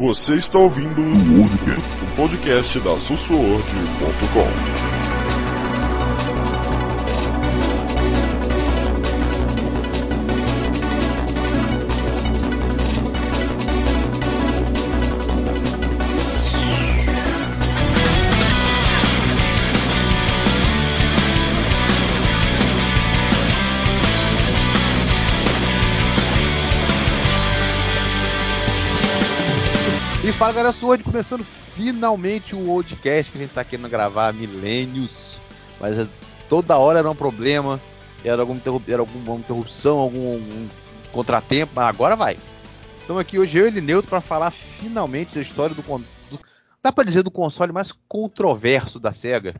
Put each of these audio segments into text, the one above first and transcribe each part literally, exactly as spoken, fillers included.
Você está ouvindo o Worldcast, o podcast da Sussuord ponto com. Fala galera, Sword, começando finalmente o podcast que a gente tá querendo gravar há milênios, mas toda hora era um problema, era alguma, interrup- era alguma interrupção, algum, algum contratempo, mas agora vai. Estamos aqui hoje eu e ele Neutro para falar finalmente da história do, do dá para dizer do console mais controverso da SEGA.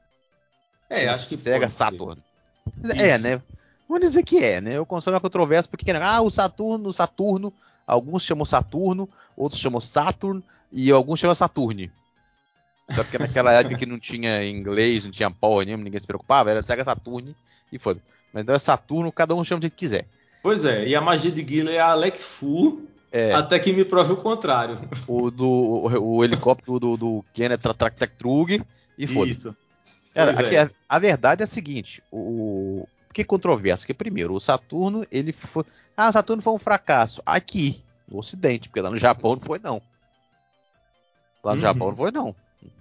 É, o acho que SEGA pode Saturn. ser. É, Isso. né? Vamos dizer que é, né? O console é controverso porque ah, o Saturno, o Saturno, alguns chamam Saturno, outros chamam Saturn e alguns chamam Saturne. Só porque naquela época que não tinha inglês, não tinha porra nenhuma, ninguém se preocupava, era Sega Saturn e foda. Mas então é Saturno, cada um chama do que quiser. Pois é, e a magia de Guile é a Alec Fu, É. até que me prove o contrário. O, do, o, o helicóptero do, do Kenneth Trug e foda. Isso. Cara, Pois aqui, é. a, a verdade é a seguinte, o, o que controverso? Que primeiro, o Saturno, ele foi... Ah, o Saturno foi um fracasso. Aqui, no Ocidente, porque lá no Japão não foi não. Lá no Uhum. Japão não foi não.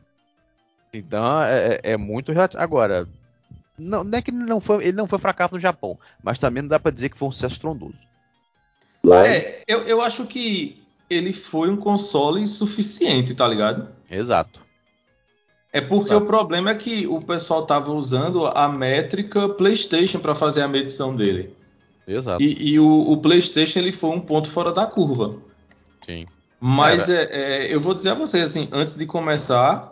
Então é, é- é muito relativo. Agora, não, não é que ele não, foi, ele não foi fracasso no Japão, mas também não dá pra dizer que foi um sucesso estrondoso. É, eu, eu acho que ele foi um console suficiente, tá ligado? Exato. É porque Exato. o problema é que o pessoal tava usando a métrica PlayStation para fazer a medição dele. Exato. E, e o, o PlayStation ele foi um ponto fora da curva. Sim. Mas Cara, é, é, eu vou dizer a vocês assim, antes de começar.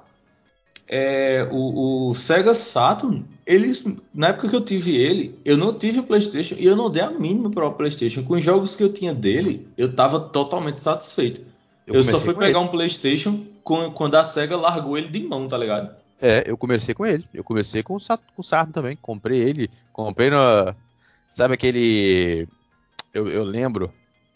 É, o, o Sega Saturn, eles, na época que eu tive ele, eu não tive o PlayStation e eu não dei a mínima para o PlayStation. Com os jogos que eu tinha dele, eu estava totalmente satisfeito. eu Eu só comecei fui com ele. pegar um PlayStation com- quando a Sega largou ele de mão, tá ligado? É, eu comecei com ele. Eu comecei com o Sat- com o Saturn também. Comprei ele. Comprei no. Sabe aquele. Eu, eu lembro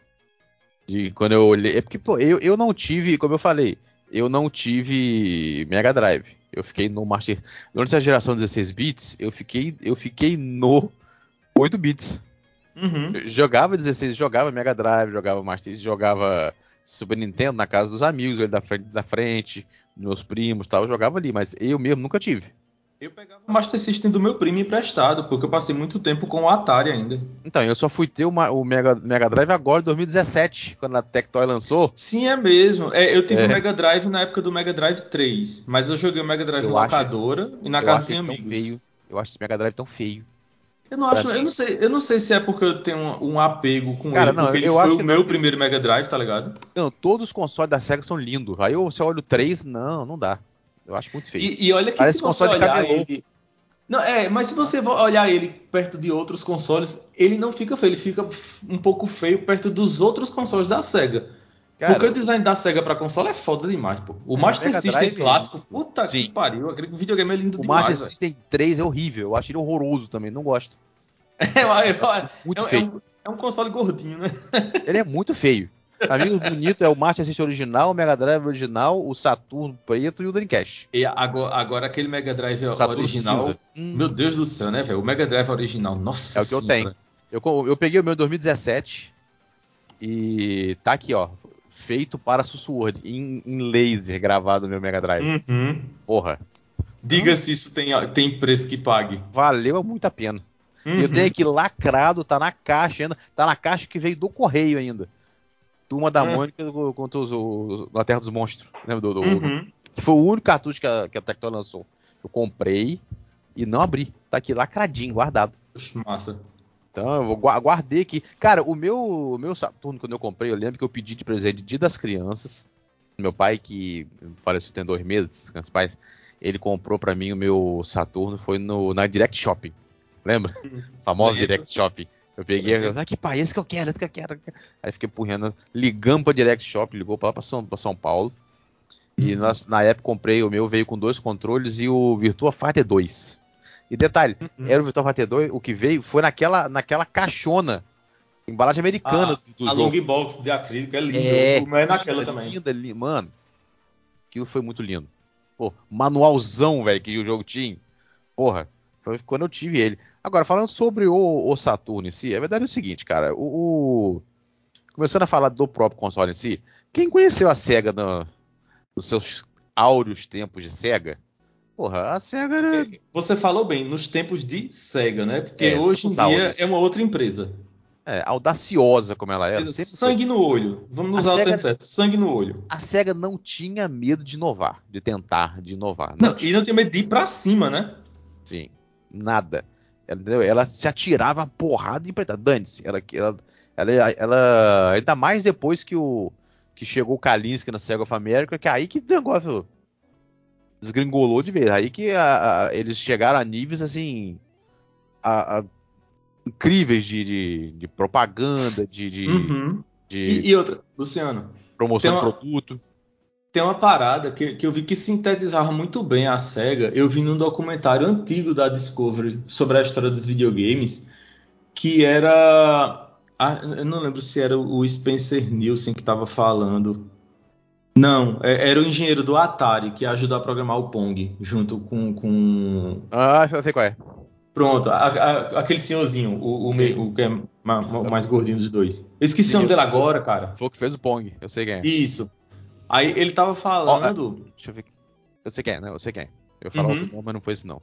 de quando eu olhei. É porque, pô, eu, eu não tive, como eu falei, eu não tive Mega Drive. Eu fiquei no Master. Durante a geração dezesseis bits, eu fiquei, eu fiquei no oito bits. Uhum. Eu jogava dezesseis, jogava Mega Drive, jogava Master System, jogava Super Nintendo na casa dos amigos, ali da frente, da frente, meus primos e tal, eu jogava ali, mas eu mesmo nunca tive. Eu pegava o Master System do meu primo emprestado, porque eu passei muito tempo com o Atari ainda. Então, eu só fui ter uma- o Mega, Mega Drive agora, em dois mil e dezessete, quando a Tectoy lançou. Sim, é mesmo. É, eu tive o É, Mega Drive na época do Mega Drive três, mas eu joguei o Mega Drive em eu acho, locadora e na eu casa acho de ele tão amigos. feio. Eu acho esse Mega Drive tão feio. Eu não Pra acho, eu mim, não sei, eu não sei se é porque eu tenho um, um apego com cara, ele, não, porque eu, ele eu foi acho o que não. meu primeiro Mega Drive, tá ligado? Não, todos os consoles da Sega são lindos. Aí eu- você olha o três, não, não dá. Eu acho muito feio. E, e olha que se Parece você console de olhar camelô. ele, não é, mas se Tá? você olhar ele perto de outros consoles, ele não fica feio, ele fica um pouco feio perto dos outros consoles da Sega. Porque Cara, o design da Sega pra console é foda demais, pô. O é, o Master Mega System Drive é clássico, lindo. puta que Sim. pariu, aquele videogame é lindo O Master demais, velho. System três é horrível. Eu acho ele horroroso também. Não gosto. É, Eu acho ele é, muito é, é feio. um, é um console gordinho, né? Ele é muito feio. Pra mim, o bonito é o Master System original, o Mega Drive original, o Saturno preto e o Dreamcast. E agora, agora aquele Mega Drive O Saturno original, cinza. Hum, meu Deus do céu, né, velho? O Mega Drive original, é nossa o que eu tenho. senhora. Eu, co- eu peguei o meu em dois mil e dezessete e tá aqui, ó. Feito para Sussurd, em, em laser gravado no meu Mega Drive. Uhum. Porra. Diga Então, se isso tem, tem preço que pague. valeu muito a pena. E eu tenho Uhum. aqui lacrado, tá na caixa ainda. Tá na caixa que veio do correio ainda. Turma da Ah, Mônica contra os, os, na Terra dos Monstros. Lembra do, do, do- uhum. que foi o único cartucho que a, que a Tectoy lançou. Eu comprei e não abri. Tá aqui lacradinho, guardado. Poxa, massa. Então eu vou gua- guardei aqui. Cara, o meu, o meu Saturno, quando eu comprei, eu lembro que eu pedi de presente de Dia das Crianças. Meu pai, que faleceu tem dois meses, meus pais, ele comprou pra mim o meu Saturno, foi no, na Direct Shopping. Lembra? Uhum. Famosa Lembro. Direct Shopping. Eu peguei, eu, Lembro. ah, que pai, esse que eu quero, esse que eu quero. Aí fiquei empurrando, ligamos pra Direct Shopping, ligou pra lá pra São, pra São Paulo. E Uhum. nós, na época comprei o meu, veio com dois controles e o Virtua Fighter dois. E detalhe, Uhum. era o Virtua Fighter dois, o que veio foi naquela, naquela caixona Embalagem americana A, do, do a jogo. long box de acrílico é linda. É, O meu é naquela linda, também. linda, linda. Mano, aquilo foi muito lindo. Pô, manualzão, velho, que o jogo tinha. Porra, foi quando eu tive ele. Agora, falando sobre o, o Saturno em si, a verdade é o seguinte, cara. O, o- Começando a falar do próprio console em si, quem conheceu a SEGA no- nos seus áureos tempos de SEGA? Porra, a SEGA era. É, você falou bem, nos tempos de Sega, né? Porque É, hoje em tempos dia é áureos. uma outra empresa. É, audaciosa como ela era, sempre foi. Sangue no olho. Vamos A usar o termo SEGA, certo. Sangue no olho. a SEGA não tinha medo de inovar, de tentar, de inovar. Não Não, e tinha, não tem medo de ir pra cima, né? sim, nada. Ela, entendeu? Ela se atirava a porrada e empreitada. Dane-se. Ela, ela, ela, ela, ainda mais depois que o que chegou o Kalinske na SEGA of America, que é aí que o negócio desgringolou de vez. Aí que a- a- eles chegaram a níveis assim a- a- incríveis de, de, de propaganda, de, de, Uhum. de E, e outra, Luciano, tem promoção de uma, produto. tem uma parada que, que eu vi que sintetizava muito bem a SEGA. Eu vi num documentário antigo da Discovery sobre a história dos videogames, que era. Ah, eu não lembro se era o Spencer Nielsen que estava falando. Não, é- era o engenheiro do Atari que ajudou a programar o Pong, junto com, com... Ah, eu sei qual é. Pronto, a- a- aquele senhorzinho, o, o, Sim. meio- o que é ma- ma- o mais gordinho dos dois. Eu esqueci o Sim, nome eu- dele agora, cara. foi o que fez o Pong. Eu sei quem é. Isso. Aí ele tava Ó, é, falando. deixa eu ver. Eu sei quem é, né? Eu sei quem é. Eu ia falar outro Uhum. nome, mas não foi esse não.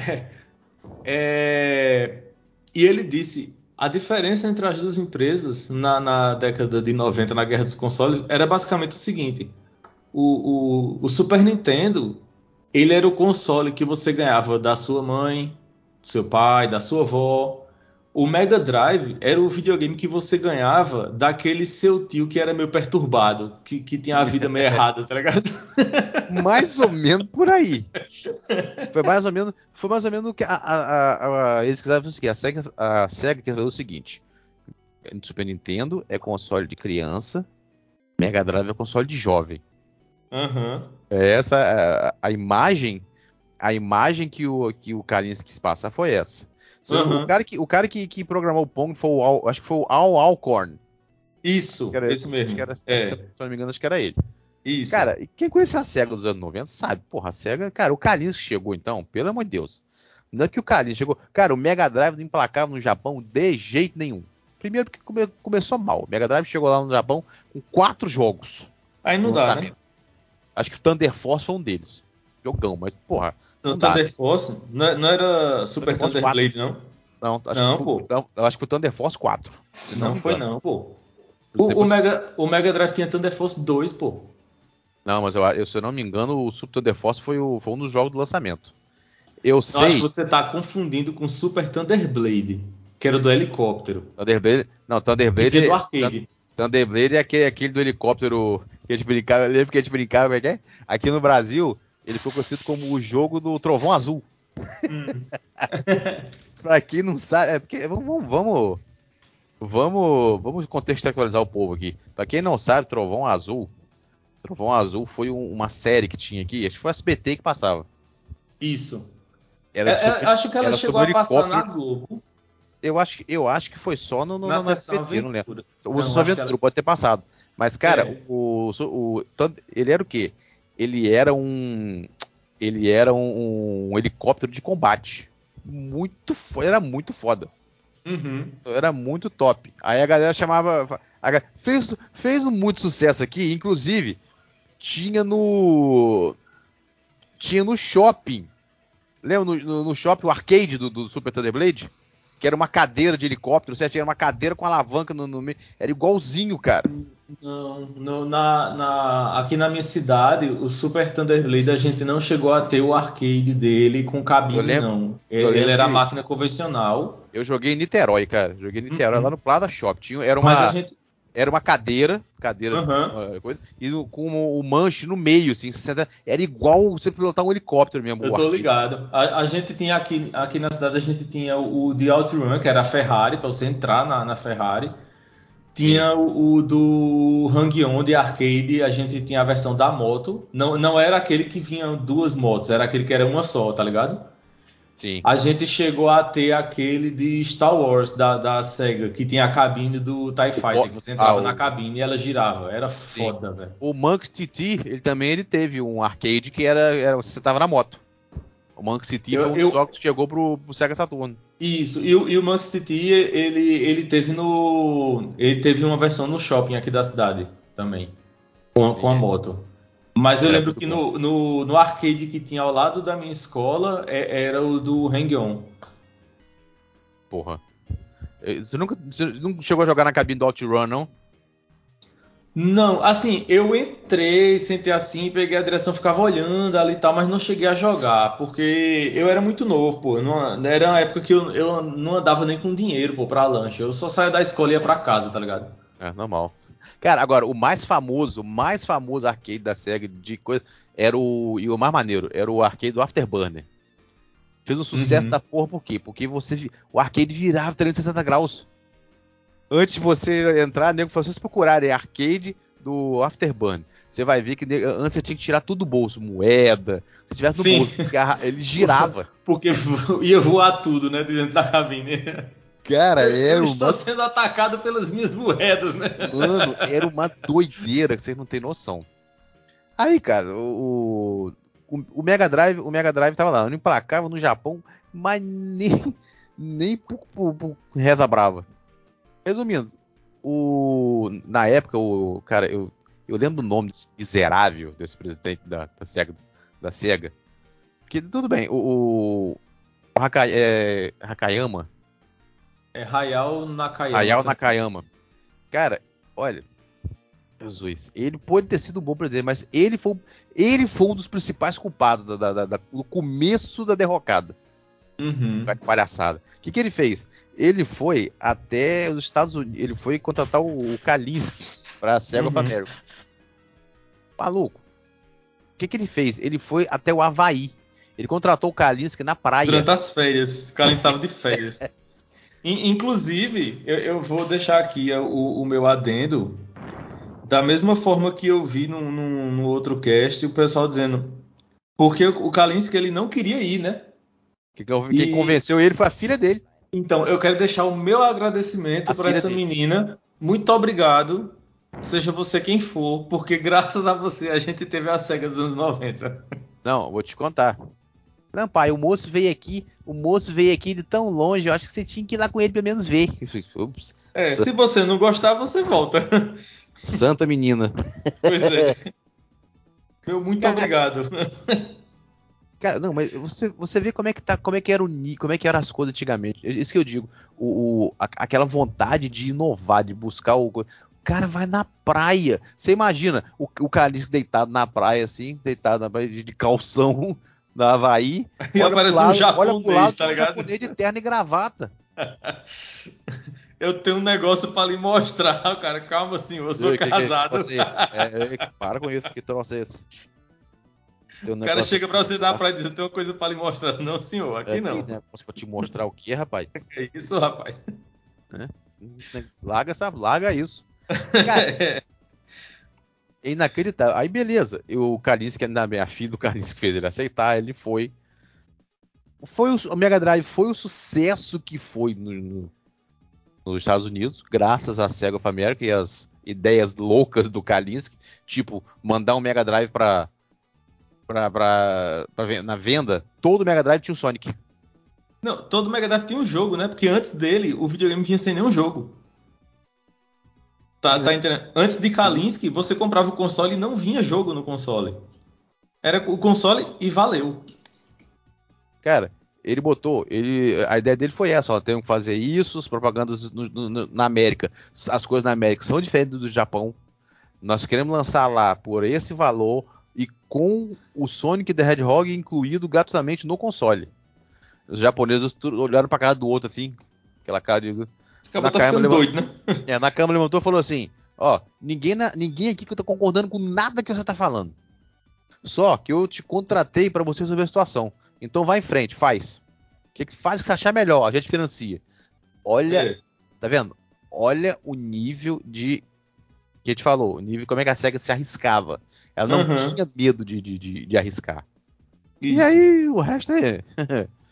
É, e ele disse: a diferença entre as duas empresas na, na década de noventa, na Guerra dos Consoles, era basicamente o seguinte: o, o, o Super Nintendo, ele era o console que você ganhava da sua mãe, do seu pai, da sua avó. O Mega Drive era o videogame que você ganhava daquele seu tio que era meio perturbado, que, que tinha a vida meio errada, tá ligado? Mais ou menos por aí. Foi mais ou menos, foi mais ou menos o que a, a, a, a- eles quiseram fazer o seguinte. A SEGA, a SEGA quis fazer o seguinte: Super Nintendo é console de criança, Mega Drive é console de jovem. Aham. É essa a, a imagem, a imagem que o que o Kalinske quis passar foi essa. Se eu- O Aham. cara que o cara que, que programou o Pong foi o Al- acho que foi o Al Alcorn. Isso, Que era- esse acho que mesmo. era, se eu É, não me engano, acho que era ele. isso. Cara, e quem conheceu a SEGA dos anos noventa sabe, porra, a SEGA, cara, o Kalinske chegou então, pelo amor de Deus. Não é que o Kalinske chegou, cara, o Mega Drive não emplacava no Japão de jeito nenhum. Primeiro porque come- começou mal. O Mega Drive chegou lá no Japão com quatro jogos Aí no não dá, né? lançamento. Acho que o Thunder Force foi um deles. Jogão, mas porra, No não dá, né? Thunder Force, não, é- não era Thunder Super Force Thunder quatro. Blade, não? Não, acho que Não, foi, pô. não, eu acho que foi o Thunder Force quatro, se não Não me foi engano. não, pô. O, o Depois, Mega, o Mega Drive tinha Thunder Force dois, pô. não, mas eu, eu, se eu não me engano, o Super Thunder Force foi, o, foi um dos jogos do lançamento. Eu Eu acho que sei. você tá confundindo com Super Thunder Blade, que era do helicóptero, Thunderblade. Não, que vinha do Thunderblade. Thun- arcade. Thunderblade é aquele, aquele do helicóptero que a gente brincava. Eu lembro que a gente brincava, como é que é? Aqui no Brasil, ele ficou conhecido como o jogo do Trovão Azul. Hum. Pra quem não sabe, é porque vamos, vamos, vamos, vamos, vamos contextualizar o povo aqui. Pra quem não sabe, Trovão Azul, Trovão Azul foi um- uma série que tinha aqui, acho que foi o S B T que passava. Isso. Era É- é- sobre, acho que ela era chegou sobre um a passar na helicóptero. Globo, Eu acho, eu acho que foi só no, no, na no sessão S B T, não lembro. Aventura. O Não, Sessão acho que Aventura ela. pode ter passado. Mas, cara, É. o, o, o- tanto- ele era o quê? Ele era um. Ele era um, um helicóptero de combate. Muito fo- Era muito foda. Uhum. Era muito top. Aí a galera chamava. a ga- fez, fez um muito sucesso aqui, inclusive. Tinha no. Tinha no shopping. Lembra no, no, no shopping o arcade do, do Super Thunder Blade? Que era uma cadeira de helicóptero, você tinha uma cadeira com alavanca no, no meio. Era igualzinho, cara. Não, no- na, na- aqui na minha cidade, o Super Thunder Blade a gente não chegou a ter o arcade dele com Eu cabine, lembro, não. E- eu Ele lembro era a de. máquina convencional. Eu joguei em Niterói, cara. Joguei em Niterói, lá Uhum. no Plaza Shop. Tinha, era Mas a uma, gente. era uma cadeira, cadeira, Aham. uma coisa, e no- com o, o manche no meio, assim, você senta- era igual você pilotar um helicóptero mesmo, Eu o tô arcade. ligado. A, a gente tinha aqui, aqui na cidade, a gente tinha o, o de OutRun, que era a Ferrari, para você entrar na, na Ferrari. Sim. Tinha o, o do Hang-On de arcade, a gente tinha a versão da moto. Não, não era aquele que vinha duas motos, era aquele que era uma só, tá ligado? Sim. A gente chegou a ter aquele de Star Wars da, da Sega, que tinha a cabine do TIE O Fighter, Mo- que você ah, entrava na o, cabine e ela girava. Era sim. foda, velho. O Monks T T, ele também ele teve um arcade que era, era você tava na moto. O Monks T T foi Eu, um dos eu, jogos que chegou pro, pro Sega Saturn. isso, e, o- e o Max T T, ele, ele teve no. Ele teve uma versão no shopping aqui da cidade também, com, a- com a Sim, moto. Mas eu era lembro muito que bom. no, no, no arcade que tinha ao lado da minha escola é- era o do Hang-On. Porra. Eh, Você nunca, você nunca chegou a jogar na cabine do OutRun, não? Não, assim, eu entrei, sentei assim, peguei a direção, ficava olhando ali e tal, mas não cheguei a jogar, porque eu era muito novo, pô. Eu não- era uma época que eu, eu não andava nem com dinheiro, pô, pra lanche. Eu só saía da escola e ia pra casa, tá ligado? É, normal. Cara, agora, o mais famoso, o mais famoso arcade da SEGA de coisa era o. E o mais maneiro, era o arcade do Afterburner. Fez um sucesso Uhum. da porra, por quê? Porque você, vi- o arcade virava trezentos e sessenta graus. Antes de você entrar, nego, se vocês procurarem arcade do Afterburner, você vai ver que ne- antes você tinha que tirar tudo do bolso, moeda, se tivesse no Sim. bolso, porque a- ele girava. Porque vo- ia voar tudo, né, de dentro da cabine. Cara, Eu, eu era estou uma. sendo atacado pelas minhas moedas, né? Mano, era uma doideira que vocês não têm noção. Aí, cara, o, o, o Mega Drive, o Mega Drive tava lá, implacável no Japão, mas nem, nem por, por, por reza brava. Resumindo, o, na época, o cara, eu, eu lembro do nome desse miserável desse presidente da, da SEGA, da SEGA. Que tudo bem, o, o Haka, é, Hakayama, É Hayao Nakayama, Hayao se eu não me engano. Nakayama, cara, olha, Jesus, ele pode ter sido um bom presidente, mas ele foi, ele foi um dos principais culpados da, da- da- da- do começo da derrocada. Uhum. Palhaçada. O que, que ele fez? Ele foi até os Estados Unidos, ele foi contratar o, o Kalinske para a Sega of Uhum. America. Maluco. O que, que ele fez? Ele foi até o Havaí. Ele contratou o Kalinske na praia. Durante as férias. O cara estava de férias. In- Inclusive, eu, eu vou deixar aqui o, o meu adendo. Da mesma forma que eu vi no, no, no outro cast, o pessoal dizendo. Porque o, o Kalinske ele não queria ir, né? Que- que- Quem E convenceu ele foi a filha dele. então eu quero deixar o meu agradecimento A para filha essa dele. menina. Muito obrigado. Seja você quem for, porque graças a você a gente teve a SEGA dos anos noventa. Não, vou te contar. Não, pai, o moço veio aqui, o moço veio aqui de tão longe, eu acho que você tinha que ir lá com ele pelo menos ver. Ups, É, se você não gostar, você volta. santa menina. Pois é. Meu muito Cara, obrigado. cara, não, mas você, você vê como é que tá, como é que era o ni- como é que eram as coisas antigamente. É isso que eu digo, o, o- a- aquela vontade de inovar, de buscar o, o cara vai na praia. Você imagina o, o Calixto deitado na praia assim, deitado na praia de, de calção na Havaí, E olha pro apareceu um lado, olha pro japonês, lado tá tem um ligado? japonês de terno e gravata. Eu tenho um negócio pra lhe mostrar, cara. Calma, senhor, eu sou Ei, que, que, que casado. troço é esse? É, é, para com isso, que troço é esse? Tem um O cara negócio pra chega te pra você dar mostrar. pra dizer, eu tenho uma coisa pra lhe mostrar. Não, senhor, É, aqui que não. negócio pra te mostrar o que, rapaz? É isso, rapaz. Né? Larga, essa, larga isso. Cara, é inacreditável. Aí beleza, eu, o Kalinske, ainda bem, a filha do Kalinske fez ele aceitar, ele foi. Foi o, o Mega Drive foi o sucesso que foi no, no- nos Estados Unidos, graças à Sega of America e as ideias loucas do Kalinske, tipo, mandar um Mega Drive pra, pra, pra, pra ven- na venda, todo Mega Drive tinha o Sonic. Não, todo Mega Drive tinha um jogo, né? Porque antes dele, o videogame vinha sem nenhum jogo. Tá, Sim, né? tá entendendo? Antes de Kalinske, você comprava o console e não vinha jogo no console. Era o console e valeu. Cara, ele botou, ele, a ideia dele foi essa, ó, tem que fazer isso, as propagandas no- no- na América, as coisas na América são diferentes do Japão. Nós queremos lançar lá por esse valor e com o Sonic the Hedgehog incluído gratuitamente no console. Os japoneses olharam pra cara do outro assim, aquela cara de. Acabou tá Nakayama ficando levantou, doido, né? é, Nakayama levantou e falou assim: ó, ninguém, na- ninguém aqui que eu tô concordando com nada que você tá falando. Só que eu te contratei pra você resolver a situação. Então vai em frente, faz. O que, que faz o que você achar melhor, a gente financia. Olha, É. tá vendo? Olha o nível de que a gente falou, o nível como é que a SEGA se arriscava. Ela não Aham. tinha medo de, de, de, de arriscar. E Isso. aí o resto é.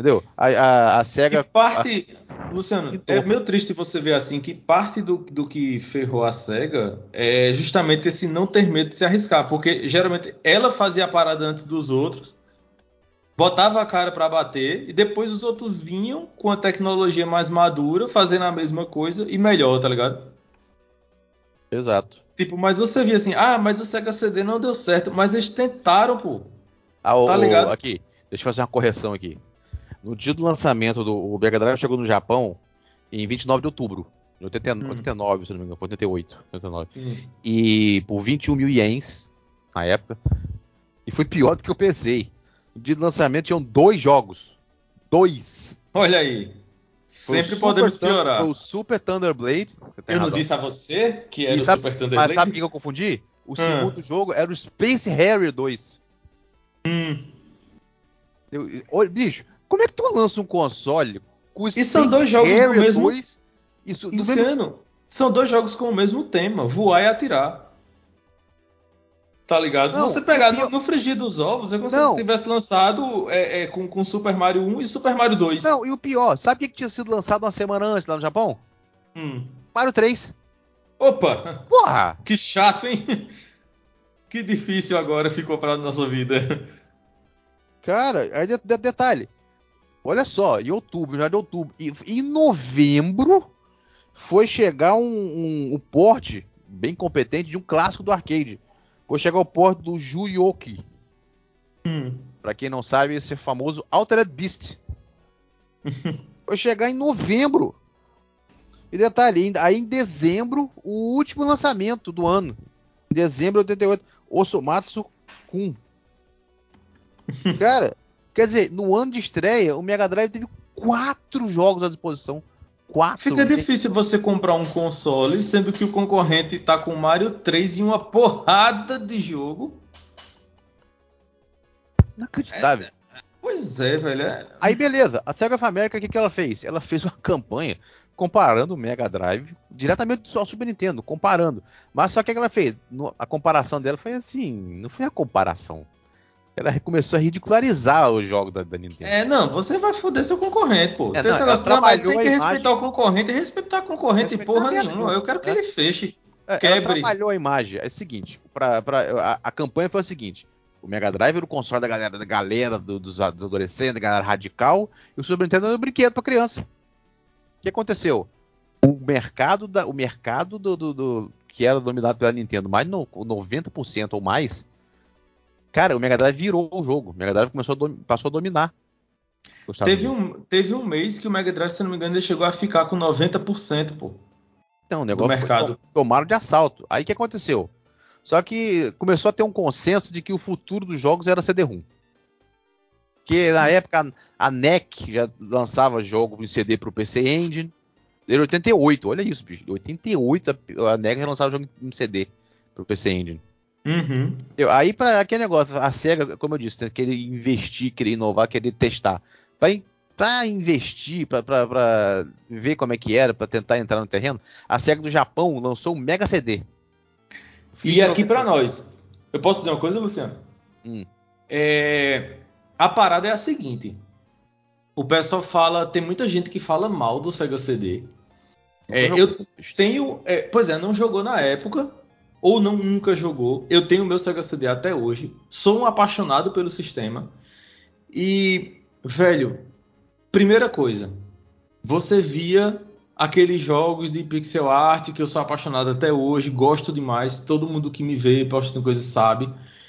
Entendeu? A, a, a SEGA... Que parte, a... Luciano, Então, é meio triste você ver assim que parte do, do que ferrou a SEGA é justamente esse não ter medo de se arriscar, porque geralmente ela fazia a parada antes dos outros, botava a cara pra bater e depois os outros vinham com a tecnologia mais madura, fazendo a mesma coisa e melhor, tá ligado? exato. Tipo, mas você via assim, ah, mas o Sega C D não deu certo, mas eles tentaram, pô, Ah, tá o, o- ligado? aqui, deixa eu fazer uma correção aqui. No dia do lançamento do o Mega Drive chegou no Japão em vinte e nove de outubro de oitenta, Hum, oitenta e nove, se não me engano, foi oitenta e oito, oitenta e nove. hum. E por vinte e um mil ienes na época. E foi pior do que eu pensei. No dia do lançamento tinham dois jogos. Dois. Olha aí, Foi o sempre Super, podemos Thun- foi o piorar. Super Thunder Blade. Você tem Eu não razão. disse a você que E era o sabe, Super Thunder mas sabe o que Blade? eu confundi? O Hum, segundo jogo era o Space Harrier dois. hum. Eu, olha, bicho, como é que tu lança um console com o E são Space dois jogos do Harrier mesmo. dois? Isso, do mesmo. Luciano, são dois jogos com o mesmo tema: voar e atirar. Tá ligado? Não, Você e o pegar no, pior. no frigir dos ovos, é como se você Não, tivesse lançado é, é, com, com Super Mario um e Super Mario dois. não, e o pior, sabe o que que tinha sido lançado uma semana antes lá no Japão? Hum. Mario três. Opa! Porra! Que chato, hein? Que difícil agora ficou pra nossa vida. Cara, aí de, de- detalhe. Olha só, em outubro, já de outubro. E em novembro foi chegar um, um, um port bem competente de um clássico do arcade. Foi chegar o port do Juyoki. Hum. Pra quem não sabe, esse famoso Altered Beast. Foi chegar em novembro. E detalhe, aí em dezembro, o último lançamento do ano. Em dezembro de oitenta e oito, Osomatsu Kun. Cara, quer dizer, no ano de estreia, o Mega Drive teve quatro jogos à disposição. Fica Quatro. difícil você comprar um console, sendo que o concorrente tá com Mario três e uma porrada de jogo. Inacreditável. Pois é, velho. É... Aí beleza, a Sega of America, o que, que ela fez? Ela fez uma campanha comparando o Mega Drive diretamente ao Super Nintendo, comparando. Mas só que o que ela fez? No- a comparação dela foi assim, não foi a comparação. Ela começou a ridicularizar os jogos da, da Nintendo. é, não, você vai foder seu concorrente, pô. É, Tem não, esse ela negócio, não, mas trabalhou tem a que respeitar imagem, o concorrente, respeitar o concorrente respeitar porra merda nenhuma. nenhuma, Eu quero que né? ele feche, É, ela quebre. trabalhou a imagem. É o seguinte, pra, pra, a, a campanha foi o seguinte: o Mega Drive era o console da galera, da galera do- dos, dos adolescentes, da galera radical, e o Super Nintendo era o brinquedo pra criança. O que aconteceu? O mercado, da, o mercado do, do- do- que era dominado pela Nintendo, mais no, noventa por cento ou mais, cara, o Mega Drive virou o jogo. O Mega Drive começou a dom- passou a dominar os Estados Teve Unidos. um, teve um mês que o Mega Drive, se não me engano, ele chegou a ficar com noventa por cento, pô, Então, o do negócio foi to- mercado. tomaram de assalto. Aí o que aconteceu? Só que começou a ter um consenso de que o futuro dos jogos era C D-ROM. Porque na época a N E C já lançava jogo em C D pro P C Engine. Em oitenta e oito, olha isso, bicho. Em oitenta e oito a N E C já lançava jogo em C D pro P C Engine. Uhum. Eu- Aí para aquele negócio, a SEGA, como eu disse, né, querer investir, querer inovar, querer testar. Para investir, para ver como é que era, para tentar entrar no terreno, a SEGA do Japão lançou um Mega C D. Fim E de aqui pra noventa e oito. nós, eu posso dizer uma coisa, Luciano? Hum, É, a parada é a seguinte: o pessoal fala, tem muita gente que fala mal do Sega C D. nunca É, jogou. eu tenho, é, pois é, não jogou na época ou não nunca jogou. Eu tenho meu Sega C D até hoje. Sou um apaixonado pelo sistema e, velho, primeira coisa, você via aqueles jogos de pixel art que eu sou apaixonado até hoje, gosto demais. Todo mundo que me vê postando coisas sabe.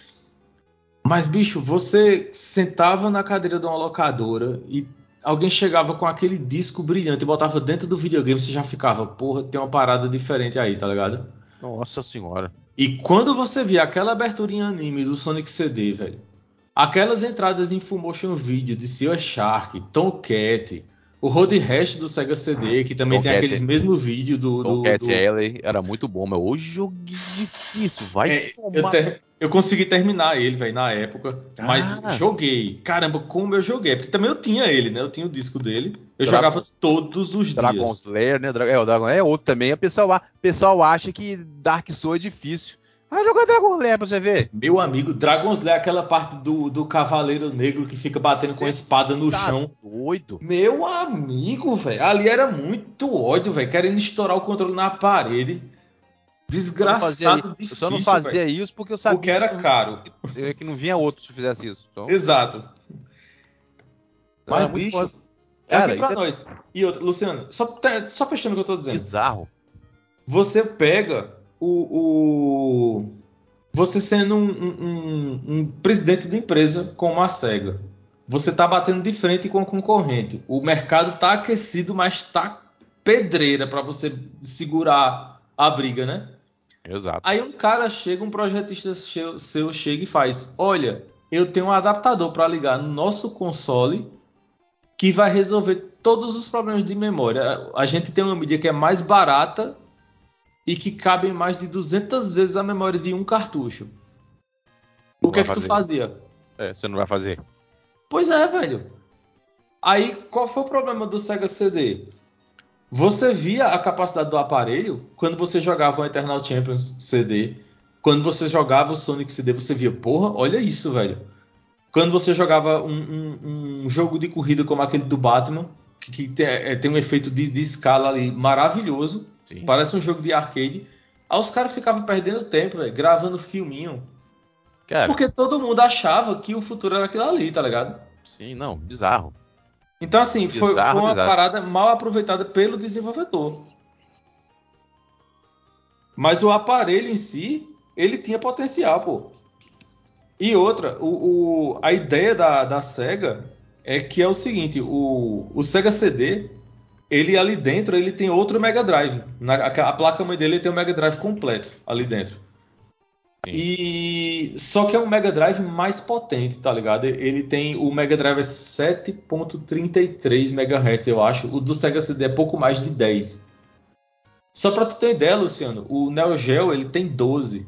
Mas, bicho, você sentava na cadeira de uma locadora e alguém chegava com aquele disco brilhante e botava dentro do videogame, você já ficava, porra, tem uma parada diferente aí, tá ligado? Nossa senhora. E quando você via aquela abertura em anime do Sonic C D, velho, aquelas entradas em full motion video de Sea Shark, Tomcat, o Road Rash do Sega C D, que também Tom tem aqueles Cat, mesmos vídeos do, Tom do, Cat do Alley era muito bom, mas hoje joguinho difícil. Vai É, eu, tomar. ter- eu consegui terminar ele, velho, na época. Mas Cara, joguei. Caramba, como eu joguei. Porque também eu tinha ele, né? Eu tinha o disco dele. Eu jogava Dragon's, todos os Dragon's dias. Lair, né? Dra- É, o Dragon é outro também. O pessoal, a- pessoal acha que Dark Souls é difícil. Vai jogar Dragon Lair pra você ver. Meu amigo, Dragon's Lair, aquela parte do, do Cavaleiro Negro que fica batendo Cê com a espada no tá chão. doido. Meu amigo, velho. Ali era muito ódio, velho. Querendo estourar o controle na parede. Eu não fazia isso. Desgraçado, Eu só não difícil, fazia velho. isso porque eu Porque sabia que era não, caro. que, que não vinha outro se fizesse isso. Então, Exato. então era Mas, muito bicho, foda. é aqui Cara, pra isso é nós. E outra, Luciano, só, tá- só fechando o que eu tô dizendo. bizarro. Você pega o. o- você sendo um, um- um- um presidente de empresa como a SEGA. Você tá batendo de frente com o concorrente. O mercado tá aquecido, mas tá pedreira para você segurar a briga, né? Exato. Aí um cara chega, um projetista seu seu chega e faz: Olha, eu tenho um adaptador para ligar no nosso console que vai resolver todos os problemas de memória. A gente tem uma mídia que é mais barata e que cabe em mais de duzentas vezes a memória de um cartucho. O Não que é vai que tu fazer. fazia? É, você não vai fazer. Pois é, velho. Aí qual foi o problema do Sega C D? Você via a capacidade do aparelho quando você jogava o Eternal Champions C D, quando você jogava o Sonic C D, você via, porra, olha isso, velho. Quando você jogava um, um- um jogo de corrida como aquele do Batman, que, que tem, é, tem um efeito de, de escala ali maravilhoso, Sim. parece um jogo de arcade. Aí os caras ficavam perdendo tempo, velho, gravando filminho, Cara, porque todo mundo achava que o futuro era aquilo ali, tá ligado? sim, não, bizarro. Então, assim, foi, foi Bizarro, uma bizarro. parada mal aproveitada pelo desenvolvedor. Mas o aparelho em si, ele tinha potencial, pô. E outra, o, o- a ideia da, da SEGA é que é o seguinte, o, o Sega C D, ele ali dentro, ele tem outro Mega Drive. Na, a, a placa-mãe dele tem um Mega Drive completo ali dentro. Sim. E só que é um Mega Drive mais potente, tá ligado? Ele tem o Mega Drive sete ponto trinta e três MHz, eu acho. O do Sega C D é pouco mais de dez. Só pra tu ter ideia, Luciano, o Neo Geo ele tem doze.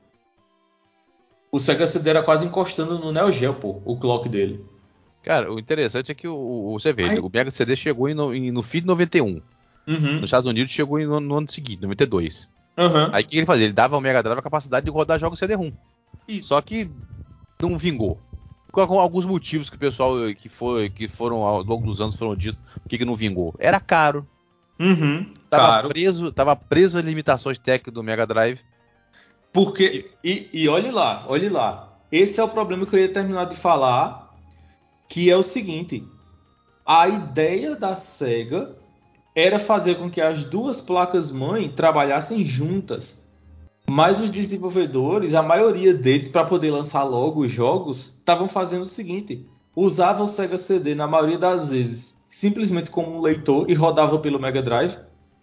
O Sega C D era quase encostando no Neo Geo, pô, o clock dele. Cara, o interessante é que o, o- você vê, Ai. o Mega C D chegou em, no, em- no fim de noventa e um. Nos Uhum. Estados Unidos chegou em- no, no ano seguinte, noventa e dois. Aham. Aí o que ele fazia? Ele dava ao Mega Drive a capacidade de rodar jogos C D-ROM. Isso. Só que não vingou. Com com alguns motivos que o pessoal eh, que, foi, que foram ao longo dos anos foram ditos por que que não vingou. Era caro, Uhum. tava Caro. preso, tava preso às limitações técnicas do Mega Drive. Porque. E, e olhe lá, olhe lá. Esse é o problema que eu ia terminar de falar. Que é o seguinte: a ideia da SEGA era fazer com que as duas placas-mãe trabalhassem juntas. Mas os desenvolvedores, a maioria deles, para poder lançar logo os jogos, estavam fazendo o seguinte: usava o Sega C D na maioria das vezes simplesmente como um leitor e rodava pelo Mega Drive,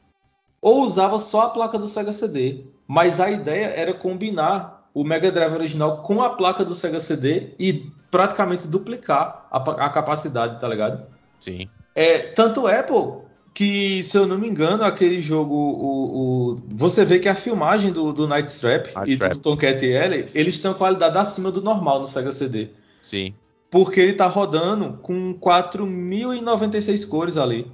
ou usava só a placa do Sega C D. Mas a ideia era combinar o Mega Drive original com a placa do Sega C D e praticamente duplicar a, a capacidade, tá ligado? Sim. É, tanto é, pô, que se eu não me engano, aquele jogo, o, o- você vê que a filmagem do, do Night Trap Hard e do Trap. Tomcat L, eles têm uma qualidade acima do normal no Sega C D. Sim. Porque ele tá rodando com quatro mil e noventa e seis cores ali.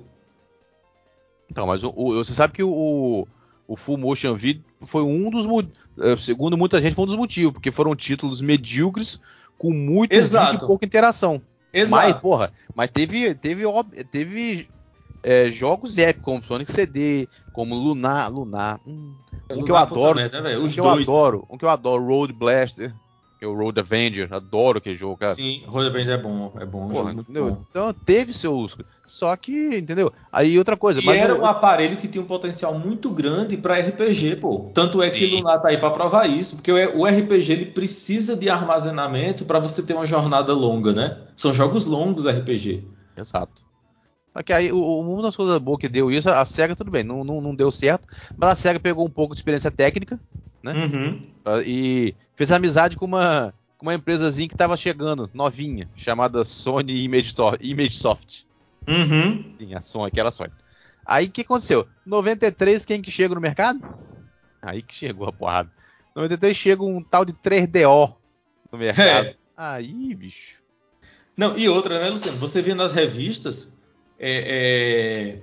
Então, mas o, o- você sabe que o, o Full Motion Video foi um dos, mo- eh, segundo muita gente, foi um dos motivos, porque foram títulos medíocres com muito vídeo e Exato, pouca interação. Mas, exato. porra, mas teve, teve, ob- teve é, jogos épicos, como Sonic C D, como Lunar, Lunar, hum, um que eu Lunar, puta adoro, merda, velho. um Os que eu dois. adoro, um que eu adoro, Road Blaster, que é o Road Avenger, adoro aquele jogo, cara. Sim, Road Band é bom, é bom, é um Porra, jogo muito entendeu? bom. Então teve seus, só que, entendeu? Aí outra coisa, E mas era o, um o- aparelho que tinha um potencial muito grande para R P G, pô. Tanto é que sim, Lunar tá aí para provar isso, porque o o R P G ele precisa de armazenamento para você ter uma jornada longa, né? São jogos longos R P G. exato. Só que aí, o, o- uma das coisas boas que deu isso, a SEGA, tudo bem, não, não, não deu certo, mas a SEGA pegou um pouco de experiência técnica, né? Uhum. Tá, e fez amizade com uma, com uma empresazinha que estava chegando, novinha, chamada Sony Image, To- Image Soft. Uhum. Sim, a Sony, aquela Sony. Aí o que aconteceu? noventa e três, quem que chega no mercado? Aí que chegou a porrada. noventa e três chega um tal de três D O no mercado. É. Aí, bicho. Não, e outra, né, Luciano? Você vê nas revistas. É, é...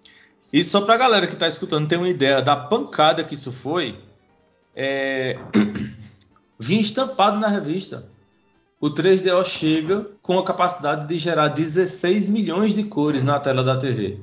E só pra galera que tá escutando ter uma ideia da pancada que isso foi. é, Vinha estampado na revista. O três D O chega com a capacidade de gerar dezesseis milhões de cores na tela da T V.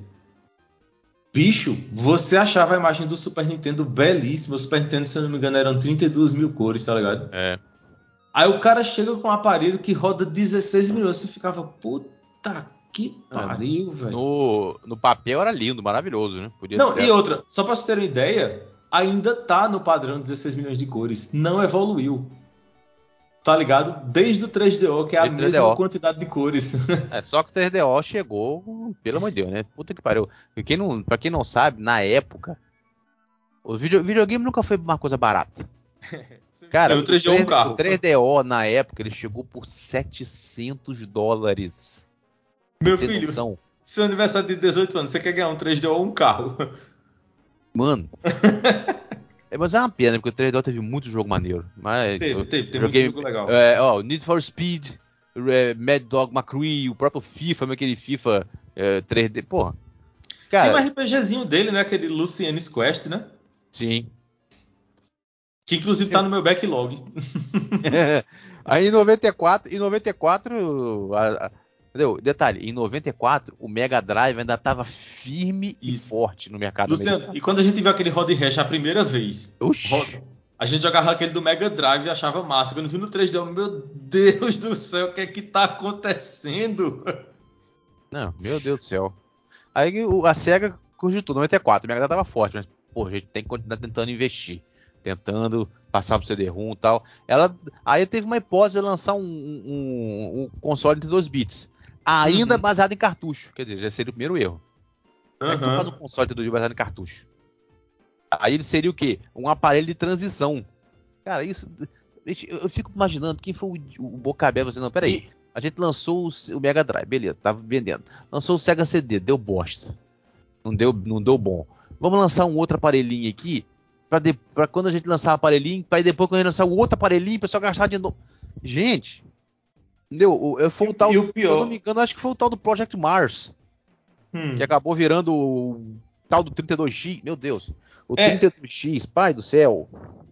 Bicho, você achava a imagem do Super Nintendo belíssima. O Super Nintendo, se eu não me engano, eram trinta e duas mil cores, tá ligado? É. Aí o cara chega com um aparelho que roda dezesseis milhões. Você ficava, puta que pariu, velho. No, no papel era lindo, maravilhoso, né? Podia Não, ter... e outra, só pra você ter uma ideia, ainda tá no padrão de dezesseis milhões de cores. Não evoluiu. Tá ligado? Desde o três D O, que é a Desde o mesma três D O. quantidade de cores. É, só que o três D O chegou, pelo amor de Deus, né? Puta que pariu. E quem não, pra quem não sabe, na época, o video, videogame nunca foi uma coisa barata. Cara, o três D O é um carro. O três D O, na época, ele chegou por setecentos dólares. Meu Tem filho, noção? seu aniversário de dezoito anos, você quer ganhar um três D O ou um carro? Mano. É, mas é uma pena, porque o três D O teve muito jogo maneiro. Mas Teve, eu, teve, tem joguei, muito jogo legal. É, ó, Need for Speed, é, Mad Dog McCree, o próprio FIFA, aquele FIFA é, três D. Porra. Cara, tem um RPGzinho dele, né? Aquele Lucien's Quest, né? Sim. Que inclusive tá no meu backlog. Aí em noventa e quatro, em noventa e quatro, a, a, entendeu? Detalhe, em noventa e quatro o Mega Drive ainda estava firme Isso. e forte no mercado Luciano, americano. e quando a gente viu aquele Road Rash a primeira vez, Oxi. a gente jogava aquele do Mega Drive e achava massa. Quando viu no três D, eu, meu Deus do céu, o que é que tá acontecendo? Não, meu Deus do céu. Aí o- a SEGA cogitou, noventa e quatro, o Mega Drive tava forte, mas, pô, a gente tem que continuar tentando investir. Tentando passar pro C D-ROM e tal. Ela, aí teve uma hipótese de lançar um, um, um console de dois bits. Ainda Uhum. baseado em cartucho. Quer dizer, já seria o primeiro erro. Como é que tu faz um Aham. console de dois bits baseado em cartucho? Aí ele seria o quê? Um aparelho de transição. Cara, isso. Gente, eu eu fico imaginando quem foi o, o Boca Aberta. Você, não, peraí. E- A gente lançou o, o Mega Drive, beleza, tava vendendo. Lançou o Sega C D, deu bosta. Não deu, não deu bom. Vamos lançar um outro aparelhinho aqui. Pra, de, pra quando a gente lançar o aparelhinho, pra depois quando a gente lançar o outro aparelhinho, o pessoal gastar de novo. Gente, entendeu? O, eu- foi E o o- tal, e o se eu pior- não me engano, acho que foi o tal do Project Mars, Hum. que acabou virando o tal do trinta e dois X. Meu Deus, o É. trinta e dois X, pai do céu.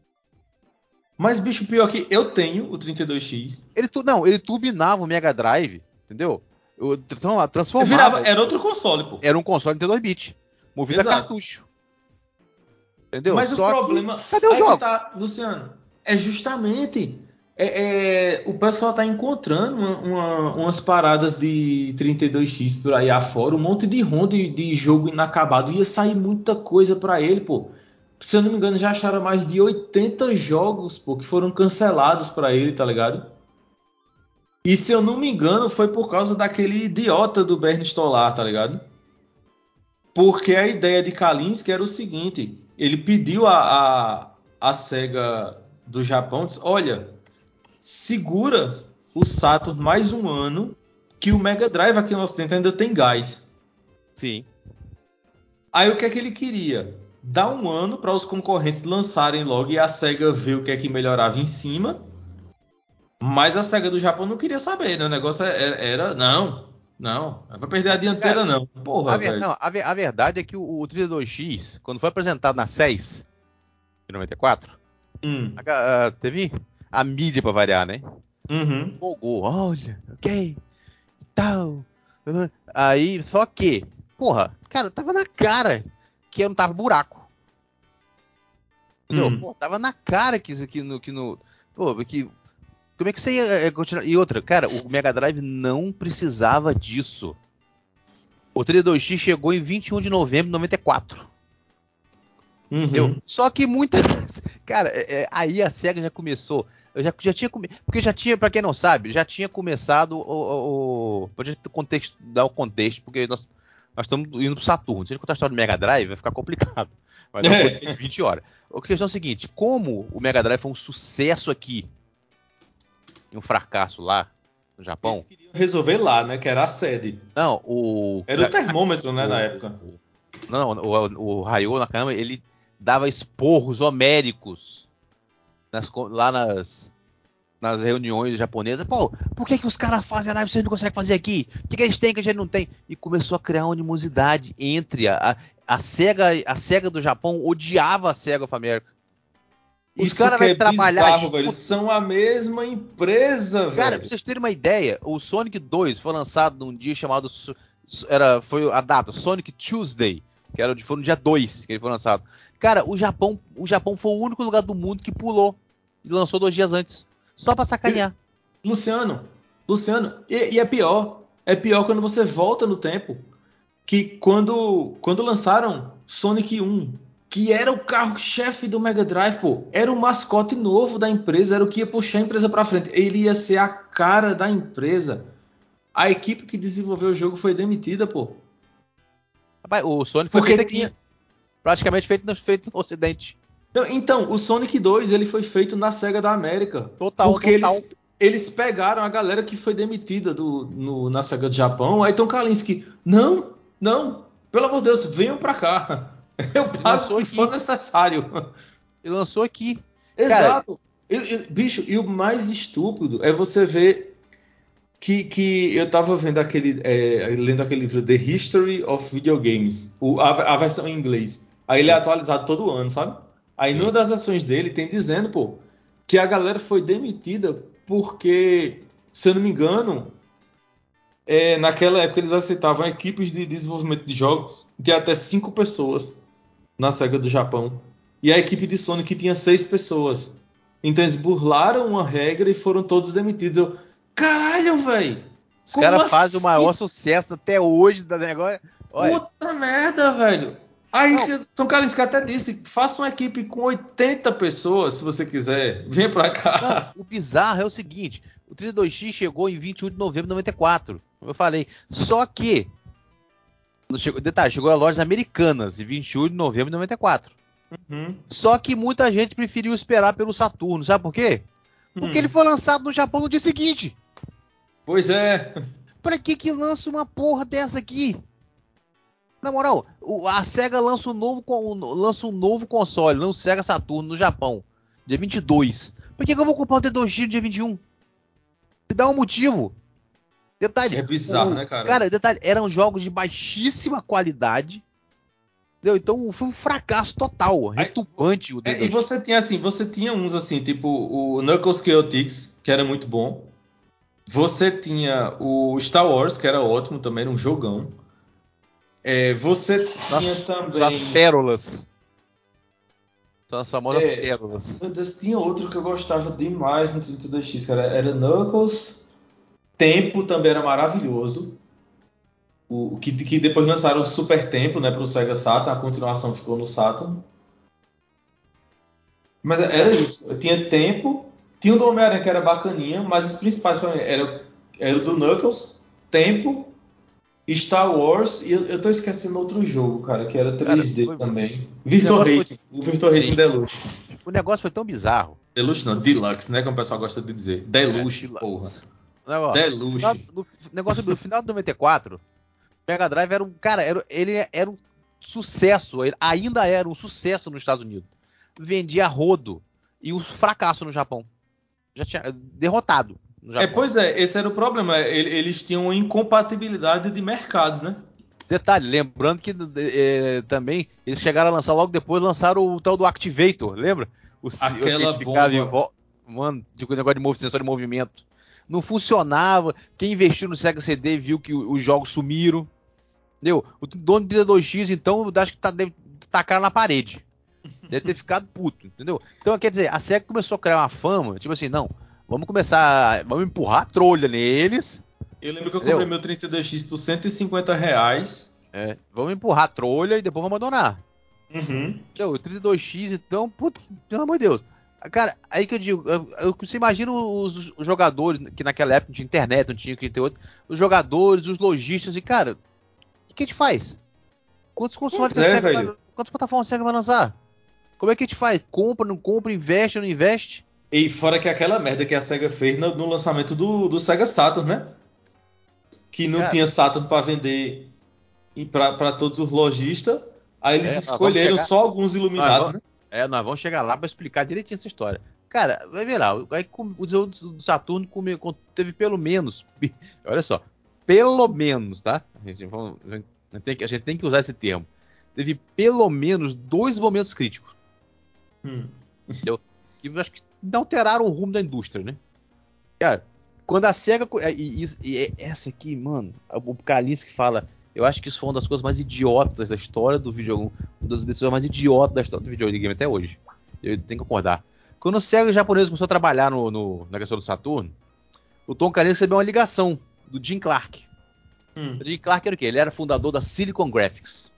Mas, bicho, pior que eu tenho o trinta e dois X. Ele, tu- não, ele turbinava o Mega Drive, entendeu? Eu, tra- Eu transformava. virava, era outro console, pô. Era um console de trinta e dois bits, movido Exato. a cartucho. Entendeu? Mas o Só problema. que, cadê o Aí que jogo? tá, Luciano. É justamente. É, é, o pessoal tá encontrando uma- uma- umas paradas de trinta e dois X por aí afora, um monte de ROM de, de jogo inacabado. Ia sair muita coisa pra ele, pô. Se eu não me engano, já acharam mais de oitenta jogos, pô, que foram cancelados pra ele, tá ligado? E se eu não me engano, foi por causa daquele idiota do Bernie Stolar, tá ligado? Porque a ideia de Kalinske era o seguinte: ele pediu a, a, a SEGA do Japão, disse, olha, segura o Saturn mais um ano, que o Mega Drive aqui no Ocidente ainda tem gás. Sim. Aí o que é que ele queria? Dar um ano para os concorrentes lançarem logo e a SEGA ver o que é que melhorava em cima. Mas a SEGA do Japão não queria saber, né? O negócio era, era não, não, não vai perder a dianteira, Cara, não. a, Porra, ver- velho. não, a, ver- a verdade é que o, o trinta e dois X, quando foi apresentado na S E S, em noventa e quatro, Hum, a- a- teve a mídia pra variar, né? uhum. Empolgou, olha, ok, e tal. Aí, só que, porra, cara, tava na cara que eu não tava buraco. Entendeu? Hum. Pô, tava na cara que isso aqui no. Que no pô, que, como é que você ia é, continuar? E outra, cara, o Mega Drive não precisava disso. O trinta e dois X chegou em vinte e um de novembro de noventa e quatro. Entendeu? Uhum. Só que muitas. Cara, é, é, aí a SEGA já começou. Eu já, já tinha. come- Porque já tinha, pra quem não sabe, já tinha começado o. o, o pode contexto, dar o contexto, porque nós, nós estamos indo pro Saturno. Se a gente contar a história do Mega Drive, vai ficar complicado. Vai dar um É. podcast de vinte horas. A questão é o seguinte: como o Mega Drive foi um sucesso aqui e um fracasso lá no Japão. Eles queriam resolver lá, né? Que era a sede. Não, o. Era o termômetro, né? o- Na época. o- não, o, o Ryo Nakayama, ele dava esporros homéricos nas co- lá nas, nas reuniões japonesas. Pô, por que, que os caras fazem a live e vocês não conseguem fazer aqui? O que, que eles têm que a gente não tem? E começou a criar uma animosidade entre a, a, a SEGA. A SEGA do Japão odiava a SEGA of America. Os Isso caras que vão é trabalhar bizarro, junto. velho. São a mesma empresa, velho. Cara, pra vocês terem uma ideia, o Sonic dois foi lançado num dia chamado. Era, foi a data, Sonic Tuesday, que era, foi no dia dois que ele foi lançado. Cara, o Japão, o Japão foi o único lugar do mundo que pulou e lançou dois dias antes. Só pra sacanear. Luciano, Luciano, e, e é pior. É pior quando você volta no tempo. Que quando, quando lançaram Sonic um, que era o carro-chefe do Mega Drive, pô, era o mascote novo da empresa, era o que ia puxar a empresa pra frente. Ele ia ser a cara da empresa. A equipe que desenvolveu o jogo foi demitida, pô. Rapaz, o Sonic foi Porque feito aqui. tinha... Praticamente feito no, feito no Ocidente. Então, então, o Sonic dois ele foi feito na Sega da América. Total, Porque total. eles, eles pegaram a galera que foi demitida do, no- na Sega do Japão. Aí Tom Kalinske, não, não, pelo amor de Deus, venham pra cá. Eu Ele pago o lançou que aqui. for necessário. Ele lançou aqui. Cara, Exato. E- e- bicho, e o mais estúpido é você ver que, que eu tava vendo aquele, é, lendo aquele livro The History of Video Games, o- a, a versão em inglês. Aí ele é sim, atualizado todo ano, sabe? Aí numa sim. das ações dele tem dizendo, pô, que a galera foi demitida porque, se eu não me engano, é, naquela época eles aceitavam equipes de desenvolvimento de jogos de até cinco pessoas na Sega do Japão. E a equipe de Sonic tinha seis pessoas. Então eles burlaram uma regra e foram todos demitidos. Eu, caralho, velho! Os Como caras fazem o assim? maior sucesso até hoje da negócio. Olha, Puta merda, velho! Aí não, Tom Kalinske até disse: faça uma equipe com oitenta pessoas, se você quiser. Venha pra não, cá. o bizarro é o seguinte: o trinta e dois X chegou em vinte e um de novembro de noventa e quatro, como eu falei. Só que, quando chegou, detalhe, chegou a lojas americanas em vinte e um de novembro de noventa e quatro. Hum, Só que muita gente preferiu esperar pelo Saturno, sabe por quê? Porque ele hum. foi lançado no Japão no dia seguinte. Pois é. Pra que que lança uma porra dessa aqui? Na moral, o- a SEGA lança um novo, con- lança um novo console, lança o SEGA Saturno no Japão, dia vinte e dois. Por que que eu vou comprar o T dois X no dia vinte e um? Me dá um motivo. Detalhe, É bizarro, o, né, cara? cara, detalhe, eram jogos de baixíssima qualidade, entendeu? Então foi um fracasso total, Aí, retumbante o é, e T dois X. você tinha assim, você tinha uns assim, tipo o Knuckles Chaotix, que era muito bom. Você tinha o Star Wars, que era ótimo também, era um jogão. É, você tinha Nossa, são as também. pérolas. São as famosas É, pérolas. meu Deus, tinha outro que eu gostava demais no trinta e dois X, cara. Era Knuckles. Tempo também era maravilhoso. O, que, que depois lançaram o Super Tempo, né, pro Sega Saturn. A continuação ficou no Saturn. Mas era isso. Tinha Tempo. Tinha o do Homem-Aranha que era bacaninha, mas os principais pra mim eram era o do Knuckles, Tempo, Star Wars e eu, eu tô esquecendo outro jogo, cara, que era Cara, três D foi, o também. Virtua negócio foi, Racing. O Virtua Racing sim, Deluxe. o negócio foi tão bizarro. Deluxe não, Deluxe, né? Como o pessoal gosta de dizer. É, Deluxe, porra. Deluxe. Não, ó, no final, Deluxe. no negócio do final de noventa e quatro, o Mega Drive era um, cara, era, ele era um sucesso, ele ainda era um sucesso nos Estados Unidos. Vendia rodo e um fracasso no Japão. Já tinha derrotado no É, Japão. pois é, esse era o problema. Ele- Eles tinham uma incompatibilidade de mercados, né? Detalhe, lembrando que é, também eles chegaram a lançar logo depois, lançaram o tal do Activator, lembra? O que a Aquela gente ficava em bomba. volta, mano, de negócio de movi- sensor de movimento. Não funcionava. Quem investiu no Sega C D viu que o- os jogos sumiram. Entendeu? O dono do trinta e dois X, então, acho que tá, deve tacar na parede. Deve ter ficado puto, entendeu? Então, quer dizer, a SEGA começou a criar uma fama, tipo assim, não, vamos começar, vamos empurrar a trolha neles, Eu lembro que eu comprei entendeu? meu trinta e dois X por cento e cinquenta reais. É, vamos empurrar a trolha e depois vamos abandonar. Uhum. Entendeu? O trinta e dois X, então, puto, pelo amor de Deus. Cara, aí que eu digo, eu, eu, você imagina os, os jogadores, que naquela época não tinha internet, não tinha que ter outro, os jogadores, os lojistas, e cara, o que a gente faz? Quantos consoles Pois que a é, SEGA vai, velho. quantas plataformas a SEGA vai lançar? Como é que a gente faz? Compra, não compra, investe, não investe? E fora que aquela merda que a SEGA fez no, no lançamento do, do Sega Saturn, né? Que não Cara, tinha Saturn para vender para todos os lojistas. Aí eles é, nós vamos escolheram chegar. só alguns Nós iluminados, vamos, né? é, nós vamos chegar lá pra explicar direitinho essa história. Cara, vai ver lá. Aí, com- o jogo do Saturno come- com- teve pelo menos. Olha só. Pelo menos, tá? A gente, vamos- a gente tem que, a gente tem que usar esse termo. Teve pelo menos dois momentos críticos. Hum. Entendeu? que eu acho que não alteraram o rumo da indústria, né? Cara, quando a SEGA... E, e, e essa aqui, mano, o Kalinske fala... Eu acho que isso foi uma das coisas mais idiotas da história do videogame. Uma das decisões mais idiotas da história do videogame até hoje. Eu tenho que concordar. Quando o SEGA japonês começou a trabalhar no, no, na questão do Saturno, o Tom Kalinske recebeu uma ligação do Jim Clark. Hum. O Jim Clark era o quê? Ele era fundador da Silicon Graphics.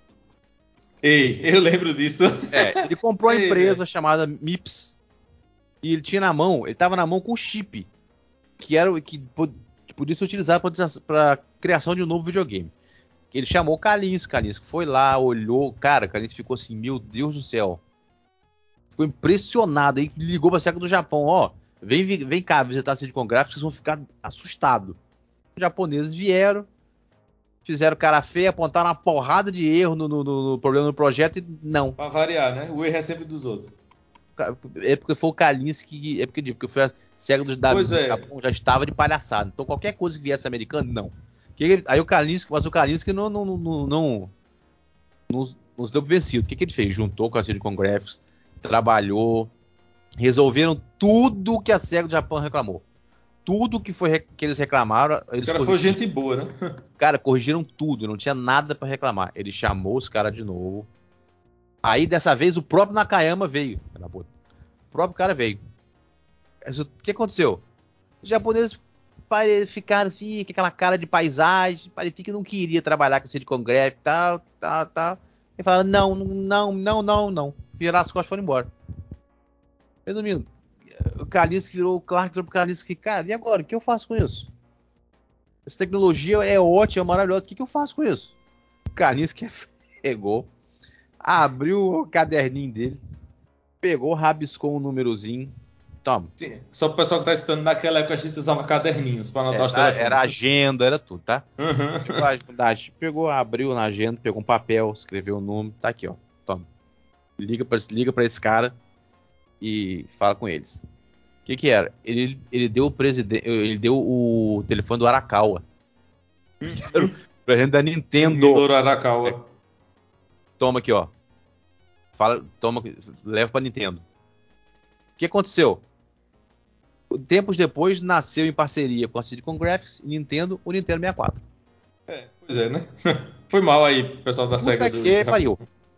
Ei, eu lembro disso. É, ele comprou uma Ei, empresa velho. chamada Mips. E ele tinha na mão, ele tava na mão com um chip. Que, era, o que, que podia ser utilizado para criação de um novo videogame. Ele chamou o Kalinske, Kalinske foi lá, olhou, cara, o Kalinske ficou assim, meu Deus do céu. Ficou impressionado, aí ligou pra SEGA do Japão, ó, vem, vem cá visitar a Silicon Graphics, vocês vão ficar assustados. Os japoneses vieram, fizeram cara feia, apontaram uma porrada de erro no, no, no problema do projeto e não. Pra variar, né? O erro é sempre dos outros. É porque foi o Kalinske, é porque, porque foi a SEGA do, da, Pois do é. Japão já estava de palhaçada. Então qualquer coisa que viesse americano, não. Que, aí o Kalinske, mas o Kalinske não, não, não, não, não, não, não se deu vencido. O que, que ele fez? Juntou com a Silicon Graphics, trabalhou, resolveram tudo que a SEGA do Japão reclamou. Tudo que, foi, que eles reclamaram, eles Os caras foram gente boa, né? Cara, corrigiram tudo, não tinha nada pra reclamar. Ele chamou os caras de novo. Aí dessa vez o próprio Nakayama veio. O próprio cara veio. O que aconteceu? Os japoneses ficaram assim, com aquela cara de paisagem, parecia que não queria trabalhar com Silicon Graphics e tal, tal, tal. E falaram, não, não, não, não, não. Viraram as costas e foram embora. Resumindo, o Kalinske virou, o Clark virou pro Kalinske, cara, e agora? O que eu faço com isso? Essa tecnologia é ótima, é maravilhosa, o que, que eu faço com isso? O Kalinske pegou, abriu o caderninho dele, pegou, rabiscou um númerozinho. Toma. Sim, só pro pessoal que tá estudando, naquela época a gente usava caderninhos para anotar É, os tá? telefones. Era agenda, era tudo, tá? Uhum. Pegou, a, pegou, abriu na agenda, pegou um papel, escreveu o número, tá aqui, ó. Toma. Liga pra, liga pra esse cara e fala com eles. O que que era? Ele, ele deu o presidente, ele deu o telefone do Arakawa. Era o presidente da Nintendo. Minoru Arakawa. Toma aqui, ó. Fala, toma, leva pra Nintendo. O que aconteceu? Tempos depois, nasceu em parceria com a Silicon Graphics e Nintendo, o Nintendo sessenta e quatro. É, pois é, né? Foi mal aí, pessoal da SEGA Puta do que pariu.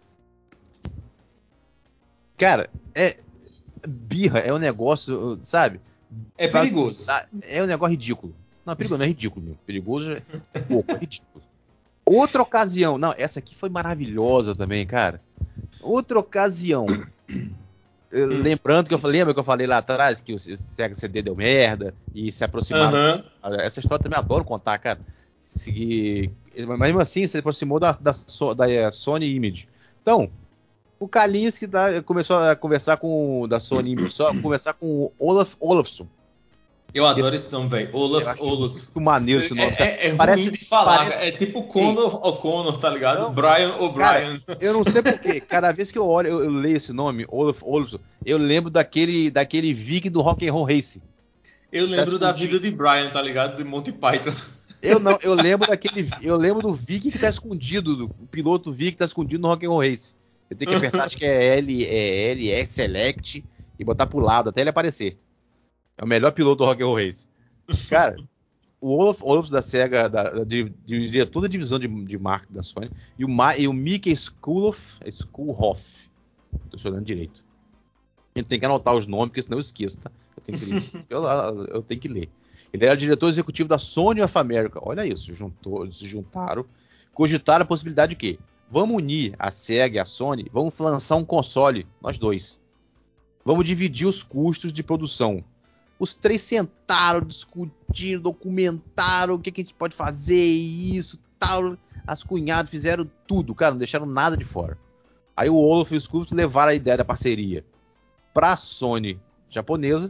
Cara, é... birra, é um negócio, sabe? É perigoso. É um negócio ridículo. Não, perigoso não é ridículo, meu. Perigoso é pouco, é ridículo. Outra ocasião, não, essa aqui foi maravilhosa também, cara. Outra ocasião... Lembrando que eu falei, lembra que eu falei lá atrás que o Sega C D deu merda e se aproximaram. Uhum. Essa história também adoro contar, cara. Seguir, mas mesmo assim se aproximou da, da, da Sony Image. Então, o Kalinske tá, começou a conversar com da Sony Image, só conversar com o Olaf Olafsson. Eu adoro esse nome, velho. Olaf, eu acho Olaf. Muito maneiro esse nome. É, é, é parece, ruim de falar, parece... é tipo Connor O'Connor, tá ligado? Não, Brian O'Brien. Eu não sei porquê. Cada vez que eu olho, eu, eu leio esse nome, Olaf Olafsson, eu lembro daquele, daquele Viking do Rock'n'Roll Racing. Eu lembro da vida de Brian, tá ligado? De Monty Python. Eu não, eu lembro daquele, eu lembro do Viking que tá escondido, do, o piloto Viking que tá escondido no Rock'n'Roll Race. Você tem que apertar, acho que é L, é L, é Select e botar pro lado até ele aparecer. É o melhor piloto do Rock'n'Roll Race. Cara, o Olaf, Olaf da SEGA, da, da, de, de, toda a divisão de, de marketing da Sony, e o, e o Mickey Schoolhoff, Schoolhoff, tô chorando direito. A gente tem que anotar os nomes, porque senão eu esqueço, tá? Eu tenho que ler. eu, eu tenho que ler. Ele era diretor executivo da Sony of America. Olha isso, juntou, se juntaram, cogitaram a possibilidade de quê? Vamos unir a SEGA e a Sony, vamos lançar um console, nós dois. Vamos dividir os custos de produção. Os três sentaram, discutiram, documentaram o que, que a gente pode fazer, isso, tal. As cunhadas fizeram tudo, cara, não deixaram nada de fora. Aí o Olaf e os clubes levaram a ideia da parceria para a Sony japonesa,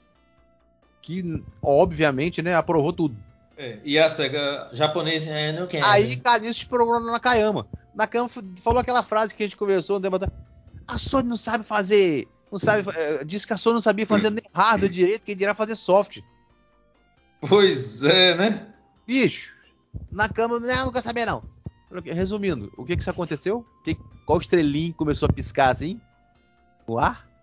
que obviamente, né, aprovou tudo. É, e a SEGA japonesa é, não quer. Aí Kalinske procurou na Nakayama. Nakayama falou aquela frase que a gente conversou no debate. A Sony não sabe fazer, não sabe, disse que a Sony não sabia fazer nem hardware direito, que dirá fazer software. Pois é, né? Bicho, Nakayama não, não quer saber não. Resumindo, o que que isso aconteceu? Que, qual estrelinho começou a piscar assim? No ar?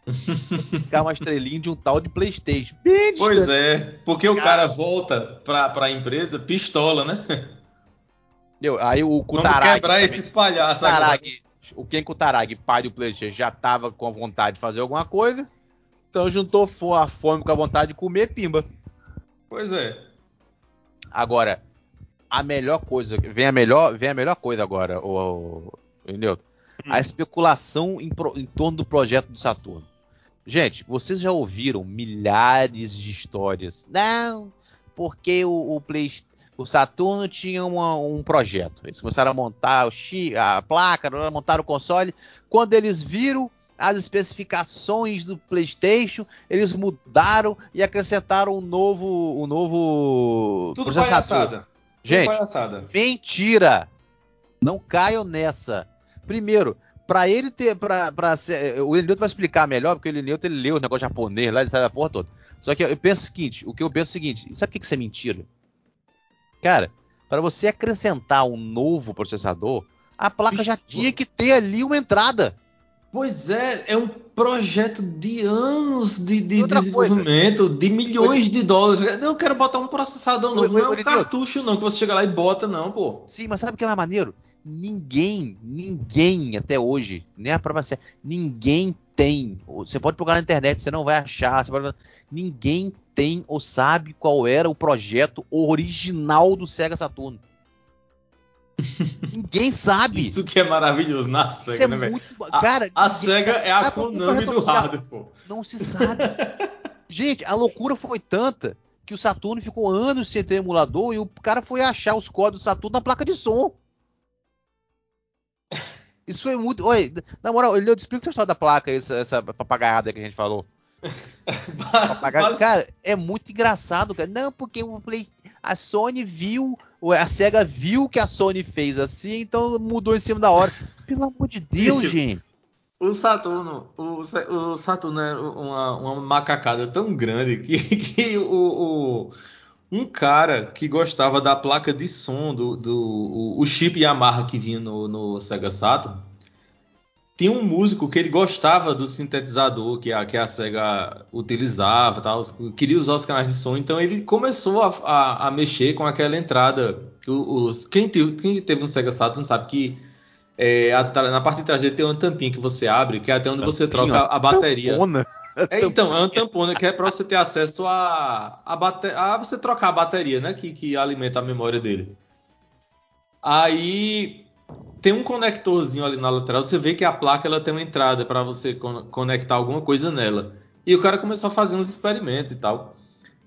Piscar uma estrelinha de um tal de PlayStation. Bem Pois distante. é, porque o Cara. cara volta pra, pra empresa pistola, né? Entendeu? Aí o Vamos Kutaragi, quebrar também, esses palhaços agora. Kutaragi, o Ken Kutaragi, pai do PlayStation, já tava com a vontade de fazer alguma coisa. Então juntou fo- a fome com a vontade de comer, pimba. Pois é. Agora, a melhor coisa, vem a melhor, vem a melhor coisa agora, o, o, entendeu? A especulação em, pro- em torno do projeto do Saturno. Gente, vocês já ouviram milhares de histórias? Não, porque o, o, Play, o Saturno tinha uma, um projeto. Eles começaram a montar o chi, a placa, montaram o console. Quando eles viram as especificações do PlayStation, eles mudaram e acrescentaram um novo, um novo Tudo processador. palhaçada. Tudo Gente, palhaçada. mentira! Não caiam nessa. Primeiro, pra ele ter. Pra, pra ser, o Elineuto vai explicar melhor, porque o Elineuto ele leu o negócio japonês lá, ele sabe a porra toda. Só que eu penso o seguinte: o que eu penso é o seguinte: sabe o que que isso é mentira? Cara, para você acrescentar um novo processador, a placa já tinha que ter ali uma entrada. Pois é, é um projeto de anos de, E de outra coisa, desenvolvimento, de milhões de dólares. Eu quero botar um processador o, novo. o, Não é o um Elineuto, cartucho, não, que você chega lá e bota, não, pô. sim, mas sabe o que é mais maneiro? Ninguém, ninguém até hoje, nem a própria série, ninguém tem. Você pode procurar na internet, você não vai achar. Você pode, ninguém tem ou sabe qual era o projeto original do Sega Saturno. Ninguém sabe. Isso que é maravilhoso na Isso SEGA, é né, velho? muito. A, Cara, a ninguém SEGA sabe. é a Ah, qual foi o Konami projeto do oficial? hardware, pô. Não se sabe. Gente, a loucura foi tanta que o Saturno ficou anos sem ter emulador e o cara foi achar os códigos do Saturno na placa de som. Isso foi muito. Oi, na moral, eu explico essa história da placa, essa, essa papagaiada que a gente falou. Papagaio. Basi- Cara, é muito engraçado, cara. Não, porque o Play... a Sony viu, a SEGA viu que a Sony fez assim, então mudou em cima da hora. Pelo amor de Deus, Bicho, gente. o Saturno, o, Sa- o Saturno é uma, uma macacada tão grande que, que o, o- um cara que gostava da placa de som do, do o, o chip Yamaha que vinha no, no Sega Saturn, tinha um músico que ele gostava do sintetizador que a, que a Sega utilizava, tal, queria usar os canais de som, então ele começou a, a, a mexer com aquela entrada. O- Os, quem, teve, quem teve um Sega Saturn sabe que é, atra- na parte de trás dele tem uma tampinha que você abre, que é até onde você Tampinha, troca a bateria. tampona. É, então, é uma tampona que é para você ter acesso a, a, bate, a você trocar a bateria, né? Que, que alimenta a memória dele. Aí tem um conectorzinho ali na lateral. Você vê que a placa ela tem uma entrada para você con- conectar alguma coisa nela. E o cara começou a fazer uns experimentos e tal.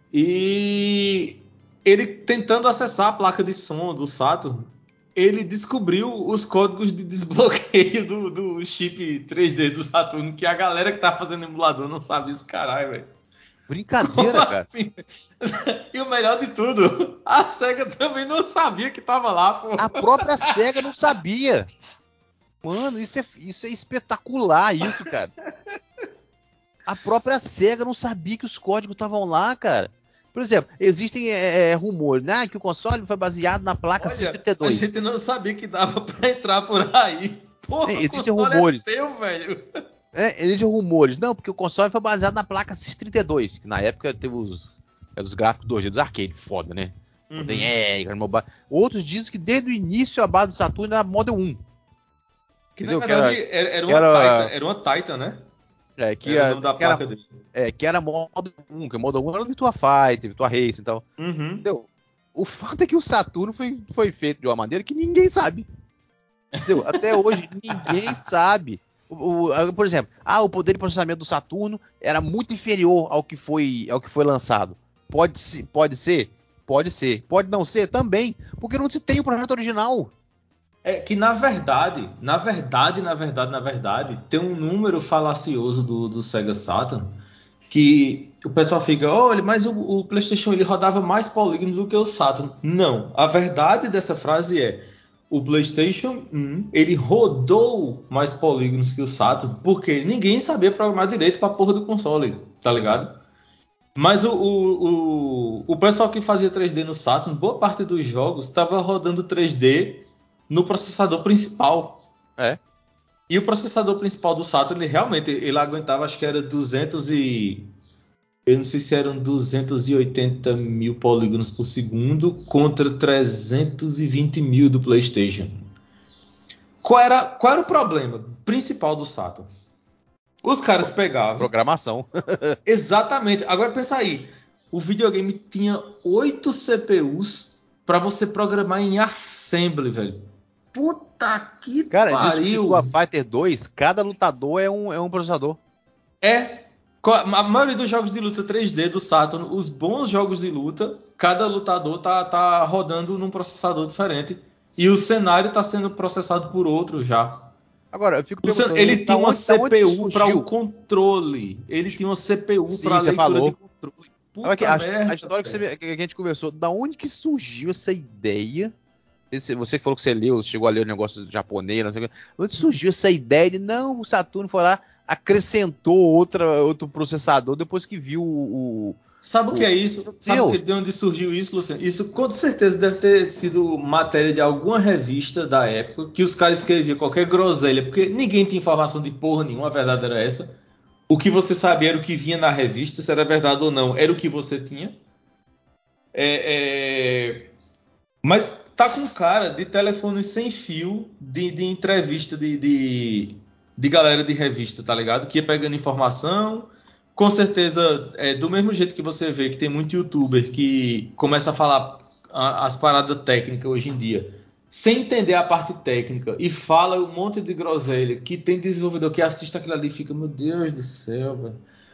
E ele tentando acessar a placa de som do Saturn, ele descobriu os códigos de desbloqueio do, do chip três D do Saturno, que a galera que tá fazendo emulador não sabe isso, caralho, velho. Como Brincadeira, cara. assim? E o melhor de tudo, a SEGA também não sabia que tava lá, pô. A própria SEGA não sabia. Mano, isso é, isso é espetacular, isso, cara. A própria SEGA não sabia que os códigos estavam lá, cara. Por exemplo, existem é, é, rumores, né? Que o console foi baseado na placa Olha, a seiscentos e trinta e dois. gente não sabia que dava pra entrar por aí. É, Porra, o existem console é rumores. teu, velho. É, existem rumores. Não, porque o console foi baseado na placa seiscentos e trinta e dois, que na época teve os, é, os gráficos dois D dos arcade, foda, né? Uhum. Tem, é, outros dizem que desde o início a base do Saturno era Model um. Que na Entendeu? Que verdade era, era, era que uma Titan, era, era uma Titan, né? é, que, Era o era, nome da que, era, placa dele. é, que era Model um, que o Model um era o Virtua Fighter, Virtua Racing e tal. Uhum. Entendeu? O fato é que o Saturno foi, foi feito de uma maneira que ninguém sabe. Entendeu? Até hoje ninguém sabe. O, o, por exemplo, ah, o poder de processamento do Saturno era muito inferior ao que foi, ao que foi lançado. Pode, pode ser? Pode ser. Pode não ser também, porque não se tem o projeto original. É que na verdade, na verdade, na verdade, na verdade, tem um número falacioso do, do Sega Saturn que o pessoal fica, olha, mas o, o PlayStation ele rodava mais polígonos do que o Saturn. Não, a verdade dessa frase é o PlayStation um ele rodou mais polígonos que o Saturn porque ninguém sabia programar direito para porra do console, tá ligado? Mas o, o, o, o pessoal que fazia três D no Saturn, boa parte dos jogos estava rodando três D no processador principal. É. E o processador principal do Saturn, ele realmente, ele aguentava, acho que era duzentos e... Eu não sei se eram duzentos e oitenta mil polígonos por segundo contra trezentos e vinte mil do PlayStation. Qual era, qual era o problema principal do Saturn? Os caras pegavam... Programação. Exatamente. Agora pensa aí. O videogame tinha oito C P Us para você programar em assembly, velho. Puta que Cara, pariu. Street Fighter dois, cada lutador é um, é um processador. É. A maioria dos jogos de luta três D do Saturn, os bons jogos de luta, cada lutador tá, tá rodando num processador diferente. E o cenário tá sendo processado por outro já. Agora, eu fico O cen- perguntando... ele tinha uma onde, da onde C P U para o surgiu? controle. Ele tinha uma C P U Sim, para você leitura falou. de controle. Olha aqui, Puta a, merda, a história que, você, velho. que a gente conversou, da onde que surgiu essa ideia? Esse- você que falou que você leu, chegou a ler o negócio japonês, não sei o que. Onde surgiu essa ideia de não, o Saturno foi lá, acrescentou outra, outro processador depois que viu o. o- Sabe o que o- é isso? Meu Sabe o que, Deus! de onde surgiu isso, Luciano? Isso com certeza deve ter sido matéria de alguma revista da época que os caras escreviam qualquer groselha, porque ninguém tinha informação de porra nenhuma, a verdade era essa. O que você sabia era o que vinha na revista, se era verdade ou não, era o que você tinha. É, é, Mas tá com cara de telefone sem fio, de, de entrevista de, de, de galera de revista, tá ligado? Que ia pegando informação. Com certeza, é, do mesmo jeito que você vê que tem muito youtuber que começa a falar a- as paradas técnicas hoje em dia, sem entender a parte técnica, e fala um monte de groselha, que tem desenvolvedor que assiste aquilo ali e fica, meu Deus do céu, velho.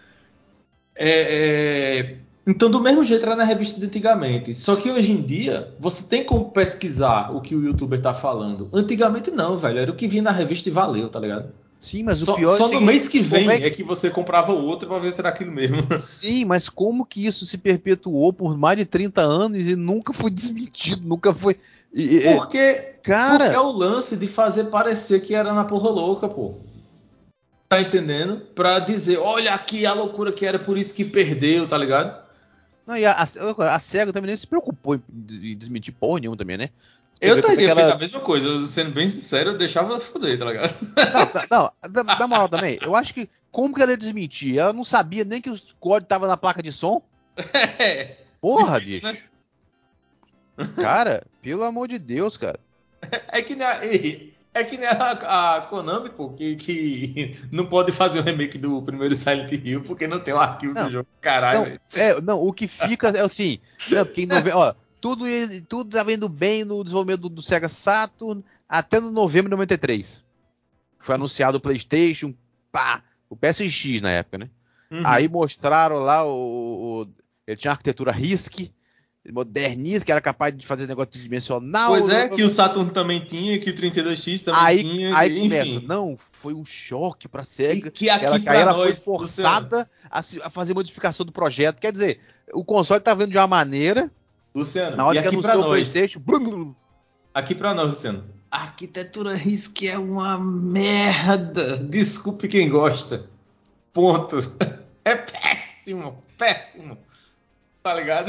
É, é, Então, do mesmo jeito era na revista de antigamente. Só que hoje em dia, você tem como pesquisar o que o youtuber tá falando. Antigamente não, velho. Era o que vinha na revista e valeu, tá ligado? Sim, mas o Só, pior é o só no seguinte, mês que como é vem é que você comprava outro pra ver se era aquilo mesmo. sim, mas como que isso se perpetuou por mais de trinta anos e nunca foi desmentido, nunca foi. e- e- e- Porque, porque é cara, o lance de fazer parecer que era na porra louca, pô. Tá entendendo? Pra dizer, olha aqui a loucura que era, por isso que perdeu, tá ligado? não, e a, a, a SEGA também nem se preocupou em, em desmentir porra nenhuma também, né? Você Eu vê como é que teria feito ela. a mesma coisa, sendo bem sincero, eu deixava foder, tá ligado? Não, tá- não, da, da moral também, eu acho que. Como que ela ia desmentir? Ela não sabia nem que os códigos estavam na placa de som? É, Porra, difícil, né? bicho. Cara, pelo amor de Deus, cara. É que nem a, é que nem a, a Konami, pô, que, que não pode fazer o remake do primeiro Silent Hill porque não tem o arquivo do Não, jogo. Caralho, não, velho. é, não, o que fica é assim, não, porque em novembro, ó, tudo, ia- tudo tava indo bem no desenvolvimento do, do Sega Saturn até no novembro de noventa e três. Foi anunciado o PlayStation, pá, o P S X na época, né? Aí Uhum. mostraram lá o, o- ele tinha uma arquitetura RISC, moderníssima, que era capaz de fazer negócio tridimensional. Pois é, que o Saturn também tinha, que o trinta e dois X também Aí, tinha, aí que- começa, enfim. não, foi um choque pra E SEGA, que ela, aqui aí pra ela foi nós, Luciano, forçada a, se- a fazer modificação do projeto. Quer dizer, o console tá vendo de uma maneira, na Luciano, e hora que aqui pra anunciou o nós, PlayStation, blum, blum. aqui pra nós, Luciano, a arquitetura RISC é uma merda. Desculpe quem gosta. Ponto. É péssimo, péssimo. Tá ligado?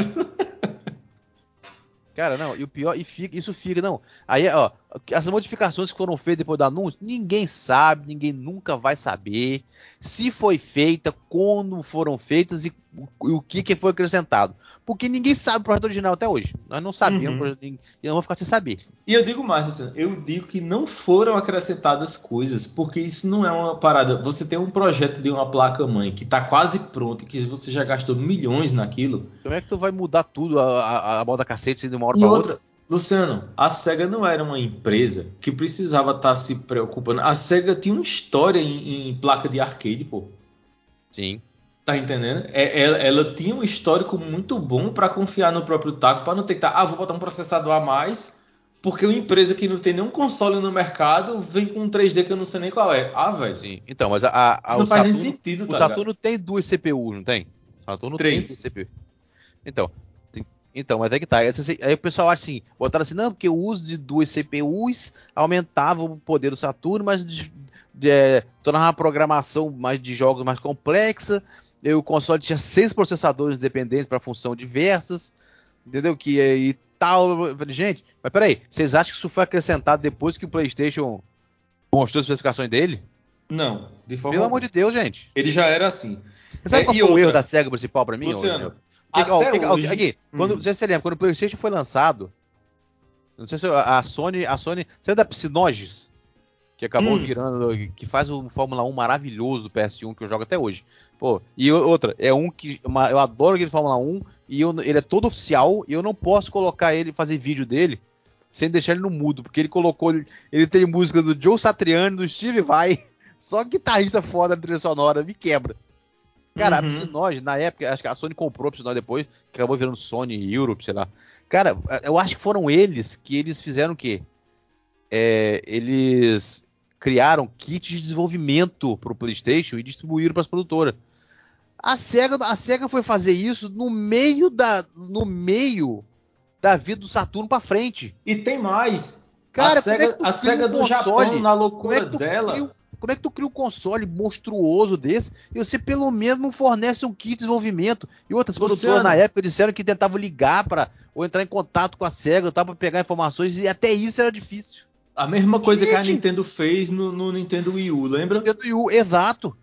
Cara, não, e o pior, e fica, isso fica, não. Aí, ó, as modificações que foram feitas depois do anúncio, ninguém sabe, ninguém nunca vai saber se foi feita, quando foram feitas e, o- e o que, que foi acrescentado. Porque ninguém sabe o projeto original até hoje. Nós não sabíamos, o Uhum. projeto, e não vamos ficar sem saber. E eu digo mais, Luciano, eu digo que não foram acrescentadas coisas, porque isso não é uma parada. Você tem um projeto de uma placa-mãe que está quase pronto, que você já gastou milhões naquilo. Como é que tu vai mudar tudo, a, a, a moda cacete, assim, de uma hora E pra outra? outra, Luciano, a SEGA não era uma empresa que precisava estar se preocupando. A SEGA tinha uma história em, em placa de arcade, pô. Sim. Tá entendendo? É- Ela, ela tinha um histórico muito bom para confiar no próprio taco, para não ter que tá, ah, vou botar um processador a mais, porque uma empresa que não tem nenhum console no mercado vem com um três D que eu não sei nem qual é. Ah, velho, Sim. Então, mas a, a- isso a- o não faz nem Saturno, sentido, o tá ligado? Saturno tem duas C P Us, não tem? O Saturno tem duas Três. C P Us. Então, tem- então, mas é que tá. Essa- Aí o pessoal acha assim, botaram assim, não, porque o uso de duas C P Us aumentava o poder do Saturno, mas de, de, é, tornava a programação mais de jogos mais complexa. E o console tinha seis processadores independentes para função diversas, entendeu? Que é- e tal. Eu falei, gente, mas peraí, vocês acham que isso foi acrescentado depois que o PlayStation Mostrou as especificações dele? Não, de forma Pelo alguma. amor de Deus, gente. Ele já era assim. Você sabe É, qual e foi o outra, erro da SEGA principal pra mim? Luciano, ô, Que, ó, até que, ó, hoje... aqui, quando, Hum. não sei se você lembra, quando o PlayStation foi lançado, não sei se a a Sony, a Sony, você é da Psygnosis, que acabou Hum. virando, que faz um Fórmula um maravilhoso do P S um que eu jogo até hoje. Pô, e o- outra, é um que uma- eu adoro aquele Fórmula um e eu- ele é todo oficial e eu não posso colocar ele, fazer vídeo dele sem deixar ele no mudo, porque ele colocou, ele, ele tem música do Joe Satriani, do Steve Vai, só guitarrista foda da trilha sonora, me quebra. Cara, a Uhum. Psygnosis, na época, acho que a Sony comprou a Psygnosis depois, que acabou virando Sony Europe, sei lá. Cara, eu acho que foram eles que eles fizeram o quê? É, eles criaram kits de desenvolvimento pro PlayStation e distribuíram para as produtoras. A Sega, a Sega foi fazer isso no meio da, no meio da vida do Saturno para frente. E tem mais. Cara, a como é que SEGA, tu a cria um SEGA do console? Japão, na Como é loucura que tu cria um, dela... como é que tu cria um console monstruoso desse e você pelo menos não fornece um kit de desenvolvimento? E outras produtoras na Luciano, época disseram que tentavam ligar para ou entrar em contato com a SEGA para pegar informações e até isso era difícil. a mesma coisa que a Gente, Nintendo fez no, no Nintendo Wii U, lembra? Nintendo Wii U, exato.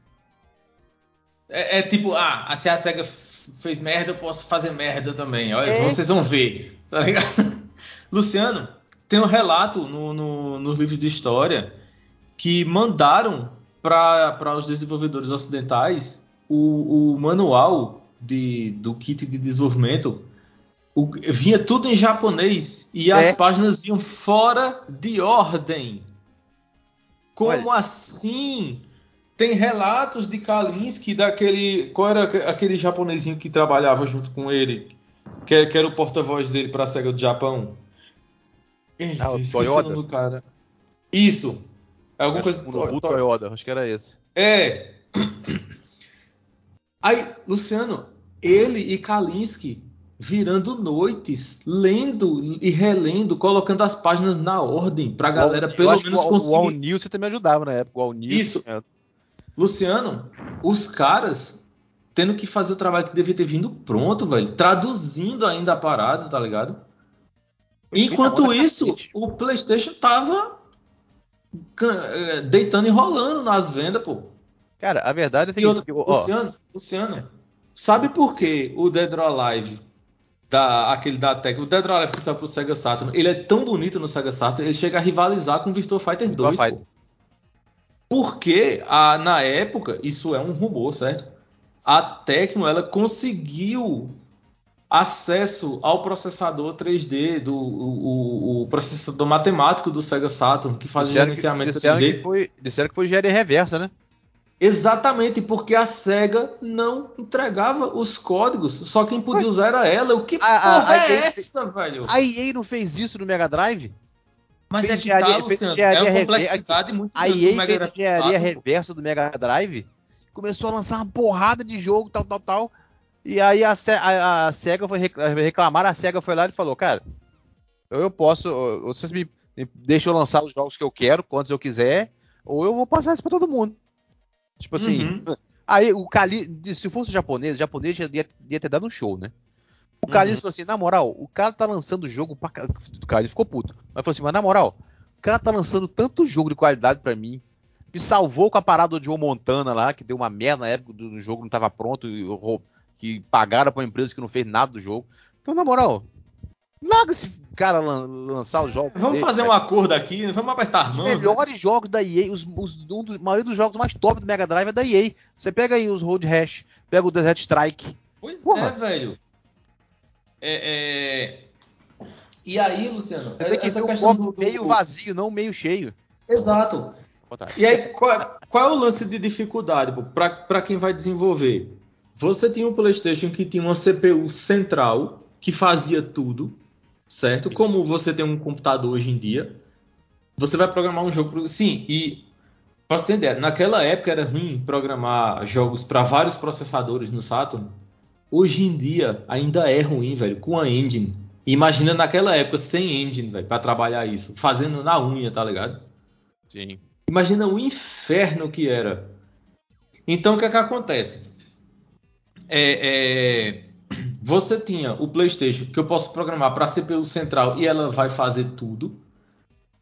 É, é tipo, ah, se a SEGA f- fez merda, eu posso fazer merda também. Olha, É, vocês vão ver. Tá ligado? Luciano, tem um relato no, no, nos livros de história que mandaram para os desenvolvedores ocidentais o, o manual de, do kit de desenvolvimento. O- vinha tudo em japonês e as é. páginas vinham fora de ordem. Olha, Como assim? Tem relatos de Kalinske daquele. Qual era aque- aquele japonesinho que trabalhava junto com ele? Que, que era o porta-voz dele para a SEGA do Japão? Ei, ah, o esqueci o nome Toyota, do cara. Isso. É alguma acho que coisa. o to- Nobu to- Toyota, acho que era esse. É. Aí, Luciano, ele e Kalinske virando noites, lendo e relendo, colocando as páginas na ordem para a O Al- galera eu pelo acho que o, menos Al- o Al conseguir. Nilson também ajudava na época. O Al Nilson. Isso. É. Luciano, os caras tendo que fazer o trabalho que devia ter vindo pronto, velho. Traduzindo ainda a parada, tá ligado? Foi feito a mão da Enquanto isso, cacete. o PlayStation tava can- eh, deitando e rolando nas vendas, pô. Cara, a verdade é a E seguinte, outra, que, ó, Luciano, Luciano, sabe por que o Dead or Alive, da, aquele da Tech, o Dead or Alive que saiu pro Sega Saturn, ele é tão bonito no Sega Saturn, ele chega a rivalizar com o Virtua Fighter Virtua dois, pô. Fighter. Porque a, na época, isso é um rumor, certo? A Tecno ela conseguiu acesso ao processador três D, do, o, o- o processador matemático do Sega Saturn, que fazia Disseram que, gerenciamento disseram que três D. foi, disseram que foi engenharia reversa, né? Exatamente porque a Sega não entregava os códigos, só quem Ué, podia usar era ela. O que A, a, porra a, é E A, não fe- essa, velho? a E A não fez isso no Mega Drive? Mas é Fez que tá, engenharia, fez Luciano, é engenharia uma reversa. complexidade muito A grande do E A Mega fez Drive engenharia Saturn, pô. reversa do Mega Drive. Começou a lançar uma porrada de jogo, tal, tal, tal. E aí a, Se- a, a SEGA foi rec- reclamar, a SEGA foi lá e falou, cara, ou eu posso, ou vocês me, me deixam lançar os jogos que eu quero, quantos eu quiser, ou eu vou passar isso pra todo mundo. Tipo assim, Uhum, aí o Kali, se fosse japonês, o japonês já ia, ia ter dado um show, né? O Kali uhum. falou assim, na moral, o cara tá lançando jogo pra ca- o Kali ficou puto. Mas falou assim, mas na moral, o cara tá lançando tanto jogo de qualidade pra mim, me salvou com a parada do Joe Montana lá, que deu uma merda na época do, do jogo, não tava pronto, e rou- que pagaram pra uma empresa que não fez nada do jogo. Então, na moral, larga esse cara lan- lançar os jogos Vamos dele, fazer um velho. acordo aqui, vamos apertar as Os mãos, né? melhores jogos da E A, os, os, um dos, a maioria dos jogos mais top do Mega Drive é da E A. Você pega aí os Road Rash, pega o Desert Strike. Pois é, Porra, velho. É, é, E aí, Luciano, você tem que essa ver o questão copo do, meio do- vazio, não meio cheio. Exato. Ao contrário. E aí, qual, qual é o lance de dificuldade para quem vai desenvolver? Você tinha um PlayStation que tinha uma C P U central que fazia tudo, certo? Isso. Como você tem um computador hoje em dia, você vai programar um jogo. Pro... Sim, e posso ter ideia, naquela época era ruim programar jogos para vários processadores no Saturn. Hoje em dia ainda é ruim, velho, com a engine. Imagina naquela época sem engine, velho, para trabalhar isso, fazendo na unha, tá ligado? Sim. Imagina o inferno que era. Então, o que é que acontece? É, é, você tinha o PlayStation, que eu posso programar para C P U central e ela vai fazer tudo.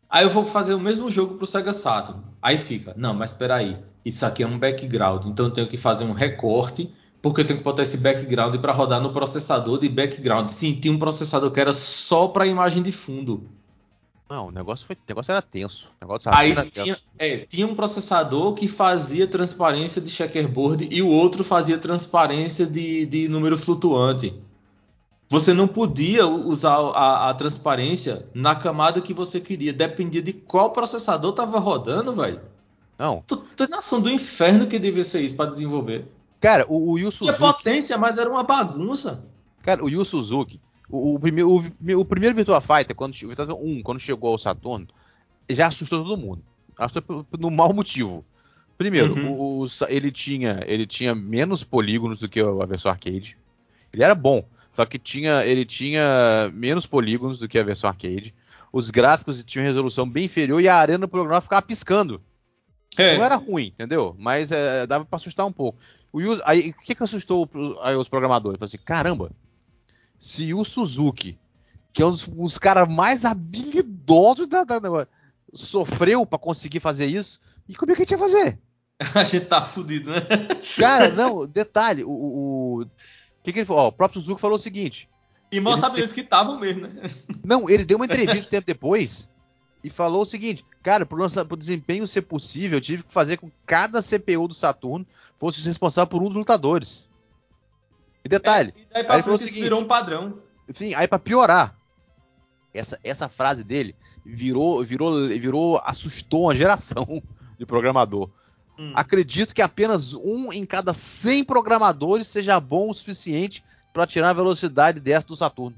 Aí eu vou fazer o mesmo jogo pro Sega Saturn. Aí fica, não, mas espera aí, isso aqui é um background, então eu tenho que fazer um recorte, porque eu tenho que botar esse background para rodar no processador de background. Sim, tinha um processador que era só para imagem de fundo. Não, o negócio, foi, o negócio era tenso. O negócio do Saturno era Aí tinha, tenso. é, tinha um processador que fazia transparência de checkerboard e o outro fazia transparência de, de número flutuante. Você não podia usar a, a transparência na camada que você queria. Dependia de qual processador tava rodando, velho. Não. Tu tem noção do inferno que devia ser isso para desenvolver? Cara, o, o Yu Tinha Suzuki. potência, mas era uma bagunça. Cara, o Yu Suzuki. O, o, primeiro, o, o primeiro Virtua Fighter, quando, o Virtua Fighter um, quando chegou ao Saturno, já assustou todo mundo. Assustou no mau motivo. Primeiro, Uhum. o, o, ele, tinha, ele tinha menos polígonos do que a versão arcade. Ele era bom, só que tinha, ele tinha menos polígonos do que a versão arcade. Os gráficos tinham resolução bem inferior e a arena do programa ficava piscando. É. Não era ruim, entendeu? Mas é, dava pra assustar um pouco. O, Yu, aí, o que, que assustou aí, os programadores? Falaram assim, caramba, se o Suzuki, que é um dos, dos caras mais habilidosos da, da, da sofreu pra conseguir fazer isso, e como é que a gente ia fazer? A gente tá fudido, né? Cara, não, detalhe, o, o, o que, que ele falou? Ó, o próprio Suzuki falou o seguinte. E mal Ele sabe te... eles que estavam mesmo, né? Não, ele deu uma entrevista um tempo depois e falou o seguinte, cara, pro, lança... pro desempenho ser possível, eu tive que fazer com que cada C P U do Saturno fosse responsável por um dos lutadores. E detalhe, É, e daí aí pra ele falou o frente isso seguinte, virou um padrão. enfim, aí pra piorar, essa, essa frase dele virou, virou, virou, assustou uma geração de programador. Hum. Acredito que apenas um em cada cem programadores seja bom o suficiente para tirar a velocidade dessa do Saturno.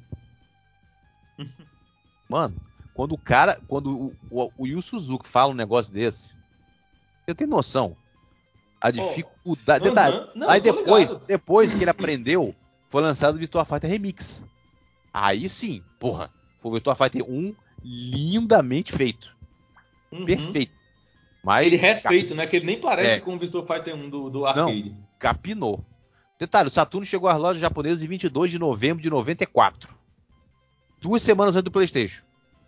Mano, quando o cara, quando o, o, o Yu Suzuki fala um negócio desse, você tem noção? A dificuldade. Oh, Detalhe, uh-huh. Não, aí eu tô depois, ligado. depois que ele aprendeu, foi lançado o Virtua Fighter Remix. Aí sim, porra, foi o Virtua Fighter um lindamente feito. Uhum. Perfeito. Mas, ele refeito, né? Que ele nem parece é, com o Virtua Fighter um do, do não, arcade. capinou. Detalhe, o Saturno chegou às lojas japonesas em vinte e dois de novembro de noventa e quatro. Duas semanas antes do PlayStation.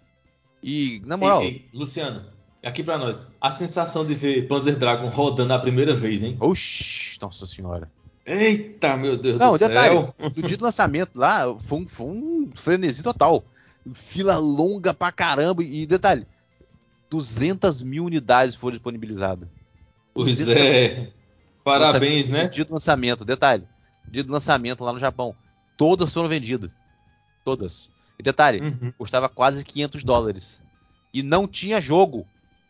E, na moral... Ei, ei, Luciano, aqui pra nós. A sensação de ver Panzer Dragon rodando a primeira vez, hein? Oxi, nossa senhora. Eita, meu Deus Não, do detalhe, céu. do dia do lançamento lá, foi um, foi um frenesi total. Fila longa pra caramba. E detalhe, duzentas mil unidades foram disponibilizadas. Pois é. Parabéns, No né? dia do lançamento, detalhe, dia do lançamento lá no Japão. Todas foram vendidas. Todas. E detalhe, Uhum. custava quase quinhentos dólares. E não tinha jogo.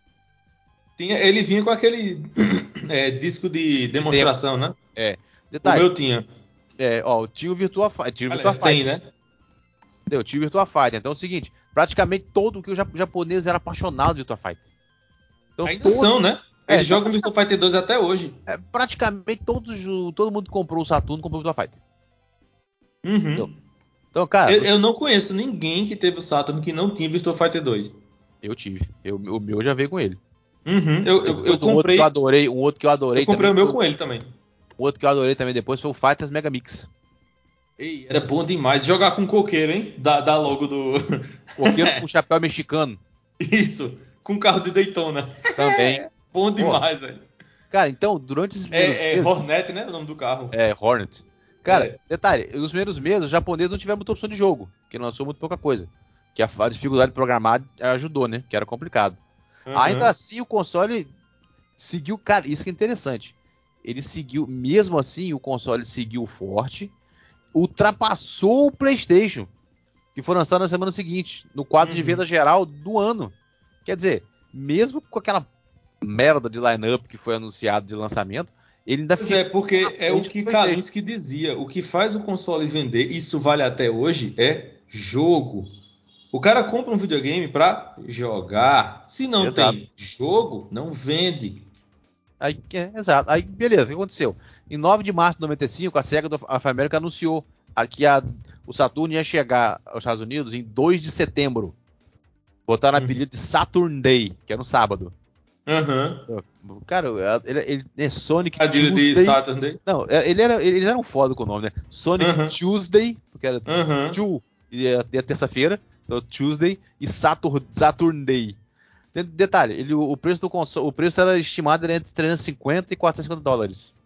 Tinha, ele vinha com aquele é, disco de demonstração, né? É. O Detalhe, meu tinha. é, ó, tinha o Virtua Fighter. Tinha o Virtua Aliás, tem, Fighter. né? Entendeu? Tinha o Virtua Fighter. Então é o seguinte, praticamente todo o que o japonês era apaixonado do Virtua Fighter. Então, Ainda todo, são, né? é, Eles então, jogam Virtua Fighter dois até hoje. é, praticamente todos, todo mundo que comprou o Saturno comprou o Virtua Fighter. Entendeu? Uhum. Então, cara, Eu, eu não conheço ninguém que teve o Saturn que não tinha Virtua Fighter dois. eu tive. Eu, o meu já veio com ele. Uhum. Eu, eu, eu Depois um outro que eu comprei. adorei, um outro que eu adorei Eu comprei também o meu foi, com ele também. um outro que eu adorei também depois foi o Fighters Mega Mix. Ei, era bom demais. Jogar com coqueiro, hein? Da, da logo do. Coqueiro com chapéu mexicano Isso. Com carro de Daytona. também. Bom Pô, demais, velho. cara, então, durante esses primeiros É, é meses... Hornet, né? O nome do carro. É, Hornet. Cara, É. detalhe, nos primeiros meses os japoneses não tiveram muita opção de jogo, que lançou muito pouca coisa. Que a, a dificuldade de programar ajudou, né? Que era complicado. Uhum. Ainda assim, o console seguiu, cara, isso que é interessante. Ele seguiu, mesmo assim, o console seguiu forte, ultrapassou o PlayStation, que foi lançado na semana seguinte, no quadro Uhum. de venda geral do ano. Quer dizer, mesmo com aquela merda de line-up que foi anunciado de lançamento, ele ainda Pois é, porque é o que PlayStation. Kalinske dizia. O que faz o console vender, isso vale até hoje, é jogo. O cara compra um videogame para jogar. Se não Exato. tem jogo, não vende. Aí, é, exato. Aí, beleza, o que aconteceu? Em nove de março de noventa e cinco, a Sega of America anunciou que a, o Saturn ia chegar aos Estados Unidos em dois de setembro. Botaram o Uhum. apelido de Saturn Day, que era um sábado. Aham. Cara, ele, ele é Sonic Trocadilho de Tuesday. Saturday. Não, ele era, eles eram foda com o nome, né? Sonic Uhum. Tuesday, porque era Uhum. Two, e era terça-feira, então Tuesday, e Saturn, Saturn Day. Detalhe, ele, o preço do console, o preço era estimado entre trezentos e cinquenta e quatrocentos e cinquenta dólares.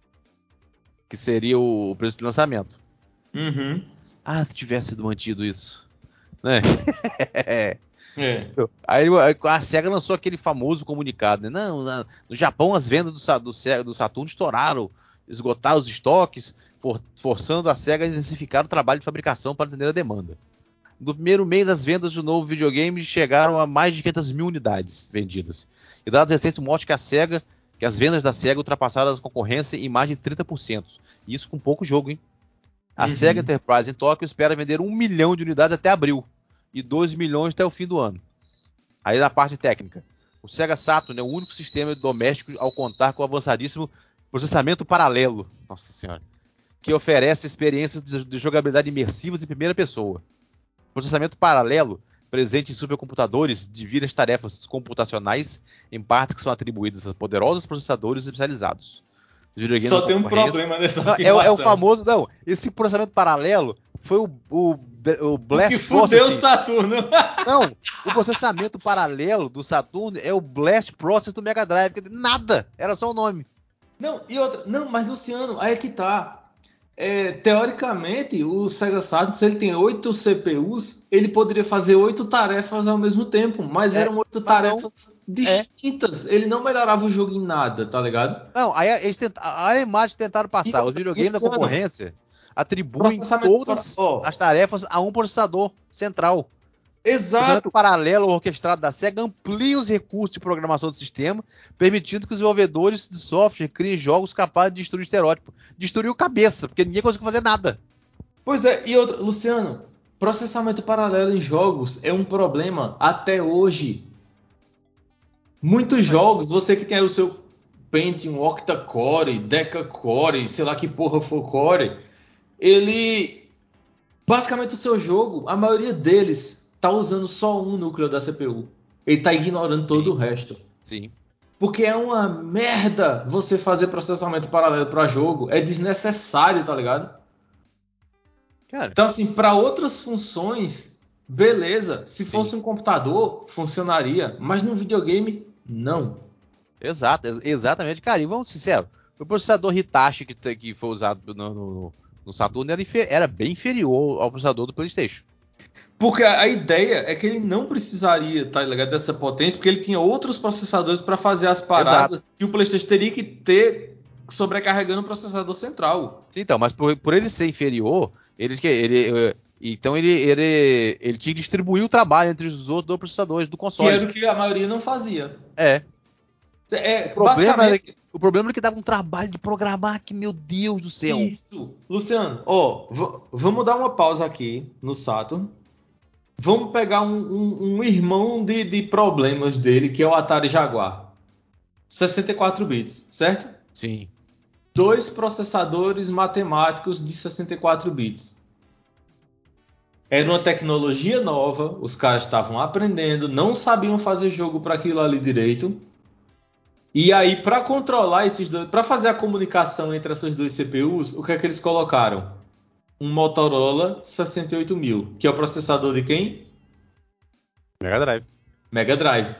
Que seria o preço de lançamento. Uhum. Ah, se tivesse sido mantido isso. Né? É. Aí a SEGA lançou aquele famoso comunicado, né? Não, na, no Japão as vendas do, do, do Saturn estouraram, esgotaram os estoques, for, forçando a SEGA a intensificar o trabalho de fabricação para atender a demanda. No primeiro mês, as vendas do novo videogame chegaram a mais de quinhentas mil unidades vendidas. E dados recentes mostram que a SEGA, que as vendas da SEGA ultrapassaram a concorrência em mais de trinta por cento. Isso com pouco jogo, hein? A Uhum. SEGA Enterprise em Tóquio espera vender um milhão de unidades até abril e dois milhões até o fim do ano. Aí na parte técnica, o Sega Saturn é o único sistema doméstico ao contar com o avançadíssimo processamento paralelo, nossa senhora, que oferece experiências de jogabilidade imersivas em primeira pessoa. O processamento paralelo, presente em supercomputadores, divide as tarefas computacionais em partes que são atribuídas a poderosos processadores especializados. Só tem um problema nessa não, afirmação. É, é o famoso, não, esse processamento paralelo foi o, o, o Blast o que fudeu Processing. o Saturno. Não, o processamento paralelo do Saturn é o Blast Process do Mega Drive. Nada, era só o nome. Não, e outra, não, mas Luciano, aí é que tá. É, teoricamente, o Sega Saturn, se ele tem oito C P Us, ele poderia fazer oito tarefas ao mesmo tempo, mas É, eram oito mas tarefas não, distintas. É. Ele não melhorava o jogo em nada, tá ligado? Não, aí eles tent... a imagem tentaram passar. E Os videogames da concorrência atribuem todas oh. as tarefas a um processador central. Exato. O processamento paralelo orquestrado da SEGA amplia os recursos de programação do sistema, permitindo que os desenvolvedores de software criem jogos capazes de destruir estereótipo. Destruiu cabeça, porque ninguém conseguiu fazer nada. Pois é, e outra, Luciano, processamento paralelo em jogos é um problema até hoje. Muitos jogos, você que tem aí o seu Pentium octa-core, deca-core, sei lá que porra for core, ele... Basicamente o seu jogo, a maioria deles tá usando só um núcleo da C P U. Ele tá ignorando todo Sim. o resto. Sim. Porque é uma merda você fazer processamento paralelo para jogo. É desnecessário, tá ligado? Cara. Então, assim, para outras funções, beleza. Se fosse Sim. um computador, funcionaria. Mas no videogame, não. Exato, ex exatamente. Cara, e vamos ser sinceros, o processador Hitachi que, que foi usado no, no, no Saturn era, era bem inferior ao processador do PlayStation. Porque a ideia é que ele não precisaria, tá ligado, dessa potência, porque ele tinha outros processadores para fazer as paradas Exato. Que o PlayStation teria que ter sobrecarregando o processador central. Sim, então, mas por, por ele ser inferior, ele, ele, então ele, ele, ele tinha que distribuir o trabalho entre os outros dois processadores do console. Que era o que a maioria não fazia. É. É, o, problema basicamente... era que, o problema era que dava um trabalho de programar que, meu Deus do céu. Isso. Luciano, ó, vamos dar uma pausa aqui no Saturn. Vamos pegar um, um, um irmão de, de problemas dele, que é o Atari Jaguar. sessenta e quatro bits, certo? Sim. Dois processadores matemáticos de sessenta e quatro bits. Era uma tecnologia nova, os caras estavam aprendendo, não sabiam fazer jogo para aquilo ali direito. E aí, para controlar esses dois, para fazer a comunicação entre essas dois C P Us, o que é que eles colocaram? Um Motorola sessenta e oito mil, que é o processador de quem? Mega Drive. Mega Drive.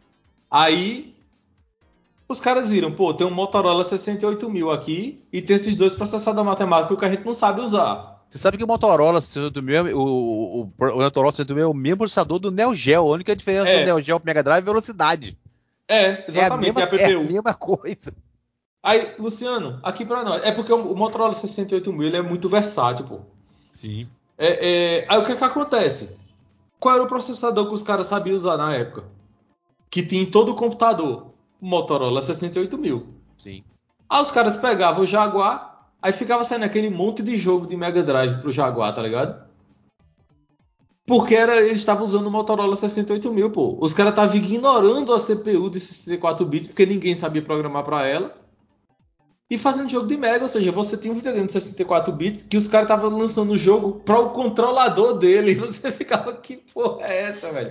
Aí, os caras viram, pô, tem um Motorola sessenta e oito mil aqui e tem esses dois processadores matemáticos que a gente não sabe usar. Você sabe que o Motorola sessenta e oito mil, o, o, o, o Motorola sessenta e oito mil é o mesmo processador do Neo Geo. A única diferença é. do Neo Geo pro Mega Drive é velocidade. É, exatamente, é a mesma, é a mesma coisa. Aí, Luciano, aqui pra nós, é porque o Motorola sessenta e oito mil ele é muito versátil, pô. Sim. É, é, aí o que é que acontece? Qual era o processador que os caras sabiam usar na época? Que tinha em todo o computador? O Motorola sessenta e oito mil. Sim. Aí os caras pegavam o Jaguar, aí ficava saindo aquele monte de jogo de Mega Drive pro Jaguar, tá ligado? Porque era, eles estavam usando o Motorola sessenta e oito mil, pô. Os caras estavam ignorando a C P U de sessenta e quatro bits, porque ninguém sabia programar pra ela. E fazendo jogo de Mega, ou seja, você tinha um videogame de sessenta e quatro bits que os caras estavam lançando o jogo para o controlador dele. E você ficava, que porra é essa, velho?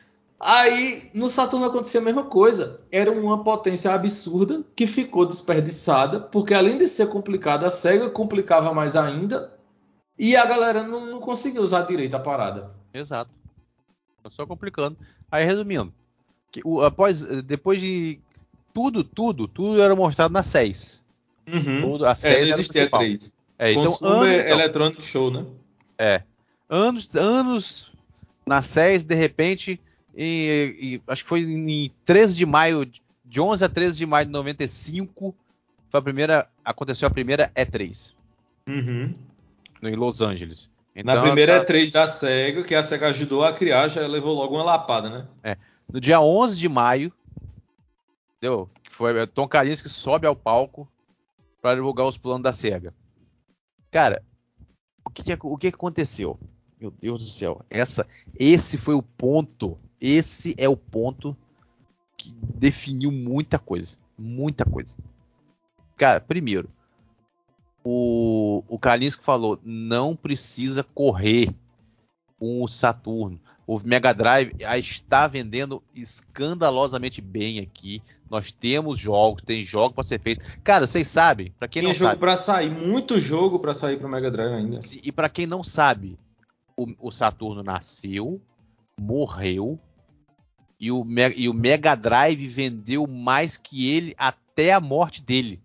Aí, no Saturno acontecia a mesma coisa. Era uma potência absurda que ficou desperdiçada, porque além de ser complicada, a SEGA complicava mais ainda. E a galera não, não conseguia usar direito a parada. Exato. Só complicando. Aí, resumindo, Que, o, após, depois de tudo, tudo, tudo era mostrado na S E S. Uhum. Tudo, a É, S E S não era o existia principal. três. É, então, Consumer anos, então, Electronic Show, né? é, anos, anos na S E S, de repente, e, e, acho que foi em treze de maio, de onze a treze de maio de noventa e cinco, foi a primeira, aconteceu a primeira E três, Uhum. em Los Angeles. Na Então, primeira tá, E três da SEGA, que a SEGA ajudou a criar, já levou logo uma lapada, né? é, no dia onze de maio, entendeu? Que foi Tom Kalinske que sobe ao palco para divulgar os planos da SEGA. Cara, o que, que, o que aconteceu? Meu Deus do céu. Essa, esse foi o ponto. Esse é o ponto que definiu muita coisa. Muita coisa. Cara, primeiro, o, o Kalinske falou: não precisa correr com o Saturno. O Mega Drive está vendendo escandalosamente bem aqui. Nós temos jogos, tem jogos para ser feito. Cara, vocês sabem, para quem Tinha não jogo sabe, pra sair, muito jogo pra sair pro Mega Drive ainda. e para quem não sabe, o, o Saturno nasceu, morreu e o, Me- e o Mega Drive vendeu mais que ele até a morte dele.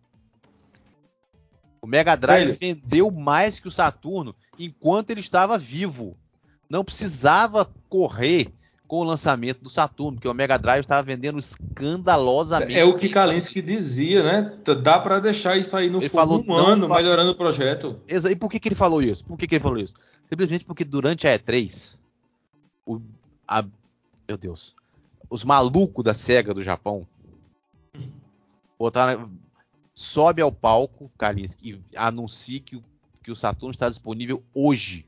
O Mega Drive Velho, vendeu mais que o Saturno enquanto ele estava vivo. Não precisava correr com o lançamento do Saturno, porque o Mega Drive estava vendendo é escandalosamente o que bem. Kalinske dizia, né? T- Dá pra deixar isso aí no Ele forno falou, um não ano, fa... melhorando o projeto. E por que, que ele falou isso? Por que, que ele falou isso? Simplesmente porque durante a E três, o, a, meu Deus, os malucos da SEGA do Japão botaram, sobe ao palco, Kalinske, e anuncia que, o- que o Saturno está disponível hoje.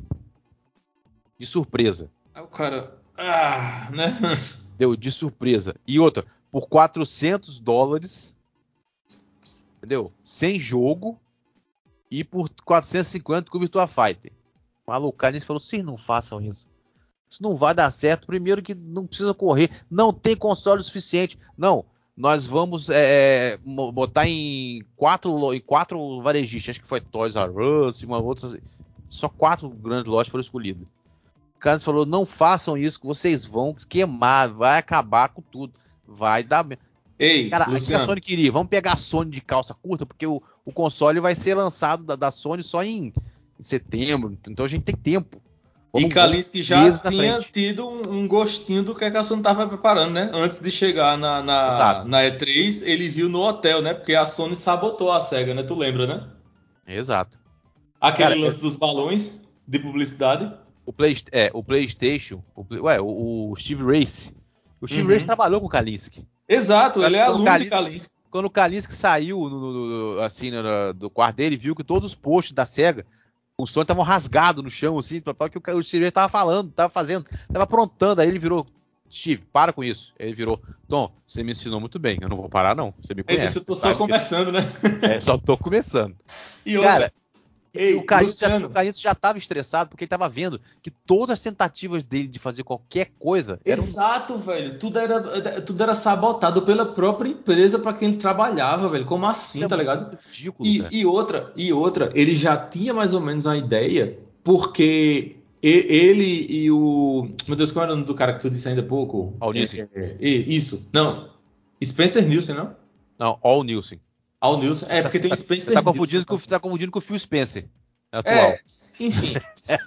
De surpresa. Aí o cara, ah, né? Deu de surpresa. E outra, por quatrocentos dólares, entendeu? Sem jogo e por quatrocentos e cinquenta com o Virtua Fighter. O maluco, cara, falou, vocês não façam isso. Isso não vai dar certo. Primeiro que não precisa correr, não tem console suficiente. Não, nós vamos é, botar em quatro, em quatro varejistas, acho que foi Toys R Us, uma outra, só quatro grandes lojas foram escolhidas. O cara falou, não façam isso que vocês vão queimar, vai acabar com tudo. Vai dar... Ei, Cara, o que a Luciano. Sony queria? Vamos pegar a Sony de calça curta, porque o, o console vai ser lançado da, da Sony só em, em setembro. Então a gente tem tempo. E Vamos, vamos Kalinske já meses na tinha frente. tido um, um gostinho do que a Sony estava preparando, né? Antes de chegar na, Exato. na, na E três, ele viu no hotel, né? Porque a Sony sabotou a SEGA, né? Tu lembra, né? Exato. Aquele Cara, é- lance dos balões de publicidade. o, Play, é, o PlayStation, o, Play- ué, o, o Steve Race. O Steve Race Uhum. trabalhou com o Kalinske. Exato, ele é Quando o aluno de Kalinske, Kalinske. quando o Kalinske saiu no, no- no- assim, no- do quarto dele, viu que todos os posts da SEGA, o som estavam rasgados no chão, assim, para que o, o Steve estava falando, estava fazendo, estava aprontando. Aí ele virou, Steve, para com isso. Ele virou, Tom, você me ensinou muito bem, eu não vou parar não, você me Ele disse, conhece, eu tô você só sabe que começando, né? é, só tô começando. E Cara, outra, e o ei, Carlinhos já, o Luciano. Carlinhos já estava estressado porque ele estava vendo que todas as tentativas dele de fazer qualquer coisa eram Exato, velho. Tudo era, tudo era sabotado pela própria empresa para quem ele trabalhava, velho. Como assim, era tá ligado? muito ridículo, cara. E, e outra, e outra, ele já tinha mais ou menos a ideia, porque e- ele e o. Meu Deus, qual era o nome do cara que tu disse ainda há pouco? All É, Nielsen. é, é, isso. Não. Spencer Nielsen, não? Não, All Nielsen. Al Nielsen. Você É, tá, porque você tem o tá- você tá Spencer Nielsen confundindo com, você também. tá confundindo com o Phil Spencer, atual. É, enfim.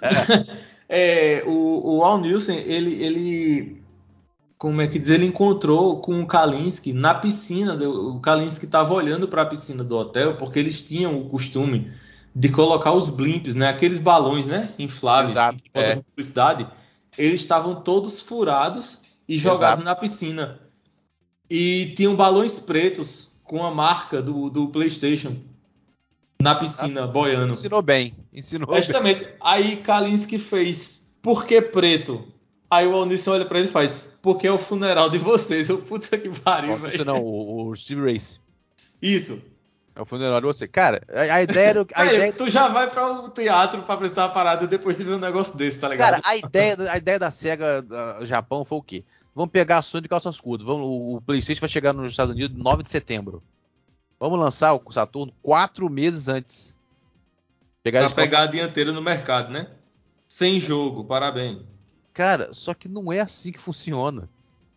É, o, o Al Nielsen, ele, ele como é que diz, ele encontrou com o Kalinske na piscina. O Kalinske estava olhando para a piscina do hotel porque eles tinham o costume de colocar os blimps, né, aqueles balões, né, infláveis que, Exato, que botam é, publicidade. Eles estavam todos furados e jogados exato. na piscina. E tinham balões pretos com a marca do, do PlayStation na Exato. piscina boiando. Ensinou bem, ensinou É bem. justamente. Aí Kalinske fez, por que preto? Aí o Alnício olha pra ele e faz, porque é o funeral de vocês. Eu, puta que pariu, Ó, isso não, velho. o, o Steve Race. Isso. É o funeral de você. Cara, a, a ideia era, a ideia, Velho, tu já vai para o teatro pra apresentar uma parada depois de ver um negócio desse, tá cara, ligado? a ideia, a ideia da SEGA da Japão foi o quê? Vamos pegar a Sony de calças curtas. Vamos, o, o PlayStation vai chegar nos Estados Unidos nove de setembro. Vamos lançar o Saturno quatro meses antes. Pegar Pra de calça pegar a dianteira no mercado, né? Sem jogo, parabéns. Cara, só que não é assim que funciona.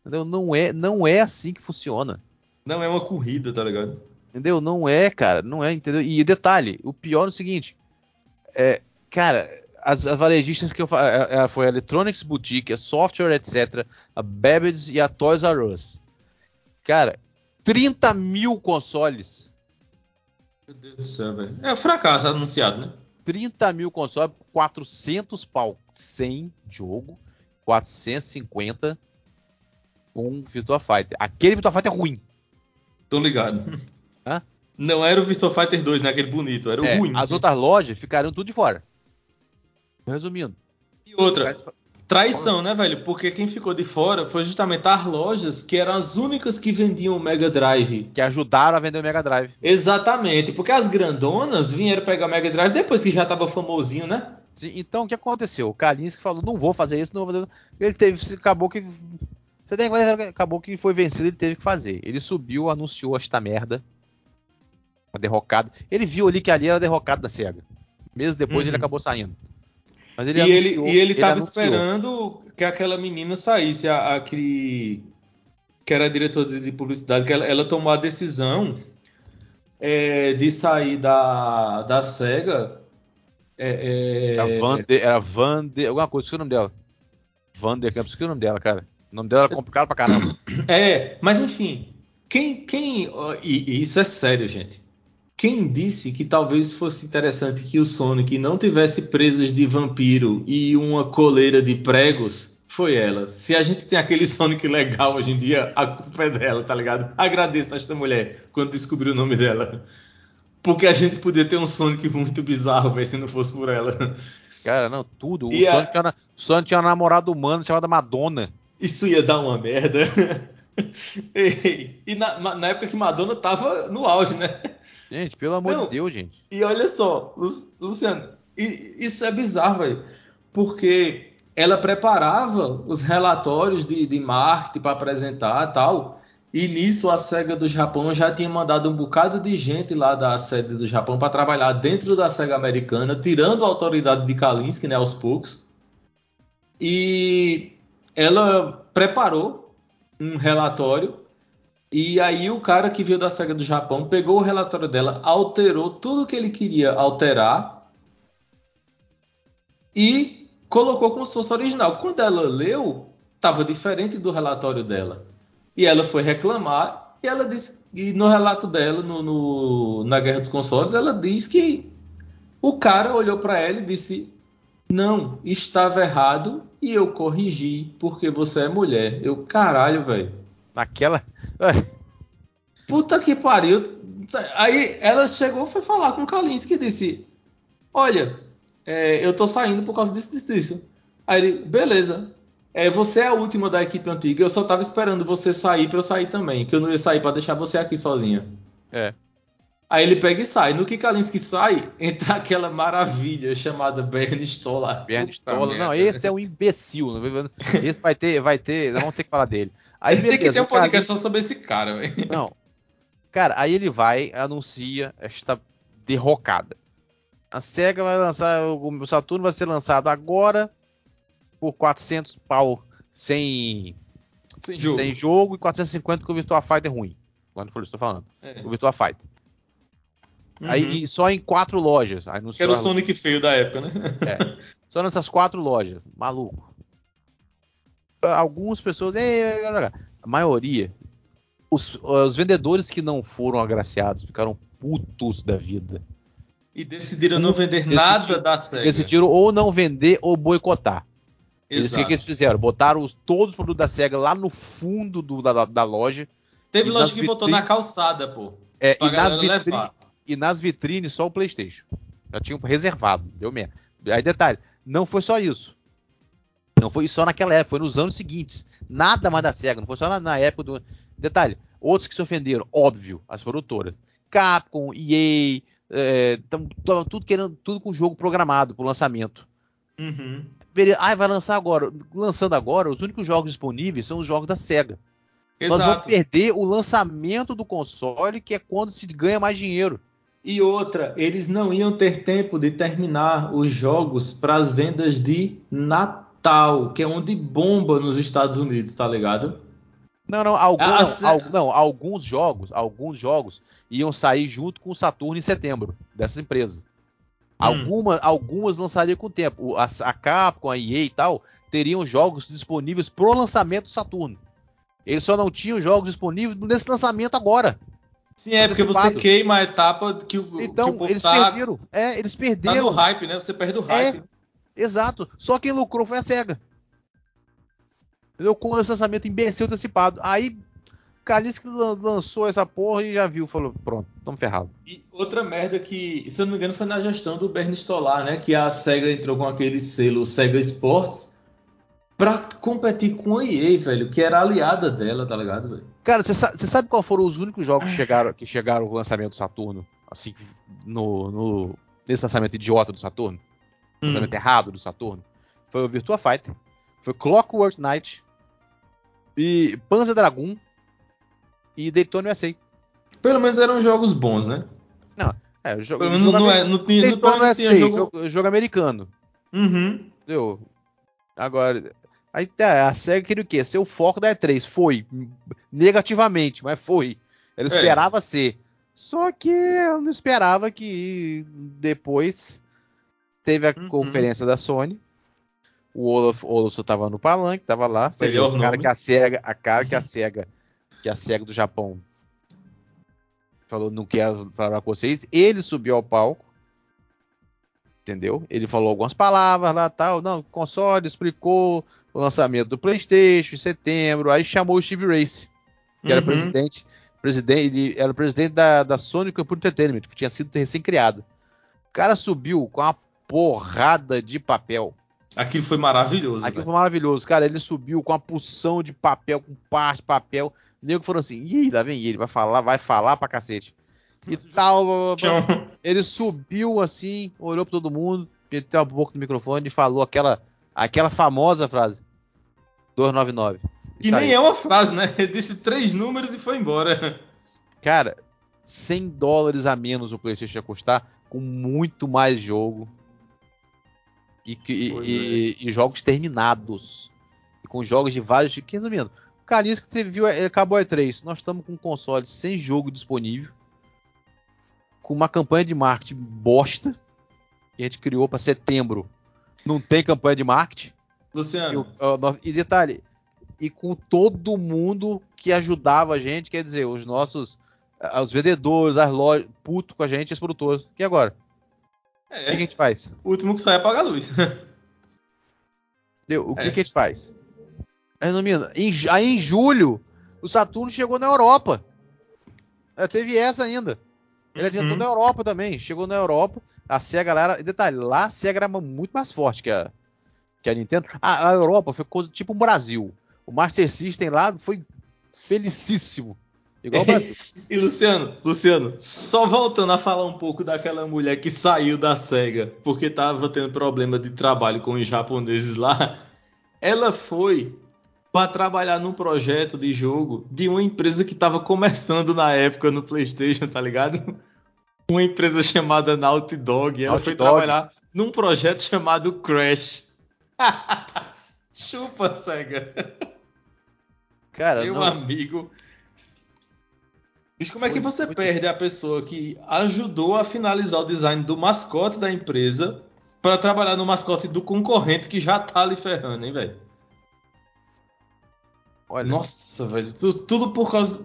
Entendeu? Não é, não é assim que funciona. Não é uma corrida, tá ligado? Entendeu? Não é, cara. Não é, entendeu? E detalhe, o pior é o seguinte. É, cara, as, as varejistas que eu falei, foi a Electronics Boutique, a Software, etcétera, a Babbage e a Toys R Us. Cara, trinta mil consoles. Meu Deus do céu, velho. É um fracasso anunciado, né? trinta mil consoles, quatrocentos pau. cem jogo, quatrocentos e cinquenta com Virtua Fighter. Aquele Virtua Fighter é ruim. Tô ligado. Hã? Não era o Virtua Fighter dois, né? Aquele bonito, era o É, ruim. as outras lojas ficaram tudo de fora. Resumindo. E outra, traição, né, velho? Porque quem ficou de fora foi justamente as lojas que eram as únicas que vendiam o Mega Drive. Que ajudaram a vender o Mega Drive. Exatamente, porque as grandonas vieram pegar o Mega Drive depois que já tava famosinho, né? Sim, então, o que aconteceu? O Kalinske falou, não vou fazer isso, não vou fazer isso. Ele teve, acabou que... Você tem que fazer, acabou que foi vencido, ele teve que fazer. Ele subiu, anunciou esta merda. A derrocada. Ele viu ali que ali era a derrocada da SEGA. Meses depois Uhum. ele acabou saindo. Mas ele E ele, anunciou, e ele ele tava anunciou. esperando que aquela menina saísse, a, a que, que era diretora de, de publicidade, que ela, ela tomou a decisão é, de sair da, da SEGA. Era É, é, Vander, era Vander, alguma coisa, esqueci o nome dela. Vander, eu esqueci o nome dela, cara. O nome dela era complicado pra caramba. é, mas enfim, quem, quem ó, e, e isso é sério, gente. Quem disse que talvez fosse interessante que o Sonic não tivesse presas de vampiro e uma coleira de pregos, foi ela. Se a gente tem aquele Sonic legal hoje em dia, a culpa é dela, tá ligado? Agradeço a essa mulher quando descobriu o nome dela. Porque a gente podia ter um Sonic muito bizarro, velho, se não fosse por ela. Cara, não, tudo. O E Sonic, a- tinha uma, o Sonic tinha uma namorada humana chamada Madonna. isso ia dar uma merda. E, e na, na época que Madonna tava no auge, né? Gente, pelo amor de Não, Deus, gente. e olha só, Lu- Luciano, e- isso é bizarro, velho, porque ela preparava os relatórios de, de marketing para apresentar e tal, e nisso a SEGA do Japão já tinha mandado um bocado de gente lá da sede do Japão para trabalhar dentro da SEGA americana, tirando a autoridade de Kalinske, né, aos poucos, e ela preparou um relatório. E aí o cara que veio da SEGA do Japão pegou o relatório dela, alterou tudo que ele queria alterar e colocou como se fosse original. Quando ela leu, estava diferente do relatório dela. E ela foi reclamar e ela disse, e no relato dela, no, no- na Guerra dos Consoles, ela diz que o cara olhou para ela e disse: Não, estava errado e eu corrigi porque você é mulher. Eu, caralho, velho. Naquela. Puta que pariu. Aí ela chegou e foi falar com o Kalinske e disse: Olha, é, eu tô saindo por causa disso, disso, disso. Aí ele, beleza. É, você é a última da equipe antiga. Eu só tava esperando você sair pra eu sair também. Que eu não ia sair pra deixar você aqui sozinha. É. Aí ele pega e sai. No que Kalinske sai, entra aquela maravilha chamada Bernie Stolar. Perna Puta estola. Não, merda. esse é um imbecil. Esse vai ter, vai ter. Nós vamos ter que falar dele. Aí Tem que ter beleza, um o podcast só Kalinske. sobre esse cara, velho. Não. Cara, aí ele vai, anuncia esta derrocada. A SEGA vai lançar, o Saturno vai ser lançado agora por quatrocentos pau sem, Sem jogo. sem jogo e quatrocentos e cinquenta com o Virtua Fighter ruim. Quando for isso, tô falando. É. O Virtua Fighter. Uhum. Aí e só em quatro lojas. Que era Anunciou o a- Sonic feio da época, né? é, só nessas quatro lojas. Maluco. Algumas pessoas. é, A maioria. Os, os vendedores que não foram agraciados ficaram putos da vida. E decidiram não vender nada Decidi- da SEGA. Decidiram ou não vender ou boicotar. Eles, o que, que eles Exato. fizeram? Botaram os- todos os produtos da SEGA lá no fundo do- da, da loja. Teve E loja nas que botou vitri- na calçada, pô. É, Pra e, nas galera vitri- levar. e nas vitrines só o PlayStation. Já tinham reservado. Deu merda. Aí detalhe, não foi só isso. Não foi só naquela época, foi nos anos seguintes. Nada mais da SEGA, não foi só na, na época do. Detalhe, outros que se ofenderam, óbvio, as produtoras. Capcom, E A, é, tão- tão tudo querendo, tudo com jogo programado pro lançamento. Uhum. Ah, vai lançar agora. Lançando agora, os únicos jogos disponíveis são os jogos da SEGA. Nós vamos Exato. perder o lançamento do console, que é quando se ganha mais dinheiro. E outra, eles não iam ter tempo de terminar os jogos para as vendas de Natal, que é onde bomba nos Estados Unidos, tá ligado? Não, não, algum, A- a não, Se- al- não, alguns jogos, alguns jogos iam sair junto com o Saturno em setembro, dessas empresas. Hum. Alguma, algumas lançariam com o tempo. O- A, a Capcom, a E A e tal, teriam jogos disponíveis pro lançamento do Saturno. Eles só não tinham jogos disponíveis nesse lançamento agora, Sim, é porque você antecipado. queima a etapa que o, que o Então, povo eles tá, perderam. É, eles tá no perderam. hype, né? Você perde o É, hype. exato. Só quem lucrou foi a SEGA. Entendeu? Com esse lançamento imbecil antecipado. Aí, o Kalinske lançou essa porra e já viu, falou, pronto, tamo ferrado. E outra merda que, se eu não me engano, foi na gestão do Bernie Stolar, né? Que a SEGA entrou com aquele selo SEGA Sports pra competir com a E A, velho, que era aliada dela, tá ligado, velho? Cara, você sa sabe qual foram os únicos jogos que chegaram, que chegaram ao lançamento do Saturno? Assim, no, no, nesse lançamento idiota do Saturno? Hum. Lançamento errado do Saturno? Foi o Virtua Fighter, foi Clockwork Knight, e Panzer Dragoon e Daytona U S A. Pelo menos eram jogos bons, né? Não, é, o jogo, Pelo o menos jogo não, amer- é, não tinha, não, pelo Daytona menos não tinha U S A, jogo. jogo, jogo americano. Uhum. Entendeu? Agora, aí tá, a SEGA queria o quê? Ser o foco da E três. Foi. Negativamente, mas foi. Ela É. esperava ser. Só que ela não esperava que depois teve a Uhum. conferência da Sony. O Olaf, Olaf tava no palanque, tava lá. Você viu Melhor o cara nome. que a SEGA, a cara que a SEGA, que a SEGA do Japão falou, não quero falar com vocês. Ele subiu ao palco. Entendeu? Ele falou algumas palavras lá, tal, não, console, explicou o lançamento do PlayStation em setembro, aí chamou o Steve Race, que era Uhum. presidente, presidente, ele era o presidente da, da Sony Computer Entertainment, que tinha sido recém-criada. O cara subiu com uma porrada de papel. Aquilo foi maravilhoso, Aquilo velho. foi maravilhoso, cara. Ele subiu com uma porção de papel, com parte de papel. O nego falou assim: ih, lá vem ele, vai falar, vai falar pra cacete. E tal. Tinha um- Ele subiu assim, olhou pra todo mundo, meteu a boca no microfone e falou aquela, aquela famosa frase: duzentos e noventa e nove. E Que nem saiu. é uma frase, né? Ele disse três números e foi embora. Cara, cem dólares a menos o PlayStation ia custar, com muito mais jogo. E, e, Pois e, e jogos terminados. E com jogos de vários. Que, resumindo, o carinho que você viu é, acabou a E três. Nós estamos com um console sem jogo disponível. Com uma campanha de marketing bosta. Que a gente criou para setembro. Não tem campanha de marketing. E, Luciano, o- o- e detalhe. E com todo mundo que ajudava a gente. Quer dizer, os nossos. ah, Os vendedores, as lojas. Puto com a gente, os produtores. E agora? O que, que a é, gente faz? o último que sai apaga a luz. Entendeu? O que, É. que a gente faz? Resumindo, em, ju- aí em julho, o Saturno chegou na Europa. É, teve essa ainda. Ele adiantou Uhum. na Europa também. Chegou na Europa. A SEGA lá era. Detalhe, lá a SEGA era muito mais forte que a, que a Nintendo. A, a Europa foi coisa tipo um Brasil. O Master System lá foi felicíssimo. Igual o Brasil. E Luciano, Luciano, só voltando a falar um pouco daquela mulher que saiu da SEGA porque tava tendo problema de trabalho com os japoneses lá. Ela foi para trabalhar num projeto de jogo de uma empresa que tava começando na época no PlayStation, tá ligado? Uma empresa chamada Naughty Dog. Ela Naughty foi Dog. trabalhar num projeto chamado Crash. Chupa, SEGA. Cara, Meu não. amigo. Bicho, como é que Foi você muito. perde a pessoa que ajudou a finalizar o design do mascote da empresa para trabalhar no mascote do concorrente que já tá ali ferrando, hein, velho? Olha, Nossa, velho. tu- Tudo por causa.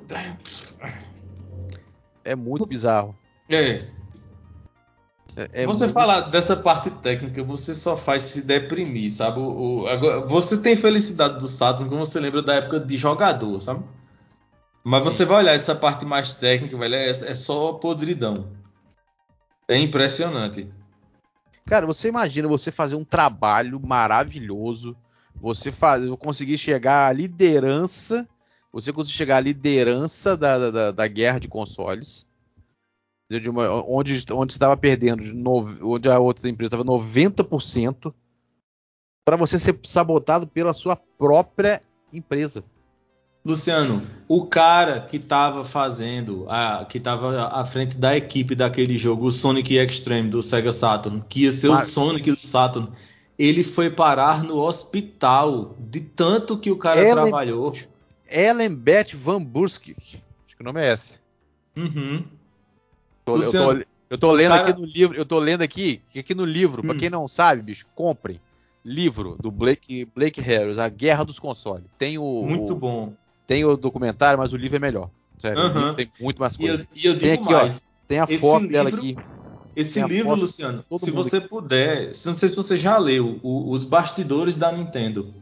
é muito bizarro. É. É, é Você muito. falar dessa parte técnica, você só faz se deprimir, sabe? O, o- agora, você tem felicidade do Saturn quando você lembra da época de jogador, sabe? Mas você Sim. vai olhar essa parte mais técnica, velho, é, é só podridão. É impressionante. Cara, você imagina você fazer um trabalho maravilhoso, você fazer, conseguir chegar à liderança, você conseguir chegar à liderança da, da, da guerra de consoles, de uma, onde, onde estava perdendo, de nove, onde a outra empresa estava noventa por cento, para você ser sabotado pela sua própria empresa. Luciano, o cara que estava fazendo, a, que estava à frente da equipe daquele jogo, o Sonic Extreme do Sega Saturn, que ia ser o Mas, Sonic do Saturn, ele foi parar no hospital de tanto que o cara ela, trabalhou. Ellen Beth Van Bursky. Acho que o nome é esse. Uhum. Tô, eu, Luciano, tô, eu tô lendo cara... aqui no livro, eu tô lendo aqui, que aqui no livro, hum. pra quem não sabe, bicho, comprem. Livro do Blake, Blake Harris, A Guerra dos Consoles. Tem o, Muito o, bom. Tem o documentário, mas o livro é melhor. Sério, Uhum. o livro tem muito mais E coisa. eu, e eu Tem digo aqui, mais. ó, tem a Esse foto livro, dela aqui. Esse livro, Luciano, se você aqui. puder, não sei se você já leu, o, Os Bastidores da Nintendo.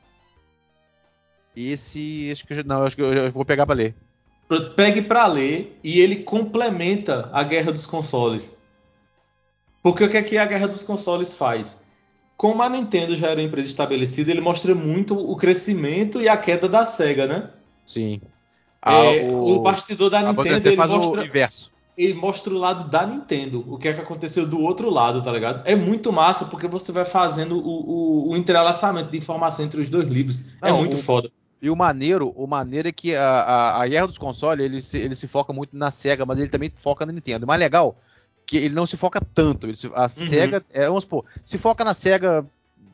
Esse, acho que eu, não, acho que eu, eu vou pegar pra ler. Pegue pra ler e ele complementa a Guerra dos Consoles. Porque o que é que a Guerra dos Consoles faz? Como a Nintendo já era uma empresa estabelecida, ele mostra muito o crescimento e a queda da Sega, né? Sim. Ah, a, o, o bastidor da Nintendo, ele faz mostra, o inverso. ele mostra o lado da Nintendo, o que é que aconteceu do outro lado, tá ligado? É muito massa porque você vai fazendo o, o, o entrelaçamento de informação entre os dois livros. Não, é muito o, foda. E o maneiro, o maneiro é que a, a, a Guerra dos Consoles, ele se, ele se foca muito na SEGA, mas ele também foca na Nintendo. O mais legal que ele não se foca tanto. Ele se, a uhum. SEGA, é, vamos supor, se foca na SEGA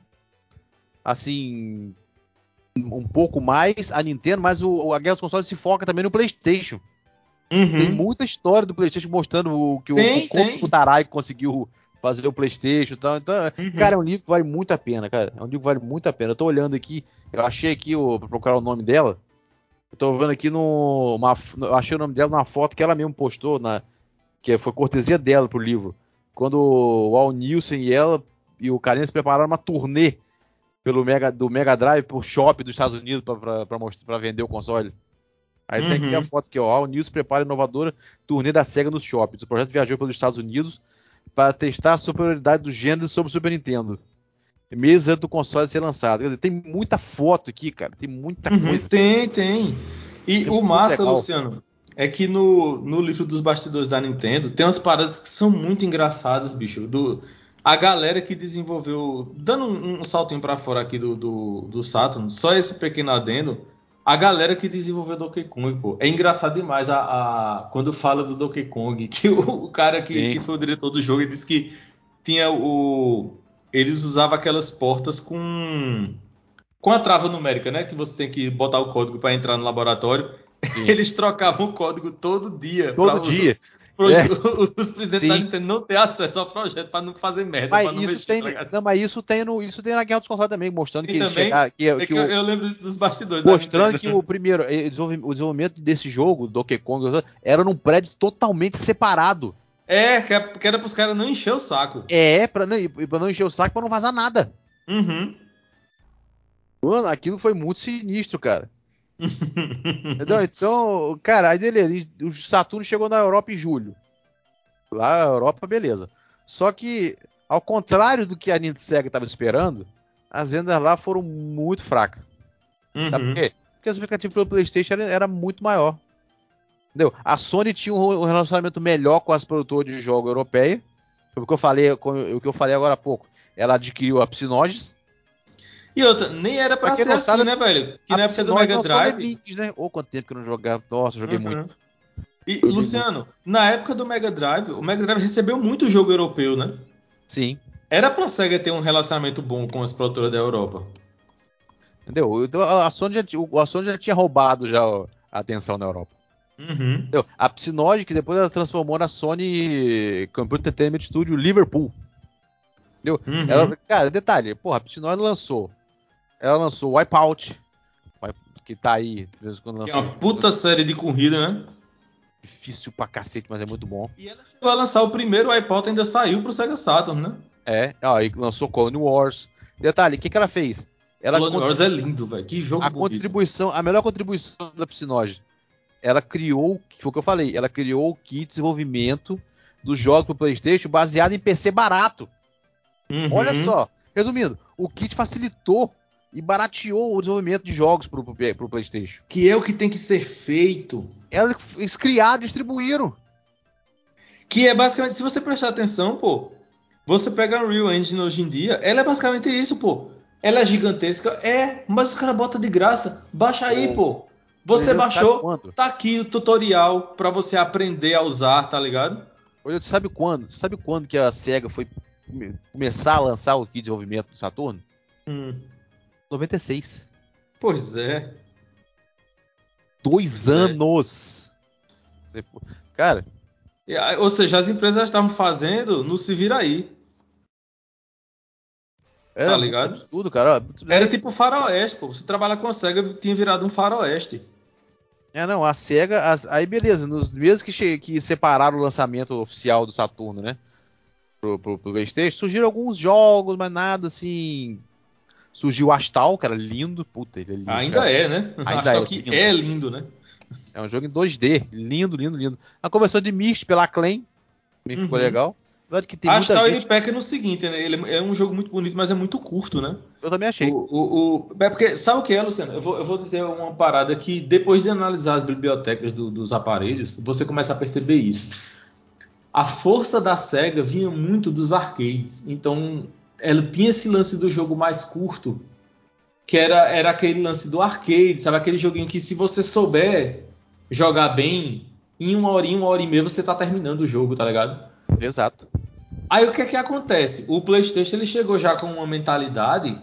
assim, um pouco mais a Nintendo, mas o, a Guerra dos Consoles se foca também no PlayStation. Uhum. Tem muita história do PlayStation mostrando o que tem, o, como o Tarai conseguiu fazer o PlayStation e tal. Então, uhum. Cara, é um livro que vale muito a pena, cara. É um livro que vale muito a pena. Eu tô olhando aqui, eu achei aqui o, pra procurar o nome dela. Eu tô vendo aqui no. Uma, eu achei o nome dela numa foto que ela mesmo postou, na, que foi cortesia dela pro livro. Quando o Al Nielsen e ela e o Carinha se prepararam uma turnê pelo Mega, do Mega Drive pro shopping dos Estados Unidos para vender o console. Aí uhum. tem aqui a foto que, ó, Al Nielsen prepara inovadora turnê da SEGA nos shoppings. O projeto viajou pelos Estados Unidos para testar a superioridade do gênero sobre o Super Nintendo. Meses antes do console ser lançado. Quer dizer, tem muita foto aqui, cara. Tem muita uhum, coisa. Tem, tem. E é o massa, legal. Luciano, é que no, no livro dos bastidores da Nintendo tem umas paradas que são muito engraçadas, bicho. Do, a galera que desenvolveu... Dando um, um saltinho pra fora aqui do, do, do Saturn, só esse pequeno adendo... A galera que desenvolveu Donkey Kong, pô. É engraçado demais a, a, quando fala do Donkey Kong, que o, o cara que, que foi o diretor do jogo disse que tinha o... Eles usavam aquelas portas com... Com a trava numérica, né? Que você tem que botar o código para entrar no laboratório. Sim. Eles trocavam o código todo dia. Todo dia. Os, é. os presidentes Sim. da Nintendo não ter acesso ao projeto para não fazer merda, para não isso mexer. Tem, tá não, mas isso tem, no, isso tem na Guerra dos Consoles também, mostrando e que também, eles chegaram... Que, é que, que o, eu, eu lembro dos bastidores mostrando da Nintendo. que o primeiro, o desenvolvimento desse jogo, Donkey Kong, era num prédio totalmente separado. É, que era para os caras não encher o saco. É, para não, pra não encher o saco, para não vazar nada. Uhum. Mano, aquilo foi muito sinistro, cara. Entendeu? Então, cara, aí beleza. O Saturno chegou na Europa em julho. Lá na Europa, beleza. Só que, ao contrário do que a Nintendo Sega estava esperando, as vendas lá foram muito fracas. Uhum. Sabe por quê? Porque a expectativa pelo PlayStation era, era muito maior. Entendeu? A Sony tinha um relacionamento melhor com as produtoras de jogo europeias. Foi o que eu falei, o que eu falei agora há pouco. Ela adquiriu a Psygnosis. E outra, nem era pra, pra ser assim, sabe, né, velho? Que na época do Mega Drive... Lemmings, né? Ou quanto tempo que eu não jogava. Nossa, eu joguei uhum. muito. E, joguei Luciano, muito. Na época do Mega Drive, o Mega Drive recebeu muito jogo europeu, né? Sim. Era pra Sega ter um relacionamento bom com as produtoras da Europa. Entendeu? Então, a Sony já, a Sony já tinha roubado já a atenção na Europa. Uhum. Entendeu? A Psygnosis, que depois ela transformou na Sony Computer Entertainment Studio Liverpool. Entendeu? Uhum. Ela, cara, detalhe, porra, a Psygnosis lançou. Ela lançou Wipeout, que tá aí, de vez em quando lançou. Que é uma puta série de corrida, né? Difícil pra cacete, mas é muito bom. E ela chegou a lançar o primeiro Wipeout, ainda saiu pro Sega Saturn, né? É, ó, e lançou Clone Wars. Detalhe, o que, que ela fez? Ela Clone Wars é lindo, velho. Que jogo a bonito. Contribuição, a melhor contribuição da Psygnosis, ela criou, foi o que eu falei, ela criou o kit de desenvolvimento dos jogos pro PlayStation baseado em P C barato. Uhum. Olha só, resumindo, o kit facilitou e barateou o desenvolvimento de jogos pro, pro, pro PlayStation. Que é o que tem que ser feito. Eles criaram, distribuíram. Que é basicamente, se você prestar atenção, pô, você pega a Unreal Engine hoje em dia, ela é basicamente isso, pô. Ela é gigantesca, é, mas os caras botam de graça. Baixa aí, pô. Você baixou, tá aqui o tutorial pra você aprender a usar, tá ligado? Olha, você sabe quando? Você sabe quando que a SEGA foi começar a lançar o kit de desenvolvimento do Saturno? Hum. noventa e seis. Pois é. Dois É. anos! Cara, E, aí, ou seja, as empresas estavam fazendo no se vira aí, era tá muito ligado? absurdo, cara. Ó, Era é, tipo faroeste, pô. Você trabalha com a SEGA, tinha virado um faroeste. é, não, a SEGA, as- aí beleza, nos meses que, che- que separaram o lançamento oficial do Saturno, né? Pro, pro, pro PlayStation, surgiram alguns jogos, mas nada assim. Surgiu o Astal, cara, lindo. Puta, ele é lindo, Ainda cara. é, né? Ainda Acho é que lindo. é lindo, né? É um jogo em dois D, lindo, lindo, lindo. A conversão de Myst pela Acclaim, também ficou Uhum. legal. Apesar de que tem A muita Astal ele gente. peca no seguinte, né? Ele é um jogo muito bonito, mas é muito curto, né? Eu também O, achei. o, o... É porque, sabe o que é, Luciano? Eu vou, eu vou dizer uma parada que depois de analisar as bibliotecas do- dos aparelhos, você começa a perceber isso. A força da SEGA vinha muito dos arcades. Então, ela tinha esse lance do jogo mais curto, que era, era aquele lance do arcade, sabe? Aquele joguinho que se você souber jogar bem, em uma horinha, uma hora e meia, você tá terminando o jogo, tá ligado? Exato. Aí o que é que acontece? O PlayStation ele chegou já com uma mentalidade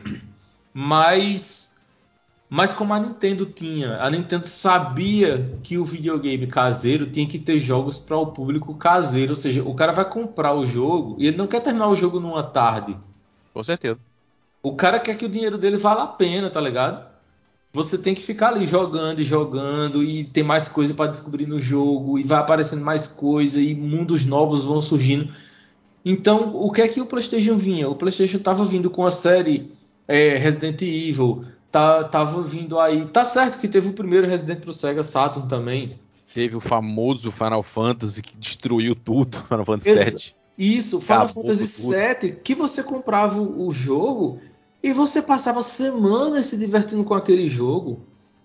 mais mas como a Nintendo tinha, a Nintendo sabia que o videogame caseiro tinha que ter jogos para o público caseiro, ou seja, o cara vai comprar o jogo e ele não quer terminar o jogo numa tarde. Com certeza. O cara quer que o dinheiro dele valha a pena, tá ligado? Você tem que ficar ali jogando e jogando e tem mais coisa para descobrir no jogo e vai aparecendo mais coisa e mundos novos vão surgindo. Então, o que é que o PlayStation vinha? O PlayStation estava vindo com a série é, Resident Evil, tá, tava vindo aí. Tá certo que teve o primeiro Resident pro Sega Saturn também. Teve o famoso Final Fantasy que destruiu tudo. Final Fantasy Ex- sete. Isso, Final Acabou Fantasy com tudo. sete, que você comprava o o jogo e você passava semanas se divertindo com aquele jogo.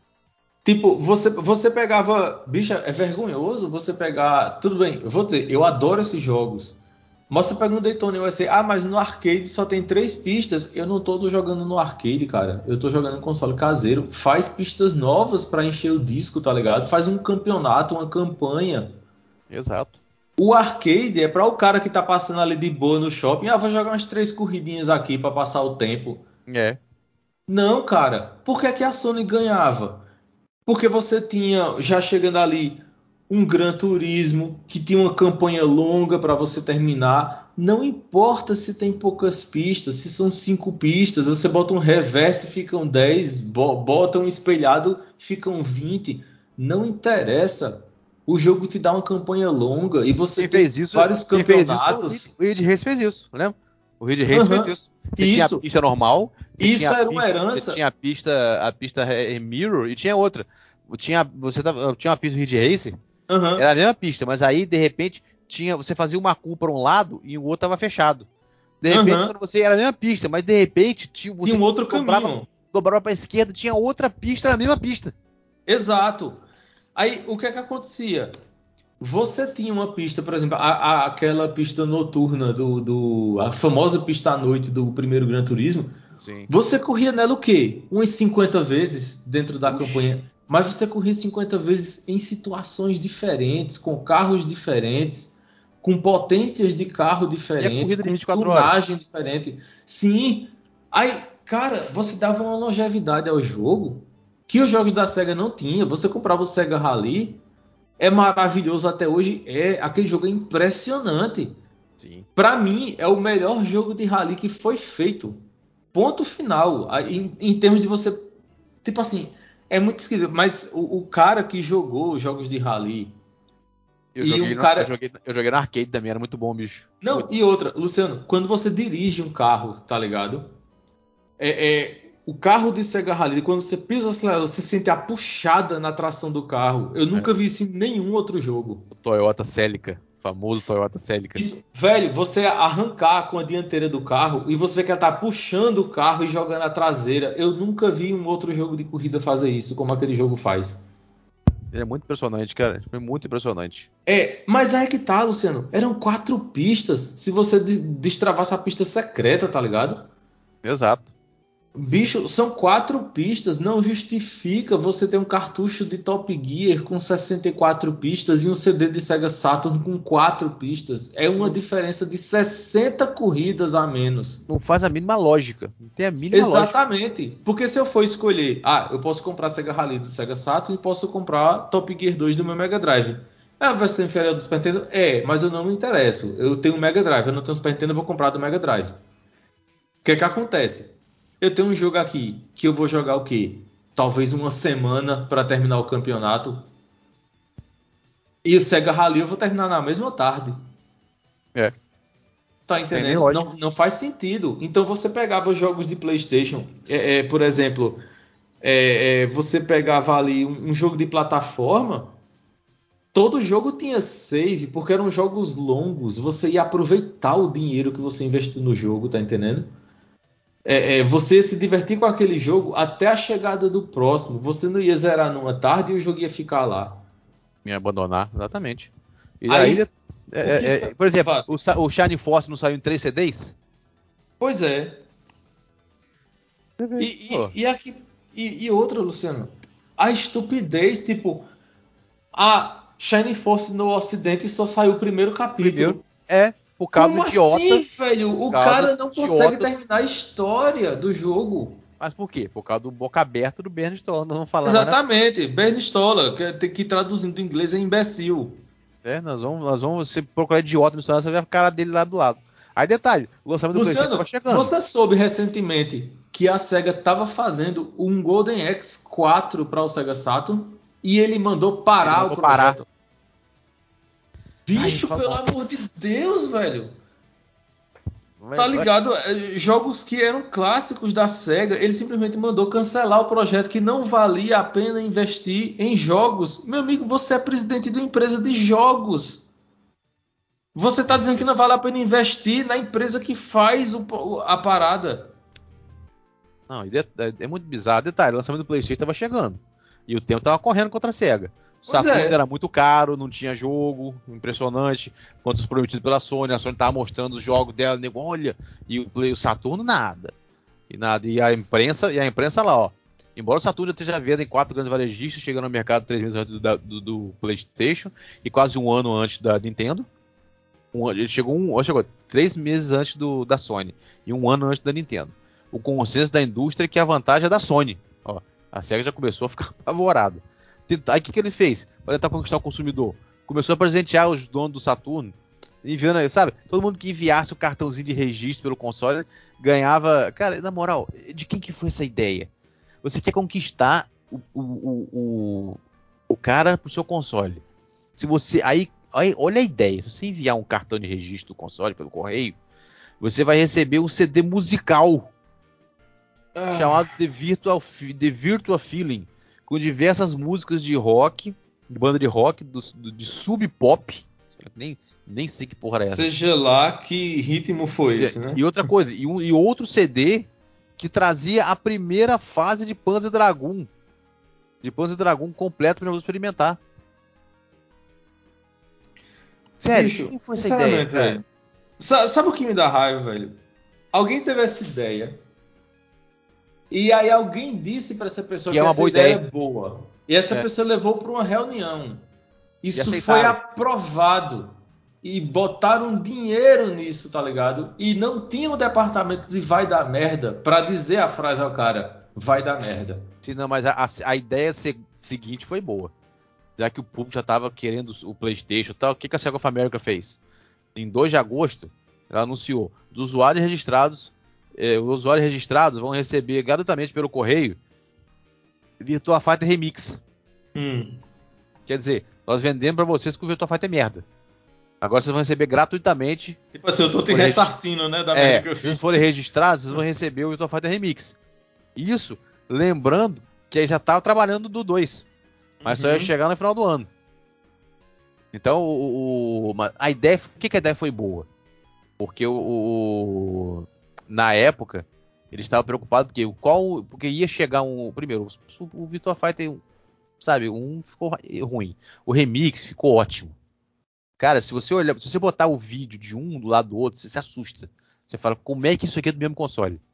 Tipo, você, você pegava. Bicha, é vergonhoso você pegar. Tudo bem, eu vou dizer, eu adoro esses jogos. Mas você pega um Daytona e vai ser, ah, mas no arcade só tem três pistas. Eu não tô jogando no arcade, cara. Eu tô jogando no console caseiro. Faz pistas novas pra encher o disco, tá ligado? Faz um campeonato, uma campanha. Exato. O arcade é pra o cara que tá passando ali de boa no shopping. Ah, vou jogar umas três corridinhas aqui pra passar o tempo. É. Não, cara. Por que é que a Sony ganhava? Porque você tinha, já chegando ali, um Gran Turismo que tinha uma campanha longa para você terminar. Não importa se tem poucas pistas, se são cinco pistas, você bota um reverse, ficam dez, bo- bota um espelhado, ficam vinte. Não interessa. O jogo te dá uma campanha longa e você Quem tem fez isso, vários quem fez isso foi o campeonatos. Ridge, o Ridge Race fez isso, lembra? O Ridge Race fez Aham. isso. Você tinha a Isso, pista normal, você tinha isso a era uma pista, você herança. tinha a pista, a pista eh, Mirror e tinha outra. Tinha, você tava, tinha uma pista Ridge Race, Aham, era a mesma pista, mas aí de repente tinha, você fazia uma curva para um lado e o outro tava fechado. De repente, aham. quando você era a mesma pista, mas de repente tinha, Tinha você um outro dobrava, caminho. dobrava para a esquerda, tinha outra pista na mesma pista. Exato. Aí o que é que acontecia? Você tinha uma pista, por exemplo, a- a- aquela pista noturna do, do- a famosa pista à noite do primeiro Gran Turismo. Sim. Você corria nela o quê? Umas cinquenta vezes dentro da Oxi. campanha, mas você corria cinquenta vezes em situações diferentes, com carros diferentes, com potências de carro E a diferentes, corrida de com vinte e quatro horas? tunagem diferente. Sim. Aí, cara, você dava uma longevidade ao jogo que os jogos da Sega não tinham. Você comprava o Sega Rally, é maravilhoso até hoje, é aquele jogo é impressionante. Sim. Pra mim é o melhor jogo de rally que foi feito. Ponto final. Aí, Em, em termos de você, tipo assim, é muito esquisito. Mas o, o cara que jogou os jogos de rally Eu e joguei, um no, eu cara, joguei, eu joguei no arcade também, era muito bom, bicho. não, e Putz. outra, Luciano, quando você dirige um carro, tá ligado? É, é, o carro de Sega Rally, quando você pisa o acelerador, você sente a puxada na tração do carro. Eu É, nunca vi isso em nenhum outro jogo. o Toyota Celica, famoso Toyota Celica. Isso, velho, você arrancar com a dianteira do carro e você vê que ela tá puxando o carro e jogando a traseira. Eu nunca vi um outro jogo de corrida fazer isso, como aquele jogo faz. Ele é muito impressionante, cara. Foi muito impressionante. É, mas aí é que tá, Luciano. Eram quatro pistas. Se você de- destravasse a pista secreta, tá ligado? Exato. Bicho, são quatro pistas, não justifica você ter um cartucho de Top Gear com sessenta e quatro pistas e um C D de Sega Saturn com quatro pistas. É uma Não, diferença de sessenta corridas a menos. não faz a mínima lógica. Não tem a mínima lógica. Exatamente. Porque se eu for escolher, ah, eu posso comprar Sega Rally do Sega Saturn e posso comprar Top Gear dois do meu Mega Drive. É a versão inferior do Super Nintendo? É, mas eu não me interesso. Eu tenho um Mega Drive, eu não tenho Super Nintendo, eu vou comprar do Mega Drive. O que é que acontece? Eu tenho um jogo aqui que eu vou jogar o quê? Talvez uma semana para terminar o campeonato. E o Sega Rally eu vou terminar na mesma tarde. É, Tá tem nem entendendo? Não, lógica. não faz sentido. Então você pegava jogos de PlayStation, é, é, por exemplo, é, é, você pegava ali um, um jogo de plataforma. Todo jogo tinha save, porque eram jogos longos. Você ia aproveitar o dinheiro que você investiu no jogo, tá entendendo? É, é, você se divertir com aquele jogo até a chegada do próximo. Você não ia zerar numa tarde e o jogo ia ficar lá. Me abandonar, exatamente. E aí, Aí, é, o que. é, fa- é, por exemplo, va- o, Sa- o Shining Force não saiu em três C Ds? Pois é. E, Pô, e, e aqui. E, e outra, Luciano. A estupidez, tipo. A Shining Force no Ocidente só saiu o primeiro primeiro, capítulo. é por causa do Como assim, idiota, velho? por O causa do cara não consegue idiota. terminar a história do jogo. Mas por quê? Por causa do boca aberta do Bernie Stoll. Nós vamos falar mais na Exatamente. Bernie Stoller, que, que traduzindo do inglês é imbecil. é, nós vamos, nós vamos se procurar idiota no cenário, você vai ver a cara dele lá do lado. Aí detalhe, o lançamento do PlayStation estava Luciano, chegando. você soube recentemente que a SEGA estava fazendo um Golden Axe quatro para o Sega Saturn e ele mandou Ele parar o mandou parar. projeto? Ai, eu Bicho, falo, pelo ó, amor de Deus, velho. vai- Tá vai- ligado? É, jogos que eram clássicos da SEGA, ele simplesmente mandou cancelar o projeto que não valia a pena investir em jogos. Meu amigo, você é presidente de uma empresa de jogos. Você tá é dizendo que não difícil. vale a pena investir na empresa que faz o- a parada. Não, e de- é, é muito bizarro. Detalhe, o lançamento do PlayStation estava chegando. E o tempo estava correndo contra a SEGA. O Pois Saturno é. era muito caro, não tinha jogo, impressionante. Quanto os prometidos pela Sony, a Sony estava mostrando os jogos dela, nego, olha, e o, Play, o Saturno nada. E nada. E a imprensa, e a imprensa lá, ó. Embora o Saturno esteja vendo em quatro grandes varejistas, chegando no mercado três meses antes do, da- do- do PlayStation e quase um ano antes da Nintendo. Um, ele chegou, um, chegou três meses antes do, da Sony e um ano antes da Nintendo. O consenso da indústria é que a vantagem é da Sony. Ó, a SEGA já começou a ficar apavorada. Aí o que, que ele fez? Para tentar conquistar o consumidor. Começou a presentear os donos do Saturno, enviando, sabe? Todo mundo que enviasse o cartãozinho de registro pelo console ganhava. Cara, na moral, de quem que foi essa ideia? Você quer conquistar o, o, o, o, o cara pro seu console. Se você. Aí, aí, olha a ideia. Se você enviar um cartão de registro do console pelo correio, você vai receber um C D musical chamado Ah, The Virtual, The Virtual Feeling, com diversas músicas de rock, de banda de rock, do, do, de sub pop. Nem, nem sei que porra era essa. seja lá que ritmo foi E, esse, né? e outra coisa, e, um, e outro C D que trazia a primeira fase de Panzer Dragoon. De Panzer Dragoon completo para experimentar. Sério, de Bicho, quem foi essa ideia, sinceramente, cara? velho. Sa- Sabe o que me dá raiva, velho? Alguém teve essa ideia e aí alguém disse para essa pessoa Que é que uma essa boa ideia é ideia. boa. E essa É, pessoa levou para uma reunião. e Isso foi aceitaram. aprovado. E botaram dinheiro nisso, tá ligado? E não tinha o departamento de vai dar merda para dizer a frase ao cara, vai dar merda. Sim, não, mas a, a, a ideia se, seguinte foi boa. Já que o público já estava querendo o PlayStation e tal, o que, que a Sega of America fez? Em dois de agosto, ela anunciou: os usuários registrados, eh, os usuários registrados vão receber gratuitamente pelo correio Virtua Fighter Remix. Hum. Quer dizer, nós vendemos para vocês que o Virtua Fighter é merda. Agora vocês vão receber gratuitamente. Tipo assim, eu tô te forem regi- ressarcindo, né, da merda É, que eu se vocês fiz. forem registrados, vocês vão receber o Virtua Fighter Remix. Isso, lembrando que aí já estava trabalhando do dois, mas só ia Uhum. chegar no final do ano. Então, o, o- a ideia, por que, que a ideia foi boa? Porque o, o- na época eles estavam preocupados porque qual, porque ia chegar um primeiro, o, o Virtua Fighter, sabe, um ficou ruim, o remix ficou ótimo. Cara, se você olhar, se você botar o vídeo de um do lado do outro, você se assusta. Você fala, como é que isso aqui é do mesmo console?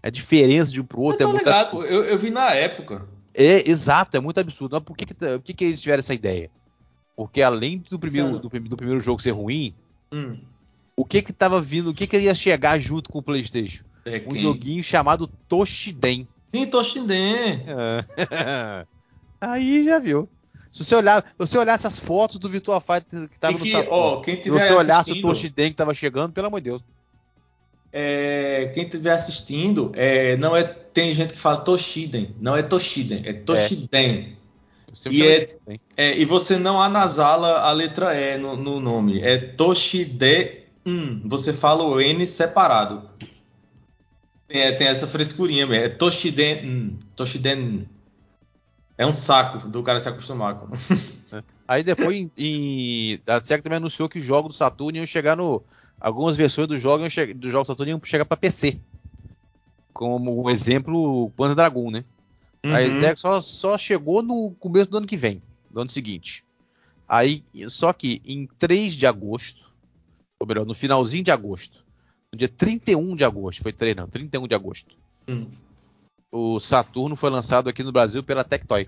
A diferença de um pro Eu outro é tô muito ligado, absurda. pô. Eu, eu vi na época. É, exato, é muito absurdo. Mas por que, que, por que, que eles tiveram essa ideia? Porque além do primeiro, Luciano. do, prim- do primeiro jogo ser ruim, Hum, o que que tava vindo, o que que ia chegar junto com o PlayStation? é Um quem? joguinho chamado Toshiden. Sim, Toshinden. É. Aí já viu. Se você olhar, se você olhar essas fotos do Virtua Fighter que Tem tava no que, Saturn, ó, quem e você tiver olhasse o assistindo, Toshiden que tava chegando, pelo amor de Deus. é, quem tiver assistindo, é, não é, tem gente que fala Toshiden, não é Toshiden, é É, Toshiden. eu sempre E chamei de é, Toshiden. é, e você não anasala a letra E no, no nome, é Toshiden. Você fala o N separado. É, tem essa frescurinha mesmo, é Toshiden. Toshiden. É um saco do cara se acostumar com. Né? Aí depois em, em- a SEGA também anunciou que os jogos do Saturn iam chegar no. Algumas versões do jogo, iam che- dos jogos do Saturn iam chegar para P C. Como um exemplo, o Panzer Dragoon, né? A Uhum. SEGA só, só chegou no começo do ano que vem, do ano seguinte. Aí, só que em três de agosto, ou melhor, no finalzinho de agosto, no dia trinta e um de agosto, foi três não, trinta e um de agosto, Hum. o Saturno foi lançado aqui no Brasil pela Tectoy.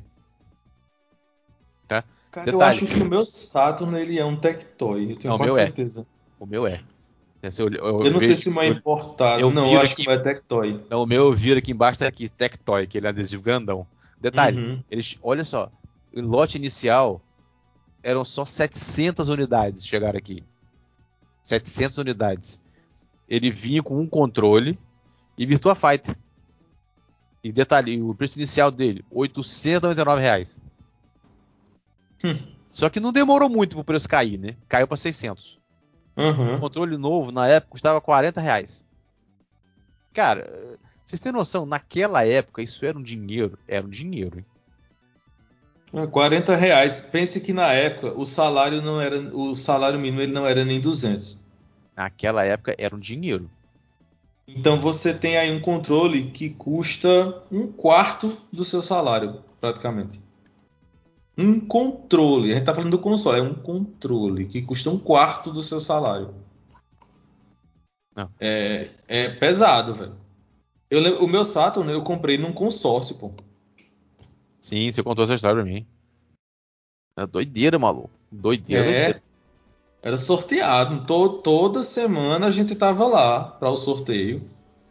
Tá? Cara, eu Detalhe, acho que o meu Saturn ele é um Tectoy, eu tenho não, o quase meu é, certeza. o meu é. Eu, eu, Eu eu não sei vejo, se o meu é eu, importado. eu Não, eu viro acho que o aqui, meu é Tectoy. não, o meu eu viro aqui embaixo, tá aqui, Tectoy, aquele adesivo grandão. Detalhe, Uhum. eles, olha só, o lote inicial eram só setecentas unidades chegaram aqui. setecentas unidades. Ele vinha com um controle e Virtua Fighter. E detalhe, o preço inicial dele, oitocentos e noventa e nove reais. Hum. Só que não demorou muito pro preço cair, né? Caiu para seiscentos. O Uhum. controle novo, na época, custava quarenta reais. Cara, vocês têm noção, naquela época, isso era um dinheiro. Era um dinheiro, hein? É, quarenta reais. Pense que na época o salário não era, o salário mínimo ele não era nem duzentos. Naquela época, era um dinheiro. Então você tem aí um controle que custa um quarto do seu salário, praticamente. Um controle. A gente tá falando do console, é um controle que custa um quarto do seu salário. Não. É, é pesado, velho. Eu lembro- o meu Saturn eu comprei num consórcio, pô. Sim, você contou essa história pra mim. É doideira, maluco. Doideira, doideira. É, era sorteado. To- toda semana a gente tava lá para o sorteio.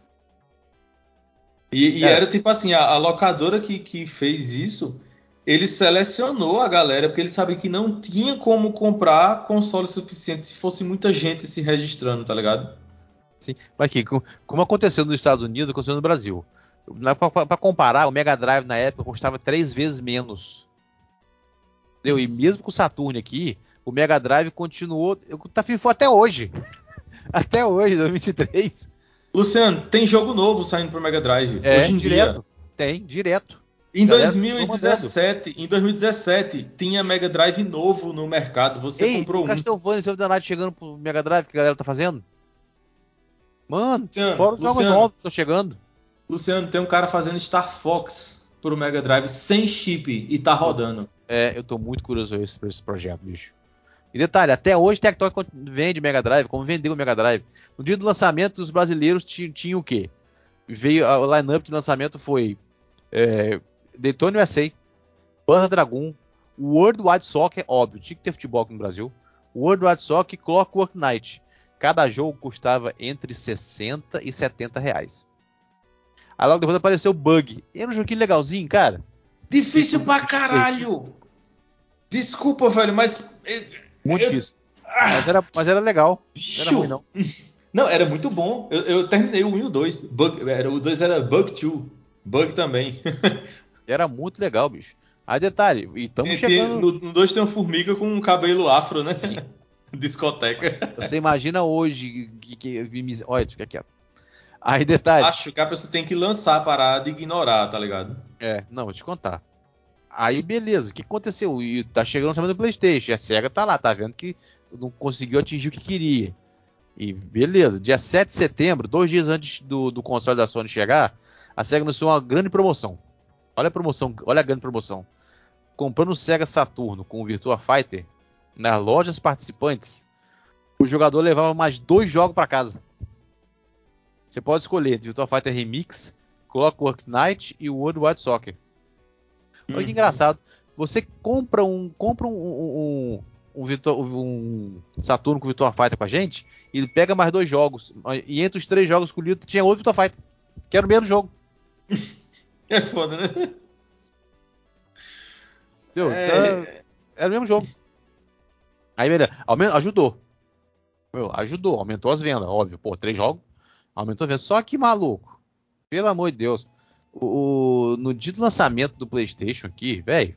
E, e Cara, era tipo assim, a, a locadora que, que fez isso, ele selecionou a galera, porque ele sabia que não tinha como comprar console suficiente se fosse muita gente se registrando, tá ligado? sim. Mas aqui, com- como aconteceu nos Estados Unidos, aconteceu no Brasil. Para comparar, o Mega Drive na época custava três vezes menos. Entendeu? E mesmo com o Saturn aqui, o Mega Drive continuou. Tá FIFA até hoje. Até hoje, dois mil e vinte e três. Luciano, tem jogo novo saindo pro Mega Drive, É, hoje em dia. direto. Tem, direto. Em A galera continua mandando. dois mil e dezessete, em dois mil e dezessete, tinha Mega Drive novo no mercado. Você Ei, o comprou um. Castlevania Symphony of the Night chegando pro Mega Drive que a galera tá fazendo? Mano, Luciano, fora os jogos Luciano, novos que estão chegando. Luciano, tem um cara fazendo Star Fox pro Mega Drive sem chip e tá Eu, rodando. é, eu tô muito curioso esse, por esse projeto, bicho. E detalhe, até hoje Tectoy vende Mega Drive, como vendeu o Mega Drive. No dia do lançamento, os brasileiros tinham o quê? Veio a- o line-up de lançamento foi é, Daytona U S A, Panzer Dragoon, World Wide Soccer, óbvio, tinha que ter futebol aqui no Brasil. World Wide Soccer e Clockwork Knight. Cada jogo custava entre sessenta e setenta reais. Aí logo depois apareceu o Bug. Era um joguinho legalzinho, cara. Difícil Muito, pra muito divertido. caralho! Desculpa, velho, mas. Eu, Muito eu- difícil. Mas ah, era, mas era legal. Não era ruim, bicho! não. Não, era muito bom. Eu, eu terminei o um e o dois. Bug, era, o dois era Bug dois. Bug também. Era muito legal, bicho. Aí detalhe, e estamos Tem- tem- chegando. no no dois tem uma formiga com um cabelo afro, né? Sim. Discoteca. Você imagina hoje que. que, que olha, fica quieto. Aí detalhe. Acho que a pessoa tem que lançar a parada e ignorar, tá ligado? É, não, vou te contar. Aí beleza, o que aconteceu? E tá chegando o lançamento do PlayStation. A SEGA tá lá, tá vendo que não conseguiu atingir o que queria. E beleza, dia sete de setembro, dois dias antes do, do console da Sony chegar, a SEGA anunciou uma grande promoção. Olha a promoção, olha a grande promoção. Comprando o Sega Saturno com o Virtua Fighter, nas lojas participantes, o jogador levava mais dois jogos para casa. Você pode escolher entre Virtua Fighter Remix, Clockwork Knight e World Wide Soccer. Olha que Uhum. engraçado. Você compra um compra um, um, um, um, Virtua, um Saturno com Virtua Fighter com a gente e ele pega mais dois jogos. E entre os três jogos escolhidos tinha outro Virtua Fighter, que era o mesmo jogo. É foda, né? Entendeu? Então, É... era o mesmo jogo. Aí, beleza. Aumen- Ajudou. Meu, ajudou. Aumentou as vendas, óbvio. Pô, três jogos. Aumentou as vendas. Só que, maluco. Pelo amor de Deus. O, o- no dia do lançamento do PlayStation aqui, velho.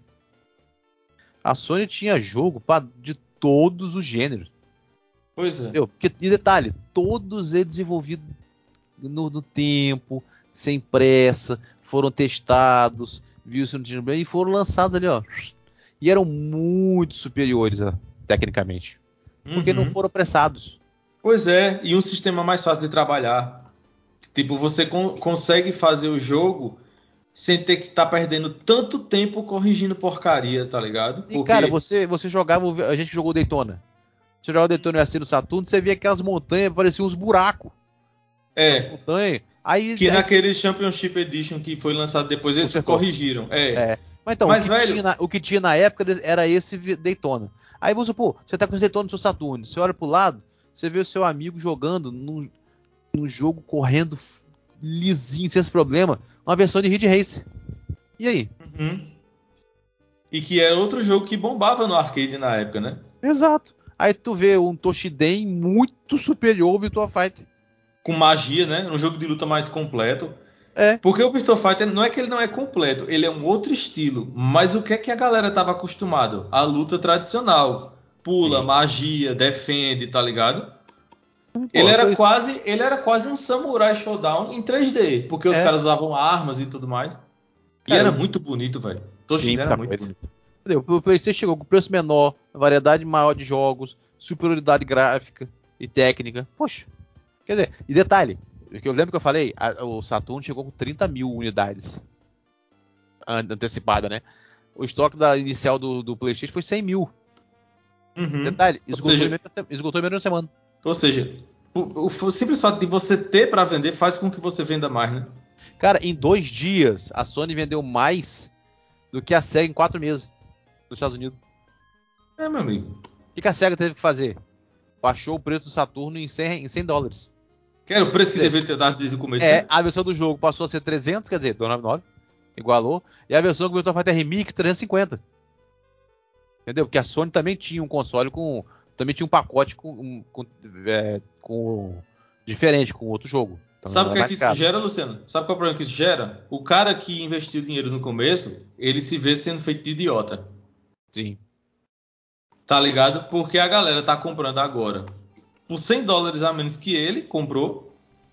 A Sony tinha jogo pra, de todos os gêneros. Pois é. Entendeu? Porque, e detalhe, todos eles desenvolvidos no, no tempo, sem pressa, foram testados, viu se não tinha bem e foram lançados ali, ó. E eram muito superiores, ó, tecnicamente. Porque não Uhum. foram apressados. Pois é, e um sistema mais fácil de trabalhar. Tipo, você con- consegue fazer o jogo sem ter que estar perdendo tanto tempo corrigindo porcaria, tá ligado? E, cara, Porque você, você jogava, o- a gente jogou Daytona. Você jogava Daytona assim no Saturno, você via aquelas montanhas, pareciam uns buracos. As é montanhas. Aí, que aí naquele Championship Edition que foi lançado depois eles consertou. corrigiram. É. É. Mas então, o Mas que, velho, tinha na, o que tinha na época era esse vi- Daytona. Aí vamos supor, você tá com esse Daytona no seu Saturno, você olha pro lado, você vê o seu amigo jogando num, num jogo correndo f- lisinho, sem esse problema, uma versão de Ridge Race. E aí? uhum. E que era outro jogo que bombava no arcade na época, né? Exato. Aí tu vê um Toshiden muito superior ao Virtua Fighter. Com magia, né? Um jogo de luta mais completo. É. Porque o Virtua Fighter não é que ele não é completo, ele é um outro estilo. Mas o que é que a galera tava acostumado? A luta tradicional. Pula, Sim. magia, defende, tá ligado? Ele Pô, era foi- quase, ele era quase um Samurai Showdown em três D, porque os é. caras usavam armas e tudo mais. E Cara, era eu... muito bonito, velho. Sim, Toshiden era era muito muito. bonito. Entendeu? O PlayStation chegou com preço menor, variedade maior de jogos, superioridade gráfica e técnica. Poxa, quer dizer, e detalhe, que eu lembro que eu falei, a- o Saturn chegou com trinta mil unidades an- antecipada, né? O estoque da inicial do, do PlayStation foi cem mil. Uhum. Detalhe, Ou esgotou em seja, menos, de uma se- esgotou em menos de uma semana. ou seja, o, o simples fato de você ter para vender faz com que você venda mais, né? Cara, em dois dias, a Sony vendeu mais do que a SEGA em quatro meses nos Estados Unidos. É, meu amigo. O que que a SEGA teve que fazer? Baixou o preço do Saturno em cem, em cem dólares. Que era o preço que Quer dizer, deveria ter dado desde o começo, é, né? a versão do jogo passou a ser trezentos, quer dizer, dois noventa e nove, igualou. E a versão do Virtua Fighter Remix, trezentos e cinquenta. Entendeu? Porque a Sony também tinha um console com. Também tinha um pacote com. com, é, com diferente, com outro jogo. Então Sabe o era que é que mais isso caro. gera, Luciano? Sabe qual é o problema que isso gera? O cara que investiu dinheiro no começo, ele se vê sendo feito de idiota. Sim. Tá ligado? Porque a galera tá comprando agora por cem dólares a menos que ele comprou.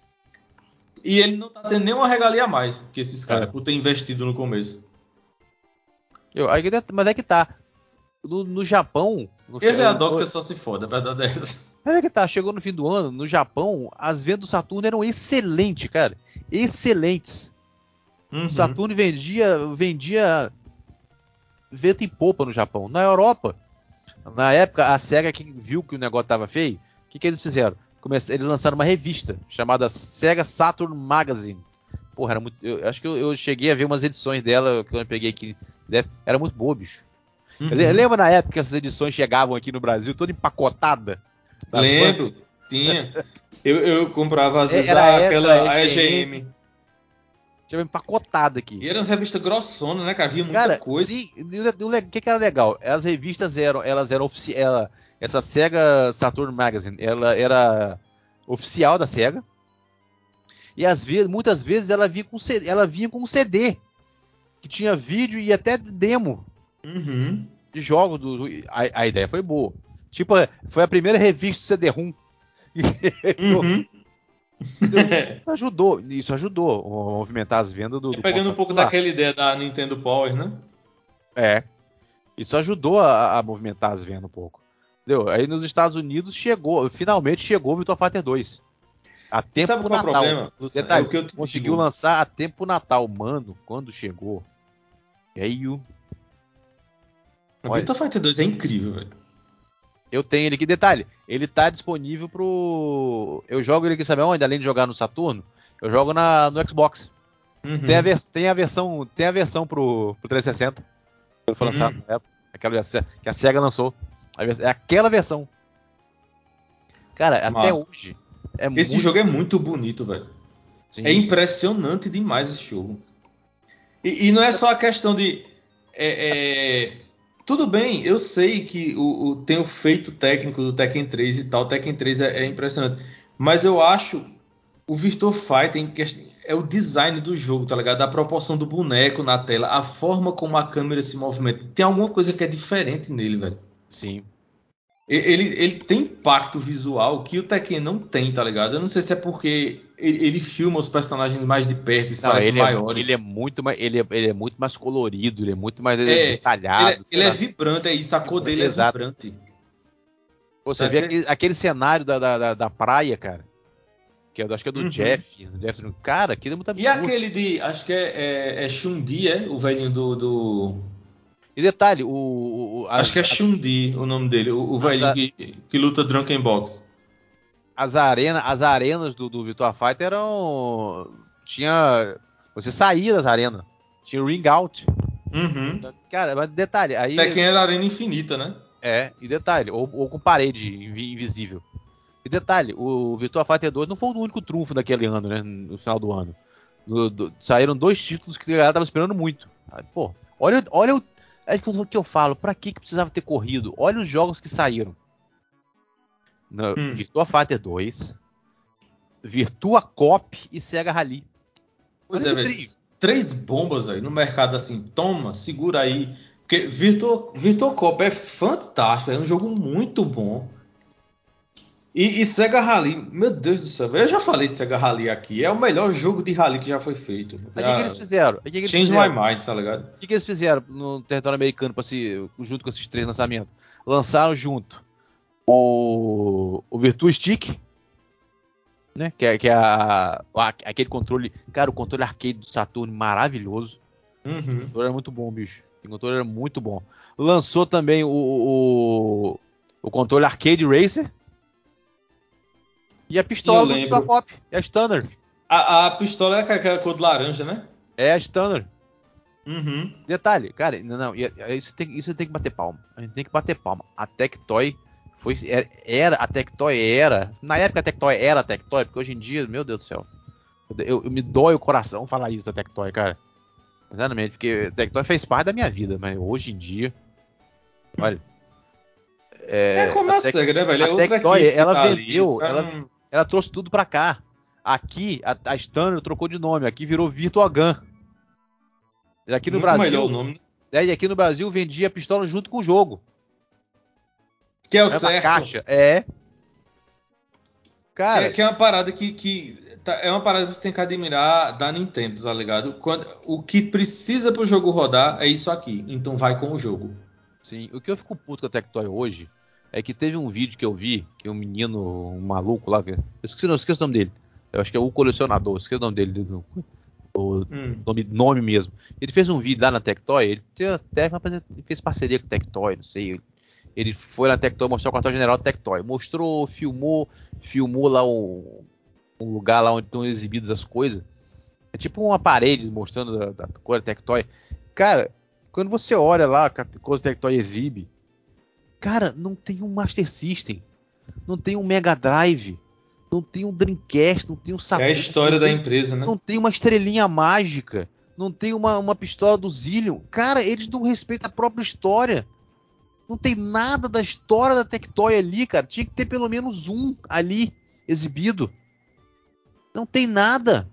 E ele não tá tendo nenhuma regalia a mais que esses É. caras, por ter investido no começo. Eu, aí, mas é que tá. No, no Japão. No, Ele é a eu, Doctor só se foda, a verdade é essa. é que tá, chegou no fim do ano, no Japão, as vendas do Saturno eram excelentes, cara. Excelentes. Uhum. O Saturno vendia, vendia vento em popa no Japão. Na Europa, na época, a SEGA que viu que o negócio tava feio, o que, que eles fizeram? Comece... Eles lançaram uma revista chamada SEGA Saturn Magazine. Porra, era muito. Eu acho que eu, eu cheguei a ver umas edições dela que eu peguei aqui. Era muito boa, bicho. Uhum. Eu lembro na época que essas edições chegavam aqui no Brasil, toda empacotada. Lembro, bancas. tinha. Eu, eu comprava às vezes Era ah, essa, aquela a a EGM. E G M. Tinha empacotada aqui. E era uma revista grossona, né, cara? Havia muita Cara, coisa. sim, o, o, o que, que era legal? As revistas eram, elas eram oficiais. Essa SEGA Saturn Magazine, ela era oficial da SEGA. E às vezes, muitas vezes ela vinha com C D, ela vinha com um C D que tinha vídeo e até demo Uhum. de jogos. Do, do a, a ideia foi boa. Tipo, foi a primeira revista C D-ROM. Uhum. Isso ajudou, isso ajudou a movimentar as vendas do, É do pegando um console pouco lá. daquela ideia da Nintendo Power, né? É. Isso ajudou a, a movimentar as vendas um pouco. Entendeu? Aí nos Estados Unidos chegou, finalmente chegou o Virtua Fighter dois. A E tempo sabe pro qual é o Natal. problema, Luciano? É Detalhe, o que eu te conseguiu digo. lançar a tempo pro Natal. Mano, quando chegou. E aí o. O Olha, Virtua Fighter dois é incrível, velho. Eu tenho ele aqui. Detalhe, ele tá disponível pro... Eu jogo ele aqui, sabe onde? Além de jogar no Saturno, eu jogo na, no Xbox. Uhum. Tem, a vers- tem a versão tem a versão pro, pro trezentos e sessenta. Que foi lançado Uhum. na época. Aquela versão que a SEGA lançou. A vers- É aquela versão. Cara, até Massa. hoje é Esse muito... jogo é muito bonito, velho. Sim. É impressionante demais esse jogo. E, e não é só a questão de. é, é, Tudo bem, eu sei que o, o- tem o feito técnico do Tekken três e tal. O Tekken três é, é impressionante. Mas eu acho o Virtua Fighter em quest- é o design do jogo, tá ligado? A proporção do boneco na tela, a forma como a câmera se movimenta. Tem alguma coisa que é diferente nele, velho. Sim. E- Ele, ele tem impacto visual que o Tekken não tem, tá ligado? Eu não sei se é porque ele, ele filma os personagens mais de perto, eles Não, parecem ele é, ele é maiores. muito mais, ele é, ele é muito mais colorido, ele é muito mais eh, É, ele é, detalhado, sei ele é lá. vibrante, é isso, a cor dele é Exato. vibrante. Você Tá vê entendendo? aquele, aquele cenário da, da, da- da praia, cara, que eu acho que é do Uhum. Jeff, do Jeff. Cara, aquilo é muito E absurdo. aquele de, acho que é, é, é Chun-Li, é? O velhinho do, do- E detalhe, o, o- o- Acho que é as, Chun-Li o nome dele, o, o as, velhinho a- que, que luta Drunken Box. as, arena, as arenas do, do Virtua Fighter eram. Tinha. Você saía das arenas. Tinha ring out. Uhum. Cara, mas detalhe, aí. Tekken era Arena Infinita, né? É, e detalhe, ou, ou com parede invi- invisível. E detalhe, o Virtua Fighter dois não foi o único trunfo daquele ano, né? No final do ano. Do- do- saíram dois títulos que a galera tava esperando muito. Aí, pô, olha, olha o. É o que eu falo, pra que, que precisava ter corrido? Olha os jogos que saíram. No, Hum. Virtua Fighter dois, Virtua Cop e Sega Rally. Pois Olha é, que velho. trio. Três bombas aí no mercado assim. Toma, segura aí. Porque Virtua, Virtua Cop é fantástico, é um jogo muito bom. E, e Sega Rally, meu Deus do céu, velho, eu já falei de Sega Rally aqui. É o melhor jogo de rally que já foi feito. Aí o que, que eles Já, fizeram? Aí o que, que eles change my fizeram? mind, tá ligado? O que, que eles fizeram no território americano pra se, junto com esses três lançamentos? Lançaram junto o, o Virtua Stick, né? Que é, que é a, a- aquele controle. Cara, o controle arcade do Saturno maravilhoso. O Uhum. controle era muito bom, bicho. O controle era muito bom. Lançou também o, o, o controle Arcade Racer e a Sim, eu pistola do Virtua lembro. Cop. É a Stunner. A, a pistola é aquela cor de laranja, né? É a Stunner. Uhum. Detalhe, cara, não, não, e- e- isso tem, isso tem que bater palma. A gente tem que bater palma. A Tectoy foi, era, era- a Tectoy era, na época a Tectoy era a Tectoy, porque hoje em dia, meu Deus do céu, eu, eu me dói o coração falar isso da Tectoy, cara. Exatamente, porque a Tectoy fez parte da minha vida, mas hoje em dia, olha, É é, como a, a Tec, Sega, né, velho? a É outra Tectoy, equipe que ela tá ali. Os vendeu, caras ela, não. ela trouxe tudo pra cá. Aqui, a, a Stunner trocou de nome, aqui virou Virtua Gun. E aqui no Muito melhor o Brasil, nome, né? né, e aqui no Brasil vendia a pistola junto com o jogo. Que é o Era na certo. caixa. É. Que é, Cara, que é uma parada que, que tá- é uma parada que você tem que admirar da Nintendo, tá ligado? Quando, o que precisa pro jogo rodar é isso aqui. Então vai com o jogo. sim, o que eu fico puto com a Tectoy hoje é que teve um vídeo que eu vi, que um menino, um maluco lá, que- eu esqueci, não esqueci o nome dele. Eu acho que é o colecionador, esqueci o nome dele, do- o Hum. nome, nome mesmo. Ele fez um vídeo lá na Tectoy, ele, tinha até, ele fez parceria com a Tectoy, não sei. Ele, ele foi na Tectoy mostrar o quartel-general da Tectoy. Mostrou, filmou, filmou lá o, um lugar lá onde estão exibidas as coisas. É tipo uma parede mostrando da, da cor da Tectoy. Cara, quando você olha lá que a coisa da Tectoy exibe, cara, não tem um Master System, não tem um Mega Drive, não tem um Dreamcast, não tem um É a Saturn, história não da tem, empresa, né? não tem uma estrelinha mágica, não tem uma, uma pistola do Zillion. Cara, eles não respeitam a própria história. Não tem nada da história da Tectoy ali, cara. Tinha que ter pelo menos um ali exibido. Não tem nada.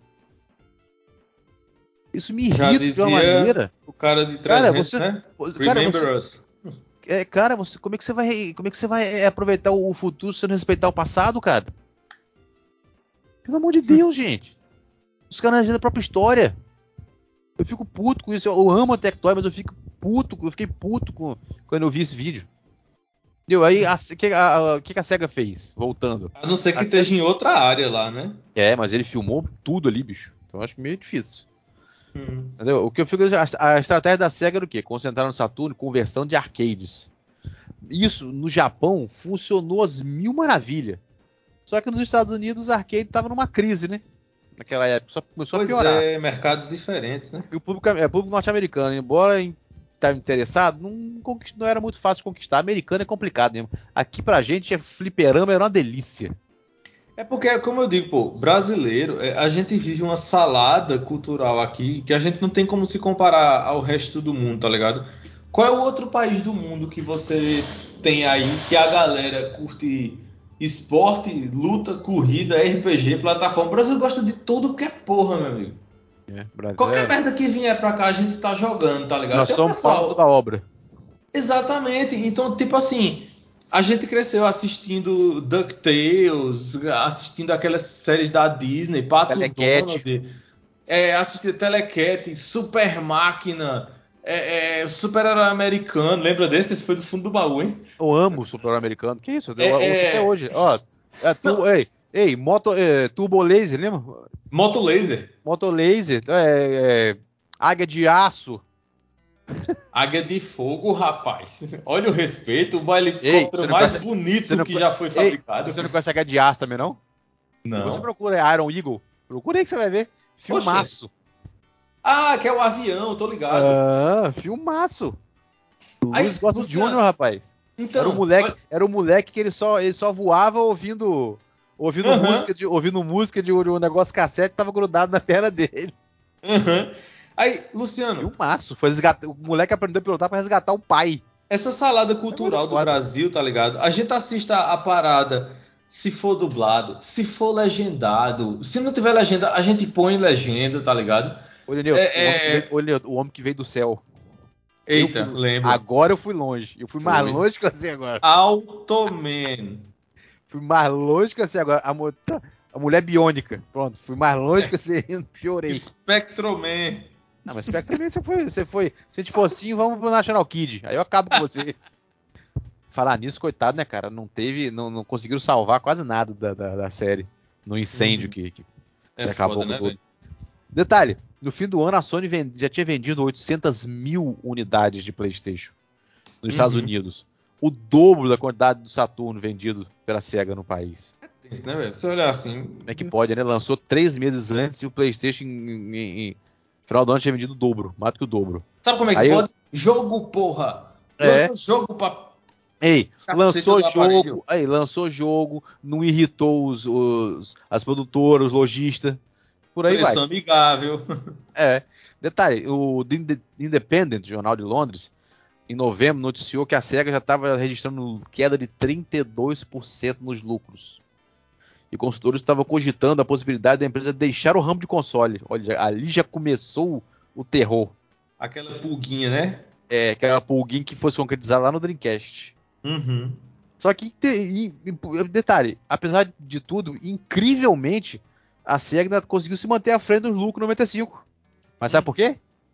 Isso me Já irrita de uma dizia maneira. o cara de Cara, trezentos, você, né? cara, Remember você, us. é, cara, você, como é que você vai, como é que você vai é, aproveitar o futuro se você não respeitar o passado, cara? Pelo amor de Deus, gente. Os caras não da própria história. Eu fico puto com isso. Eu amo a Tectoy, mas eu fico puto, eu fiquei puto com, quando eu vi esse vídeo. Entendeu? Aí, o que, a, a, que, que a SEGA fez? Voltando. A não ser que A esteja SEGA... em outra área lá, né? É, mas ele filmou tudo ali, bicho. Então eu acho meio difícil. Hum. Entendeu? O que eu fico. A, a estratégia da SEGA era o quê? Concentrar no Saturno, conversão de arcades. isso no Japão funcionou às mil maravilhas. Só que nos Estados Unidos o arcade tava numa crise, né? Naquela época, só começou Pois a piorar. é, mercados diferentes, né? E o público, é público norte-americano, embora estava interessado, não, conquist- não era muito fácil de conquistar. Americano é complicado mesmo. Aqui pra gente, é fliperama era uma delícia. É porque, como eu digo, pô, brasileiro, é, a gente vive uma salada cultural aqui que a gente não tem como se comparar ao resto do mundo, tá ligado? Qual é o outro país do mundo que você tem aí que a galera curte esporte, luta, corrida, R P G, plataforma? O Brasil gosta de tudo que é porra, meu amigo. É, Brasil Qualquer é- merda que vier pra cá, a gente tá jogando, tá ligado? Nós Tem o somos pau pessoal. da obra. Exatamente. Então, tipo assim, a gente cresceu assistindo DuckTales, assistindo aquelas séries da Disney, Pato Telecat. Donald, é, assistindo Telecat, Super Máquina, é, é, Super-Herói Americano. Lembra desse? Esse foi do fundo do baú, hein? Eu amo o super americano. Que isso? Eu ouço até É, é... hoje. Ó, é, tu, Não, ei, ei, moto, é, Turbo Laser, lembra? Moto Laser, Moto Laser, é, é, Águia de Aço. Águia de Fogo, rapaz. Olha o respeito, o Ei, helicóptero você não mais conhece, você bonito não, que co- já foi ei, fabricado. você não conhece Águia de Aço também, não? Depois você Não. procura aí, Iron Eagle. Procura aí que você vai ver. Oxê. Filmaço. Ah, que é o avião, tô ligado. Ah, filmaço. O Aí, Luiz Gosto Júnior, Luciano, rapaz. Era o então, moleque, olha- era o moleque que ele só, ele só voava ouvindo, ouvindo aham, música de, ouvindo música de, um negócio cassete que tava grudado na perna dele. aham. Aí, Luciano, Filmaço. Foi resgatar, o moleque aprendeu a pilotar pra resgatar o pai. essa salada É muito cultural do foda. Brasil, tá ligado? A gente assiste a, a parada, se for dublado, se for legendado, se não tiver legenda, a gente põe legenda, tá ligado? Olha, Nilton, o homem que É, veio, é... olha, Nilton, o homem que veio do céu. Eu Eita, fui, lembro. agora eu fui longe. Eu fui mais Foi. longe que você agora. Automan. Fui mais longe que você agora. A, mo- tá, a mulher biônica. Pronto, fui mais longe que você ainda. Piorei. Spectroman. Não, mas Spectre também você foi, você foi. Se a gente for assim, vamos pro National Kid. Aí eu acabo com você. Falar nisso, coitado, né, cara? Não teve. Não, não conseguiram salvar quase nada da, da, da série. No incêndio Uhum. que, que, É que acabou foda, com né, tudo. velho? Detalhe: no fim do ano, a Sony vend- já tinha vendido oitocentas mil unidades de PlayStation nos Estados Uhum. Unidos. O dobro da quantidade do Saturno vendido pela SEGA no país. Isso, né, velho? Se olhar assim. Como é que pode, né? Lançou três meses antes e o PlayStation em, em- em final do ano tinha vendido o dobro, mais do que o dobro. Sabe como é que Aí eu, pode? Jogo, porra! é, Lançou jogo pra ei, caceta lançou do aparelho. jogo, aí lançou jogo, não irritou os, os- as produtoras, os lojistas, por aí vai. Preço amigável. É. Detalhe, o The Inde- Independent, Jornal de Londres, em novembro noticiou que a SEGA já estava registrando queda de trinta e dois por cento nos lucros. E consultores estavam cogitando a possibilidade da empresa deixar o ramo de console. Olha, ali já começou o terror. Aquela pulguinha, né? É, que era uma plugin que fosse concretizar lá no Dreamcast. Uhum. Só que, te- e- e- detalhe, apesar de tudo, incrivelmente, a SEGA conseguiu se manter à frente dos lucros no noventa e cinco. Mas sabe por quê?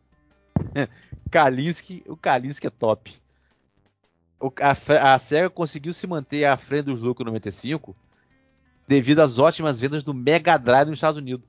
Kalinske, o Kalinske é top. O- a, a SEGA conseguiu se manter à frente dos lucros no noventa e cinco devido às ótimas vendas do Mega Drive nos Estados Unidos.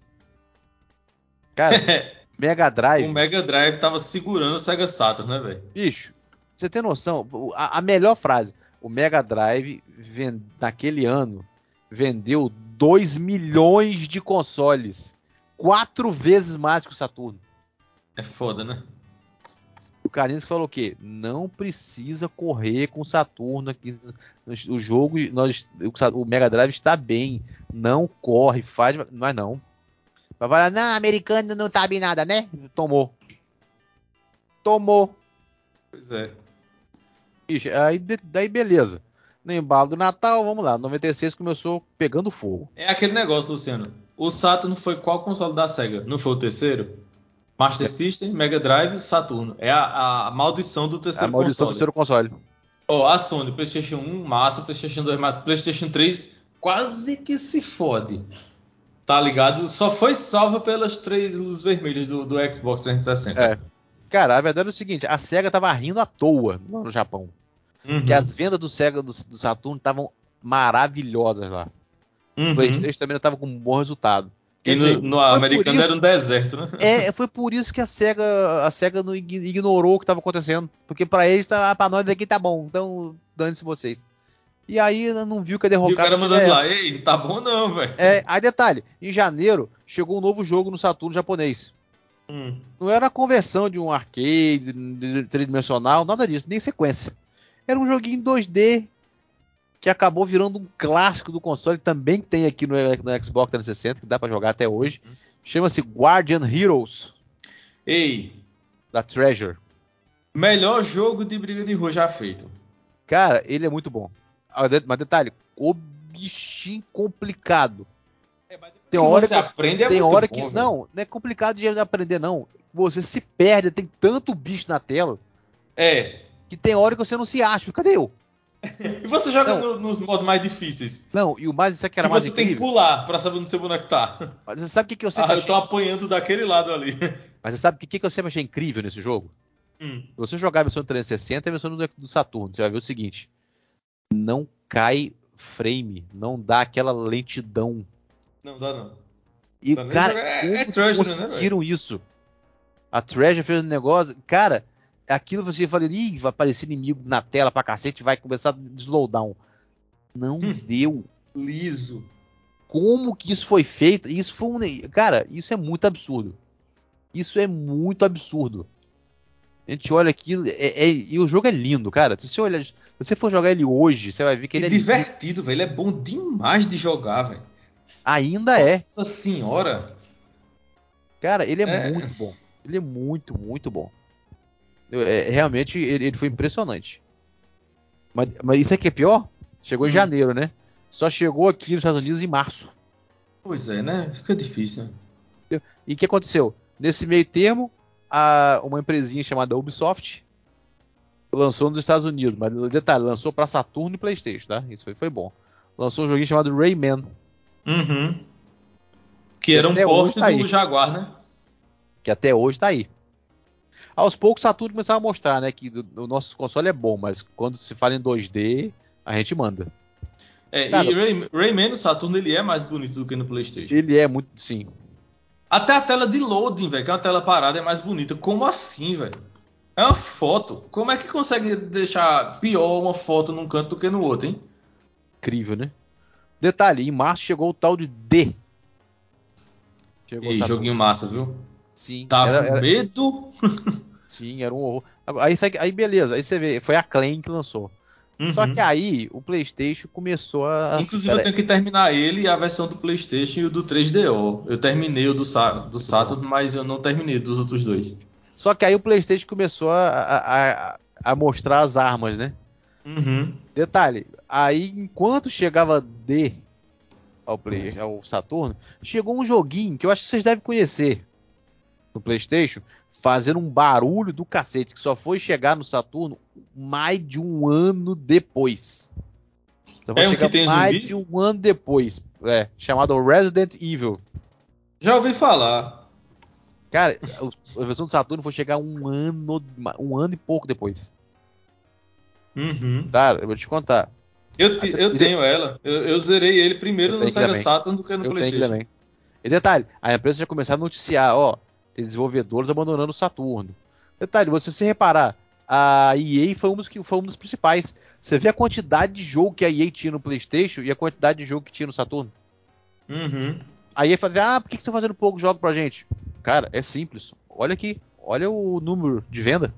Cara, Mega O Drive, Mega Drive tava segurando o Sega Saturn, né, velho? bicho, você tem noção? A, a melhor frase, o Mega Drive ven- naquele ano vendeu dois milhões de consoles, quatro vezes mais que o Saturno. É foda, né? O Kalinske falou o quê? Não precisa correr com o Saturno aqui. O jogo, nós, o Mega Drive está bem. Não corre, faz. Mas não. Vai falar, não, americano não sabe nada, né? Tomou. Tomou. Pois é. Ixi, aí, daí beleza. No embalo do Natal, vamos lá. noventa e seis começou pegando fogo. É aquele negócio, Luciano. O Saturn foi qual console da Sega? Não foi o terceiro? Master System, Mega Drive, Saturno. É a, a maldição do A terceiro maldição do console. terceiro console. Ó, a Sony, PlayStation um, massa, PlayStation dois, massa, PlayStation três, quase que se fode. Tá ligado? Só foi salva pelas três luzes vermelhas do, do Xbox trezentos e É. sessenta. Cara, a verdade é o seguinte: a SEGA tava rindo à toa lá no Japão. Uhum. Que as vendas do Sega do, do Saturno estavam maravilhosas lá. O Uhum. PlayStation também estava com um bom resultado. E dizer, no, no americano era um deserto, né? É, foi por isso que a SEGA, a SEGA não ignorou o que estava acontecendo. Porque para eles, tá, pra nós aqui tá bom, então dane-se vocês. E aí não viu que a derrocada. E o cara mandando lá, ei, tá bom não, velho. É, aí detalhe, em janeiro chegou um novo jogo no Saturno japonês. Hum. Não era a conversão de um arcade tridimensional, nada disso, nem sequência. Era um joguinho em dois D que acabou virando um clássico do console, também tem aqui no, no Xbox trezentos e sessenta, que dá pra jogar até hoje. Chama-se Guardian Heroes. Ei. Da Treasure. Melhor jogo de briga de rua já feito. Cara, ele é muito bom. Mas detalhe, o bichinho complicado. É, mas tem hora você que aprende é tem muito hora bom, que velho. não, não é complicado de aprender não. Você se perde, tem tanto bicho na tela. É. Que tem hora que você não se acha. Cadê eu? E você joga não, no, nos modos mais difíceis. Não, e o mais isso aqui era que mais você incrível. tem que pular pra saber onde seu boneco tá. Mas você sabe o que, que eu sempre Ah, achei? eu tô apanhando daquele lado ali. Mas você sabe o que, que eu sempre achei incrível nesse jogo? Hum. Se você jogar a versão do trezentos e sessenta e a versão do, do Saturno, você vai ver o seguinte: não cai frame, não dá aquela lentidão. Não dá não. E Dá nem cara, jogar. É, como é que Treasure, né, conseguiram velho? isso? A Treasure fez um negócio, cara, aquilo você fala, ih, vai aparecer inimigo na tela pra cacete, vai começar a slowdown. Não Hum. deu. Liso. Como que isso foi feito? Isso foi um, cara, isso é muito absurdo. Isso é muito absurdo. A gente olha aquilo, é, é, e o jogo é lindo, cara. Se você olhar, se você for jogar ele hoje, você vai ver que E ele é divertido, lindo. velho. Ele é bom demais de jogar, velho. Ainda é. Nossa senhora. Cara, ele é, É. muito bom. Ele é muito, muito bom. É, realmente, ele, ele foi impressionante. Mas, mas isso aqui é pior? Chegou em Hum. janeiro, né? Só chegou aqui nos Estados Unidos em março. Pois é, né? Fica difícil, né? E o que aconteceu? Nesse meio termo, a, uma empresinha chamada Ubisoft lançou nos Estados Unidos. Mas detalhe, lançou para Saturno e PlayStation, tá? Isso foi, foi bom. Lançou um joguinho chamado Rayman. Uhum. Que Que era um até hoje porte tá do aí. Jaguar, né? Que até hoje tá aí. Aos poucos, Saturno começava a mostrar, né? Que o, o nosso console é bom, mas quando se fala em dois D, a gente manda. É, Cara, e Ray, Rayman no Saturno ele é mais bonito do que no PlayStation. ele é muito, sim. Até a tela de loading, velho, que é uma tela parada, é mais bonita. Como assim, velho? É uma foto. Como é que consegue deixar pior uma foto num canto do que no outro, hein? Incrível, né? Detalhe, em março chegou o tal de D. Chegou o E Saturno. joguinho massa, viu? Sim, Tava era, um era, medo. sim, era um horror. Aí, aí beleza, aí você vê, foi a Acclaim que lançou. Só que Uhum. aí o PlayStation começou a. Assim, Inclusive eu pera, tenho que terminar ele, a versão do PlayStation e o do três D O. Eu terminei o do, Sa do Saturn, mas eu não terminei dos outros dois. Só que aí o PlayStation começou a, a, a, a mostrar as armas, né? Uhum. Detalhe, aí enquanto chegava D ao, Play, ao Saturno, chegou um joguinho que eu acho que vocês devem conhecer no PlayStation, fazendo um barulho do cacete, que só foi chegar no Saturno mais de um ano depois. Só foi É um que chegar tem mais de zumbi? um ano depois, é, chamado Resident Evil. Já ouvi falar. Cara, a versão do Saturno foi chegar um ano, um ano e pouco depois. Uhum. Tá, eu vou te contar. Eu, te- eu tenho ela. Eu, eu zerei ele Eu primeiro no tenho que Sega também. Saturn do que no Eu tenho que PlayStation. também. E detalhe, a empresa já começou a noticiar, ó, tem desenvolvedores abandonando o Saturno. Detalhe, você se reparar, a E A foi um dos, que, foi um dos principais. Você vê a quantidade de jogo que a E A tinha no PlayStation e a quantidade de jogo que tinha no Saturno. Uhum. A E A fazia, ah, por que, que estão fazendo pouco jogo pra gente? Cara, é simples. Olha aqui, olha o número de venda.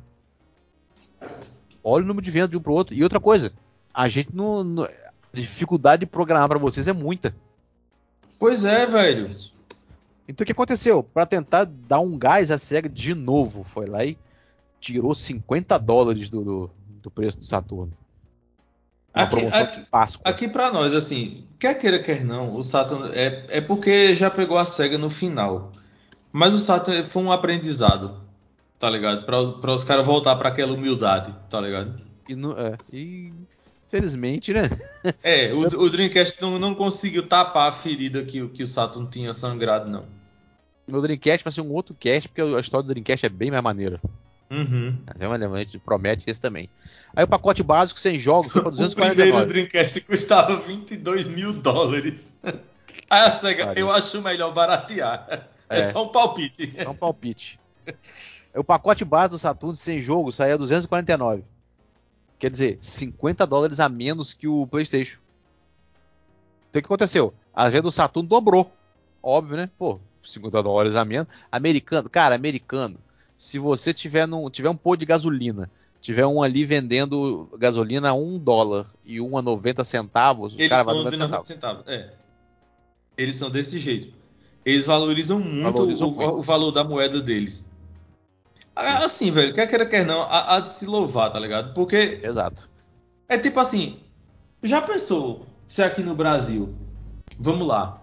Olha o número de venda de um pro outro. E outra coisa, a gente não. não a dificuldade de programar pra vocês é muita. Pois é, velho. Então o que aconteceu? Para tentar dar um gás, a SEGA de novo foi lá e tirou cinquenta dólares do, do, do preço do Saturno. Uma Aqui, promoção de aqui, Páscoa. aqui para nós, assim, quer queira, quer não, o Saturn é, é porque já pegou a SEGA no final. Mas o Saturn foi um aprendizado, tá ligado? Para os caras voltar para aquela humildade, tá ligado? E, no, é, e felizmente, né? É, o, o Dreamcast não, não conseguiu tapar a ferida que, o- que o Saturn tinha sangrado, não. Meu Dreamcast vai ser um outro cast, porque a história do Dreamcast é bem mais maneira. Uhum. Até a gente promete esse também. Aí o pacote básico sem jogos foi para O duzentos e quarenta e primeiro nove. Dreamcast custava vinte e dois mil dólares. Aí a SEGA, eu acho melhor baratear. É, é só um palpite. É um palpite. O pacote base do Saturn sem jogo saía duzentos e quarenta e nove. Quer dizer, cinquenta dólares a menos que o PlayStation. Então o que aconteceu? A venda do Saturn dobrou. Óbvio, né? Pô, cinquenta dólares a menos. Americano, cara, americano. Se você tiver, num, tiver um posto de gasolina, tiver um ali vendendo gasolina a um dólar e um a noventa centavos, Eles o cara vai são noventa de noventa centavos. centavos. É. Eles são desse jeito. Eles valorizam muito Valorizam o, muito. o valor da moeda deles. Sim. Assim, velho, quer queira, quer não, há, há de se louvar, tá ligado? Porque Exato. é tipo assim, já pensou se aqui no Brasil, vamos lá,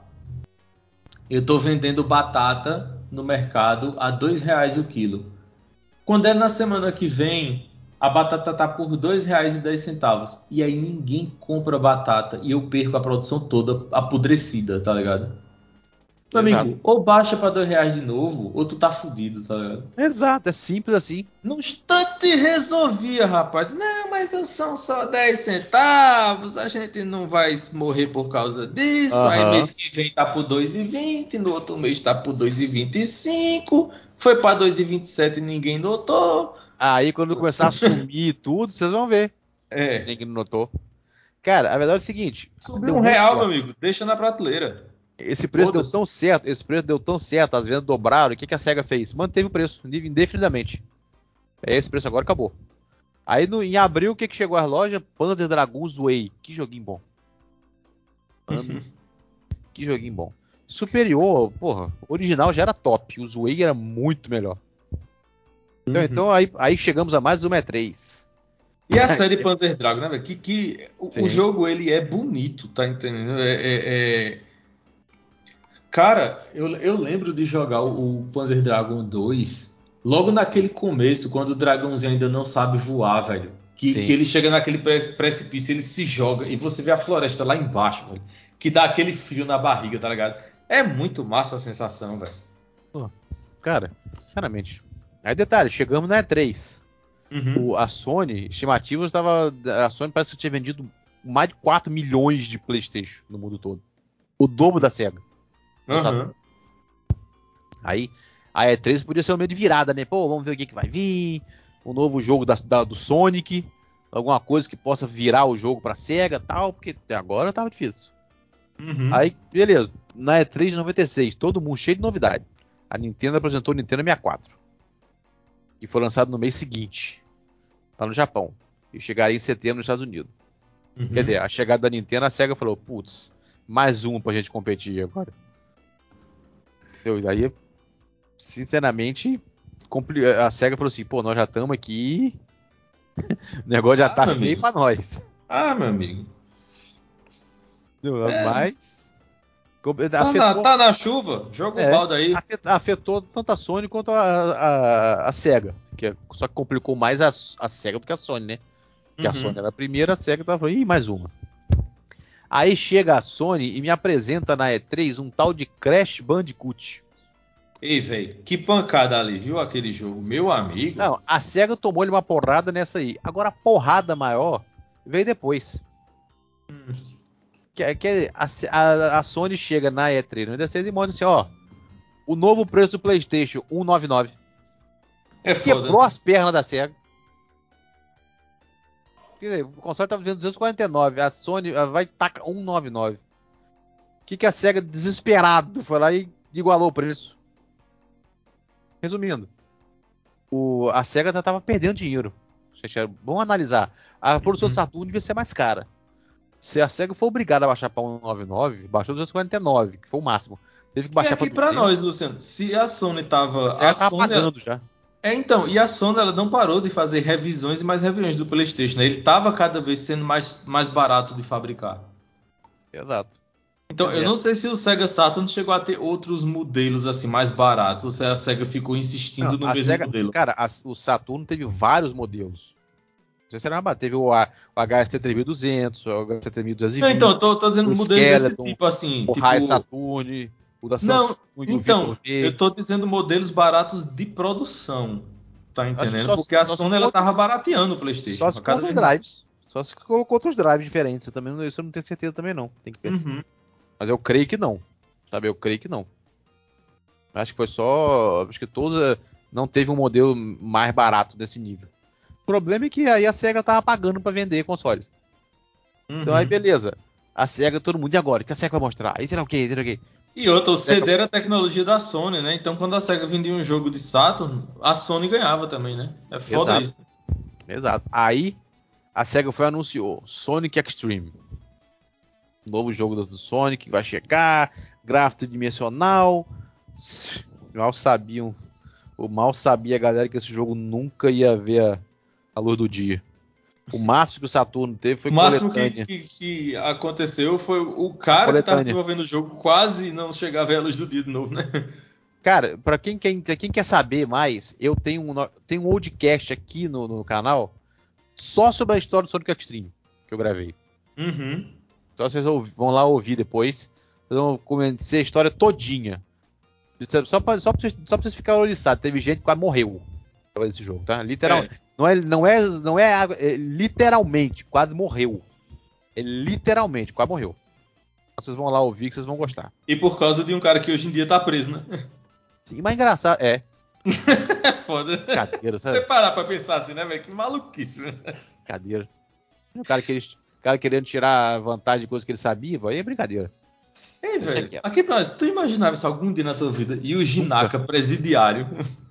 eu tô vendendo batata no mercado a dois reais o quilo. Quando é na semana que vem, a batata tá por dois reais e dez centavos. E aí ninguém compra batata e eu perco a produção toda apodrecida, tá ligado? Meu Exato. amigo, ou baixa pra dois reais de novo, ou tu tá fudido, tá ligado? Exato, é simples assim. No instante resolvia, rapaz. Não, mas são só dez centavos, a gente não vai morrer por causa disso. Aí Aham. mês que vem tá por dois e vinte, no outro mês tá por dois e vinte e cinco, foi pra dois e vinte e sete e ninguém notou. Aí quando começar a sumir tudo, vocês vão ver. É, Ninguém notou. Cara, a verdade é o seguinte, subiu deu um muito real, meu certo. amigo, deixa na prateleira. Esse preço deu Foda-se. tão certo, esse preço deu tão certo, as vendas dobraram, o que, que a SEGA fez? Manteve o preço, indefinidamente. É esse preço agora, acabou. Aí no, em abril, o que, que chegou às lojas? Panzer Dragoons Way. Que joguinho bom. Mano, que joguinho bom. Superior, porra, original já era top, o Way era muito melhor. Então, Uhum. então aí, aí chegamos a mais uma E três. E a série Panzer Dragoon, né, velho? Que, que o, o Sim, jogo ele é bonito, tá entendendo? É, é- é- Cara, eu, eu lembro de jogar o, o Panzer Dragoon dois logo naquele começo, quando o dragãozinho ainda não sabe voar, velho. Que, que sim. ele chega naquele pre- precipício, ele se joga e você vê a floresta lá embaixo, velho. Que dá aquele frio na barriga, tá ligado? É muito massa a sensação, velho. Pô, cara, sinceramente. Aí detalhe, chegamos na E três. Uhum. O, a Sony, estimativas estava. A Sony parece que tinha vendido mais de quatro milhões de PlayStation no mundo todo. O dobro da SEGA. No Aham. Saturn. Aí a E três podia ser um meio de virada, né? Pô, vamos ver o que, que vai vir. Um novo jogo da, da- do Sonic. Alguma coisa que possa virar o jogo pra SEGA e tal. Porque até agora tava difícil. Uhum. Aí, beleza. Na E três de noventa e seis, todo mundo cheio de novidade. A Nintendo apresentou o Nintendo sessenta e quatro. Que foi lançado no mês seguinte. Lá no Japão. E chegaria em setembro nos Estados Unidos. Quer Uhum. dizer, a chegada da Nintendo, a SEGA falou, putz, mais um pra gente competir agora. Entendeu? E daí, sinceramente, compli- a SEGA falou assim, pô, nós já estamos aqui, o negócio já Ah, tá meu feio amigo. pra nós. Ah, meu amigo. Entendeu? É, Mas com- tá na, afetou, tá na chuva, joga o é, balde aí. afetou, afetou tanto a Sony quanto a, a, a SEGA. Que é- só que complicou mais a, a SEGA do que a Sony, né? Que a Sony Uhum. era a primeira, a SEGA tava falando, ih, mais uma. Aí chega a Sony e me apresenta na E três um tal de Crash Bandicoot. Ei, velho, que pancada ali, viu aquele jogo? Meu amigo. Não, a SEGA tomou-lhe uma porrada nessa aí. Agora a porrada maior veio depois. Hum. Que, que a, a, a Sony chega na E três noventa e seis e mostra assim, ó. O novo preço do PlayStation, cento e noventa e nove. É foda, Quebrou né? as pernas da SEGA. Quer dizer, o console estava vendendo duzentos e quarenta e nove. A Sony vai tacar cento e noventa e nove. O que, que a SEGA, desesperado, foi lá e igualou o preço. Resumindo, o, a SEGA já estava perdendo dinheiro. Vamos analisar. A produção do Uhum. Saturn devia ser mais cara. Se a SEGA for obrigada a baixar para cento e noventa e nove, baixou duzentos e quarenta e nove, que foi o máximo. Teve que E baixar para aqui pra duzentos. nós, Luciano, se a Sony A tava. A SEGA tava Sony. pagando já. É, então, e a Sony ela não parou de fazer revisões e mais revisões do PlayStation, né? Ele tava cada vez sendo mais, mais barato de fabricar. Exato. Então, Pois eu é. não sei se o Sega Saturn chegou a ter outros modelos assim mais baratos, ou se a Sega ficou Não, insistindo no a mesmo SEGA, modelo. cara, a- o Saturno teve vários modelos. Não sei se era mais barato. Teve o, A- o H S T três mil e duzentos, o H S T três mil duzentos e Não, então, vinte, eu tô, tô dizendo o modelos desse Skeleton, tipo assim, o High tipo. Saturn, o da Não, Samsung, o Victor então, eu V. tô dizendo modelos baratos de produção. Tá Acho que entendendo? só, Porque a só se Sony com ela outros, tava barateando o só PlayStation, se a com cada outros vez mais. drives. Só se colocou outros drives diferentes. Eu também não, isso eu não tenho certeza também não. Tem que ver. Uhum. Mas eu creio que não. Sabe, eu creio que não. Acho que foi só... Acho que todos... Não teve um modelo mais barato desse nível. O problema é que aí a SEGA tava pagando pra vender console. Uhum. Então aí beleza. A SEGA, todo mundo, e agora? O que a SEGA vai mostrar? Aí será o quê? Será o quê? E outra, o SEGA... C D era a tecnologia da Sony, né? Então quando a SEGA vendia um jogo de Saturn, a Sony ganhava também, né? É foda Exato. isso. Exato. Aí a SEGA foi e anunciou Sonic Extreme. Novo jogo do Sonic que vai chegar, gráfico tridimensional. Mal sabiam, o mal sabia a galera que esse jogo nunca ia ver a, a luz do dia. O máximo que o Saturno teve foi O máximo que, coletânea. que, que aconteceu foi o cara que estava Coletânea. desenvolvendo o jogo quase não chegar a ver a luz do dia de novo, né? Cara, pra quem quer, quem quer saber mais, eu tenho um, tenho um oldcast aqui no, no canal só sobre a história do Sonic Extreme que eu gravei. Uhum. Então vocês vão lá ouvir depois. Vocês vão conhecer a história todinha. Só pra, só pra, vocês, só pra vocês ficarem oriçados. Teve gente que quase morreu pra fazer esse jogo, tá? Literal, É. não é, não é, não é, água, é literalmente quase morreu. É literalmente quase morreu. Então vocês vão lá ouvir que vocês vão gostar. E por causa de um cara que hoje em dia tá preso, né? Sim, mas engraçado, é. É foda. Cadeira, Você sabe? parar pra pensar assim, né, velho? Que maluquice, velho. Cadeira. O cara, que eles, o cara querendo tirar vantagem de coisas que ele sabia, pô, aí é brincadeira. Ei, Deixa velho, quieto. aqui pra nós, tu imaginava isso algum dia na tua vida? E o Jinaka presidiário?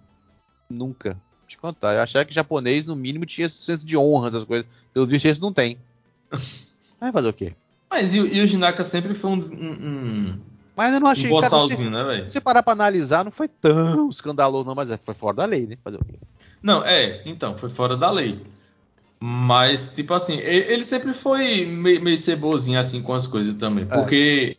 Nunca. Vou te contar. Eu achava que japonês, no mínimo, tinha esse senso de honra, essas coisas. Pelo visto, esse não tem. Vai fazer o quê? Mas e, o- e o Jinaka sempre foi um, um, um, Mas eu não um achei, cara, se bossalzinho, né, velho? você parar pra analisar, não foi tão escandaloso, não, mas é, foi fora da lei, né? Fazer o quê? Não, é, então, foi fora da lei. Mas, tipo assim, e- ele sempre foi meio, meio cebozinho assim com as coisas também. É, Porque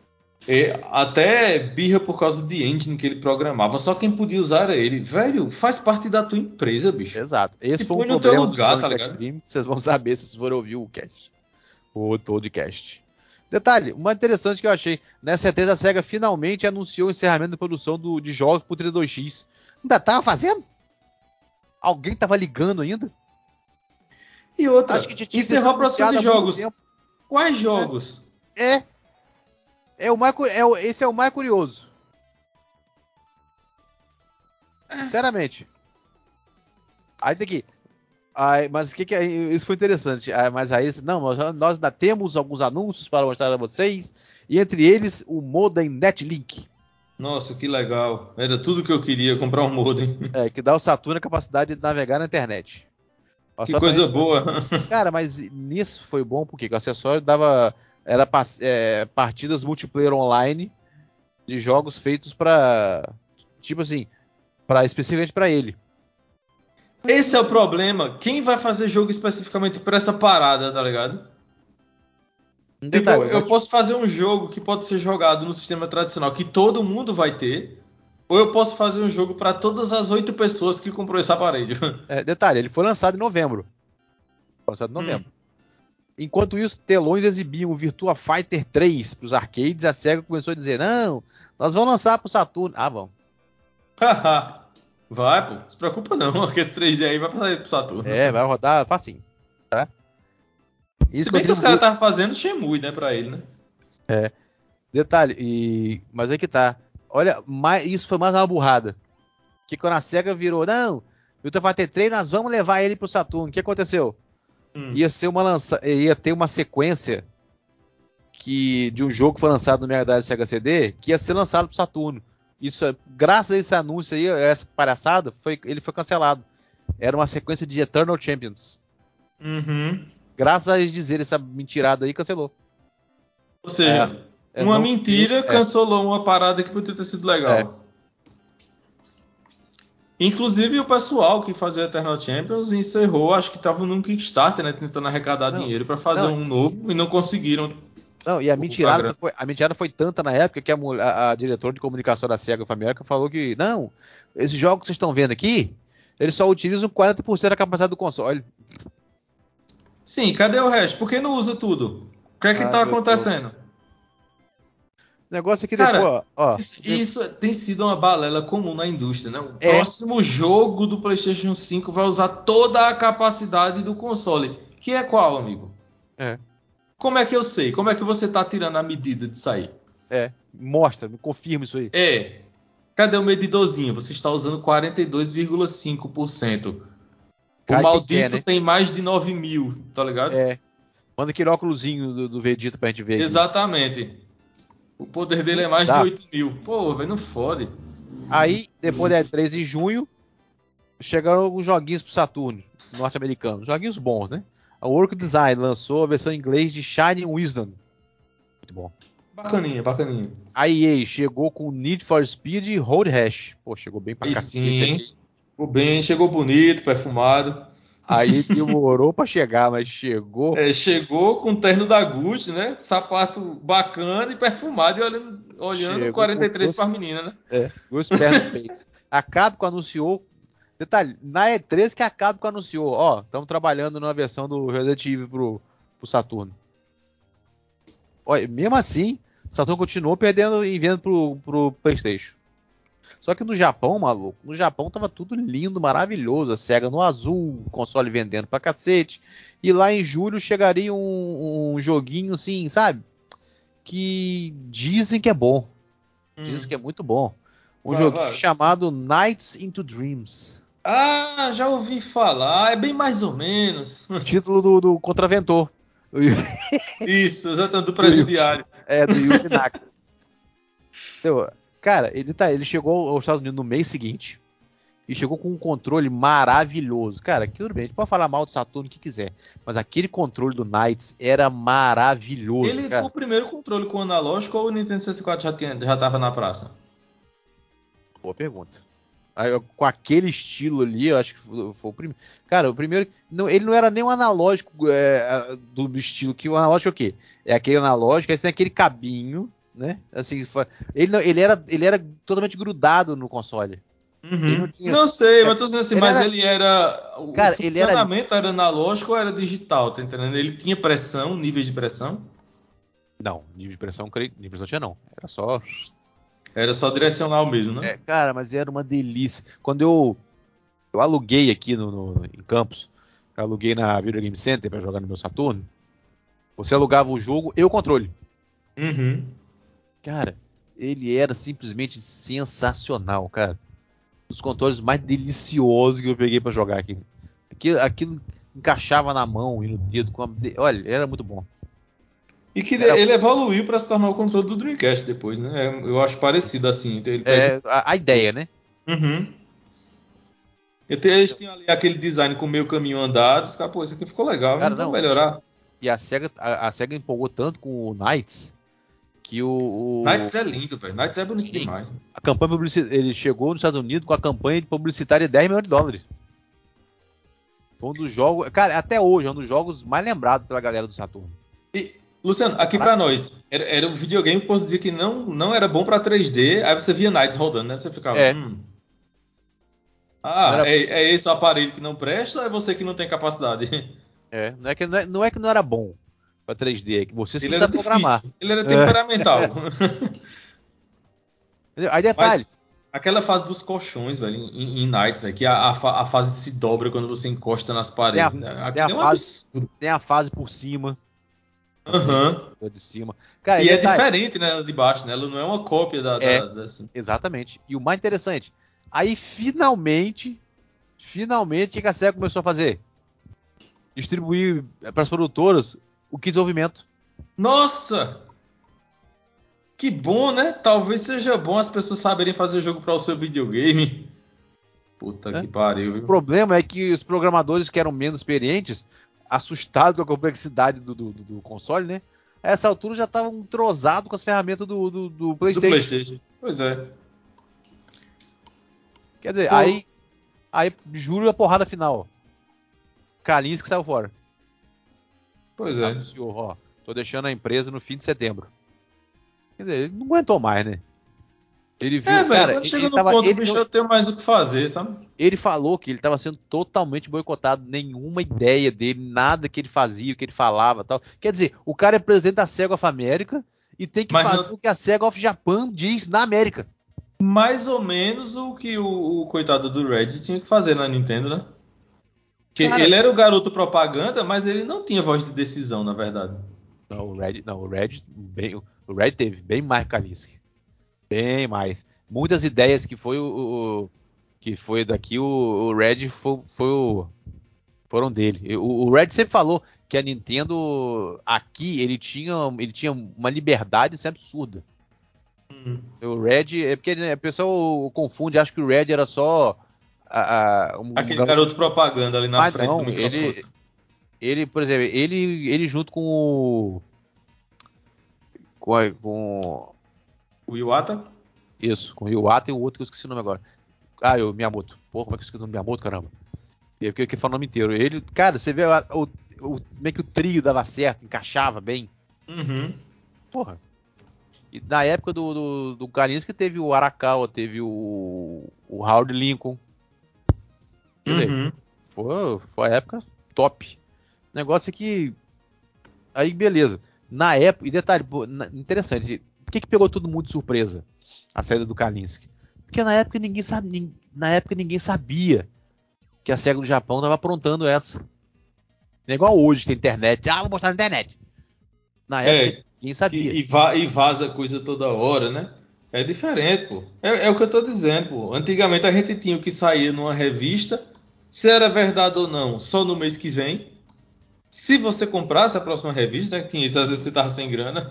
é, até birra por causa de engine que ele programava. Só quem podia usar era ele. Velho, faz parte da tua empresa, bicho. exato. Se Esse foi um põe no teu problema do lugar, tá Sonic ligado? Extreme, que vocês vão saber se vocês forem ouvir o cast. O podcast. Detalhe, uma interessante que eu achei. Nessa E três a SEGA finalmente anunciou o encerramento da produção do, de jogos pro trinta e dois X. Ainda tava fazendo? Alguém tava ligando ainda? E outra, Acho que tinha tinha que ter sido encerrou a produção anunciado de há muito jogos. tempo. Quais jogos? É, é o mais, cu- é o, esse é o mais curioso. Sinceramente. Aí tem que. Aí, mas o que, que é. Isso foi interessante. Aí, mas aí eles. Não, nós, nós ainda temos alguns anúncios para mostrar a vocês. E entre eles, o Modem Netlink. Nossa, que legal. Era tudo que eu queria, comprar um modem. É, que dá ao Saturno a capacidade de navegar na internet. Ó, Que só pra coisa gente- boa. Cara, mas nisso foi bom porque o acessório dava. Era pas- é, partidas multiplayer online de jogos feitos pra. Tipo assim, pra, especificamente pra ele. Esse é o problema. Quem vai fazer jogo especificamente pra essa parada, tá ligado? Um Tipo, detalhe, eu Net- posso fazer um jogo que pode ser jogado no sistema tradicional, que todo mundo vai ter, ou eu posso fazer um jogo pra todas as oito pessoas que comprou esse aparelho. é, detalhe, ele foi lançado em novembro. Foi lançado em novembro. Hum. Enquanto isso, telões exibiam o Virtua Fighter três para os arcades, a SEGA começou a dizer: não, nós vamos lançar para o Saturno. Ah, vamos. Haha. Vai, pô. Não se preocupa não, que esse três D aí vai passar pro Saturno. É, vai rodar facinho. Tá? Se Isso bem que os caras contribuiu. estavam fazendo Shenmue, né, pra ele, né? Detalhe, e... mas aí que tá. Olha, mais... isso foi mais uma burrada. Que quando a SEGA virou: não, Virtua Fighter três, nós vamos levar ele para o Saturno. O que aconteceu? Hum. Ia ser uma lança... ia ter uma sequência que de um jogo que foi lançado no Mega Drive Sega C D que ia ser lançado pro Saturno. Isso, graças a esse anúncio aí, essa palhaçada, foi, ele foi cancelado. Era uma sequência de Eternal Champions. Uhum. Graças a eles dizerem essa mentirada aí, cancelou. Ou seja, É, uma não- mentira é. cancelou uma parada que podia ter sido legal. Inclusive o pessoal que fazia Eternal Champions encerrou, acho que tava num Kickstarter, né, tentando arrecadar Não, dinheiro pra fazer não. um novo e não conseguiram. Não, e a O- mentirada a foi, a mentirada foi tanta na época que a, mul- a, a diretora de comunicação da SEGA of America falou que, não, esses jogos que vocês estão vendo aqui, eles só utilizam quarenta por cento da capacidade do console. Sim, cadê o resto? Por que não usa tudo? O que é que Ai, tá meu Deus. acontecendo? O negócio é que Cara, depois, ó, ó, Isso, isso tem sido uma balela comum na indústria, né? O É. próximo jogo do PlayStation cinco vai usar toda a capacidade do console. Que é qual, amigo? é. Como é que eu sei? Como é que você tá tirando a medida de sair? É, mostra, me confirma isso aí. É. Cadê o medidorzinho? Você está usando quarenta e dois vírgula cinco por cento. O Cai quem maldito quer, né? tem mais de nove mil, tá ligado? É. Manda aquele óculosinho do, do Vegeta pra gente ver aqui. Exatamente. O poder dele é mais de Bizarro. oito mil. Pô, velho, não fode. Aí, depois da E três em junho, chegaram alguns joguinhos pro Saturno, norte-americanos. Joguinhos bons, né? A Work Design lançou a versão em inglês de Shining Wisdom. Muito bom. Bacaninha, bacaninha. A E A chegou com Need for Speed e Road Rash. Pô, chegou bem pra Aí cacete sim. aqui. Ficou bem, chegou bonito, perfumado. Aí demorou pra chegar, mas chegou. É, chegou com o terno da Gucci, né? Sapato bacana e perfumado e olhando, olhando Chegou quarenta com e três dois, para as meninas, né? é, dois pés no peito. A Capcom anunciou. Detalhe, na E três que a Capcom anunciou, ó, estamos trabalhando numa versão do Resident Evil pro, pro Saturno. Olha, mesmo assim, o Saturno continuou perdendo e vendo pro, pro PlayStation. Só que no Japão, maluco, no Japão tava tudo lindo, maravilhoso. A SEGA no azul, o console vendendo pra cacete. E lá em julho chegaria um, um joguinho assim, sabe? Que dizem que é bom. Dizem Hum, que é muito bom. Um vai, joguinho vai. chamado Nights into Dreams. Ah, já ouvi falar. É bem mais ou menos. Título do, do Contraventor. Do, Isso, exatamente, do do Yuji. presidiário. É, do Yuji Naka. Entendeu? Cara, ele, tá, ele chegou aos Estados Unidos no mês seguinte. E chegou com um controle maravilhoso. Cara, que tudo bem, a gente pode falar mal do Saturno o que quiser. Mas aquele controle do Knights era maravilhoso, Ele foi cara. o primeiro controle com analógico ou o Nintendo sessenta e quatro já, tinha, já tava na praça? Boa pergunta. Aí, eu- com aquele estilo ali, eu acho que foi, foi o primeiro. Cara, o primeiro. Não, ele não era nem um analógico é, do estilo que o analógico é o quê? É aquele analógico, aí você tem aquele cabinho, né? Assim, fa- ele, não- ele, era, ele era totalmente grudado no console. Ele não Uhum. tinha. Não sei, é, mas tô dizendo assim, Ele mas era. ele era. O o Cara, ele era. funcionamento era analógico ou era digital, tá entendendo? Ele tinha pressão, níveis de pressão. Não, nível de pressão, creio- nível de pressão tinha não. Era só. Era só direcional mesmo, né? É, cara, mas era uma delícia. Quando eu, eu aluguei aqui no, no- em Campos, eu aluguei na Video Game Center pra jogar no meu Saturno, você alugava o jogo e o controle. Uhum. Cara, ele era simplesmente sensacional, cara. Um dos controles mais deliciosos que eu peguei pra jogar aqui. Aquilo, aquilo encaixava na mão e no dedo. Com a de- Olha, era muito bom. E que Era, ele evoluiu para se tornar o controle do Dreamcast depois, né? É, eu acho parecido assim. Então ele pega. é, a, a ideia, né? Uhum. Eu te- Eles tinham ali aquele design com meio caminho andado. Os caras, pô, isso aqui ficou legal, né? Cara, Vamos não. E, melhorar. e a SEGA, a, a SEGA empolgou tanto com o Knights que o, Knights é lindo, velho. Knights é bonito Sim. demais. A campanha publicitária, ele chegou nos Estados Unidos com a campanha publicitária de dez milhões de dólares. Foi um dos jogos, cara, até hoje, é um dos jogos mais lembrados pela galera do Saturno. E, Luciano, aqui pra nós, era, era um videogame que você dizia que não, não era bom pra três D, aí você via Knights rodando, né? Você ficava, É, hum. não Ah, era, é, é esse o aparelho que não presta ou é você que não tem capacidade? é, não, é que, não, é, não é que não era bom pra três D, é que vocês que não Ele era sabem programar. difícil, ele era É, temperamental. entendeu? Aí detalhe, Mas aquela fase dos colchões, velho, em, em Knights, velho, que a, a, fa- a fase se dobra quando você encosta nas tem a, paredes, né? tem a Aquilo é um fase, absurdo. tem a fase por cima também, Aham. de cima. Cara, e E é detalhe, diferente, né, ela de baixo, né? Ela não é uma cópia da, é, da, da assim. exatamente. E o mais interessante, aí finalmente, finalmente, o que a SEGA começou a fazer? Distribuir para as produtoras o que desenvolvimento. Nossa! Que bom, né? Talvez seja bom as pessoas saberem fazer jogo para o seu videogame. Puta Né? que pariu, O viu? problema é que os programadores que eram menos experientes, assustados com a complexidade do, do, do console, né? A essa altura já estavam entrosados com as ferramentas do, do, do Do PlayStation. PlayStation. Pois é. Quer dizer, Pô, aí, aí juro a porrada final. Kalinske saiu fora. pois é. Anunciou, ó, tô deixando a empresa no fim de setembro. Quer dizer, ele não aguentou mais, né? Ele É, viu, velho, cara, quando ele, chega ele no tava, ponto, o ele, bicho não, eu tenho mais o que fazer, sabe? ele falou que ele estava sendo totalmente boicotado, nenhuma ideia dele, nada que ele fazia, o que ele falava, tal. Quer dizer, o cara é presidente da SEGA of America e tem que Mas fazer não- o que a SEGA of Japan diz na América. mais ou menos o que o, o coitado do Red tinha que fazer na Nintendo, né? Que Cara, ele era o garoto propaganda, mas ele não tinha voz de decisão, na verdade. Não, o Red, não, o Red, bem, o Red teve bem mais Kalinske. Bem mais. Muitas ideias que foi o, o que foi daqui, o, o Red foi, foi o, foram dele. O, o Red sempre falou que a Nintendo aqui ele tinha, ele tinha uma liberdade sempre absurda. Hum. O Red é porque né, a pessoa confunde, acha que o Red era só a, a, um, Aquele um garoto propaganda ali na mas frente do não, microfone. ele, ele, por exemplo, ele, ele junto com o com, a, com O Iwata? isso, com o Iwata e o outro que eu esqueci o nome agora. Ah, o Miyamoto. Pô, como é que eu esqueci o nome do Miyamoto, caramba? Eu queria que falar o nome inteiro. Ele, cara, você vê o, o, o, como é que o trio dava certo, encaixava bem. Uhum. Porra. E na época do, do, do Kalinske teve o Arakawa, teve o, o Howard Lincoln. Quer dizer, Uhum. foi, foi a época top. O negócio é que. Aí, beleza. Na época, e detalhe, pô, na- interessante, por que, que pegou todo mundo de surpresa a saída do Kalinske? Porque na época ninguém sabia, na época ninguém sabia que a SEGA do Japão estava aprontando essa. Não é igual hoje que tem internet. Ah, vou mostrar na internet. Na época É, ninguém que, sabia. e, va, e vaza coisa toda hora, né? É diferente, pô. É, é o que eu tô dizendo, pô. Antigamente a gente tinha o que saía numa revista, se era verdade ou não, só no mês que vem. Se você comprasse a próxima revista, né? Que tinha isso, às vezes você tava sem grana.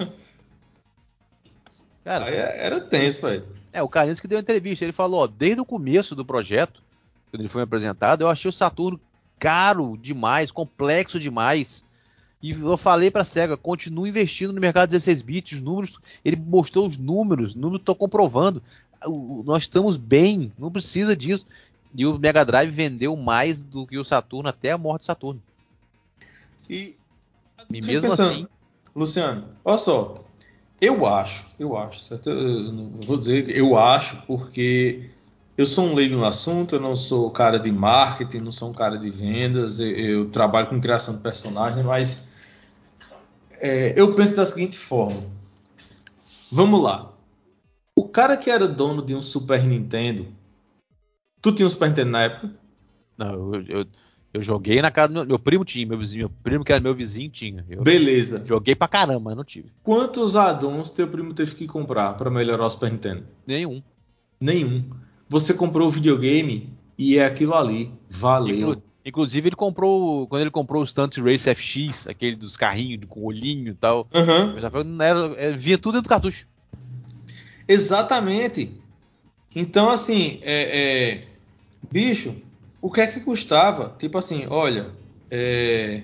Cara, Aí é- era tenso, velho. é, o Kalinske deu uma entrevista. Ele falou, ó, desde o começo do projeto, quando ele foi apresentado, eu achei o Saturno caro demais, complexo demais. E eu falei pra SEGA, continue investindo no mercado dezesseis bits, os números, ele mostrou os números, os números estão comprovando. O- Nós estamos bem, não precisa disso. E o Mega Drive vendeu mais do que o Saturno até a morte do Saturno. E E eu fico mesmo assim, pensando, Luciano, olha só, eu acho, eu acho, certo? Eu não vou dizer, eu acho, porque eu sou um leigo no assunto, eu não sou cara de marketing, não sou um cara de vendas, eu, eu trabalho com criação de personagem, mas é, eu penso da seguinte forma: vamos lá, o cara que era dono de um Super Nintendo, tu tinha um Super Nintendo na época? não, eu, eu, eu joguei na casa do meu, meu primo tinha, meu vizinho, meu primo que era meu vizinho tinha. Eu não Beleza. joguei pra caramba, mas não tive. Quantos addons teu primo teve que comprar para melhorar o Super Nintendo? Nenhum. Nenhum. Você comprou o videogame e é aquilo ali. Inclu- Valeu. inclusive, ele comprou. Quando ele comprou o Stunt Race F X, aquele dos carrinhos com olhinho e tal. Aham. Eu já falei, não era, é, vinha tudo dentro do cartucho. Exatamente. Então, assim, é, é, bicho, o que é que custava? Tipo assim, olha, é,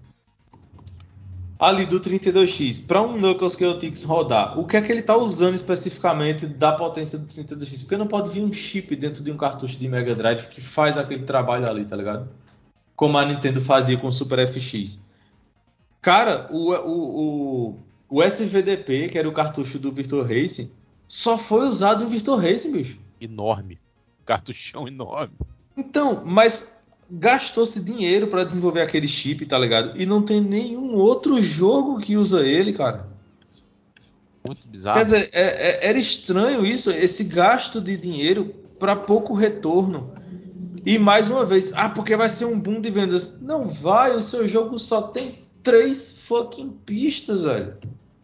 ali do trinta e dois x, para um Knuckles Chaotix rodar, o que é que ele está usando especificamente da potência do trinta e dois x? Porque não pode vir um chip dentro de um cartucho de Mega Drive que faz aquele trabalho ali, tá ligado? Como a Nintendo fazia com o Super F X. Cara, o, o, o, o S V D P, que era o cartucho do Virtua Racing, só foi usado no Virtua Racing, bicho. Enorme. Cartuchão enorme. Então, mas gastou-se dinheiro para desenvolver aquele chip, tá ligado? E não tem nenhum outro jogo que usa ele, cara. Muito Quer bizarro. dizer, é- é- era estranho isso, esse gasto de dinheiro para pouco retorno. E mais uma vez, ah, porque vai ser um boom de vendas. Não vai, o seu jogo só tem três fucking pistas, velho.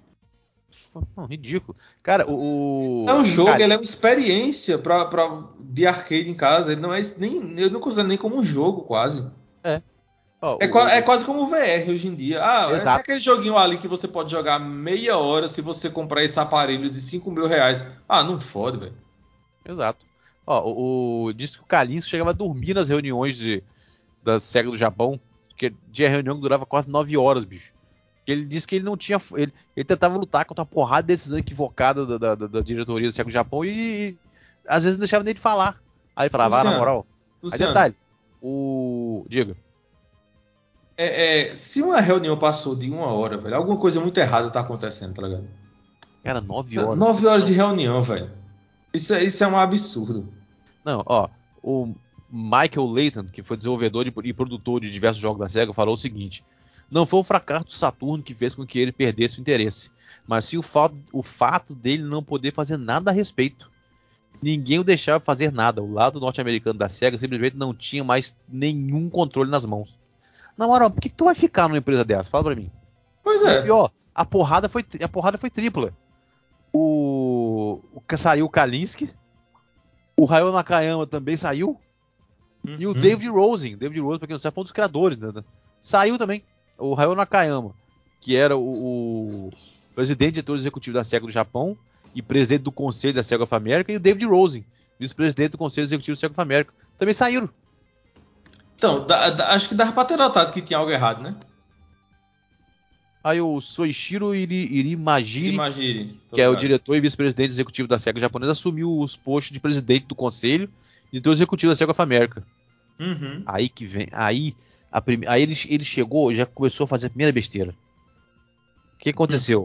Não, ridículo. Cara, É o. um o jogo, Cal- ele é uma experiência pra, pra, de arcade em casa. Ele não é nem, eu não considero nem como um jogo, quase. É. Ó, É, qua- o, é o- quase como o V R hoje em dia. Ah, é, tem Exato. aquele joguinho ali que você pode jogar meia hora se você comprar esse aparelho de cinco mil reais. Ah, não fode, velho. Exato. Ó, o, o- disse que o Kalinske chegava a dormir nas reuniões de, da SEGA do Japão. Que tinha reunião que durava quase nove horas, bicho. Ele disse que ele não tinha. Ele, ele tentava lutar contra uma porrada de decisão equivocada da, da, da diretoria do SEGA do Japão e, e às vezes não deixava nem de falar. Aí ele falava, ah, na Luciano, moral. Aí Luciano, detalhe, o. Diga. é, é, se uma reunião passou de uma hora, velho, alguma coisa muito errada tá acontecendo, tá ligado? Cara, nove horas. Nove horas de Não, reunião, velho. Isso, é- isso é um absurdo. não, ó. O Michael Layton, que foi desenvolvedor e e produtor de diversos jogos da SEGA, falou o seguinte: não foi o fracasso do Saturno que fez com que ele perdesse o interesse, mas sim o fato, o fato dele não poder fazer nada a respeito. Ninguém o deixava fazer nada. O lado norte-americano da SEGA simplesmente não tinha mais nenhum controle nas mãos. Na moral, por que, que tu vai ficar numa empresa dessa? Fala pra mim. Pois E o é. pior, a porrada foi, a porrada foi tripla. O, o saiu o Kalinske, o Ryo Nakayama também saiu, uhum. E o David Rosen, David Rosen, pra quem não sabe, foi um dos criadores, né? Saiu também. O Ryo Nakayama, que era o, o presidente diretor executivo da SEGA do Japão e presidente do conselho da SEGA of America, e o David Rosen, vice-presidente do conselho executivo da SEGA of America, também saíram. Então, da, da, acho que dava pra ter notado que tinha algo errado, né? Aí o Soichiro Iri, Irimajiri, Irimajiri que é o diretor e vice-presidente executivo da SEGA japonesa, assumiu os postos de presidente do conselho e diretor executivo da SEGA of America. Uhum. Aí que vem, aí, a prime, aí ele, ele chegou, já começou a fazer a primeira besteira. O que aconteceu?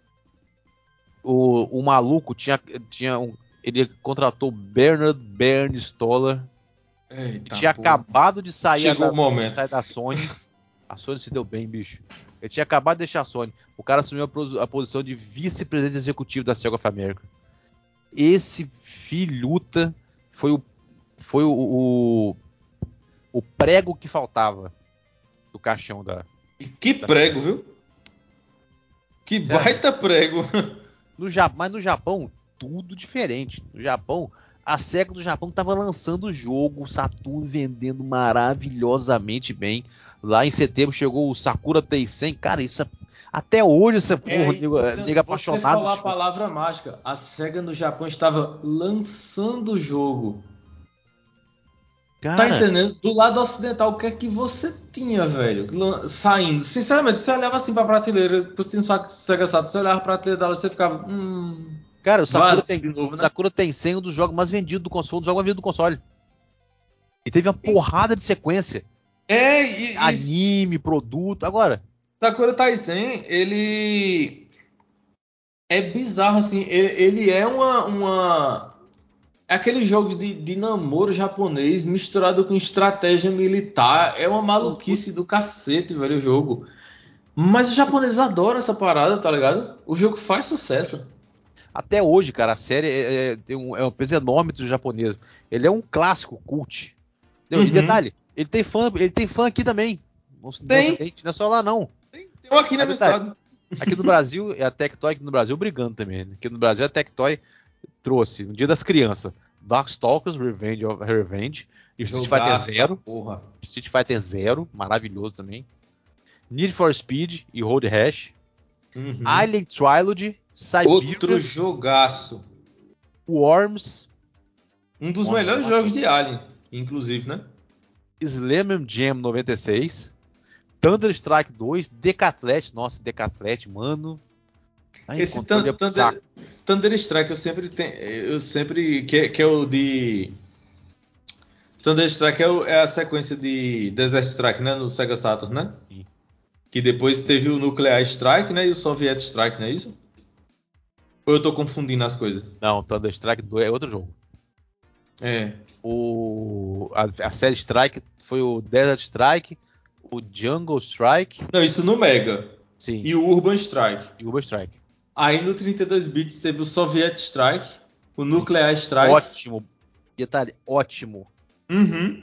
Uhum. O, o maluco tinha, tinha um, ele contratou Bernard Bernstoller, que tinha porra. acabado de sair, Chegou da, o momento. sair da Sony. A Sony se deu bem, bicho. Ele tinha acabado de deixar a Sony. O cara assumiu a, a posição de vice-presidente executivo da SEGA of America. Esse filhuta foi o foi o, o, o prego que faltava do caixão da... E que da prego, viu? Que Sério? Baita prego. No Japão, mas no Japão, tudo diferente. No Japão, a SEGA do Japão estava lançando o jogo, o Saturn vendendo maravilhosamente bem. Lá em setembro chegou o Sakura Teisen. Cara, isso é... até hoje essa porra, é, nego, você, nego apaixonado. Você falou a palavra mágica. A SEGA no Japão estava lançando o jogo. Cara, tá entendendo? Do lado ocidental, o que é que você tinha, velho? Saindo. Sinceramente, você olhava assim pra prateleira, você tinha um SEGA Saturn, você olhava pra prateleira dela e você ficava... Hum, cara, o Sakura tem, novo, né? Sakura Teisen, um dos jogos mais vendidos do console, um dos jogos mais vendidos do console. E teve uma porrada de sequência. É, e, anime, e... produto. Agora, Sakura Taisen, ele é bizarro assim, ele, ele é uma, uma é aquele jogo de, de namoro japonês misturado com estratégia militar. É uma maluquice do cacete, velho, o jogo. Mas os japoneses adoram essa parada, tá ligado? O jogo faz sucesso. Até hoje, cara, a série é, é, tem um, é um peso enorme dos japoneses. Ele é um clássico cult. Uhum. E detalhe, ele tem fã, ele tem fã aqui também. No, tem. No Ocidente, não é só lá não. Tem, tem um aqui na minha estado. Aqui no Brasil, é a Tectoy aqui no Brasil brigando também. Aqui no Brasil a Tectoy trouxe, no Dia das Crianças, Darkstalkers, Revenge of Revenge, e Street Fighter Zero. Porra. Street Fighter Zero, maravilhoso também. Need for Speed e Road Rash. Uhum. Alien Trilogy, Siberia, outro jogaço. Worms. Um dos Worms, melhores jogos de Alien, inclusive, né? Slam Jam noventa e seis. Thunder Strike dois, Decathlete, nossa, Decathlete, mano. Ai, esse Thunder, Thunder, Thunder Strike eu sempre tenho, eu sempre que, que é o de Thunder Strike é, o, é a sequência de Desert Strike, né, no Sega Saturn, né? Sim. Que depois teve o Nuclear Strike, né, e o Soviet Strike, não é isso? Ou eu tô confundindo as coisas? Não, Thunder Strike dois é outro jogo. É. O a, a série Strike foi o Desert Strike, o Jungle Strike. Não, isso no Mega. Sim. E o Urban Strike. E o Urban Strike. Aí no trinta e dois bits teve o Soviet Strike, o Nuclear Sim. Strike. Ótimo. Detalhe, ótimo. Uhum.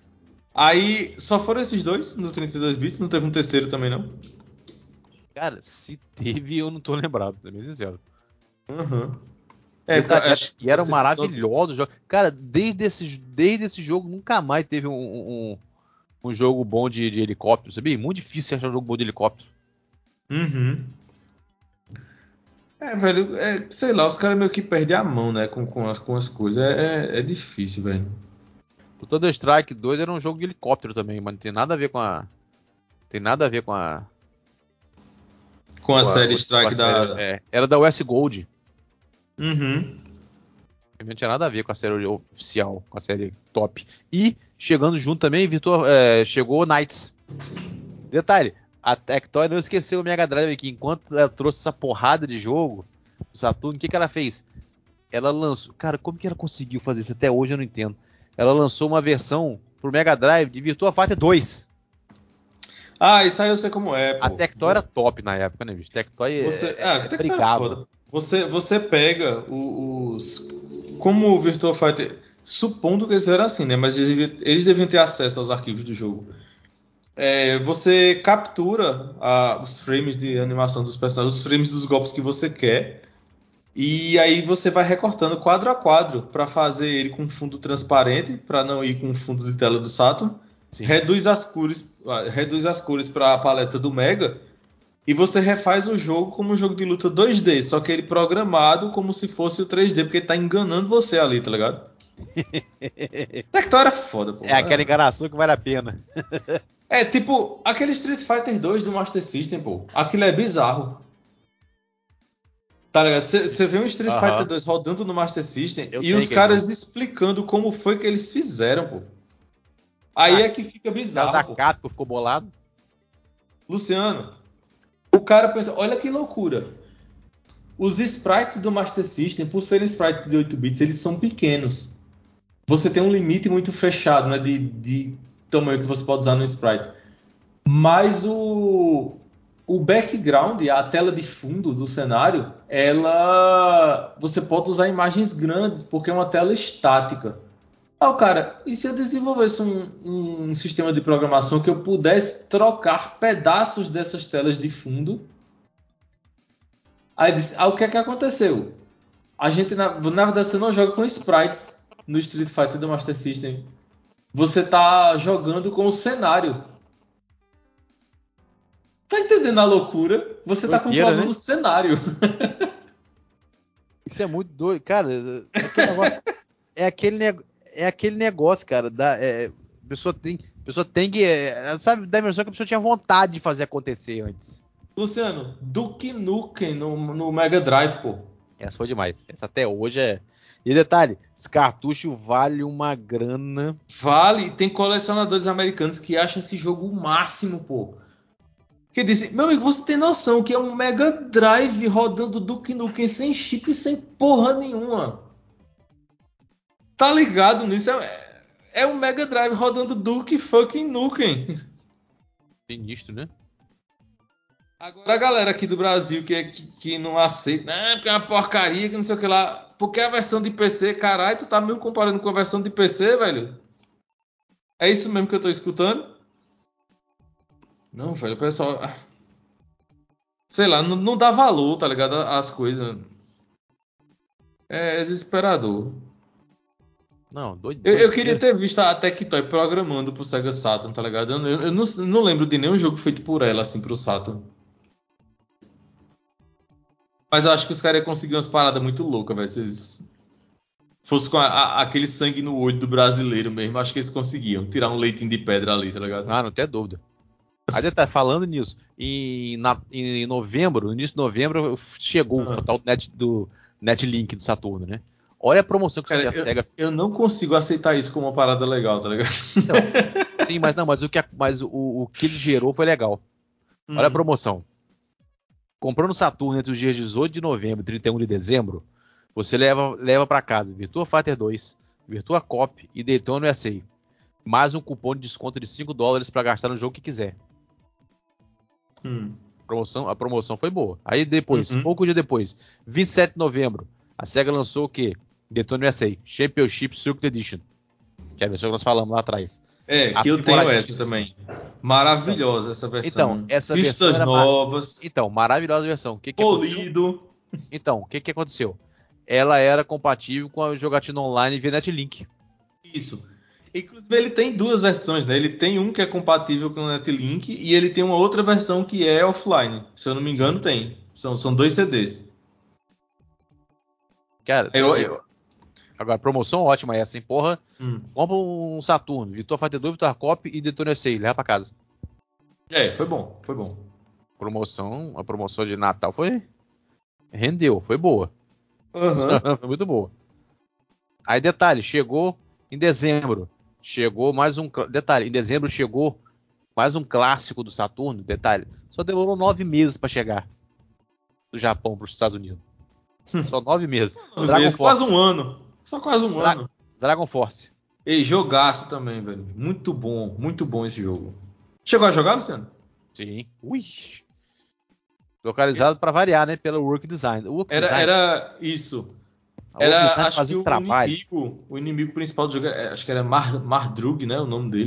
Aí só foram esses dois no trinta e dois bits, não teve um terceiro também não? Cara, se teve eu não tô lembrado, tô bem sincero. Uhum. É, Detalhe, acho e eram maravilhosos jogos. Cara, desde esse, desde esse jogo nunca mais teve um, um, um jogo bom de, de helicóptero, sabia? Muito difícil achar um jogo bom de helicóptero. Uhum. É, velho, é, sei lá, os caras meio que perdem a mão, né, com, com, as, com as coisas. É, é, é difícil, velho. O Thunder Strike dois era um jogo de helicóptero também, mas não tem nada a ver com a... Tem nada a ver com a... Com a, a série Strike a série, da... É, era da West Gold. Uhum. Não tinha nada a ver com a série oficial, com a série top. E, chegando junto também, Virtua, é, chegou o Knights. Detalhe, a Tectoy não esqueceu o Mega Drive aqui. Enquanto ela trouxe essa porrada de jogo, o Saturn, o que, que ela fez? Ela lançou... Cara, como que ela conseguiu fazer isso? Até hoje eu não entendo. Ela lançou uma versão pro Mega Drive de Virtua Fighter dois. Ah, isso aí eu sei como é, pô. A Tectoy era top na época, né, bicho? Tectoy você, é, ah, é, brigava. Você, você pega os... Como o Virtua Fighter... Supondo que eles eram assim, né? Mas eles deviam, eles deviam ter acesso aos arquivos do jogo. é, você captura a- os frames de animação dos personagens, os frames dos golpes que você quer, e aí você vai recortando quadro a quadro para fazer ele com fundo transparente, para não ir com fundo de tela do Saturn. Sim. Reduz as cores, ah, reduz as cores para a paleta do Mega. E você refaz o jogo como um jogo de luta dois D, só que ele programado como se fosse o três D, porque ele tá enganando você ali, tá ligado? Tectoy era foda, pô. É aquela enganação que vale a pena. É tipo aquele Street Fighter dois do Master System, pô. Aquilo é bizarro. Tá ligado? Você vê um Street Aham. Fighter dois rodando no Master System Eu e tenho os aquele caras jogo. explicando como foi que eles fizeram, pô. Aí Ah, é que fica O cara da bizarro, pô. Capcom ficou bolado. Luciano, o cara pensa, olha que loucura. Os sprites do Master System, por serem sprites de oito bits, eles são pequenos. Você tem um limite muito fechado, né, de, de tamanho que você pode usar no sprite. Mas o, o background, a tela de fundo do cenário, ela você pode usar imagens grandes, porque é uma tela estática. Ah, cara, e se eu desenvolvesse um, um sistema de programação que eu pudesse trocar pedaços dessas telas de fundo? Aí, disse, ah, o que é que aconteceu? A gente, na, na verdade, você não joga com sprites no Street Fighter do Master System. Você tá jogando com o cenário. Tá entendendo a loucura? Você tá Doideira, controlando né? o cenário. Isso é muito doido. Cara, é aquele negócio, é aquele, neg- é aquele negócio, cara. Da, é, a pessoa tem, a pessoa tem que. É, sabe, da versão que a pessoa tinha vontade de fazer acontecer antes. Luciano, Duke Nukem no, no Mega Drive, pô. Essa foi demais. Essa até hoje é. E detalhe, esse cartucho vale uma grana. Vale, tem colecionadores americanos que acham esse jogo o máximo, pô. Que dizem, meu amigo, você tem noção que é um Mega Drive rodando Duke Nukem sem chip e sem porra nenhuma. Tá ligado nisso? É, é um Mega Drive rodando Duke fucking Nukem. Sinistro, né? Agora a galera aqui do Brasil que, é- que, que não aceita, ah, porque é uma porcaria, que não sei o que lá. Porque a versão de P C, caralho, tu tá me comparando com a versão de P C, velho? É isso mesmo que eu tô escutando? Não, velho, o pessoal. ah, Sei lá, não, não dá valor, tá ligado? Às coisas. É desesperador. Não, doido, Eu, eu queria doideira. ter visto a Tectoy programando pro Sega Saturn, tá ligado? Eu, eu- eu não, não lembro de nenhum jogo feito por ela, assim, pro Saturn. Mas eu acho que os caras iam conseguir umas paradas muito loucas, velho. Se eles fosse com a- a- aquele sangue no olho do brasileiro mesmo, acho que eles conseguiam tirar um leitinho de pedra ali, tá ligado? Ah, não tem dúvida. Aí detalhe, falando nisso, em, na- em novembro, no início de novembro, chegou Ah. o tal net do Netlink do Saturno, né? Olha a promoção que Cara, a eu, SEGA. eu não consigo aceitar isso como uma parada legal, tá ligado? Então, sim, mas não, mas o que, a- mas o, o que ele gerou foi legal. Olha a Hum, promoção. Comprou no Saturno entre os dias dezoito de novembro e trinta e um de dezembro, você leva, leva para casa Virtua Fighter dois, Virtua Cop e Daytona U S A. Mais um cupom de desconto de cinco dólares para gastar no jogo que quiser. hum, Promoção, a promoção foi boa. Aí depois, uhum. pouco dia depois, vinte e sete de novembro, a SEGA lançou o quê? Daytona U S A Championship Circuit Edition, que é a versão que nós falamos lá atrás. É, que eu tenho essa Aprimoradíssima. também. Então, Maravilhosa essa então, versão. essa versão Pistas era mar... novas, então, maravilhosa versão. O que, que aconteceu? polido. Então, o que, que aconteceu? Ela era compatível com a jogatina online via Netlink. Isso. Inclusive, ele tem duas versões, né? Ele tem um que é compatível com o Netlink e ele tem uma outra versão que é offline. Se eu não me engano, Sim. tem. São, são dois C Ds. Cara, Eu, e- eu- agora, promoção ótima essa, hein? Porra, hum. compra um Saturno, Virtua Fighter dois, Virtua Cop e Daytona U S A, leva pra casa. É, foi bom, foi bom. Promoção, a promoção de Natal foi. Rendeu, foi boa. Aham. Foi muito boa. Aí, detalhe, chegou em dezembro. Chegou mais um. cl- Detalhe, em dezembro chegou mais um clássico do Saturno. Detalhe, só demorou nove meses pra chegar do Japão pros Estados Unidos. Só nove meses. Nove Dragon meses, quase um Force. ano. Só quase um Dra- ano. Dragon Force. E jogaço também, velho. Muito bom, muito bom esse jogo. Chegou a jogar, Luciano? Sim. Ui. Localizado pra variar, né? Pelo Work Design. O Work Era, Design. era isso. O Work Era, Design acho que fazia um o trabalho. inimigo, o inimigo principal do jogo, é, acho que era Mar, Mardrug, né? O nome dele.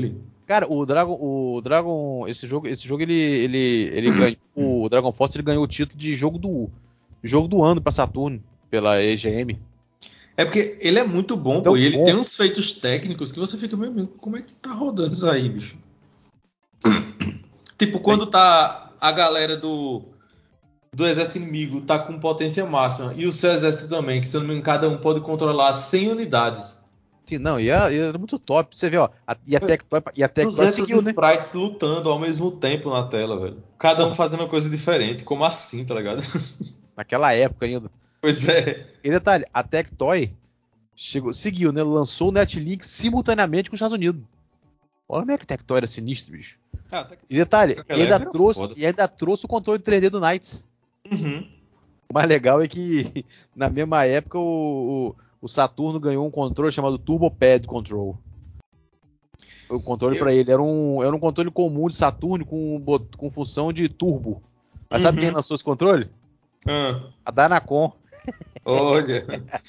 Cara, o Dragon, o Dragon, esse jogo, esse jogo ele, ele, ele ganhou, o Dragon Force ele ganhou o título de jogo do, jogo do ano pra Saturno pela E G M. É porque ele é muito bom, Tão pô. E ele bom. tem uns feitos técnicos que você fica, meu amigo, como é que tá rodando isso aí, bicho? Tipo, quando tá a galera do, do exército inimigo tá com potência máxima e o seu exército também, que se eu não me engano, cada um pode controlar cem unidades. Sim, não, e era, e era muito top. Você vê, ó, a, e a Tectoy, e a Tectoy duzentos seguiu, né? sprites lutando ao mesmo tempo na tela, velho. Cada um Porra, fazendo uma coisa diferente. Como assim, tá ligado? naquela época ainda. Pois é. E detalhe, a Tectoy chegou, seguiu, né? Lançou o Netlink simultaneamente com os Estados Unidos. Olha como é que a Tectoy era sinistro, bicho. Ah, até que E detalhe, e naquela ainda, época era trouxe, foda. e ainda trouxe o controle três D do Knights. Uhum. O mais legal é que na mesma época o, o, o Saturno ganhou um controle chamado Turbo Pad Control. O controle Eu... para ele era um, era um controle comum de Saturno com, bot- com função de turbo. Mas sabe quem Uhum. lançou esse controle? Ah, A Dynacon. olha.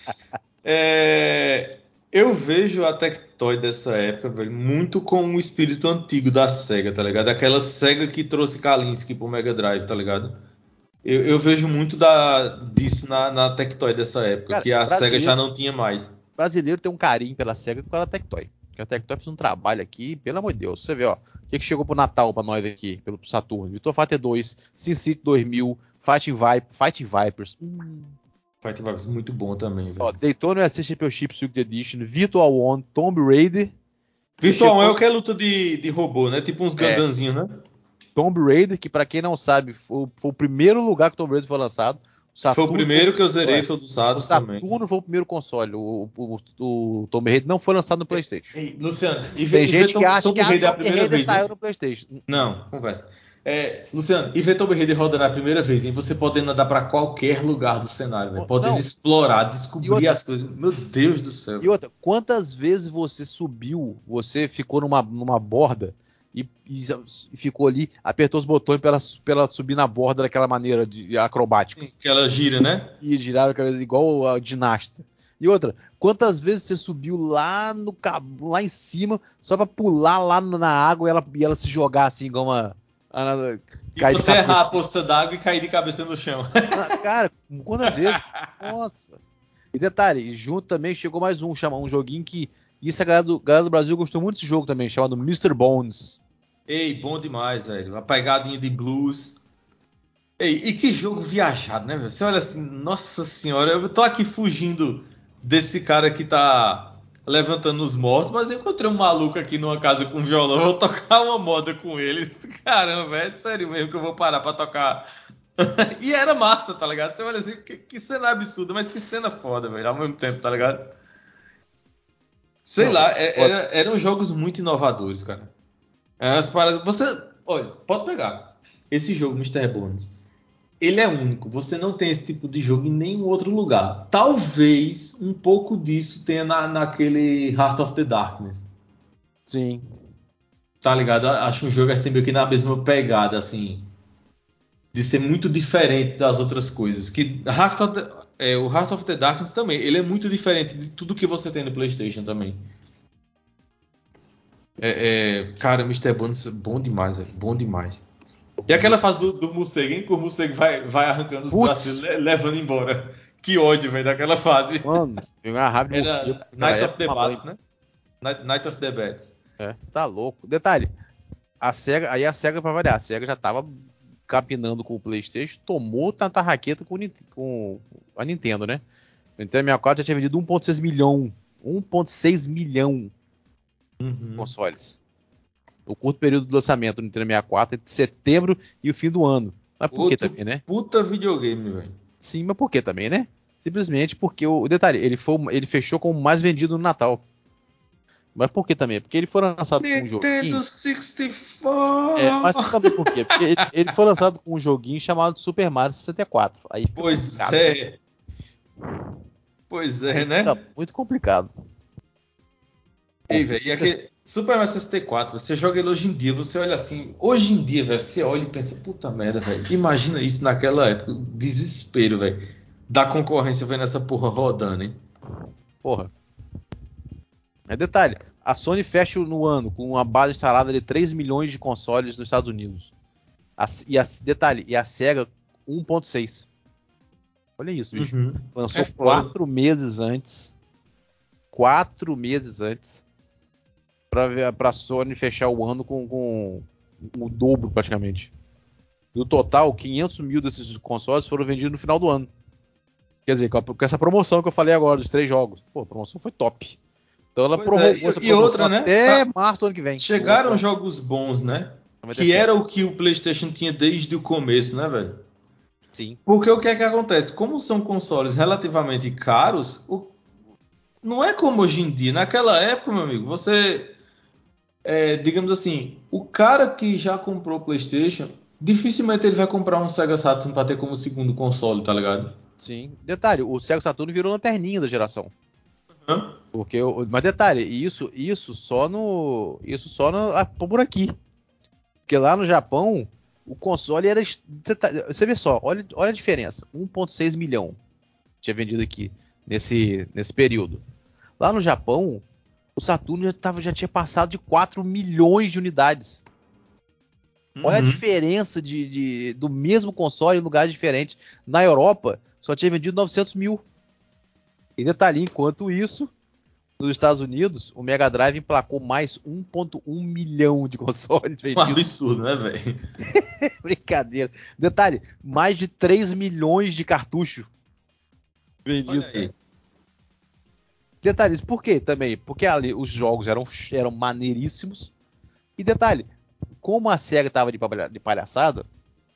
É, eu vejo a Tectoy dessa época, velho, muito com o espírito antigo da SEGA, tá ligado? Aquela SEGA que trouxe Kalinske pro Mega Drive, tá ligado? Eu, eu vejo muito da, disso na, na Tectoy dessa época, Cara, que a SEGA já brasileiro, não tinha mais. brasileiro tem um carinho pela SEGA com a Tectoy. Porque a Tectoy fez um trabalho aqui, pelo amor de Deus. Você vê, ó, o que, que chegou pro Natal pra nós aqui, pelo pro Saturno? Virtua Fighter dois, SimCity dois mil, Fighting, Vipe, Fighting Vipers. Hum. Fight Vibes muito bom também, Ó, velho. Daytona U S A Championship Circuit Edition, Virtual One, Tomb Raider. E Virtual é chegou, o que é luta de, de robô, né? Tipo uns é, Gandanzinhos, né? Tomb Raider, que pra quem não sabe, foi, foi o primeiro lugar que o Tomb Raider foi lançado. O Foi o Saturno foi, primeiro que eu zerei, é, foi o do o Saturn também. Saturno foi o primeiro console. O, o, o, o Tomb Raider não foi lançado no PlayStation. Ei, Luciano, e ver, Tem e ver gente que Tomb, acha que Tomb a Raider é a Tomb primeira Raider vez, saiu hein? no PlayStation. Hum, hum. Não, conversa. É, Luciano, e ver Tomb Raider rodando a primeira vez, hein? Você podendo andar pra qualquer lugar do cenário, velho. Podendo Não, explorar, e descobrir outra, as coisas. Meu Deus do céu, e velho. outra, quantas vezes você subiu, você ficou numa, numa borda e, e, e ficou ali, apertou os botões para ela subir na borda daquela maneira de acrobática. Que ela gira, né? E giraram a cabeça igual a ginasta. E outra, quantas vezes você subiu lá no lá em cima só pra pular lá no- na água e ela, e ela se jogar assim, igual uma. a- E cair de você errar a cabeça. poça d'água e cair de cabeça no chão. Ah, cara, quantas vezes? Nossa. E detalhe, junto também chegou mais um, chama, um joguinho que. Isso a galera do, galera do Brasil gostou muito desse jogo também, chamado mister Bones. Ei, bom demais, velho. A pegadinha de blues. Ei, e que jogo viajado, né, velho? Você olha assim, nossa senhora, eu tô aqui fugindo desse cara que tá levantando os mortos, mas eu encontrei um maluco aqui numa casa com violão, eu vou tocar uma moda com ele. Caramba, velho, é sério mesmo que eu vou parar pra tocar. E era massa, tá ligado? Você olha assim, que, que cena absurda, mas que cena foda, velho, ao mesmo tempo, tá ligado? Sei Não, lá, é- era- eram jogos muito inovadores, cara. É, as paradas, você, olha, pode pegar. Esse jogo, mister Bones. Ele é único. Você não tem esse tipo de jogo em nenhum outro lugar. Talvez um pouco disso tenha na, naquele Heart of the Darkness. sim. Tá ligado? Acho um jogo assim meio que na mesma pegada, assim, de ser muito diferente das outras coisas. Que Heart of the- é, o Heart of the Darkness também, ele é muito diferente de tudo que você tem no PlayStation também. É, é, cara, mister Bones é bom demais, é bom demais. E aquela fase do, do morcego, hein? Que o morcego vai, vai arrancando os braços e Putz, le- levando embora. Que ódio, velho, daquela fase. mano, peguei uma raiva de morcego Era naquela Night of época, the uma mãe. Bat, né? Night, Night of the Bats. É, tá louco. Detalhe, a SEGA, aí a SEGA pra variar, a SEGA já tava capinando com o PlayStation, tomou tanta raqueta com, o Nin- com a Nintendo, né? O Nintendo sessenta e quatro já tinha vendido um ponto seis milhão, um ponto seis milhão de Uhum. consoles. No curto período do lançamento do Nintendo sessenta e quatro, entre setembro e o fim do ano. Mas por que Outro também, né? puta videogame, velho. Sim, mas por que também, né? Simplesmente porque o, o detalhe, ele, foi, ele fechou como o mais vendido no Natal. Mas por que também? Porque ele foi lançado com um Nintendo joguinho. sessenta e É, quatro! mas também por quê? Porque ele, ele foi lançado com um joguinho chamado Super Mario sessenta e quatro. Aí fica Pois complicado, né? é. Pois é, Aí fica né? muito complicado. Ei, velho, e aquele Super Mario sessenta e quatro, você joga ele hoje em dia, você olha assim, hoje em dia, velho, você olha e pensa, puta merda, velho, imagina isso naquela época, o desespero, velho, da concorrência vendo essa porra rodando, hein? Porra. É detalhe. A Sony fecha no ano com uma base instalada de três milhões de consoles nos Estados Unidos. A, e a, detalhe, e a Sega um ponto seis. Olha isso, bicho. Uhum. Lançou É foda. quatro meses antes. Quatro meses antes. Pra, pra Sony fechar o ano com, com o dobro, praticamente. No total, quinhentos mil desses consoles foram vendidos no final do ano. Quer dizer, com, a, com essa promoção que eu falei agora, dos três jogos. Pô, a promoção foi top. Então ela Pois prorrogou é. essa E, e promoção outra, né? até Ah, março do ano que vem. chegaram Opa, jogos bons, né? noventa e Que sete. era o que o PlayStation tinha desde o começo, né, velho? Sim. Porque o que é que acontece? Como são consoles relativamente caros, o- não é como hoje em dia. Naquela época, meu amigo, você, é, digamos assim, o cara que já comprou PlayStation, dificilmente ele vai comprar um Sega Saturn para ter como segundo console, tá ligado? Sim. Detalhe, o Sega Saturn virou lanterninha da geração. Hã? Porque, o- mas detalhe, isso, isso só no, isso só no, ah, por aqui. Porque lá no Japão, o console era, você, tá- você vê só, olha, olha a diferença, um ponto seis milhão tinha vendido aqui nesse, nesse período. Lá no Japão, o Saturno já, tava, já tinha passado de quatro milhões de unidades. Olha a Uhum. diferença de, de- do mesmo console em lugares diferentes. Na Europa, só tinha vendido novecentos mil. E detalhe, enquanto isso, nos Estados Unidos, o Mega Drive emplacou mais um ponto um milhão de consoles Um vendidos. absurdo, né, velho? Brincadeira. Detalhe, mais de três milhões de cartuchos Olha vendidos. aí. Detalhes, por quê também? Porque ali os jogos eram, eram maneiríssimos. E detalhe, como a SEGA tava de, palha- de palhaçada,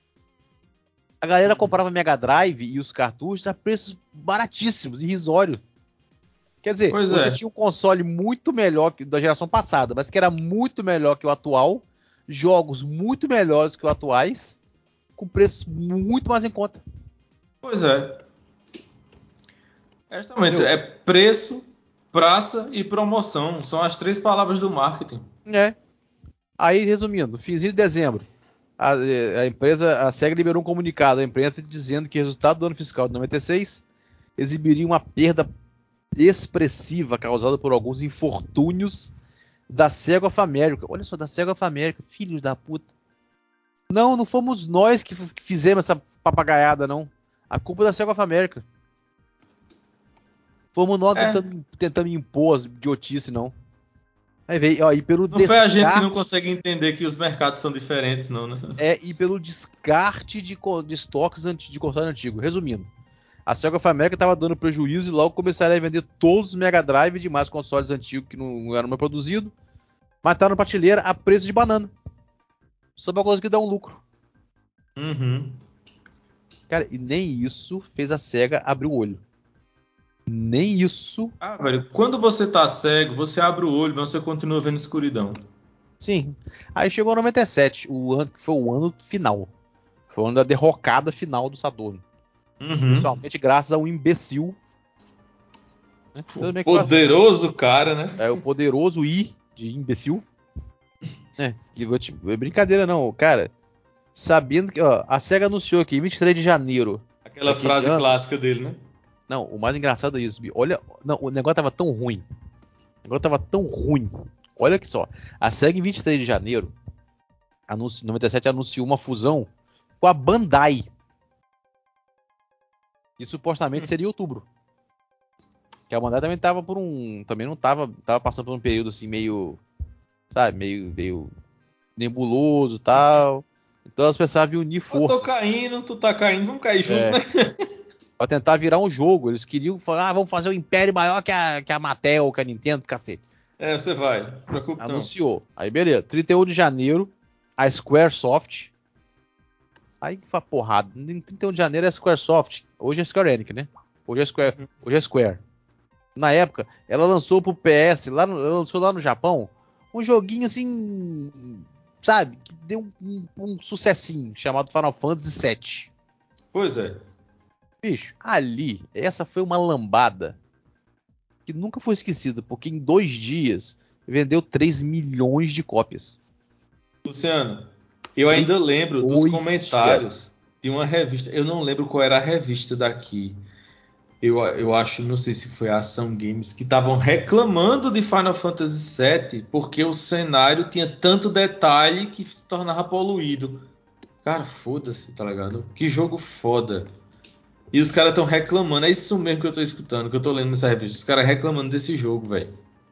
a galera comprava Mega Drive e os cartuchos a preços baratíssimos, irrisórios. Quer dizer, Pois você é. tinha um console muito melhor que da geração passada, mas que era muito melhor que o atual, jogos muito melhores que os atuais, com preços muito mais em conta. Pois é. Exatamente. Entendeu? É preço, praça e promoção. São as três palavras do marketing. É. Aí, resumindo, finzinho de dezembro, a, a empresa, a SEGA liberou um comunicado à imprensa dizendo que o resultado do ano fiscal de noventa e seis exibiria uma perda expressiva causada por alguns infortúnios da Sega of America. Olha só, da Sega of America, filhos da puta. Não, não fomos nós que f- que fizemos essa papagaiada, não. A culpa é da Sega of America. Fomos nós É. tentando, tentando impor as idiotice, não. Aí veio, ó, e pelo Não foi a gente que não descarte, consegue entender que os mercados são diferentes, não, né? é, e pelo descarte de, co- de estoques anti- de console antigo. Resumindo, a Sega of America estava dando prejuízo e logo começaram a vender todos os Mega Drive e demais consoles antigos que não eram mais produzidos, mataram na prateleira a preço de banana. Só uma coisa que dá um lucro. Uhum. Cara, e nem isso fez a SEGA abrir o olho. Nem isso. Ah, velho, quando você tá cego, você abre o olho, mas você continua vendo escuridão. Sim. Aí chegou noventa e sete, o ano que foi o ano final. Foi o ano da derrocada final do Saturno. Uhum. Principalmente graças ao imbecil. Né? Tudo bem que foi assim. Poderoso cara, né? É o poderoso I de imbecil. É, que vou te... é brincadeira não, cara. Sabendo que, ó, a SEGA anunciou aqui, vinte e três de janeiro Aquela daquele frase ano. clássica dele, né? Não, o mais engraçado é isso, Bi. Olha, não, o negócio tava tão ruim. O negócio tava tão ruim. Olha que só. A SEGA em vinte e três de janeiro, anunci... noventa e sete, anunciou uma fusão com a Bandai. E supostamente seria em outubro. Que a Bandai também tava por um. Também não tava. Tava passando por um período assim meio. Sabe, meio. meio nebuloso e tal. Então elas precisavam unir Eu tô forças. caindo, tu tá caindo, vamos cair junto, É, né? pra tentar virar um jogo. Eles queriam falar, ah, vamos fazer um império maior que a, que a Mattel, que a Nintendo, cacete. É, você vai, não se preocupe não. Anunciou. Aí beleza, trinta e um de janeiro, a Squaresoft. Aí que foi porrada. Em trinta e um de janeiro é a Squaresoft. Hoje é Square Enix, né? Hoje é Square. Uhum. Hoje é Square. Na época, ela lançou pro P S, lá no, ela lançou lá no Japão, um joguinho assim, sabe? Que deu um, um, um sucessinho, chamado Final Fantasy sete. Pois é. Bicho, ali, essa foi uma lambada que nunca foi esquecida, porque em dois dias vendeu três milhões de cópias. Luciano, eu ainda lembro dos Dois comentários dias. de uma revista. Eu não lembro qual era a revista daqui. Eu, eu acho, não sei se foi a Ação Games, que estavam reclamando de Final Fantasy sete porque o cenário tinha tanto detalhe que se tornava poluído. Cara, foda-se, tá ligado? Que jogo foda. E os caras estão reclamando, é isso mesmo que eu tô escutando, que eu tô lendo nessa revista. Os caras reclamando desse jogo, velho.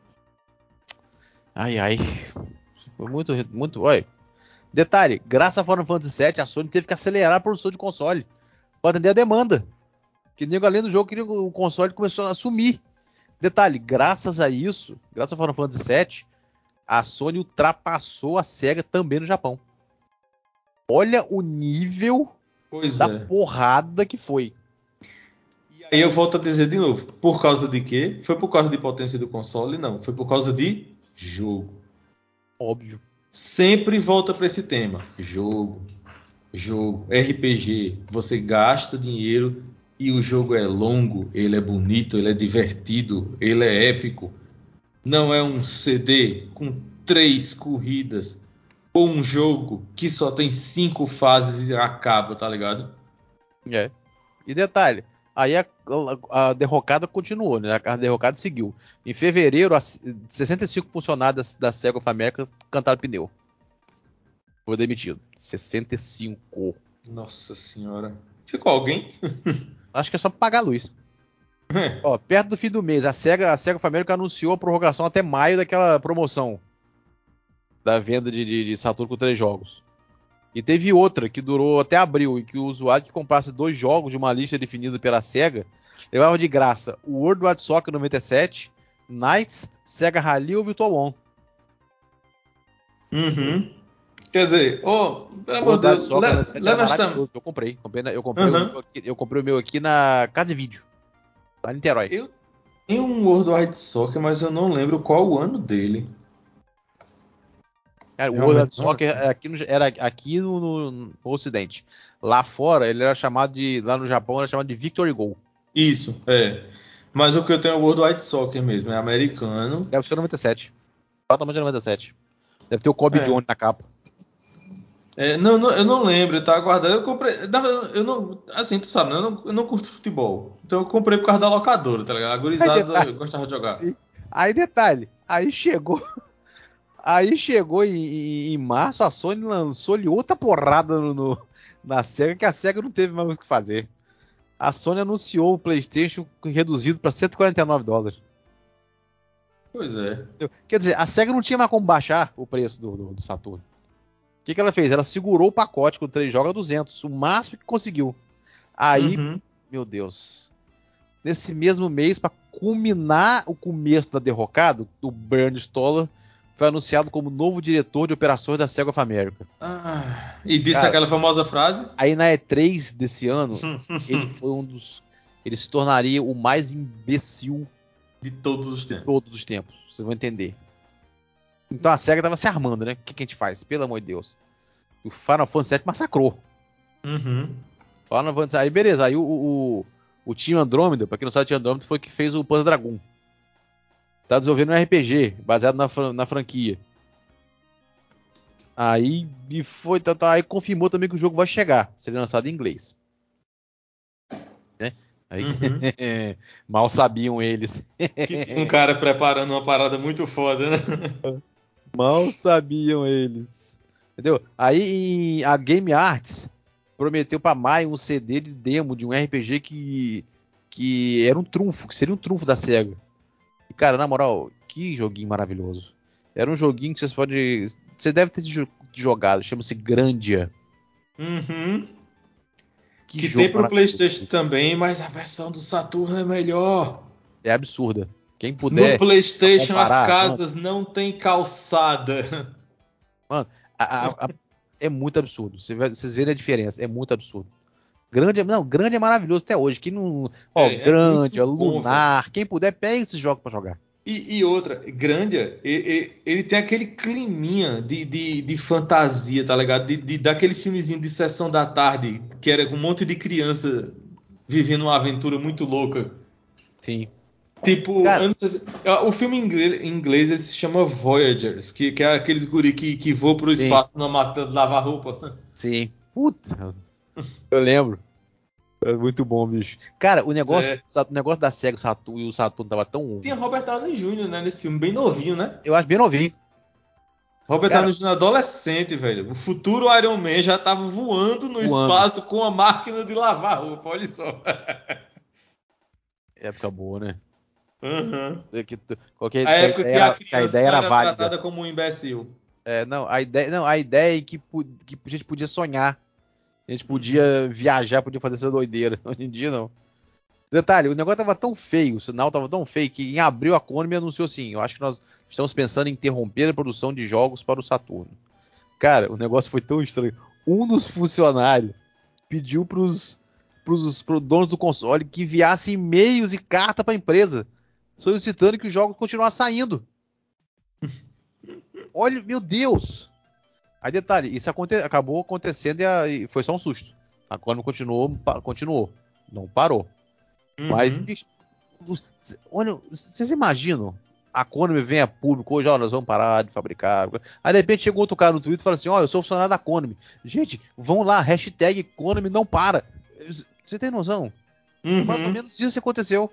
Ai, ai. Foi muito, muito. Olha. Detalhe, graças a Final Fantasy sete, a Sony teve que acelerar a produção de console para atender a demanda. Que nego além do jogo, queria o console começou a sumir. Detalhe, graças a isso, graças a Final Fantasy sete, a Sony ultrapassou a SEGA também no Japão. Olha o nível Pois da é. porrada que foi. E aí eu volto a dizer de novo, por causa de quê? Foi por causa de potência do console? Não, foi por causa de jogo. Óbvio. Sempre volta para esse tema. Jogo, jogo, R P G. Você gasta dinheiro e o jogo é longo, ele é bonito, ele é divertido, ele é épico. Não é um C D com três corridas ou um jogo que só tem cinco fases e acaba, tá ligado? É. E detalhe, aí a, a, a derrocada continuou, né? A derrocada seguiu. Em fevereiro, as sessenta e cinco funcionários da, da SEGA of America cantaram pneu. Foi demitido. sessenta e cinco. Nossa senhora. Ficou alguém? Acho que é só pra pagar a luz. Ó, perto do fim do mês, a SEGA, a SEGA of America anunciou a prorrogação até maio daquela promoção da venda de, de, de Saturno com três jogos. E teve outra que durou até abril, em que o usuário que comprasse dois jogos de uma lista definida pela SEGA levava de graça o World Wide Soccer noventa e sete, Knights, Sega Rally ou Virtual On. Uhum. Quer dizer, oh, pelo O amor World de Wide Deus, Soccer le, noventa e sete era leva esta. maravilhoso. Eu comprei. comprei na, eu, comprei o Uhum. meu aqui, eu comprei o meu aqui na Casa e Vídeo, lá em Niterói. Eu tenho um World Wide Soccer, mas eu não lembro qual o ano dele. Cara, o World Realmente Wide não Soccer lembro. era aqui, no, era aqui no, no, no Ocidente. Lá fora, ele era chamado de. Lá no Japão, era chamado de Victory Go. Isso, é. Mas o que eu tenho é o World Wide Soccer mesmo, é americano. Deve ser noventa e sete. Totalmente noventa e sete. Deve ter o Kobe É. Jones na capa. É, não, não, eu não lembro, tá aguardando. Eu comprei. na verdade, Eu não, assim, tu sabe, né? Eu não, eu não curto futebol. Então eu comprei por causa da locadora, tá ligado? A Aí gurizada detalhe, eu gostava de jogar. sim. Aí detalhe, aí chegou, aí chegou em, em- em março, a Sony lançou-lhe outra porrada no, no- na SEGA, que a SEGA não teve mais o que fazer. A Sony anunciou o PlayStation reduzido para cento e quarenta e nove dólares. Pois é. Entendeu? Quer dizer, a SEGA não tinha mais como baixar o preço do, do, do Saturn. O que, que ela fez? Ela segurou o pacote com três jogos a duzentos, o máximo que conseguiu. Aí, Uhum. meu Deus, nesse mesmo mês, para culminar o começo da derrocada, o Bernd Stoller foi anunciado como novo diretor de operações da SEGA of America. Ah, e disse Cara, aquela famosa frase? aí na E três desse ano, ele foi um dos. Ele se tornaria o mais imbecil De todos os de tempos. todos os tempos. Vocês vão entender. Então a SEGA tava se armando, né? O que, que a gente faz? Pelo amor de Deus. O Final Fantasy sete massacrou. Uhum. Final Fantasy. Aí beleza. Aí o, o, o time Andromeda, pra quem não sabe, o time Andromeda foi que fez o Panzer Dragoon. Tá desenvolvendo um R P G baseado na, na franquia. Aí e foi, tá, tá, aí confirmou também que o jogo vai chegar, seria lançado em inglês. Né? Aí, Uhum. mal sabiam eles. Que tinha um cara preparando uma parada muito foda, né? Mal sabiam eles. Entendeu? Aí a Game Arts prometeu pra maio um C D de demo de um R P G que, que era um trunfo, que seria um trunfo da SEGA. E cara, na moral, que joguinho maravilhoso. Era um joguinho que vocês podem. Você deve ter jogado, chama-se Grandia. Uhum. Que Que tem jogo pro PlayStation maravilhoso. também, mas a versão do Saturno é melhor. É absurda. Quem No puder PlayStation as comparar, mano, casas não têm calçada. mano a, a, a, é muito absurdo. Vocês verem a diferença, é muito absurdo. Grande, não, grande é maravilhoso até hoje. Quem não, ó, É, é grande, muito bom, velho. Lunar, quem puder, pega esses jogos pra jogar. E, e outra, Grandia, ele, ele tem aquele climinha de, de, de fantasia, tá ligado? De, de, daquele filmezinho de sessão da tarde, que era com um monte de criança vivendo uma aventura muito louca. Sim. Tipo, Cara, eu não sei se- ah, o filme em inglês, em inglês ele se chama Voyagers, que, que é aqueles guri que, que voam pro sim, espaço na máquina de lavar roupa. sim. Puta, eu lembro. É muito bom, bicho. Cara, o negócio, É. o negócio da SEGA o Saturn, e o Saturno tava tão. Tinha Robert Downey júnior, né? Nesse filme, bem novinho, né? Eu acho bem novinho. Robert Cara, Downey júnior adolescente, velho. O futuro Iron Man já tava voando no voando. espaço com a máquina de lavar roupa, olha só. Época boa, né? Uhum. É que tu- Qualquer A que a época ideia que a era, que a criança ideia não era era válida. tratada como um imbecil. É, não, a ideia, não, a ideia é que, pu- que a gente podia sonhar. A gente podia viajar, podia fazer essa doideira. Hoje em dia, não. Detalhe, o negócio tava tão feio, o sinal tava tão feio, que em abril a Konami anunciou assim: eu acho que nós estamos pensando em interromper a produção de jogos para o Saturno. Cara, o negócio foi tão estranho. Um dos funcionários pediu pros, pros, pros donos do console que enviassem e-mails e carta para a empresa, solicitando que os jogos continuassem saindo. Olha, meu Deus! Aí detalhe, isso aconte- acabou acontecendo e, a- e foi só um susto. A Konami continuou, pa- continuou, não parou. Mas, Uhum. bicho, os- olha, vocês imaginam? A Konami vem a público hoje, ó, nós vamos parar de fabricar. Aí de repente chegou outro cara no Twitter e fala assim, ó, eu sou funcionário da Konami. Gente, vão lá, hashtag Konami não para. Você tem noção? Mais ou Uhum. menos isso aconteceu.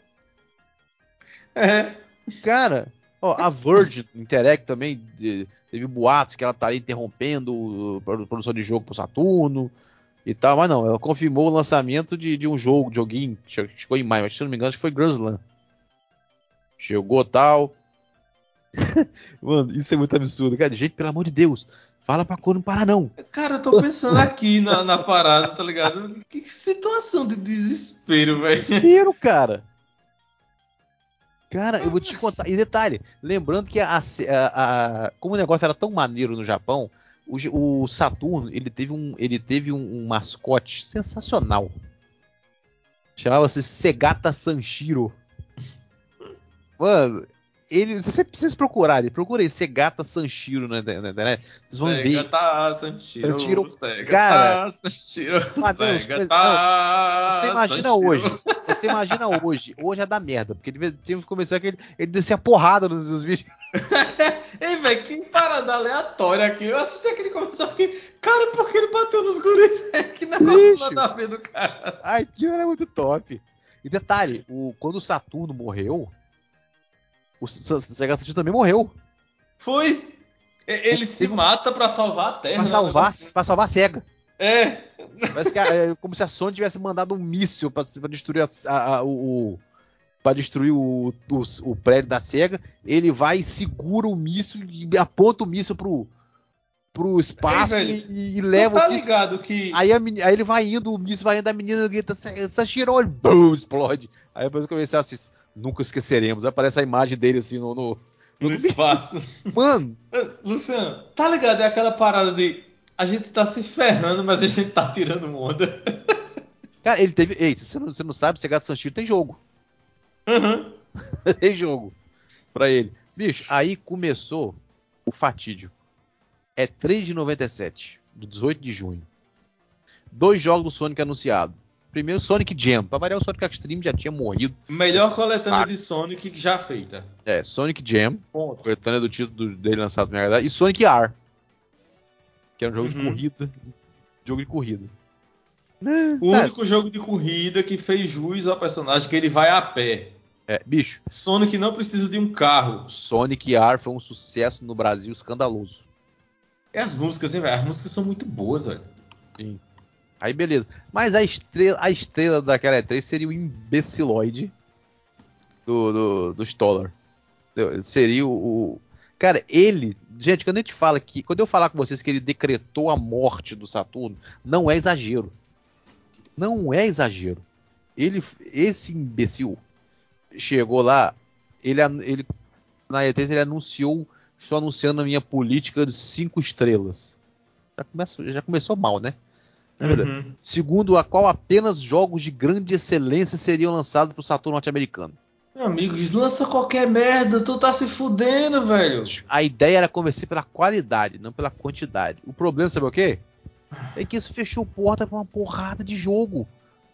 É. Cara, ó, a Verge Interact também de- teve boatos que ela estaria interrompendo a produção de jogo pro Saturno e tal, mas não, ela confirmou o lançamento de, de um jogo, de joguinho, che- chegou em maio, mas se não me engano, acho que foi Grand Slam. Chegou tal. Mano, isso é muito absurdo. Cara, gente, pelo amor de Deus, fala pra Konami parar não. Cara, eu tô pensando aqui na, na parada, tá ligado? Que situação de desespero, velho. Desespero, cara. Cara, eu vou te contar. E detalhe, lembrando que a, a- a- como o negócio era tão maneiro no Japão, o, J- o Saturno ele teve um, ele teve um, um mascote sensacional. Chamava-se Segata Sanshiro. Mano, ele, se vocês, vocês procurarem, procurem Segata Sanshiro na, na internet, vocês vão Sega ver. tá, Sanshiro, Sanshiro, Sega cara, tá, Sanshiro, ah, não, Sega mas- não, você tá, imagina Sanshiro. hoje. Você imagina hoje. Hoje é da merda. Porque ele tinha que começar que ele, ele descia porrada nos, nos vídeos. Ei, velho, que parada aleatória aqui. Eu assisti aquele começo e fiquei, cara, por que ele bateu nos guris? velho? Que negócio Bicho, nada a ver do cara. aquilo era muito top. E detalhe, o, quando o Saturno morreu, o S- S- Sega Saturn também morreu. Foi. E- Ele se Teve um- mata pra salvar a Terra, Pra né? Um salvar, negócio assim. pra salvar a Sega. É. Parece que a- é como se a Sony tivesse mandado um míssil pra, pra destruir, a, a- a- o, o- pra destruir o, o, o prédio da Sega. Ele vai, segura o míssil e aponta o míssil pro, pro Ei, espaço velho, e, e tu leva tá o míssil. ligado que... Aí, a meni- aí ele vai indo, o míssil vai indo, a menina grita, Sanshiro, e bum, explode. Aí depois eu comecei a assistir, nunca esqueceremos. Aí aparece a imagem dele assim no. no, no- No espaço. Mano, Luciano, tá ligado? É aquela parada de a gente tá se ferrando, mas a gente tá tirando onda. cara, ele teve. Ei, se você não, você não sabe, Sega Sanshiro tem jogo. Uhum. Tem jogo pra ele. Bicho, aí começou o fatídico. É três de noventa e sete, do dezoito de junho. Dois jogos do Sonic anunciados. Primeiro, Sonic Jam. Pra variar, o Sonic Extreme já tinha morrido. Melhor coletânea Saco. de Sonic já feita. É, Sonic Jam. Ponto. Coletânea do título do- dele lançado na verdade. E Sonic R. Que era um jogo de Uhum. corrida. Jogo de corrida. O Sabe? único jogo de corrida que fez jus ao personagem que ele vai a pé. É, bicho, Sonic não precisa de um carro. Sonic R foi um sucesso no Brasil escandaloso. E as músicas, hein, velho? As músicas são muito boas, velho. Sim. Aí beleza. Mas a estrela, a estrela daquela E três seria o imbeciloide do, do, do Stoller. Entendeu? Seria o, o- Cara, ele. Gente, quando a gente fala que. Quando eu falar com vocês que ele decretou a morte do Saturno, não é exagero. Não é exagero. Ele, esse imbecil chegou lá, ele, an- ele na E três ele anunciou, estou anunciando a minha política de cinco estrelas. Já, começa, já começou mal, né? Na verdade, Uhum. segundo a qual apenas jogos de grande excelência seriam lançados para o Saturno norte-americano. Meu amigo, lança qualquer merda, tu tá se fudendo, velho. A ideia era convencer pela qualidade, não pela quantidade. O problema, sabe o quê? É que isso fechou porta para uma porrada de jogo.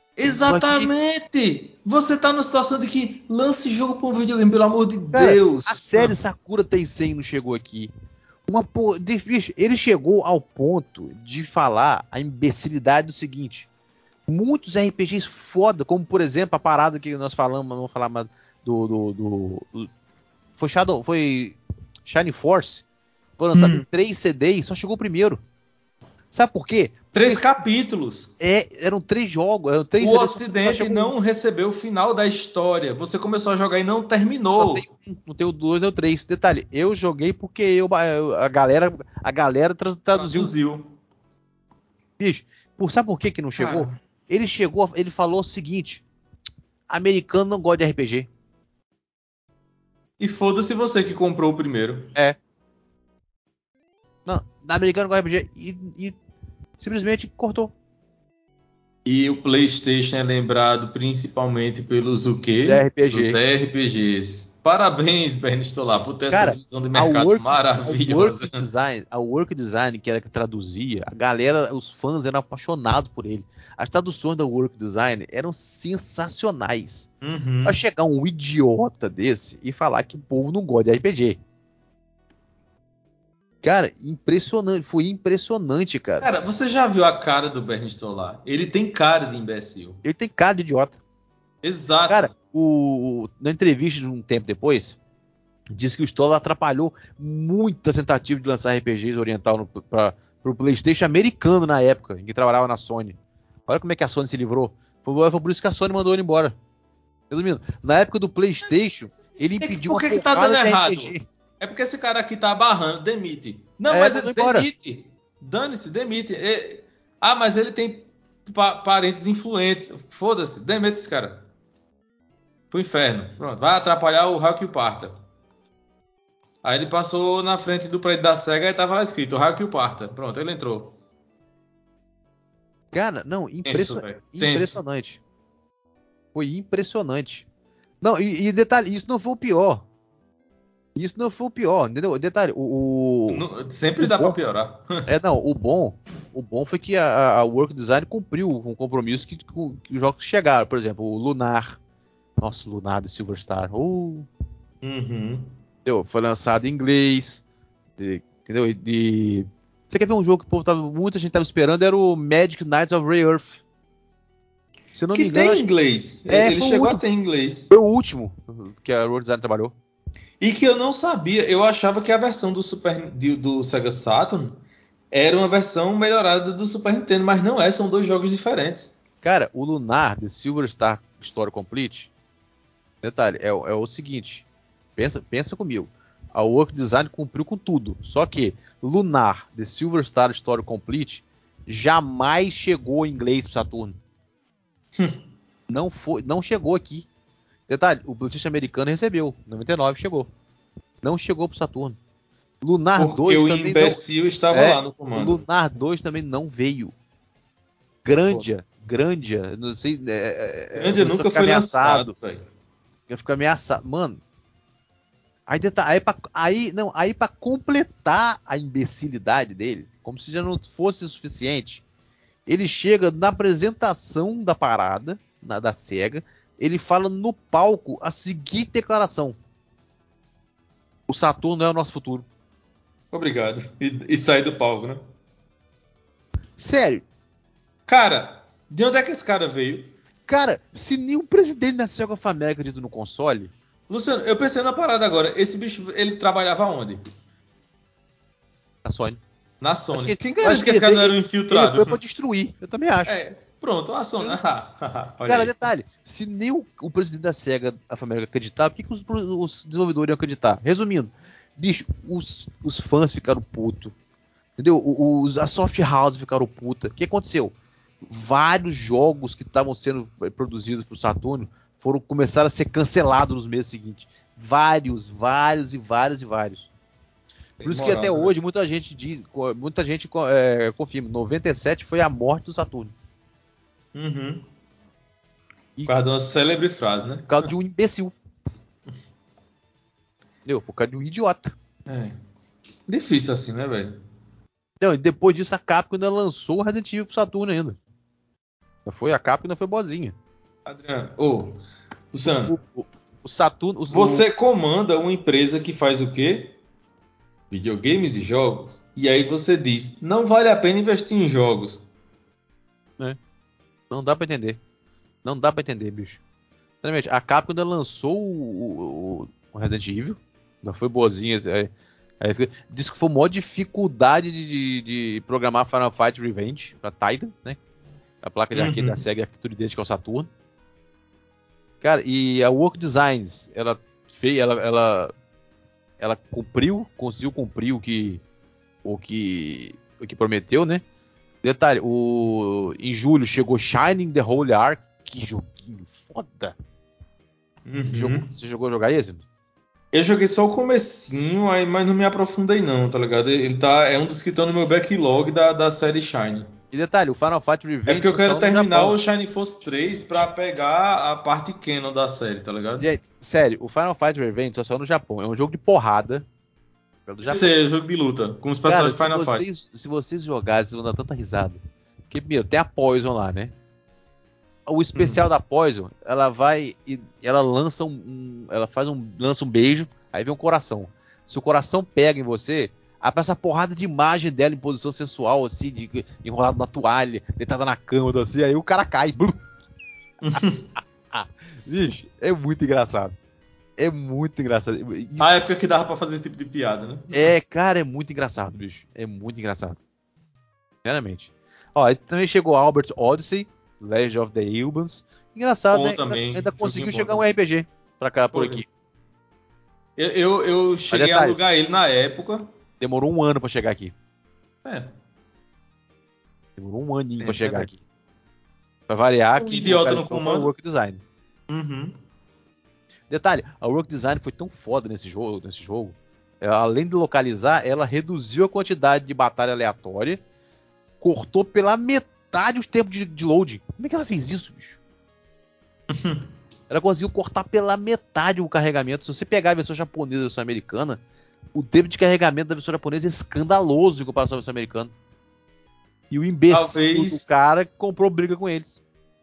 Exatamente! Você tá numa situação de que lance jogo pra um videogame, pelo amor de Cara, Deus. a série Sakura Tensei não chegou aqui. Uma por... Bicho, ele chegou ao ponto de falar a imbecilidade do seguinte: Muitos R P Gs foda, como por exemplo a parada que nós falamos, mas não vou falar mais do, do, do, do foi Shadow, foi Shining Force, foi lançado Hum. em três C Ds, só chegou o primeiro. Sabe por quê? Três Porque capítulos. é, eram três jogos, eram três O C Ds, só Ocidente chegou não um. recebeu o final da história. Você começou a jogar e não Só terminou. tem um, não tem o dois, nem o três. Detalhe, eu joguei porque eu, a galera, a galera trans- traduziu. Traduziu. Bicho, por, sabe por que que não chegou? Cara. Ele chegou, ele falou o seguinte: americano não gosta de R P G. E foda-se você que comprou o primeiro. É. Não, americano não gosta de R P G e, e simplesmente cortou. E o PlayStation é lembrado principalmente pelos o quê? De R P G. Os R P Gs. Parabéns, Bernie Stolar, por ter Cara, essa visão de a mercado work, a maravilhosa. work design, a work design que era que traduzia, a galera, os fãs eram apaixonados por ele. As traduções da work design eram sensacionais. Uhum. Pra chegar um idiota desse e falar que o povo não gosta de R P G. Cara, impressionante, foi impressionante, cara. Cara, você já viu a cara do Bernie Stolar? Ele tem cara de imbecil. Ele tem cara de idiota. Exato. Cara, o, o- na entrevista de um tempo depois, disse que o Stoller atrapalhou muitas tentativas de lançar R P Gs oriental para o PlayStation americano na época, em que trabalhava na Sony. Olha como é que a Sony se livrou. Foi, foi por isso que a Sony mandou ele embora. Resumindo, na época do PlayStation, ele E que- impediu por que uma que tá porrada dando de errado? R P G. É porque esse cara aqui tá barrando, demite. Não, É, mas mandou ele embora. demite. Dane-se, demite. É- Ah, mas ele tem pa- parentes influentes. Foda-se, demite esse cara. Pro inferno. Pronto, vai atrapalhar o Raio que o parta. Aí ele passou na frente do prédio da SEGA e tava lá escrito Raio que o parta. Pronto, ele entrou. Cara, não, Tenso, impression... velho. Tenso. impressionante. Foi impressionante. Não, e, e detalhe, isso não foi o pior. Isso não foi o pior, entendeu? Detalhe, o, o, No- sempre o dá pra bom, piorar. é não, o bom, o bom foi que a, a Work Design cumpriu com o compromisso que, que os jogos chegaram, por exemplo, o Lunar, nossa, o Lunar do Silver Star, uh, Uhum. entendeu? Foi lançado em inglês, de- entendeu? E de, você quer ver um jogo que o povo tava, muita gente estava esperando, era o Magic Knights of Rare Earth. Se eu não Que me engano, tem acho que inglês. É, Ele foi o chegou a último. ter inglês. foi o último que a Work Design trabalhou. E que eu não sabia, eu achava que a versão do Super de- do Sega Saturn era uma versão melhorada do Super Nintendo, mas não é, são dois jogos diferentes. Cara, o Lunar The Silver Star Story Complete, detalhe, é, o- é o seguinte, pensa, pensa comigo, a Work Design cumpriu com tudo, só que Lunar The Silver Star Story Complete jamais chegou em inglês pro Saturno. não, foi, não chegou aqui. Detalhe, o PlayStation americano recebeu, noventa e nove chegou. Não chegou pro Saturno. Lunar Porque dois o também imbecil estava É, lá no não. comando. Lunar dois também não veio. Grandia, Grandia, não sei, é, é, Grandia começou a nunca ficar foi ameaçado. lançado, velho. Ia ficar ameaçado. Mano, aí, deta- aí, pra, aí, não, aí pra completar a imbecilidade dele, como se já não fosse o suficiente, ele chega na apresentação da parada, na, da SEGA, ele fala no palco a seguinte declaração: o Saturno é o nosso futuro. Obrigado. E, e sair do palco, né? Sério, Cara, de onde é que esse cara veio? cara, se nenhum presidente da SEGA of America dito no console, Luciano, eu pensei na parada agora. Esse bicho, ele trabalhava onde? a Sony. Na Acho Sony. que, Quem eu acho garante que que esse cara não ele, era um ele infiltrado? foi pra destruir. Eu também acho. É, pronto, a Sony. Ah, olha Cara, aí. detalhe, se nem o, o presidente da SEGA of America acreditava, por que, que os, os desenvolvedores iam acreditar? Resumindo, bicho, os, os fãs ficaram putos. Entendeu? O- Os, a Soft House ficaram puta. O que aconteceu? Vários jogos que estavam sendo produzidos pro Saturno foram começaram a ser cancelados nos meses seguintes. Vários, vários e vários e vários. Por isso que Moral, até né? hoje muita gente diz, muita gente é, confirma, noventa e sete foi a morte do Saturno. Uhum. E Por causa de uma célebre frase, né? por causa de um imbecil. Entendeu? Por causa de um idiota. É. Difícil assim, né, velho? Não, e depois disso a Capcom ainda lançou o Resident Evil pro Saturno ainda. Foi a Capcom ainda foi boazinha. Adriano, ô, Luciano, O, o, o Saturno. O, você comanda uma empresa que faz o quê? Videogames e jogos. E aí você diz, não vale a pena investir em jogos. É. Não dá pra entender. Não dá pra entender, bicho. Realmente, a Capcom ainda lançou o, o, o Resident Evil. Ainda foi boazinha. É, é, disse que foi a maior dificuldade de, de, de programar Final Fight Revenge pra Titan, né? A placa de arcade Uhum. da SEGA é tudo idêntica ao Saturno. Cara, e a Work Designs, ela fez, ela, ela, ela cumpriu, conseguiu cumprir o que, o que, o que prometeu, né? Detalhe, o, em julho chegou Shining the Holy Ark, que joguinho foda. Uhum. Jogou, você jogou a jogar esse? Eu joguei só o comecinho, aí, mas não me aprofundei não, tá ligado? Ele tá, é um dos que estão no meu backlog da, da série Shine. E detalhe, o Final Fight É porque Revenge eu só quero saiu no terminar Japão. o Shining Force três pra pegar a parte canon da série, tá ligado? Gente, sério, o Final Fight Revenge só saiu no Japão. É um jogo de porrada. Do Japão. Esse é jogo de luta, com os Cara, personagens de se Final Fight. vocês, se vocês jogarem, vocês vão dar tanta risada. Porque, meu, tem a Poison lá, né? O especial Uhum. da Poison, ela vai e ela lança um, um- ela faz um, lança um beijo, aí vem um coração. Se o coração pega em você, aparece essa porrada de imagem dela em posição sensual, assim, de, enrolado na toalha, deitada na cama, assim, aí o cara cai. Blum. Bicho, é muito engraçado. É muito engraçado. E- A época que dava pra fazer esse tipo de piada, né? É, cara, é muito engraçado, bicho. É muito engraçado. Sinceramente. Ó, aí também chegou Albert Odyssey, Legend of the Ilbans. Engraçado, Bom né? Ainda, também, ainda joguinho conseguiu bom chegar um também. R P G pra cá, por Pô, aqui. Eu, eu, eu Mas cheguei a detalhe, alugar ele na época. demorou um ano pra chegar aqui. É, Demorou um aninho tem pra esse chegar detalhe. aqui. Pra variar, Um quem idiota no localizou foi o comando. Work Design. Uhum. Detalhe, a Work Design foi tão foda nesse jogo, nesse jogo. Ela, além de localizar, ela reduziu a quantidade de batalha aleatória, cortou pela metade os tempos de, de loading. Como é que ela fez isso, bicho? Ela conseguiu cortar pela metade o carregamento. Se você pegar a versão japonesa e a versão americana, o tempo de carregamento da versão japonesa é escandaloso em comparação à versão americana. E o imbecil do Talvez, cara comprou briga com eles.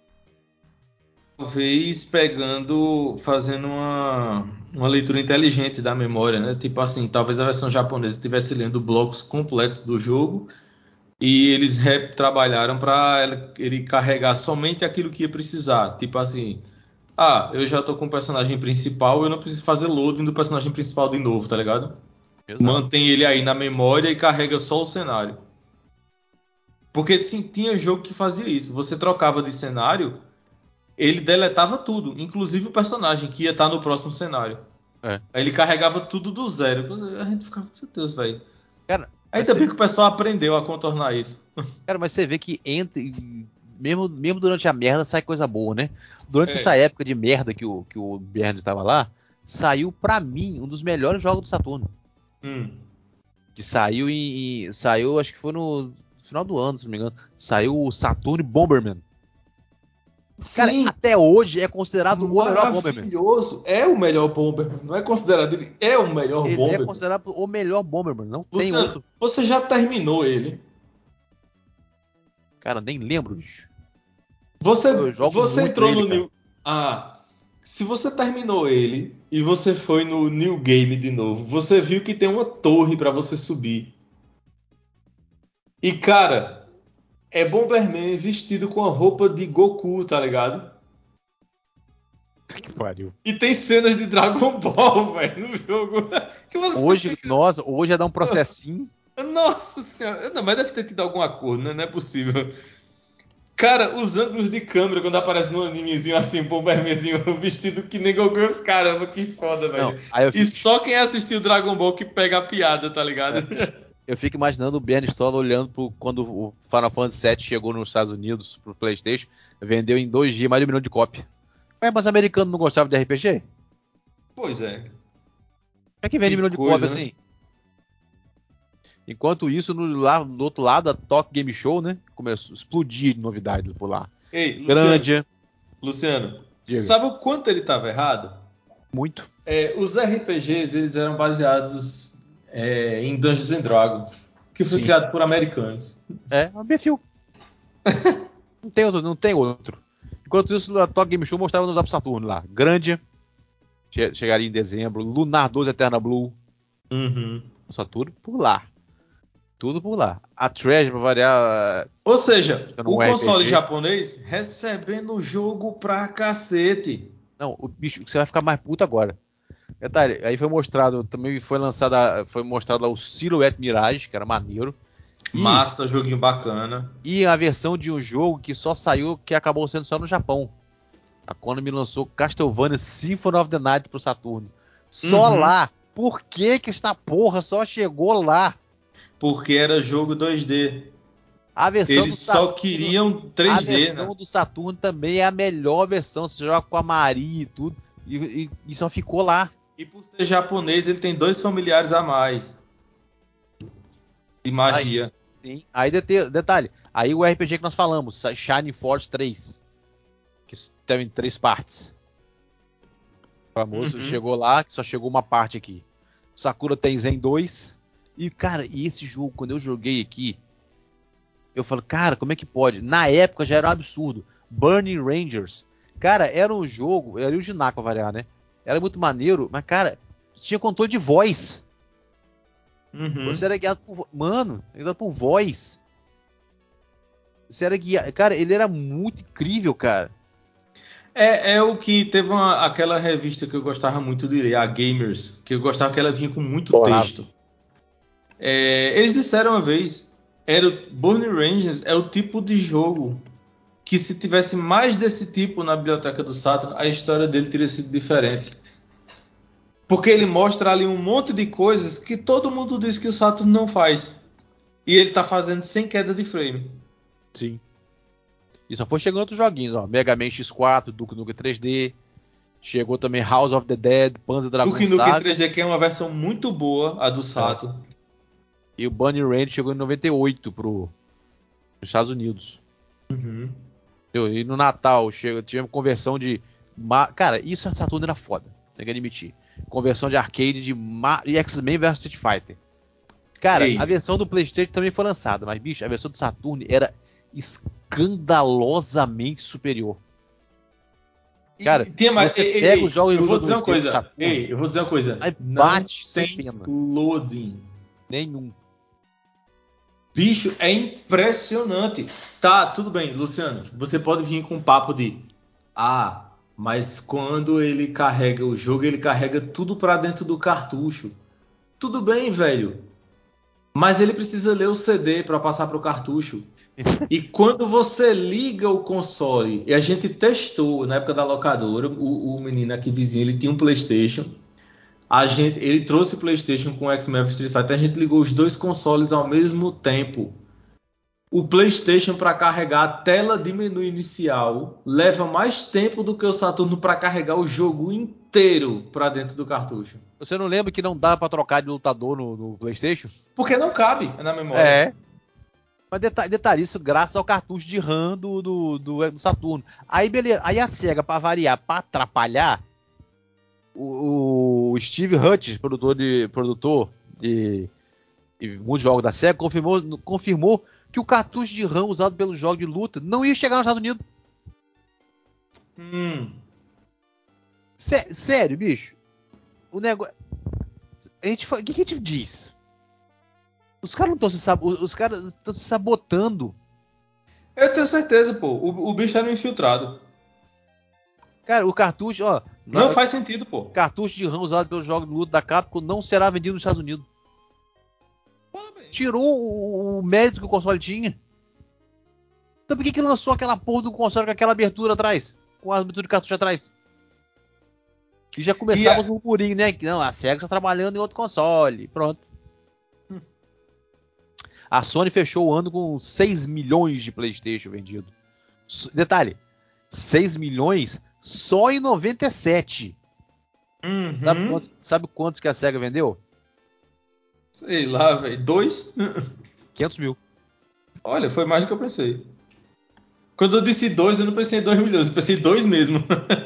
talvez pegando, fazendo uma, uma leitura inteligente da memória, né? Tipo assim, talvez a versão japonesa estivesse lendo blocos completos do jogo e eles trabalharam para ele carregar somente aquilo que ia precisar. Tipo assim, ah, eu já tô com o personagem principal, eu não preciso fazer loading do personagem principal de novo, tá ligado? Exato. Mantém ele aí na memória e carrega só o cenário. Porque sim, tinha jogo que fazia isso. Você trocava de cenário, ele deletava tudo, inclusive o personagem que ia estar no próximo cenário. É. Aí ele carregava tudo do zero. A gente ficava, meu Deus, velho. Cara, mas Ainda você, bem que o pessoal aprendeu a contornar isso. cara, mas você vê que entre, mesmo, mesmo durante a merda sai coisa boa, né? Durante essa É. época de merda que o, que o Bernd tava lá, saiu pra mim um dos melhores jogos do Saturno. Hum. Que saiu em, em- saiu, acho que foi no final do ano, se não me engano. Saiu o Saturn Bomberman. Cara, Sim, até hoje é considerado o melhor Bomberman. maravilhoso. É o melhor Bomberman. Não é considerado ele, é o melhor Ele é Bomberman. considerado o melhor Bomberman, não tem Luciano, outro. você já terminou ele? Cara, nem lembro, bicho. Eu Você, jogo você muito entrou ele, no cara. New. Ah, se você terminou ele e você foi no New Game de novo, você viu que tem uma torre pra você subir. E cara, é Bomberman vestido com a roupa de Goku, tá ligado? Que pariu. E tem cenas de Dragon Ball, velho, no jogo. Que você Hoje, fica. nossa, hoje ia dar um processinho. Nossa senhora. Não, mas deve ter tido algum acordo, né? Não é possível. Cara, os ângulos de câmera quando aparece no animezinho assim, Bombermanzinho vestido que nem Goku, os caramba, que foda, Não, velho. aí eu E fico, só quem assistiu Dragon Ball que pega a piada, tá ligado? é, eu fico imaginando o Bernie Stoller olhando pro, quando o Final Fantasy sete chegou nos Estados Unidos pro PlayStation, vendeu em dois dias mais de um milhão de cópias. Ué, mas americano não gostava de R P G? Como Pois é. é que vende um Que milhão de cópias coisa, né? assim? Enquanto isso, no, lá, do outro lado, a Tokyo Game Show, né? Começou a explodir de novidade por lá. Ei, Luciano, Grande, Luciano, diga, sabe o quanto ele estava errado? muito. É, os R P Gs, eles eram baseados é, em Dungeons and Dragons, que foi Sim. criado por americanos. É, é um imbecil. Não tem outro, não tem outro. Enquanto isso, a Tokyo Game Show mostrava no Zap Saturno lá. Grande, che chegaria em dezembro. Lunar dois Eterna Blue. Uhum. Saturno por lá. Tudo por lá. A Treasure, pra variar. Ou seja, no o R P console G. japonês recebendo o jogo pra cacete. Não, o bicho, você vai ficar mais puto agora. Detalhe, aí foi mostrado, também foi lançada, foi mostrado lá o Silhouette Mirage, que era maneiro. E, Massa, joguinho bacana. e a versão de um jogo que só saiu, que acabou sendo só no Japão. A Konami lançou Castlevania Symphony of the Night pro Saturno. Só Uhum. lá. Por que que esta porra só chegou lá? Porque era jogo dois D. A versão Eles do só Saturno, queriam a três D, versão né? do Saturno também é a melhor versão. Você joga com a Maria e tudo. E, e, e só ficou lá. E por ser japonês, ele tem dois familiares a mais. De Aí, magia. sim. Aí dete- detalhe. Aí o R P G que nós falamos, Shining Force três. Que tem três partes. O famoso Uhum. chegou lá, que só chegou uma parte aqui. Sakura Tensei dois. E, cara, e esse jogo, quando eu joguei aqui, eu falo, cara, como é que pode? Na época já era um absurdo. Burning Rangers. Cara, era um jogo, era o Jinaka pra variar, né? Era muito maneiro, mas, cara, tinha controle de voz. Uhum. Você era guiado por... Mano, era guiado por voz. Você era guiado... Cara, ele era muito incrível, cara. É, é o que teve uma, aquela revista que eu gostava muito de ler, a Gamers, que eu gostava que ela vinha com muito Adorava. texto. É, eles disseram uma vez, era o Burning Rangers é o tipo de jogo que se tivesse mais desse tipo na biblioteca do Saturn, a história dele teria sido diferente. Porque ele mostra ali um monte de coisas que todo mundo diz que o Saturn não faz. E ele tá fazendo sem queda de frame. Sim. E só foi chegando outros joguinhos, ó. Mega Man X quatro, Duke Nukem três D. Chegou também House of the Dead, Panzer Dragon Duke Nukem Saga. três D, que é uma versão muito boa, a do Saturn. E o Bunny Ranch chegou em noventa e oito pro, pros Estados Unidos. Uhum. Entendeu? E no Natal chega, tivemos conversão de. Ma... Cara, isso a Saturno era foda. Tem que admitir. Conversão de arcade de Ma... X-Men versus Street Fighter. Cara, Ei. a versão do PlayStation também foi lançada, mas, bicho, a versão do Saturno era escandalosamente superior. Cara, E tinha mais, você ei, pega ei, os jogos eu de vou luta dizer do uma coisa. Saturno, Ei, eu vou dizer uma coisa. aí Não bate sem tem pena. loading. Nenhum. Bicho, é impressionante. Tá, tudo bem, Luciano. Você pode vir com um papo de ah, mas quando ele carrega o jogo, ele carrega tudo pra dentro do cartucho. Tudo bem, velho. Mas ele precisa ler o C D pra passar pro cartucho. E quando você liga o console, e a gente testou na época da locadora, o, o menino aqui vizinho, ele tinha um PlayStation. A gente, ele trouxe o PlayStation com o X-Men Street Fighter. A gente ligou os dois consoles ao mesmo tempo. O PlayStation para carregar a tela de menu inicial leva mais tempo do que o Saturno para carregar o jogo inteiro para dentro do cartucho. Você não lembra que não dá pra trocar de lutador no, no PlayStation? Porque não cabe na memória. É. Mas detalhe, detalhe, isso graças ao cartucho de RAM do, do, do, do Saturno. Aí beleza, aí a SEGA, pra variar, pra atrapalhar, o, o Steve Hutch, produtor de, produtor de, de muitos jogos da SEGA, confirmou, confirmou que o cartucho de RAM usado pelos jogos de luta não ia chegar nos Estados Unidos. Hum. Sé, sério, bicho. O negócio... A gente, o que, que a gente diz? Os caras não estão se sabotando. Os caras estão se sabotando. Eu tenho certeza, pô. O, o bicho era um infiltrado. Cara, o cartucho, ó. Não na, faz sentido, pô. cartucho de RAM usado pelos jogos de luta da Capcom não será vendido nos Estados Unidos. Parabéns. Tirou o, o mérito que o console tinha. Então por que que lançou aquela porra do console com aquela abertura atrás? Com a abertura de cartucho atrás? E já começava E a- os burburinhos, né? Que não, a SEGA está trabalhando em outro console. Pronto. A Sony fechou o ano com seis milhões de PlayStation vendidos. Detalhe, seis milhões só em noventa e sete. Uhum. Sabe, quantos, sabe quantos que a SEGA vendeu? Sei lá, velho. Dois? quinhentos mil. Olha, foi mais do que eu pensei. Quando eu disse dois, eu não pensei em dois milhões. Eu pensei em dois mesmo.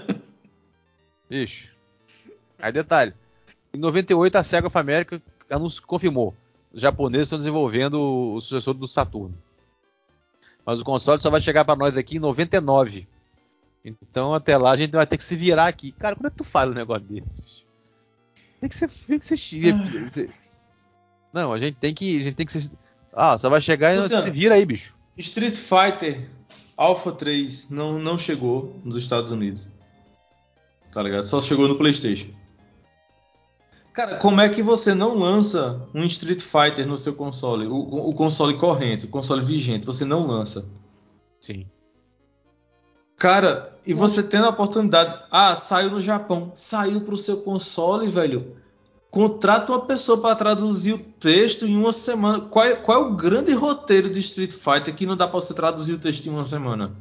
Ixi. Aí detalhe, em noventa e oito a SEGA of America anúncio, confirmou. Os japoneses estão desenvolvendo o sucessor do Saturno. Mas o console só vai chegar para nós aqui em noventa e nove. Então até lá a gente vai ter que se virar aqui. Cara, como é que tu faz um negócio desse? Bicho? Tem que ser, tem que ser. Não, a gente tem que, a gente tem que ser, Ah, você vai chegar e Luciano, se vira aí, bicho. Street Fighter Alpha três não, não chegou nos Estados Unidos. Tá ligado? Só chegou no PlayStation. Cara, como é que você não lança um Street Fighter no seu console? O, o console corrente, o console vigente, você não lança. Sim. Cara, e você tendo a oportunidade. Ah, saiu no Japão. Saiu pro seu console, velho. Contrata uma pessoa para traduzir o texto em uma semana. Qual é, qual é o grande roteiro de Street Fighter que não dá pra você traduzir o texto em uma semana?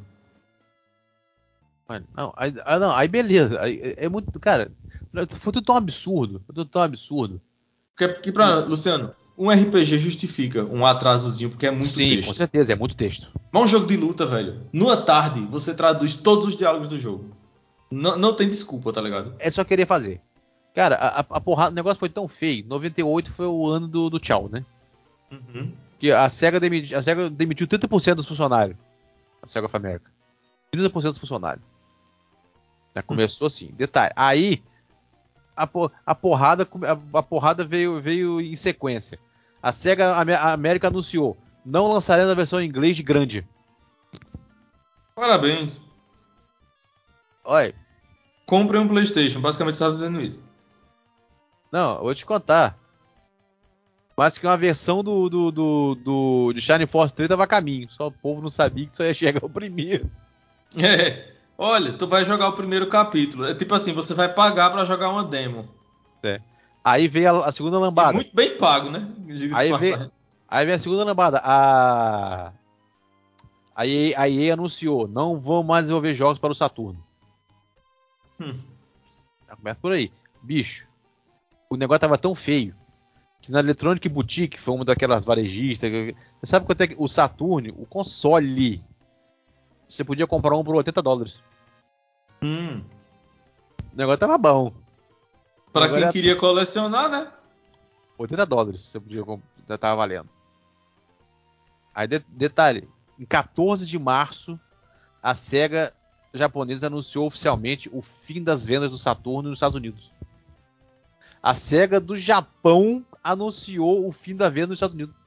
Mano, não, aí, ah, não, aí beleza. Aí, é, é muito. Cara, foi tudo tão absurdo. Foi tudo tão absurdo. Porque, porque pra, Luciano, um R P G justifica um atrasozinho porque é muito Sim, com texto. certeza, é muito texto. Mas um jogo de luta, velho. Numa tarde, você traduz todos os diálogos do jogo. Não, não tem desculpa, tá ligado? É só querer fazer. Cara, a, a porrada, o negócio foi tão feio. noventa e oito foi o ano do, do tchau, né? Uhum. Que a SEGA, demiti, a SEGA demitiu trinta por cento dos funcionários. A SEGA of America. trinta por cento dos funcionários. Já começou assim. Detalhe. Aí, a, a, porrada, a, a porrada veio, veio em sequência. A SEGA a América anunciou: não lançaremos a versão em inglês de grande. Parabéns. Olha. Compre um PlayStation. Basicamente, você tá dizendo isso. Não, eu vou te contar. Mas que uma versão do, do, do, do de Shining Force três tava a caminho. Só o povo não sabia que só ia chegar o primeiro. É. Olha, tu vai jogar o primeiro capítulo. É tipo assim, você vai pagar pra jogar uma demo. É. Aí veio a, a segunda E lambada. muito bem pago, né? Diga-se de Aí veio, passagem. aí veio a segunda lambada. A, a, E A, a E A anunciou: não vão mais desenvolver jogos para o Saturno. Hum. Já começa por aí. Bicho, o negócio tava tão feio que na Electronic Boutique, foi uma daquelas varejistas. Você sabe quanto é que o Saturn, o console, você podia comprar um por oitenta dólares. Hum. O negócio tava bom. Pra Agora quem é queria colecionar, né? oitenta dólares você podia já tava valendo. Aí de, detalhe, em quatorze de março, a SEGA japonesa anunciou oficialmente o fim das vendas do Saturno nos Estados Unidos. A SEGA do Japão anunciou o fim da venda nos Estados Unidos.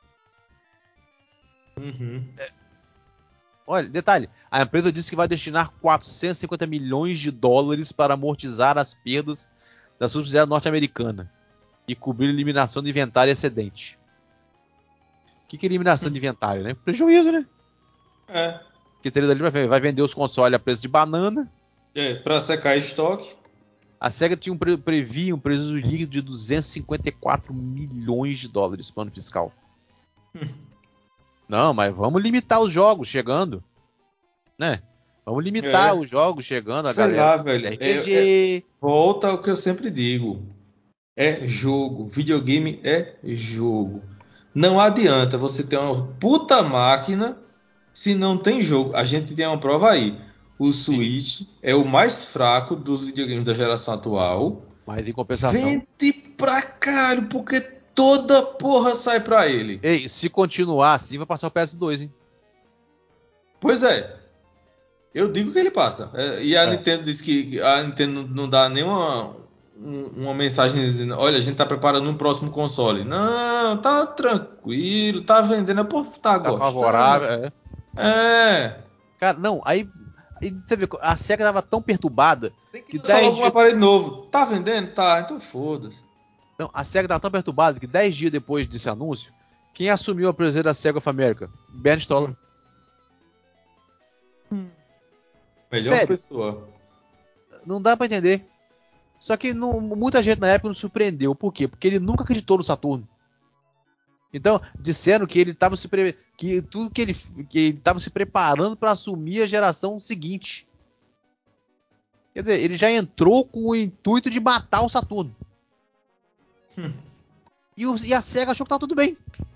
Uhum. É, olha, detalhe, a empresa disse que vai destinar quatrocentos e cinquenta milhões de dólares para amortizar as perdas da subsidiária norte-americana e cobrir a eliminação do inventário excedente. O que, que é eliminação de inventário, né? Prejuízo, né? É. Que vai vender os consoles a preço de banana. É, pra secar estoque. A SEGA tinha um pre previa um prejuízo líquido de duzentos e cinquenta e quatro milhões de dólares no ano fiscal. Hum. Não, mas vamos limitar os jogos chegando, né? Vamos limitar É. os jogos chegando, a Sei galera. lá, velho. É, é, R P G. volta ao que eu sempre digo. É jogo. Videogame é jogo. Não adianta você ter uma puta máquina se não tem jogo. A gente tem uma prova aí. O Sim. Switch é o mais fraco dos videogames da geração atual. Mas em compensação. Vende pra caralho, porque toda porra sai pra ele. Ei, se continuar assim, vai passar o P S dois, hein? Pois é. Eu digo que ele passa. É, e a É. Nintendo diz que a Nintendo não dá nenhuma um- uma mensagem dizendo: olha, a gente tá preparando um próximo console. Não, tá tranquilo, tá vendendo, o povo tá Tá gostando. favorável. É. É. Cara, não, aí, aí você vê, a SEGA tava tão perturbada Tem que que lançar dez logo um dias. aparelho novo. Tá vendendo? Tá, então foda-se. Não, a SEGA tava tão perturbada que dez dias depois desse anúncio, quem assumiu a presidência da SEGA of America? Bernd Stoller. Hum. Melhor Sério, pessoa. não dá pra entender. Só que não, muita gente na época não surpreendeu. Por quê? Porque ele nunca acreditou no Saturno. Então, disseram que ele estava se pre... que tudo que ele que ele estava se preparando para assumir a geração seguinte. Quer dizer, ele já entrou com o intuito de matar o Saturno. Hum. E, o, e a SEGA achou que tava tudo bem.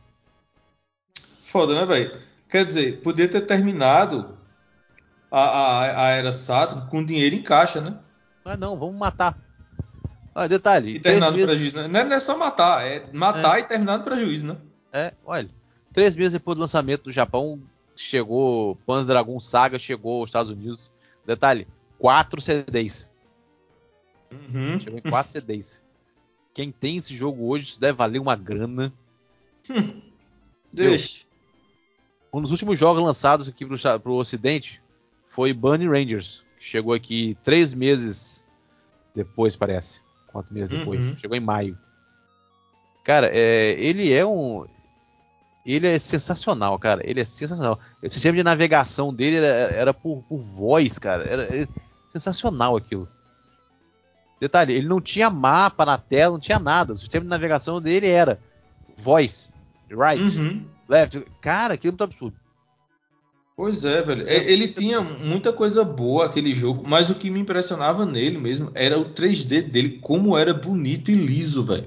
Foda, né, velho? Quer dizer, podia ter terminado a, a, a era Saturn com dinheiro em caixa, né? Mas não, vamos matar. Ah, detalhe, E três terminar no meses. prejuízo, né? Não é, não é só matar, é É, matar e terminar no prejuízo, né? é, olha. Três meses depois do lançamento do Japão, chegou Panzer Dragoon Saga, chegou aos Estados Unidos. Detalhe, quatro C Ds. Uhum. Chegou em quatro C Ds. Quem tem esse jogo hoje, isso deve valer uma grana. Hum. Deixa. Um dos últimos jogos lançados aqui pro, pro Ocidente foi Bunny Rangers, que chegou aqui três meses depois, parece. Quatro meses depois. Uhum. Chegou em maio. Cara, é, ele é um... Ele é sensacional, cara. Ele é sensacional. O sistema de navegação dele era, era por, por voz, cara. Era, era sensacional aquilo. Detalhe, ele não tinha mapa na tela, não tinha nada. O sistema de navegação dele era voice, right, Uhum. left. Cara, aquilo é muito absurdo. Pois é, velho. É É, Ele muito tinha absurdo. muita coisa boa aquele jogo, mas o que me impressionava nele mesmo era o três D dele, como era bonito e liso, velho.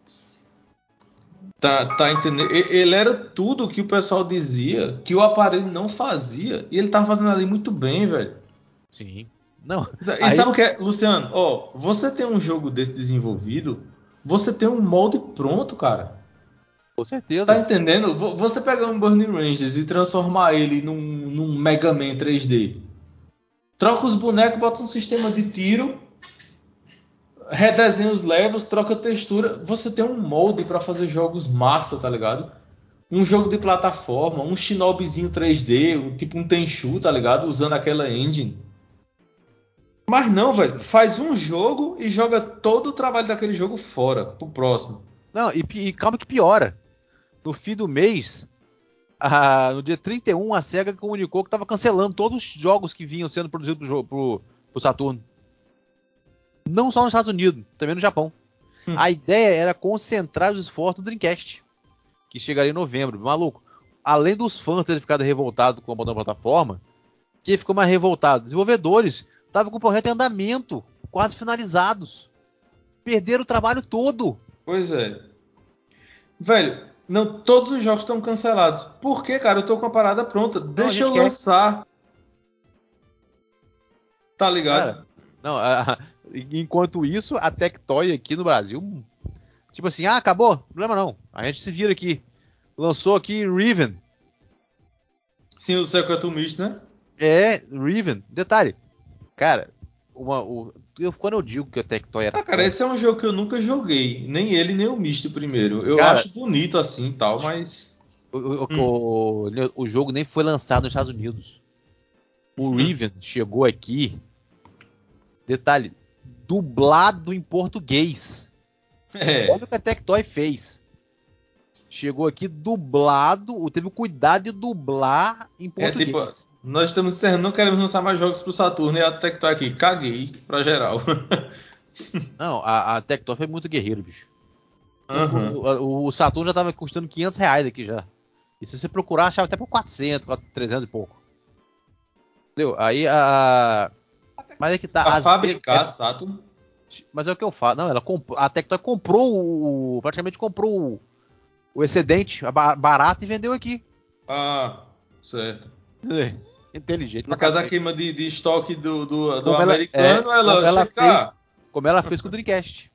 Tá, tá entendendo? E- Ele era tudo que o pessoal dizia que o aparelho não fazia, e ele tava fazendo ali muito bem, velho. Sim. Não, E aí, sabe o que é, Luciano? Ó, você tem um jogo desse desenvolvido, você tem um molde pronto, cara. com Tá certeza. entendendo? Vo- Você pegar um Burning Rangers e transformar ele num, num Mega Man três D. Troca os bonecos, bota um sistema de tiro, redesenha os levels, troca textura. Você tem um molde pra fazer jogos massa, tá ligado? Um jogo de plataforma, um Shinobizinho três D, um- tipo um Tenchu, tá ligado? Usando aquela engine. Mas não, velho. Faz um jogo e joga todo o trabalho daquele jogo fora, pro próximo. Não, e, pi- e calma que piora. No fim do mês, a- no dia trinta e um, a SEGA comunicou que estava cancelando todos os jogos que vinham sendo produzidos pro, jo- pro, pro Saturno. Não só nos Estados Unidos, também no Japão. Hum. A ideia era concentrar os esforços do Dreamcast, que chegaria em novembro. Maluco, além dos fãs terem ficado revoltados com a nova plataforma, quem ficou mais revoltado? Desenvolvedores estavam com o projeto em andamento, quase finalizados. Perderam o trabalho todo. Pois é. Velho, não, todos os jogos estão cancelados. Por quê, cara? Eu tô com a parada pronta. Não, a Deixa gente eu quer. lançar. Tá Cara, ligado? não, a- enquanto isso, a Tectoy aqui no Brasil, tipo assim, ah, acabou, problema não. A gente se vira aqui. Lançou aqui Riven. Sim, o Secret Mist, né? É, Riven. Detalhe, cara, uma, o, eu, quando eu digo que a Tectoy era Ah, cara, foda, esse é um jogo que eu nunca joguei. Nem ele, nem o Mist primeiro. Eu cara, acho bonito assim e tal, mas. o, o, Hum, o, o jogo nem foi lançado nos Estados Unidos. O hum. Riven chegou aqui, detalhe, dublado em português. Olha É. o que a Tectoy fez. Chegou aqui dublado, teve o cuidado de dublar em É tipo, português. nós estamos encerrando, não queremos lançar mais jogos pro Saturno e a Tectoy aqui. Caguei pra geral. Não, a, a Tectoy foi muito guerreiro, bicho. O, Aham. o, o Saturno já tava custando quinhentos reais aqui já. E se você procurar, achava até por quatrocentos, trezentos e pouco. Entendeu? Aí a. Mas é que tá, Pra às vezes. É- fabricar Saturn. mas é o que eu falo. Não, ela comprou, a Tectoy comprou o. Praticamente comprou o, o excedente ba- barato e vendeu aqui. Ah, certo. Inteligente No pra caso, a cacete. queima de, de estoque do, do, do Como ela, é, americano, como ela ela fez. checa. Como ela fez com o Dreamcast.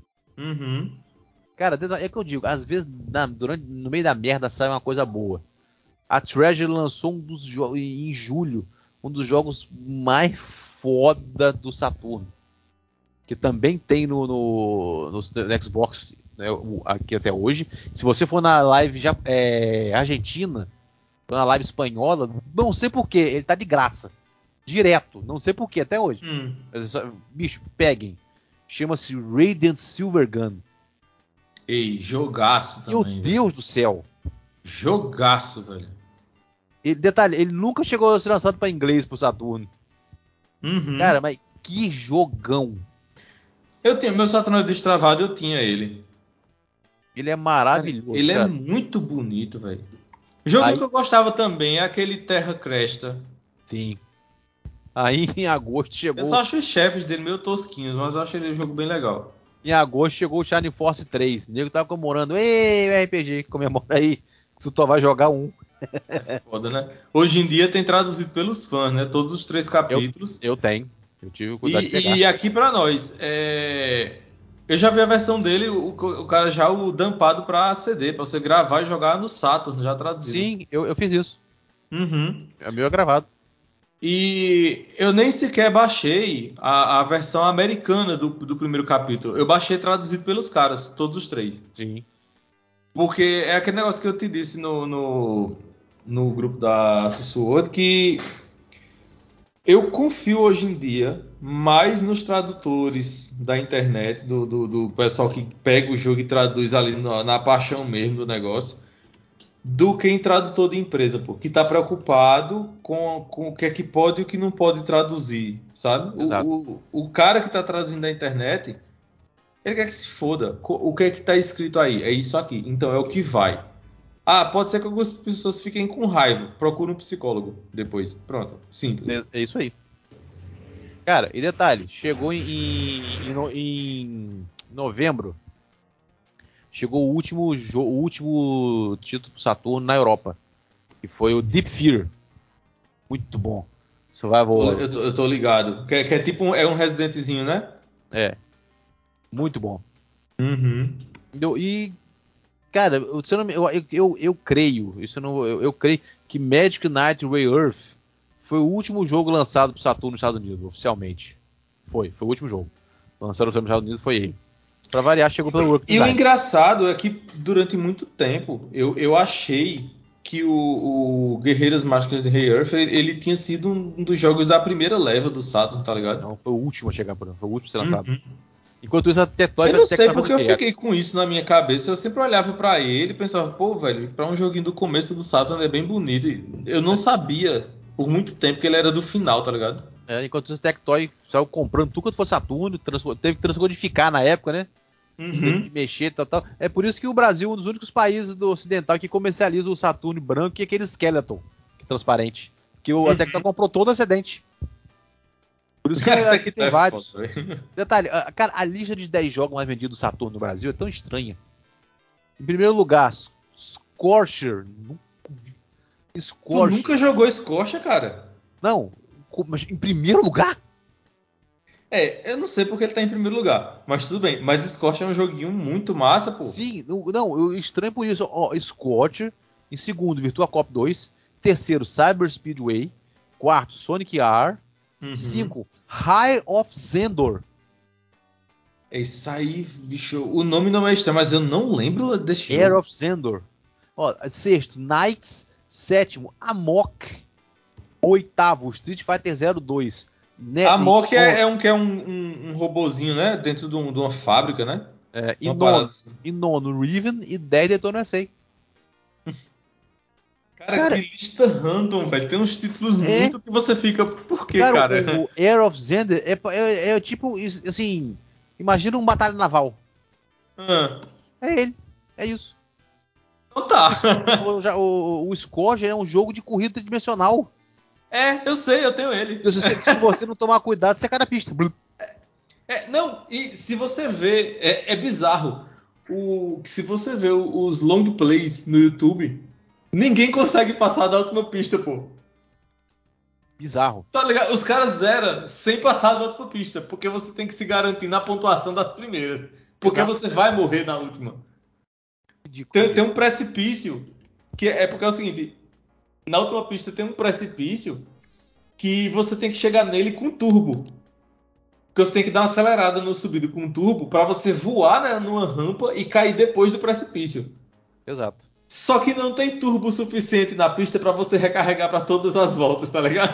Uhum. Cara, é que eu digo, às vezes na- durante, no meio da merda sai uma coisa boa. A Treasure lançou um dos jogos em julho, um dos jogos mais foda do Saturno, que também tem no, no, no, no Xbox, né, o- aqui até hoje. Se você for na live já, é, argentina, na live espanhola, não sei porquê, ele tá de graça, direto, não sei porquê até hoje. Hum. Mas é só- bicho, peguem. Chama-se Radiant Silvergun. Ei, jogaço Meu também, velho. Deus do céu. Jogaço, velho. Ele, detalhe, ele nunca chegou a ser lançado para inglês pro Saturno. Cara, Uhum. mas que jogão. Eu tinha meu Saturno destravado, eu tinha ele. Ele é Cara, maravilhoso, ele é cara. muito bonito, velho. Joguinho Aí, que eu gostava também é aquele Terra Cresta. sim. Aí em agosto Eu chegou. só acho os chefes dele meio tosquinhos, mas eu acho ele um jogo bem legal. Em agosto chegou o Shining Force três. O nego tava comemorando. Ei, R P G, comemora aí. Que tu só vai jogar um. Foda, né? Hoje em dia tem traduzido pelos fãs, né? Todos os três Eu, capítulos. eu tenho. Eu tive o cuidado de E, pegar. e aqui pra nós, é, eu já vi a versão dele, o, o cara já o dampado pra C D, pra você gravar e jogar no Saturn, já traduzido. Sim, eu, eu fiz isso. Uhum. O meu é gravado. E eu nem sequer baixei a, a versão americana do, do primeiro capítulo. Eu baixei traduzido pelos caras, todos os três. Sim. Porque é aquele negócio que eu te disse no, no, no grupo da Sussurro, que eu confio hoje em dia mais nos tradutores da internet, do, do, do pessoal que pega o jogo e traduz ali na, na paixão mesmo do negócio, do que em tradutor de empresa, pô, que está preocupado com, com o que é que pode e o que não pode traduzir, sabe? Exato. O, o, o cara que está traduzindo da internet, ele quer que se foda. O que é que está escrito aí? É isso aqui. Então é o que vai. Ah, pode ser que algumas pessoas fiquem com raiva. Procura um psicólogo depois. Pronto. Simples. É, é isso aí. Cara, e detalhe, chegou em, em, em no- em novembro, chegou o último, jo- o último título pro Saturno na Europa, que foi o Deep Fear. Muito bom. Tô- Survival. eu, tô, eu tô ligado. Que, é- que é tipo um, é um Residentzinho, né? É, muito bom. Uhum. Entendeu? E, cara, eu, se eu, não me- eu, eu, eu, eu creio, isso eu, não, eu, eu creio que Magic Knight Ray Earth foi o último jogo lançado pro Saturno nos Estados Unidos, oficialmente. Foi, foi o último jogo. Lançado nos Estados Unidos foi ele. Pra variar, chegou pelo Work E o Design. engraçado é que durante muito tempo eu, eu achei que o, o Guerreiras Mágicas de Rei Earth ele, ele tinha sido um dos jogos da primeira leva do Saturn, tá ligado? Não, foi o último a chegar por foi o último a ser lançado. Uhum. Enquanto isso, a Tectoy Eu não sei tava porque fazendo eu o quê? fiquei com isso na minha cabeça. Eu sempre olhava pra ele e pensava, pô, velho, pra um joguinho do começo do Saturn é bem bonito. E eu não sabia por muito tempo que ele era do final, tá ligado? É, enquanto isso, a Tectoy saiu comprando tudo quanto fosse Saturno, transco- teve que transcodificar na época, né? Teve que Uhum. mexer e tal, tal. É por isso que o Brasil é um dos únicos países do ocidental que comercializa o Saturno branco e aquele Skeleton, que é transparente. Que o, a Tectoy comprou todo o excedente. Por isso que aqui tem É vários. foda, velho. Detalhe, a, cara, a lista de dez jogos mais vendidos do Saturno no Brasil é tão estranha. Em primeiro lugar, S- Scorcher. Nunca vi. Tu Scorcher. nunca jogou Scorcha, cara? Não, co- mas em primeiro lugar? É, eu não sei porque ele tá em primeiro lugar, mas tudo bem. Mas Scorcha é um joguinho muito massa, pô. Sim, não, não, eu estranho por isso. Ó, Scorcher. Em segundo, Virtua Cop dois. Terceiro, Cyber Speedway. Quarto, Sonic R. Uhum. Cinco, High of Zendor. É isso aí, bicho. O nome não é estranho, mas eu não lembro desse Air jogo. of Zendor. Ó, sexto, Knights. Sétimo, Amok. Oitavo, Street Fighter zero dois. Ne A Mock Ino- é, é um que é um, um, um robozinho, né? Dentro de, um- de uma fábrica, né? é, e Uma parada nono, assim. e nono, Riven e dez, Daytona S A. Cara, que Cara, lista random, velho. Tem uns títulos é. muito que você fica. Por quê, Cara, cara? o, o Air of Zender é, é, é tipo, is- assim, imagina um batalha naval. Ah, É ele, é isso. então tá. O, já- o, o Scorcher é um jogo de corrida tridimensional. É, eu sei, eu tenho ele. Se, se- se você não tomar cuidado, você cai na pista. Blup. É, não, e se você vê, é, é bizarro. O, se você vê os long plays no YouTube, ninguém consegue passar da última pista, pô. Bizarro. Tá ligado? Os caras zeram sem passar da última pista, porque você tem que se garantir na pontuação das primeiras. Porque Exato. você vai morrer na última. Ridículo, Tem, tem ridículo. um precipício, que é, é porque é o seguinte, na última pista tem um precipício que você tem que chegar nele com turbo. Porque você tem que dar uma acelerada no subido com turbo para você voar, né, numa rampa e cair depois do precipício. Exato. Só que não tem turbo suficiente na pista para você recarregar para todas as voltas, tá ligado?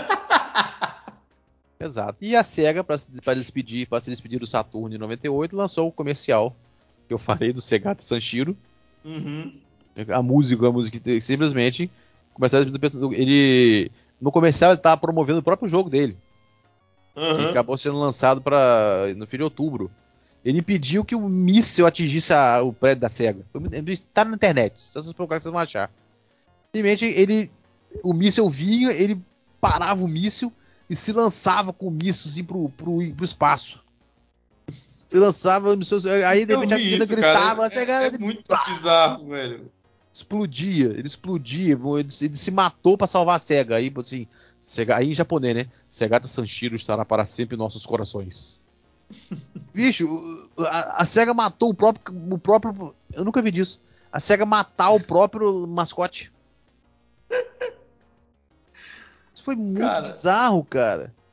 Exato. E a SEGA, para se despedir, para se despedir do Saturno em noventa e oito, lançou o comercial que eu falei do Segata Sanshiro. Uhum. A música, a música que simplesmente comercial, ele no comercial ele estava promovendo o próprio jogo dele, que Uhum. acabou sendo lançado para no fim de outubro. Ele impediu que o míssil atingisse a, o prédio da SEGA. Está na internet, só vocês procurar que vocês vão achar. Simplesmente ele, o míssil vinha, ele parava o míssil e se lançava com o míssil assim pro, pro, pro espaço. Se lançava, aí de Eu repente a vi menina isso, gritava, cara. a SEGA, É, é ele, muito pá, bizarro, velho. explodia, ele explodia, ele, ele se matou pra salvar a SEGA. Aí, assim, SEGA, aí em japonês, né? Segata Sanshiro estará para sempre em nossos corações. Bicho, a, a SEGA matou o próprio, o próprio. Eu nunca vi disso. A SEGA matar o próprio mascote. Isso foi muito Cara, bizarro, cara.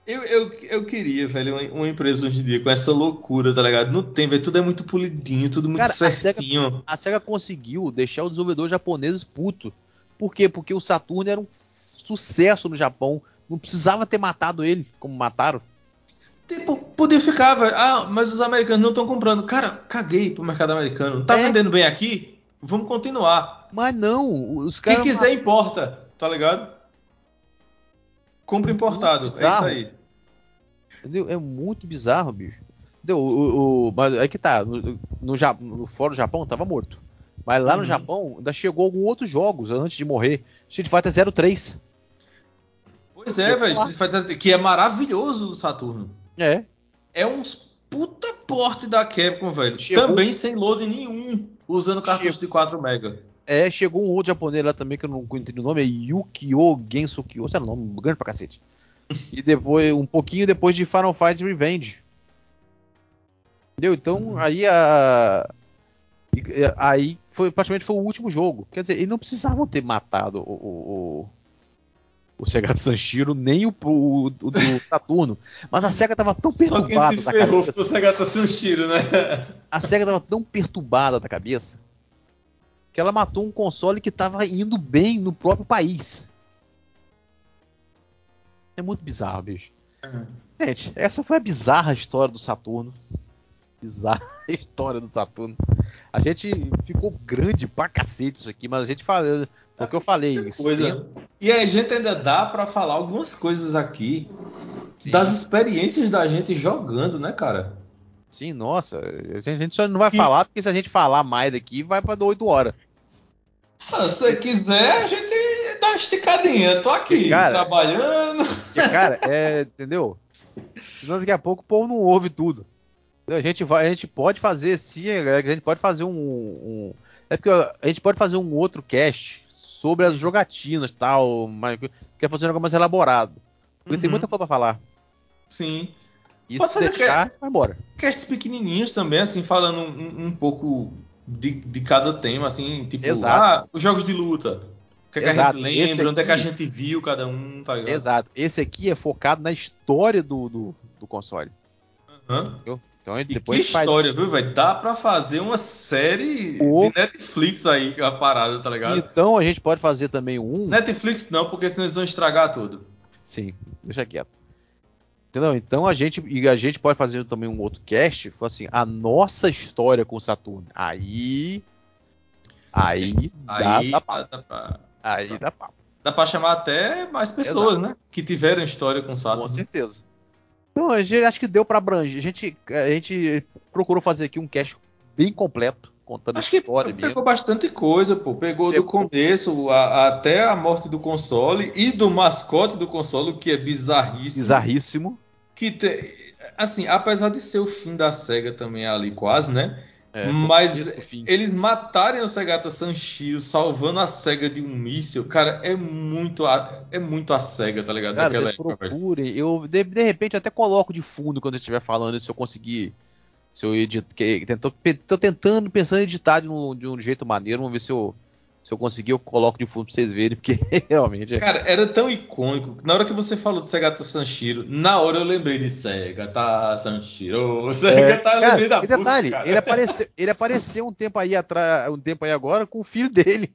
Eu, eu, eu queria, velho, uma, uma empresa hoje em dia com essa loucura, tá ligado? Não tem, velho. Tudo é muito polidinho, tudo muito Cara, a SEGA, certinho. a SEGA conseguiu deixar os desenvolvedores japoneses putos. Por quê? Porque o Saturno era um sucesso no Japão. Não precisava ter matado ele, como mataram. Tipo, podia ficar, velho. Ah, mas os americanos não estão comprando. Cara, caguei pro mercado americano. Não tá É, vendendo bem aqui? Vamos continuar. mas não. Os Quem caras quiser mataram. importa, tá ligado? Compra Muito importado. É isso bizarro. aí. Entendeu? É muito bizarro, bicho. Entendeu? O, o, o- mas aí que tá. No, no, Ja- no fora do Japão tava morto. Mas lá no Uhum. Japão ainda chegou alguns outros jogos antes de morrer. Street Fighter zero três. Pois é, Chegou velho. lá. Street Fighter, que é maravilhoso do Saturno. É. É uns puta porte da Capcom, velho. Chegou, Também sem load nenhum. Usando cartucho chegou, de quatro mega. é, chegou um outro japonês lá também que eu não entendi o nome. É Yukio Gensukyo. Sei lá, nome grande pra cacete. E depois, um pouquinho depois de Final Fight Revenge. Entendeu? Então aí a. Aí foi praticamente foi o último jogo. Quer dizer, eles não precisavam ter matado o, o, o, o Sega Sanshiro, nem o, o, o do Saturno. Mas a SEGA tava tão Só quem se perturbada da ferrou foi o cabeça. Segata Sunshiro, né? A SEGA tava tão perturbada da cabeça que ela matou um console que tava indo bem no próprio país. É muito bizarro, bicho. Gente, essa foi a bizarra história do Saturno. Bizarra história do Saturno. A gente ficou grande pra cacete isso aqui, mas a gente falou. Porque eu falei, cento, Coisa. E a gente ainda dá pra falar algumas coisas aqui das sim, experiências da gente jogando, né, cara? sim, nossa. A gente, a gente só não vai Que, falar, porque se a gente falar mais daqui, vai pra oito horas. ah, se você quiser, a gente dá uma esticadinha. Tô Porque, aqui, cara, trabalhando. porque, cara, é. Entendeu? Senão daqui a pouco o povo não ouve tudo. A gente, vai, a gente pode fazer, sim, a gente pode fazer um, um. É porque a gente pode fazer um outro cast sobre as jogatinas e tal, mas quer fazer um negócio mais elaborado. Porque tem Uhum, muita coisa pra falar. sim. E Pode se fazer deixar, a ca- gente vai embora. casts pequenininhos também, assim, falando um, um pouco de, de cada tema, assim, tipo, Exato, ah, os jogos de luta. O que é que a gente exato. Esse lembra? Onde é que a aqui, gente viu cada um, tá ligado? exato. Esse aqui é focado na história do, do, do console. Aham. Entendeu? Então a gente- E que depois a gente faz história, viu, velho? Dá pra fazer uma série de o. Netflix aí, a parada, tá ligado? Então a gente pode fazer também um. Netflix não, porque senão eles vão estragar tudo. Sim, deixa quieto. Entendeu? Então a gente. E a gente pode fazer também um outro cast. Assim, a nossa história com o Saturno. Aí. Aí dá, dá Aí papo. dá, dá pra, Aí dá papo. dá pra chamar até mais Exato. pessoas, né? Que tiveram história com o Com Saturn. certeza. Então a gente acho que deu pra abranger. A gente, a gente procurou fazer aqui um cast bem completo, contando a Acho que história pegou mesmo. bastante coisa, pô. Pegou do Pegou. começo a- até a morte do console e do mascote do console, o que é bizarríssimo. Bizarríssimo. Que te- assim, apesar de ser o fim da SEGA também ali quase, né? É, Mas começo do fim. eles matarem o Segata Sanshiro salvando a SEGA de um míssil, cara, é muito a, é muito a SEGA, tá ligado? Cara, Daquela vocês época, velho. procurem. Eu de, de repente até coloco de fundo quando eu estiver falando isso, se eu conseguir. Se eu edito. Que, tento, tô tentando, pensando em editar de um, de um jeito maneiro. Vamos ver se eu, se eu conseguir, eu coloco de fundo pra vocês verem, porque realmente é. Cara, era tão icônico. que Na hora que você falou de Segata Sanshiro, na hora eu lembrei de Segata Sanshiro. É, Segata, eu cara, lembrei da e música, detalhe, ele cara. apareceu, ele apareceu um tempo aí atrás, um tempo aí agora com o filho dele.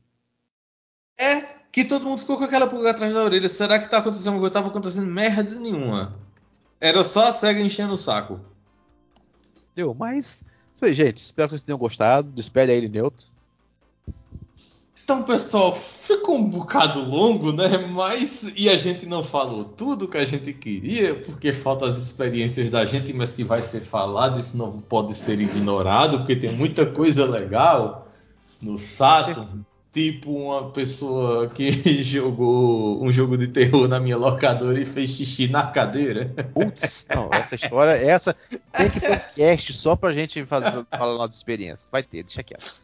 É que todo mundo ficou com aquela pulga atrás da orelha. Será que tá acontecendo alguma coisa? Tava acontecendo merda nenhuma. Era só a SEGA enchendo o saco. Entendeu? Mas, isso aí, gente. Espero que vocês tenham gostado. Despede aí, Neutro. Então, pessoal, ficou um bocado longo, né? Mas e a gente não falou tudo que a gente queria, porque faltam as experiências da gente, mas que vai ser falado, isso não pode ser ignorado, porque tem muita coisa legal no Com Saturn. certeza. Tipo uma pessoa que jogou um jogo de terror na minha locadora e fez xixi na cadeira. Putz, não, essa história, essa tem que ter um cast só pra gente fazer, falar nossa experiência. Vai ter, deixa quieto.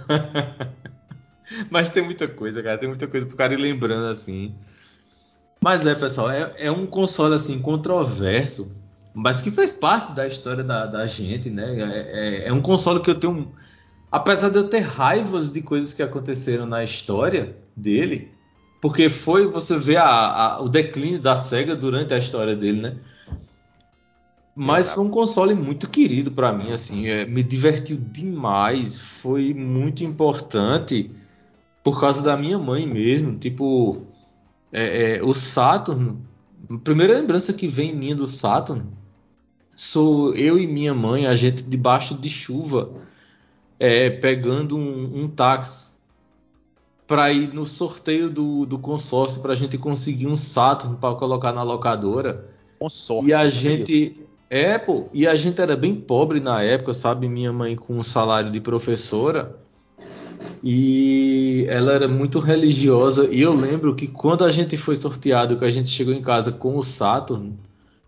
Mas tem muita coisa, cara. Tem muita coisa pro cara ir lembrando assim. Mas é, pessoal, é, é um console assim controverso, mas que fez parte da história da, da gente, né? É, é- é um console que eu tenho, apesar de eu ter raivas de coisas que aconteceram na história dele, porque foi você vê a- a- o declínio da SEGA durante a história dele, né? Mas Exato. foi um console muito querido pra mim, assim, é, me divertiu demais, foi muito importante por causa da minha mãe mesmo, tipo, é, é, o Saturn, a primeira lembrança que vem em mim do Saturn sou eu e minha mãe, a gente debaixo de chuva, é, pegando um, um táxi para ir no sorteio do, do consórcio para a gente conseguir um Saturn para colocar na locadora. E a Consórcio, olha isso. gente. É, pô, e a gente era bem pobre na época, sabe? Minha mãe com um salário de professora e ela era muito religiosa. E eu lembro que quando a gente foi sorteado, que a gente chegou em casa com o Saturn,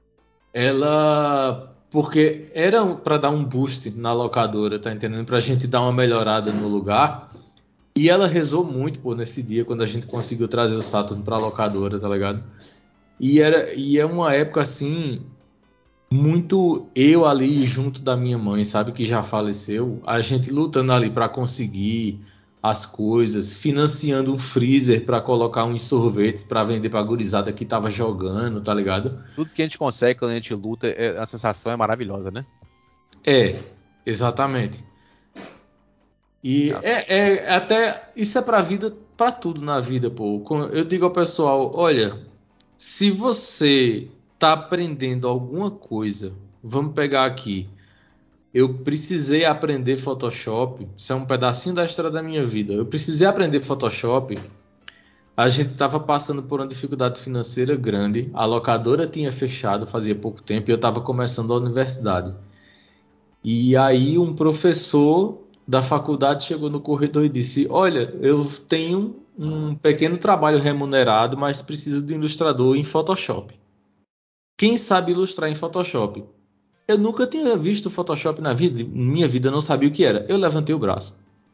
ela. Porque era para dar um boost na locadora, tá entendendo? Pra gente dar uma melhorada no lugar. E ela rezou muito, pô, nesse dia, quando a gente conseguiu trazer o Saturn pra locadora, tá ligado? E, era, e é uma época assim, muito eu ali junto da minha mãe, sabe, que já faleceu, a gente lutando ali pra conseguir as coisas, financiando um freezer pra colocar uns sorvetes pra vender pra gurizada que tava jogando, tá ligado? Tudo que a gente consegue quando a gente luta, é- a sensação é maravilhosa, né? É, exatamente. E é, Nossa. é até isso é pra vida, pra tudo na vida, pô. Eu digo ao pessoal, olha, se você está aprendendo alguma coisa, vamos pegar aqui. Eu precisei aprender Photoshop. Isso é um pedacinho da história da minha vida. Eu precisei aprender Photoshop. A gente estava passando por uma dificuldade financeira grande. A locadora tinha fechado fazia pouco tempo e eu estava começando a universidade. E aí um professor da faculdade chegou no corredor e disse: Olha, eu tenho um pequeno trabalho remunerado, mas preciso de um ilustrador em Photoshop. Quem sabe ilustrar em Photoshop? Eu nunca tinha visto Photoshop na vida, minha vida, eu não sabia o que era. Eu levantei o braço.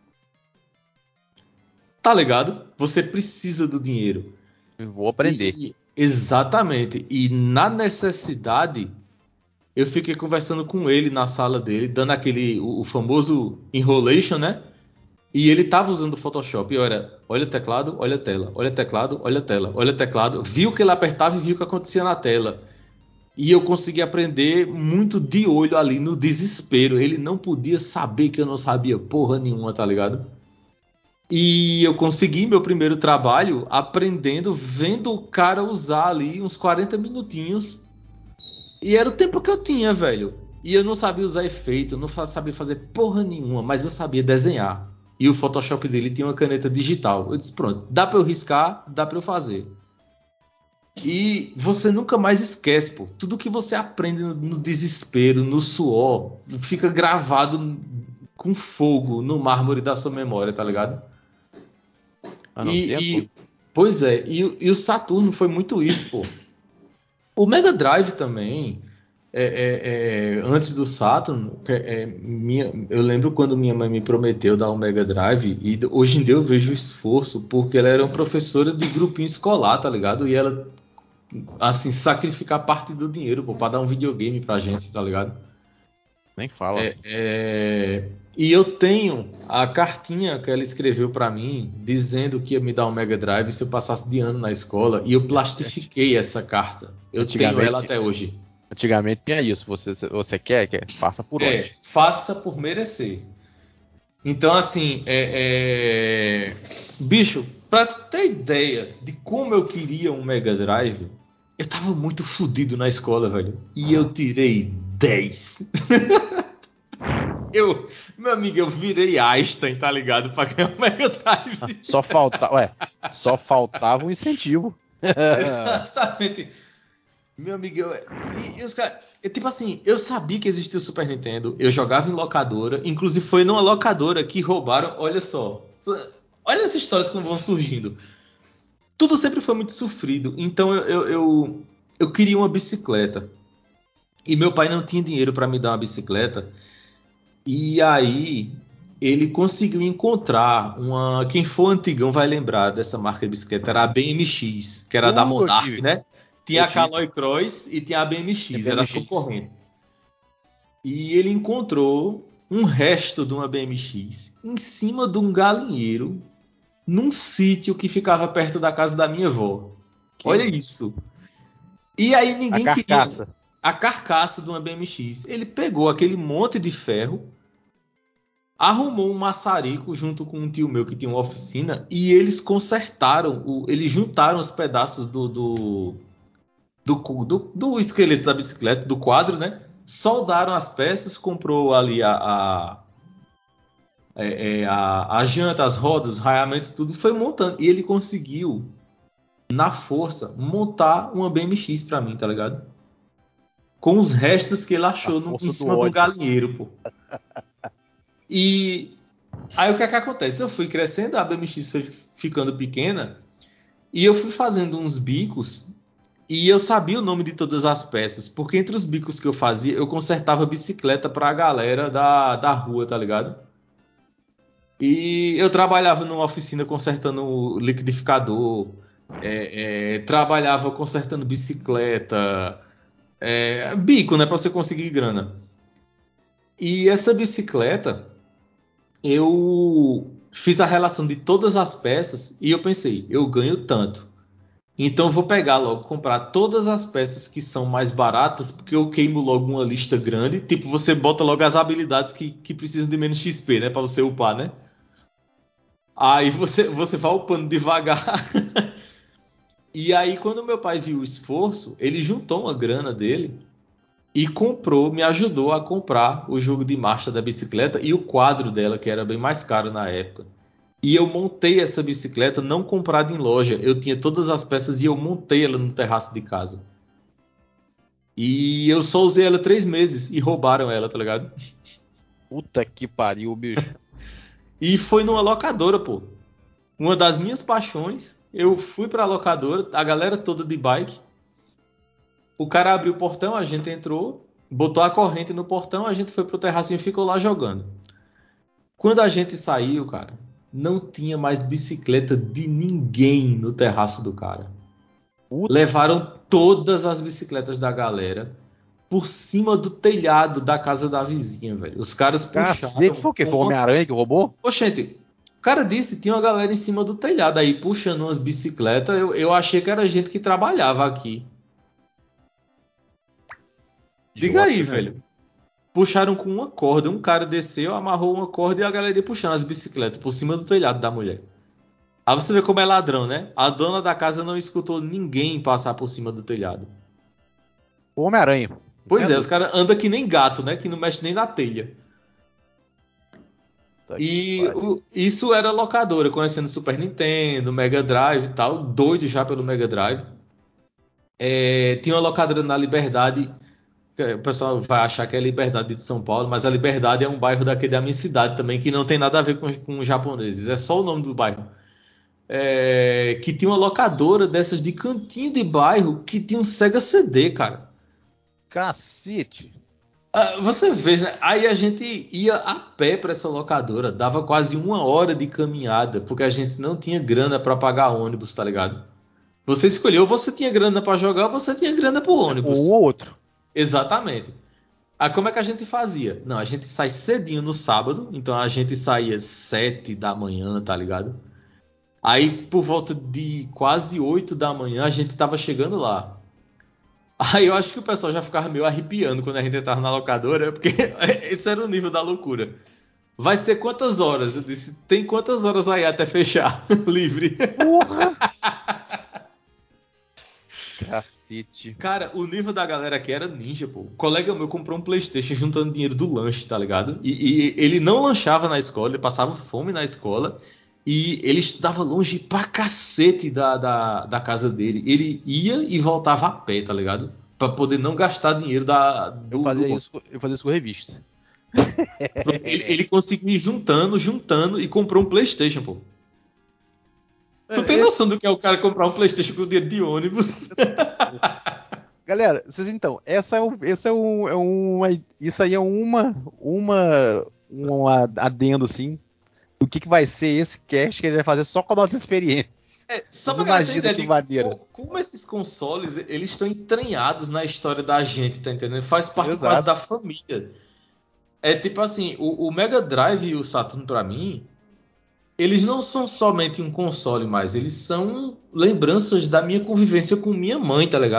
Tá ligado? Você precisa do dinheiro. Eu vou aprender. E exatamente. E na necessidade, eu fiquei conversando com ele na sala dele, dando aquele o, o famoso enrolation, né? E ele tava usando o Photoshop. E eu era, olha o teclado, olha a tela, olha o teclado, olha a tela, olha o teclado. Viu o que ele apertava e viu o que acontecia na tela. E eu consegui aprender muito de olho ali no desespero. Ele não podia saber que eu não sabia porra nenhuma, tá ligado? E eu consegui meu primeiro trabalho aprendendo, vendo o cara usar ali uns quarenta minutinhos. E era o tempo que eu tinha, velho. E eu não sabia usar efeito, não sabia fazer porra nenhuma, mas eu sabia desenhar. E o Photoshop dele tinha uma caneta digital. Eu disse, pronto, dá pra eu riscar, dá pra eu fazer. E você nunca mais esquece, pô. Tudo que você aprende no, no desespero, no suor, fica gravado com fogo no mármore da sua memória, tá ligado? Ah, não, tem E, tudo. e pois é, e, e o Saturno foi muito isso, pô. O Mega Drive também, é, é, é, antes do Saturn, é, é, minha, eu lembro quando minha mãe me prometeu dar um Mega Drive, e hoje em dia eu vejo o esforço, porque ela era uma professora de grupinho escolar, tá ligado? E ela assim, sacrificar parte do dinheiro, pô, pra dar um videogame pra gente, tá ligado? Nem fala. É, é, E eu tenho a cartinha que ela escreveu pra mim, dizendo que ia me dar um Mega Drive se eu passasse de ano na escola, e eu Anti- plastifiquei essa carta. Eu tenho ela Antigamente, até hoje. antigamente tinha isso. Você, você quer, quer, passa por É, onde? faça por merecer. Então, assim, é, é... bicho, pra tu ter ideia de como eu queria um Mega Drive, eu tava muito fodido na escola, velho. E eu tirei dez. Eu, meu amigo, eu virei Einstein, tá ligado? Pra ganhar um Mega Drive. Só falta, ué, só faltava um incentivo. Exatamente. Meu amigo, eu, e, e os caras. Tipo assim, eu sabia que existia o Super Nintendo. Eu jogava em locadora. Inclusive, foi numa locadora que roubaram. Olha só. Olha as histórias como vão surgindo. Tudo sempre foi muito sofrido. Então eu, eu, eu, eu queria uma bicicleta. E meu pai não tinha dinheiro para me dar uma bicicleta. E aí ele conseguiu encontrar uma. Quem for antigão vai lembrar dessa marca de bicicleta. Era a B M X, que era da Uh, eu Monarch, tive, né? Tinha eu a tive. Caloi Cross e tinha a B M X, eram as B M X. concorrentes. E ele encontrou um resto de uma B M X em cima de um galinheiro num sítio que ficava perto da casa da minha avó. Que Olha isso? isso. E aí A ninguém queria. carcaça. a carcaça de uma B M X. Ele pegou aquele monte de ferro, arrumou um maçarico junto com um tio meu que tinha uma oficina e eles consertaram, o, eles juntaram os pedaços do, do, do, do, do esqueleto da bicicleta, do quadro, né? Soldaram as peças, comprou ali a, a, é, é, a, a janta, as rodas, o raiamento, tudo, e foi montando. E ele conseguiu, na força, montar uma B M X pra mim, tá ligado? Com os restos que ele achou no, em cima do galinheiro, pô. E aí o que é que acontece? Eu fui crescendo, a B M X foi ficando pequena e eu fui fazendo uns bicos e eu sabia o nome de todas as peças, porque entre os bicos que eu fazia, eu consertava bicicleta pra galera da, da rua, tá ligado? E eu trabalhava numa oficina consertando liquidificador, é, é, trabalhava consertando bicicleta, é, bico, né, pra você conseguir grana. E essa bicicleta eu fiz a relação de todas as peças e eu pensei, eu ganho tanto. Então eu vou pegar logo, comprar todas as peças que são mais baratas, porque eu queimo logo uma lista grande. Tipo, você bota logo as habilidades que, que precisam de menos X P, né? Pra você upar, né? Aí você, você vai upando devagar. E aí, quando meu pai viu o esforço, ele juntou uma grana dele e comprou, me ajudou a comprar o jogo de marcha da bicicleta e o quadro dela, que era bem mais caro na época. E eu montei essa bicicleta não comprada em loja. Eu tinha todas as peças e eu montei ela no terraço de casa. E eu só usei ela três meses e roubaram ela, tá ligado? Puta que pariu, bicho. E foi numa locadora, pô. Uma das minhas paixões. Eu fui pra locadora, a galera toda de bike. O cara abriu o portão, a gente entrou, botou a corrente no portão, a gente foi pro terraço e ficou lá jogando. Quando a gente saiu, cara, não tinha mais bicicleta de ninguém no terraço do cara. Puta. Levaram todas as bicicletas da galera por cima do telhado da casa da vizinha, velho. Os caras Cacete, puxaram. foi o quê? Foi o Uma... Homem-Aranha que roubou? Oxente, o cara disse, tinha uma galera em cima do telhado aí puxando umas bicicletas. Eu, eu achei que era gente que trabalhava aqui. Diga aí, Idiota, né? velho. Puxaram com uma corda. Um cara desceu, amarrou uma corda e a galera ia puxando as bicicletas por cima do telhado da mulher. Aí você vê como é ladrão, né? A dona da casa não escutou ninguém passar por cima do telhado. O Homem-Aranha. Pois é, Entendo. os caras andam que nem gato, né? Que não mexe nem na telha. Puta que E pariu. o- isso era locadora, conhecendo Super Nintendo, Mega Drive e tal, doido já pelo Mega Drive. É, tinha uma locadora na Liberdade, que o pessoal vai achar que é Liberdade de São Paulo, mas a Liberdade é um bairro daqui da minha cidade também, que não tem nada a ver com, com os japoneses, é só o nome do bairro. É, que tinha uma locadora dessas de cantinho de bairro que tinha um Sega C D, cara. Cacete. Ah, você vê, né? Aí a gente ia a pé para essa locadora, dava quase uma hora de caminhada, porque a gente não tinha grana para pagar ônibus, tá ligado? Você escolheu, você tinha grana para jogar, você tinha grana pro Ou um ônibus. ou outro. Exatamente. Aí como é que a gente fazia? Não, a gente sai cedinho no sábado, então a gente saía sete da manhã, tá ligado? Aí por volta de quase oito da manhã a gente tava chegando lá. Aí eu acho que o pessoal já ficava meio arrepiando quando a gente entrava na locadora, porque esse era o nível da loucura. Vai ser quantas horas? Eu disse, tem quantas horas aí até fechar livre? Porra! Cacete. Cara, o nível da galera aqui era ninja, pô. O colega meu comprou um PlayStation juntando dinheiro do lanche, tá ligado? E, e ele não lanchava na escola, ele passava fome na escola. E ele estudava longe pra cacete da, da, da casa dele. Ele ia e voltava a pé, tá ligado? Pra poder não gastar dinheiro da, Eu do, fazia do isso, eu fazia isso com revista. Ele, ele conseguiu ir juntando, juntando e comprou um PlayStation, pô. Tu tem É, noção do que é o cara comprar um PlayStation com dinheiro de ônibus? galera, vocês então, essa é, um, essa é, um, é uma, isso aí é uma, uma, um adendo assim do que, que vai ser esse cast que ele vai fazer só com a nossa experiência. É, só Vocês pra galera ter imaginam ideia que de maneira. co- como esses consoles eles estão entranhados na história da gente, tá entendendo? Faz parte quase Exato. da família. É tipo assim, o, o Mega Drive e o Saturn pra mim, eles não são somente um console mais, eles são lembranças da minha convivência com minha mãe, tá ligado?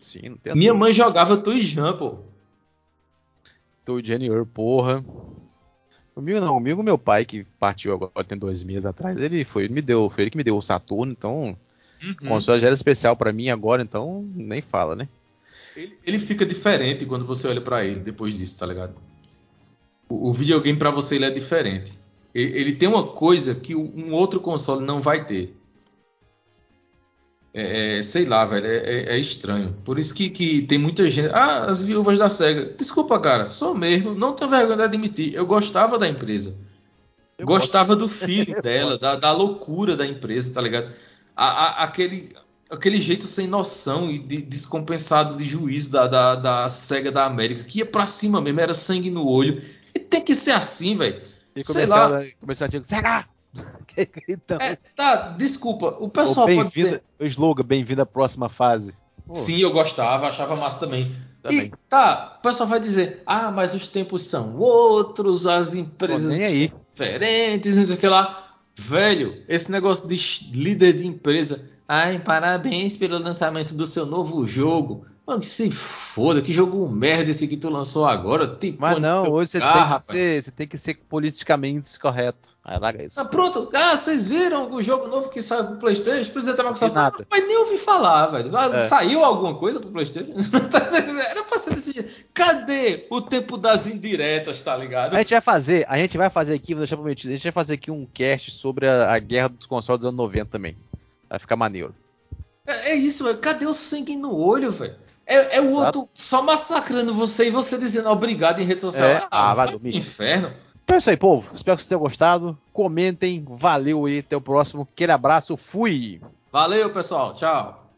Sim, não tem Minha mãe jogava Tuijan, pô. Toad Junior, porra. Comigo não, comigo meu pai, que partiu agora tem dois meses atrás, ele foi, ele me deu, foi ele que me deu o Saturno, então o Uhum. console já era especial pra mim agora, então nem fala, né? Ele, ele fica diferente quando você olha pra ele depois disso, tá ligado? O, o videogame pra você ele é diferente. Ele, ele tem uma coisa que o- um outro console não vai ter. É, é, sei lá, velho, é, é- é estranho. Por isso que, que tem muita gente. Ah, as viúvas da SEGA. Desculpa, cara, sou mesmo, não tenho vergonha de admitir. Eu gostava da empresa. Eu gosto. Gostava do feeling Eu dela, gosto. da, da loucura da empresa, tá ligado? A- a- aquele, aquele jeito sem noção e de- descompensado de juízo da, da, da SEGA da América, que ia pra cima mesmo, era sangue no olho. E tem que ser assim, velho. E Sei comercial, lá. da- comercial antigo, Sega! Então, É, tá, desculpa. O o pessoal pode bem-vindo, dizer. o slogan, bem-vindo à próxima fase. Pô, Sim, eu gostava, achava massa também. também. E tá, o pessoal vai dizer: ah, mas os tempos são outros, as Tô empresas nem estão aí. diferentes, não sei o que lá. Velho, esse negócio de ch- líder de empresa. Ai, parabéns pelo lançamento do seu novo jogo. Mano, que se foda, que jogo merda esse que tu lançou agora. Te Mas põe no não, teu hoje você tem carro, que rapaz. ser, você tem que ser politicamente correto. Aí larga Ah, isso. pronto. Ah, vocês viram o jogo novo que saiu pro PlayStation? O presidente da Não vi Microsoft. Ah, nada. mas nem ouvi falar, velho. Ah, É. saiu alguma coisa pro PlayStation? Era pra ser desse jeito. Cadê o tempo das indiretas, tá ligado? A gente vai fazer, a gente vai fazer aqui, vou deixar prometido, a gente vai fazer aqui um cast sobre a, a guerra dos consoles dos anos noventa também. Vai ficar maneiro. É, é isso, velho. Cadê o sangue no olho, velho? É, é o Exato. outro só massacrando você e você dizendo obrigado em rede social. É, Ah, ah, vai vai pro dormir. inferno. Então é isso aí, povo. Espero que vocês tenham gostado. Comentem, valeu aí, até o próximo. Aquele abraço, fui! Valeu, pessoal. Tchau.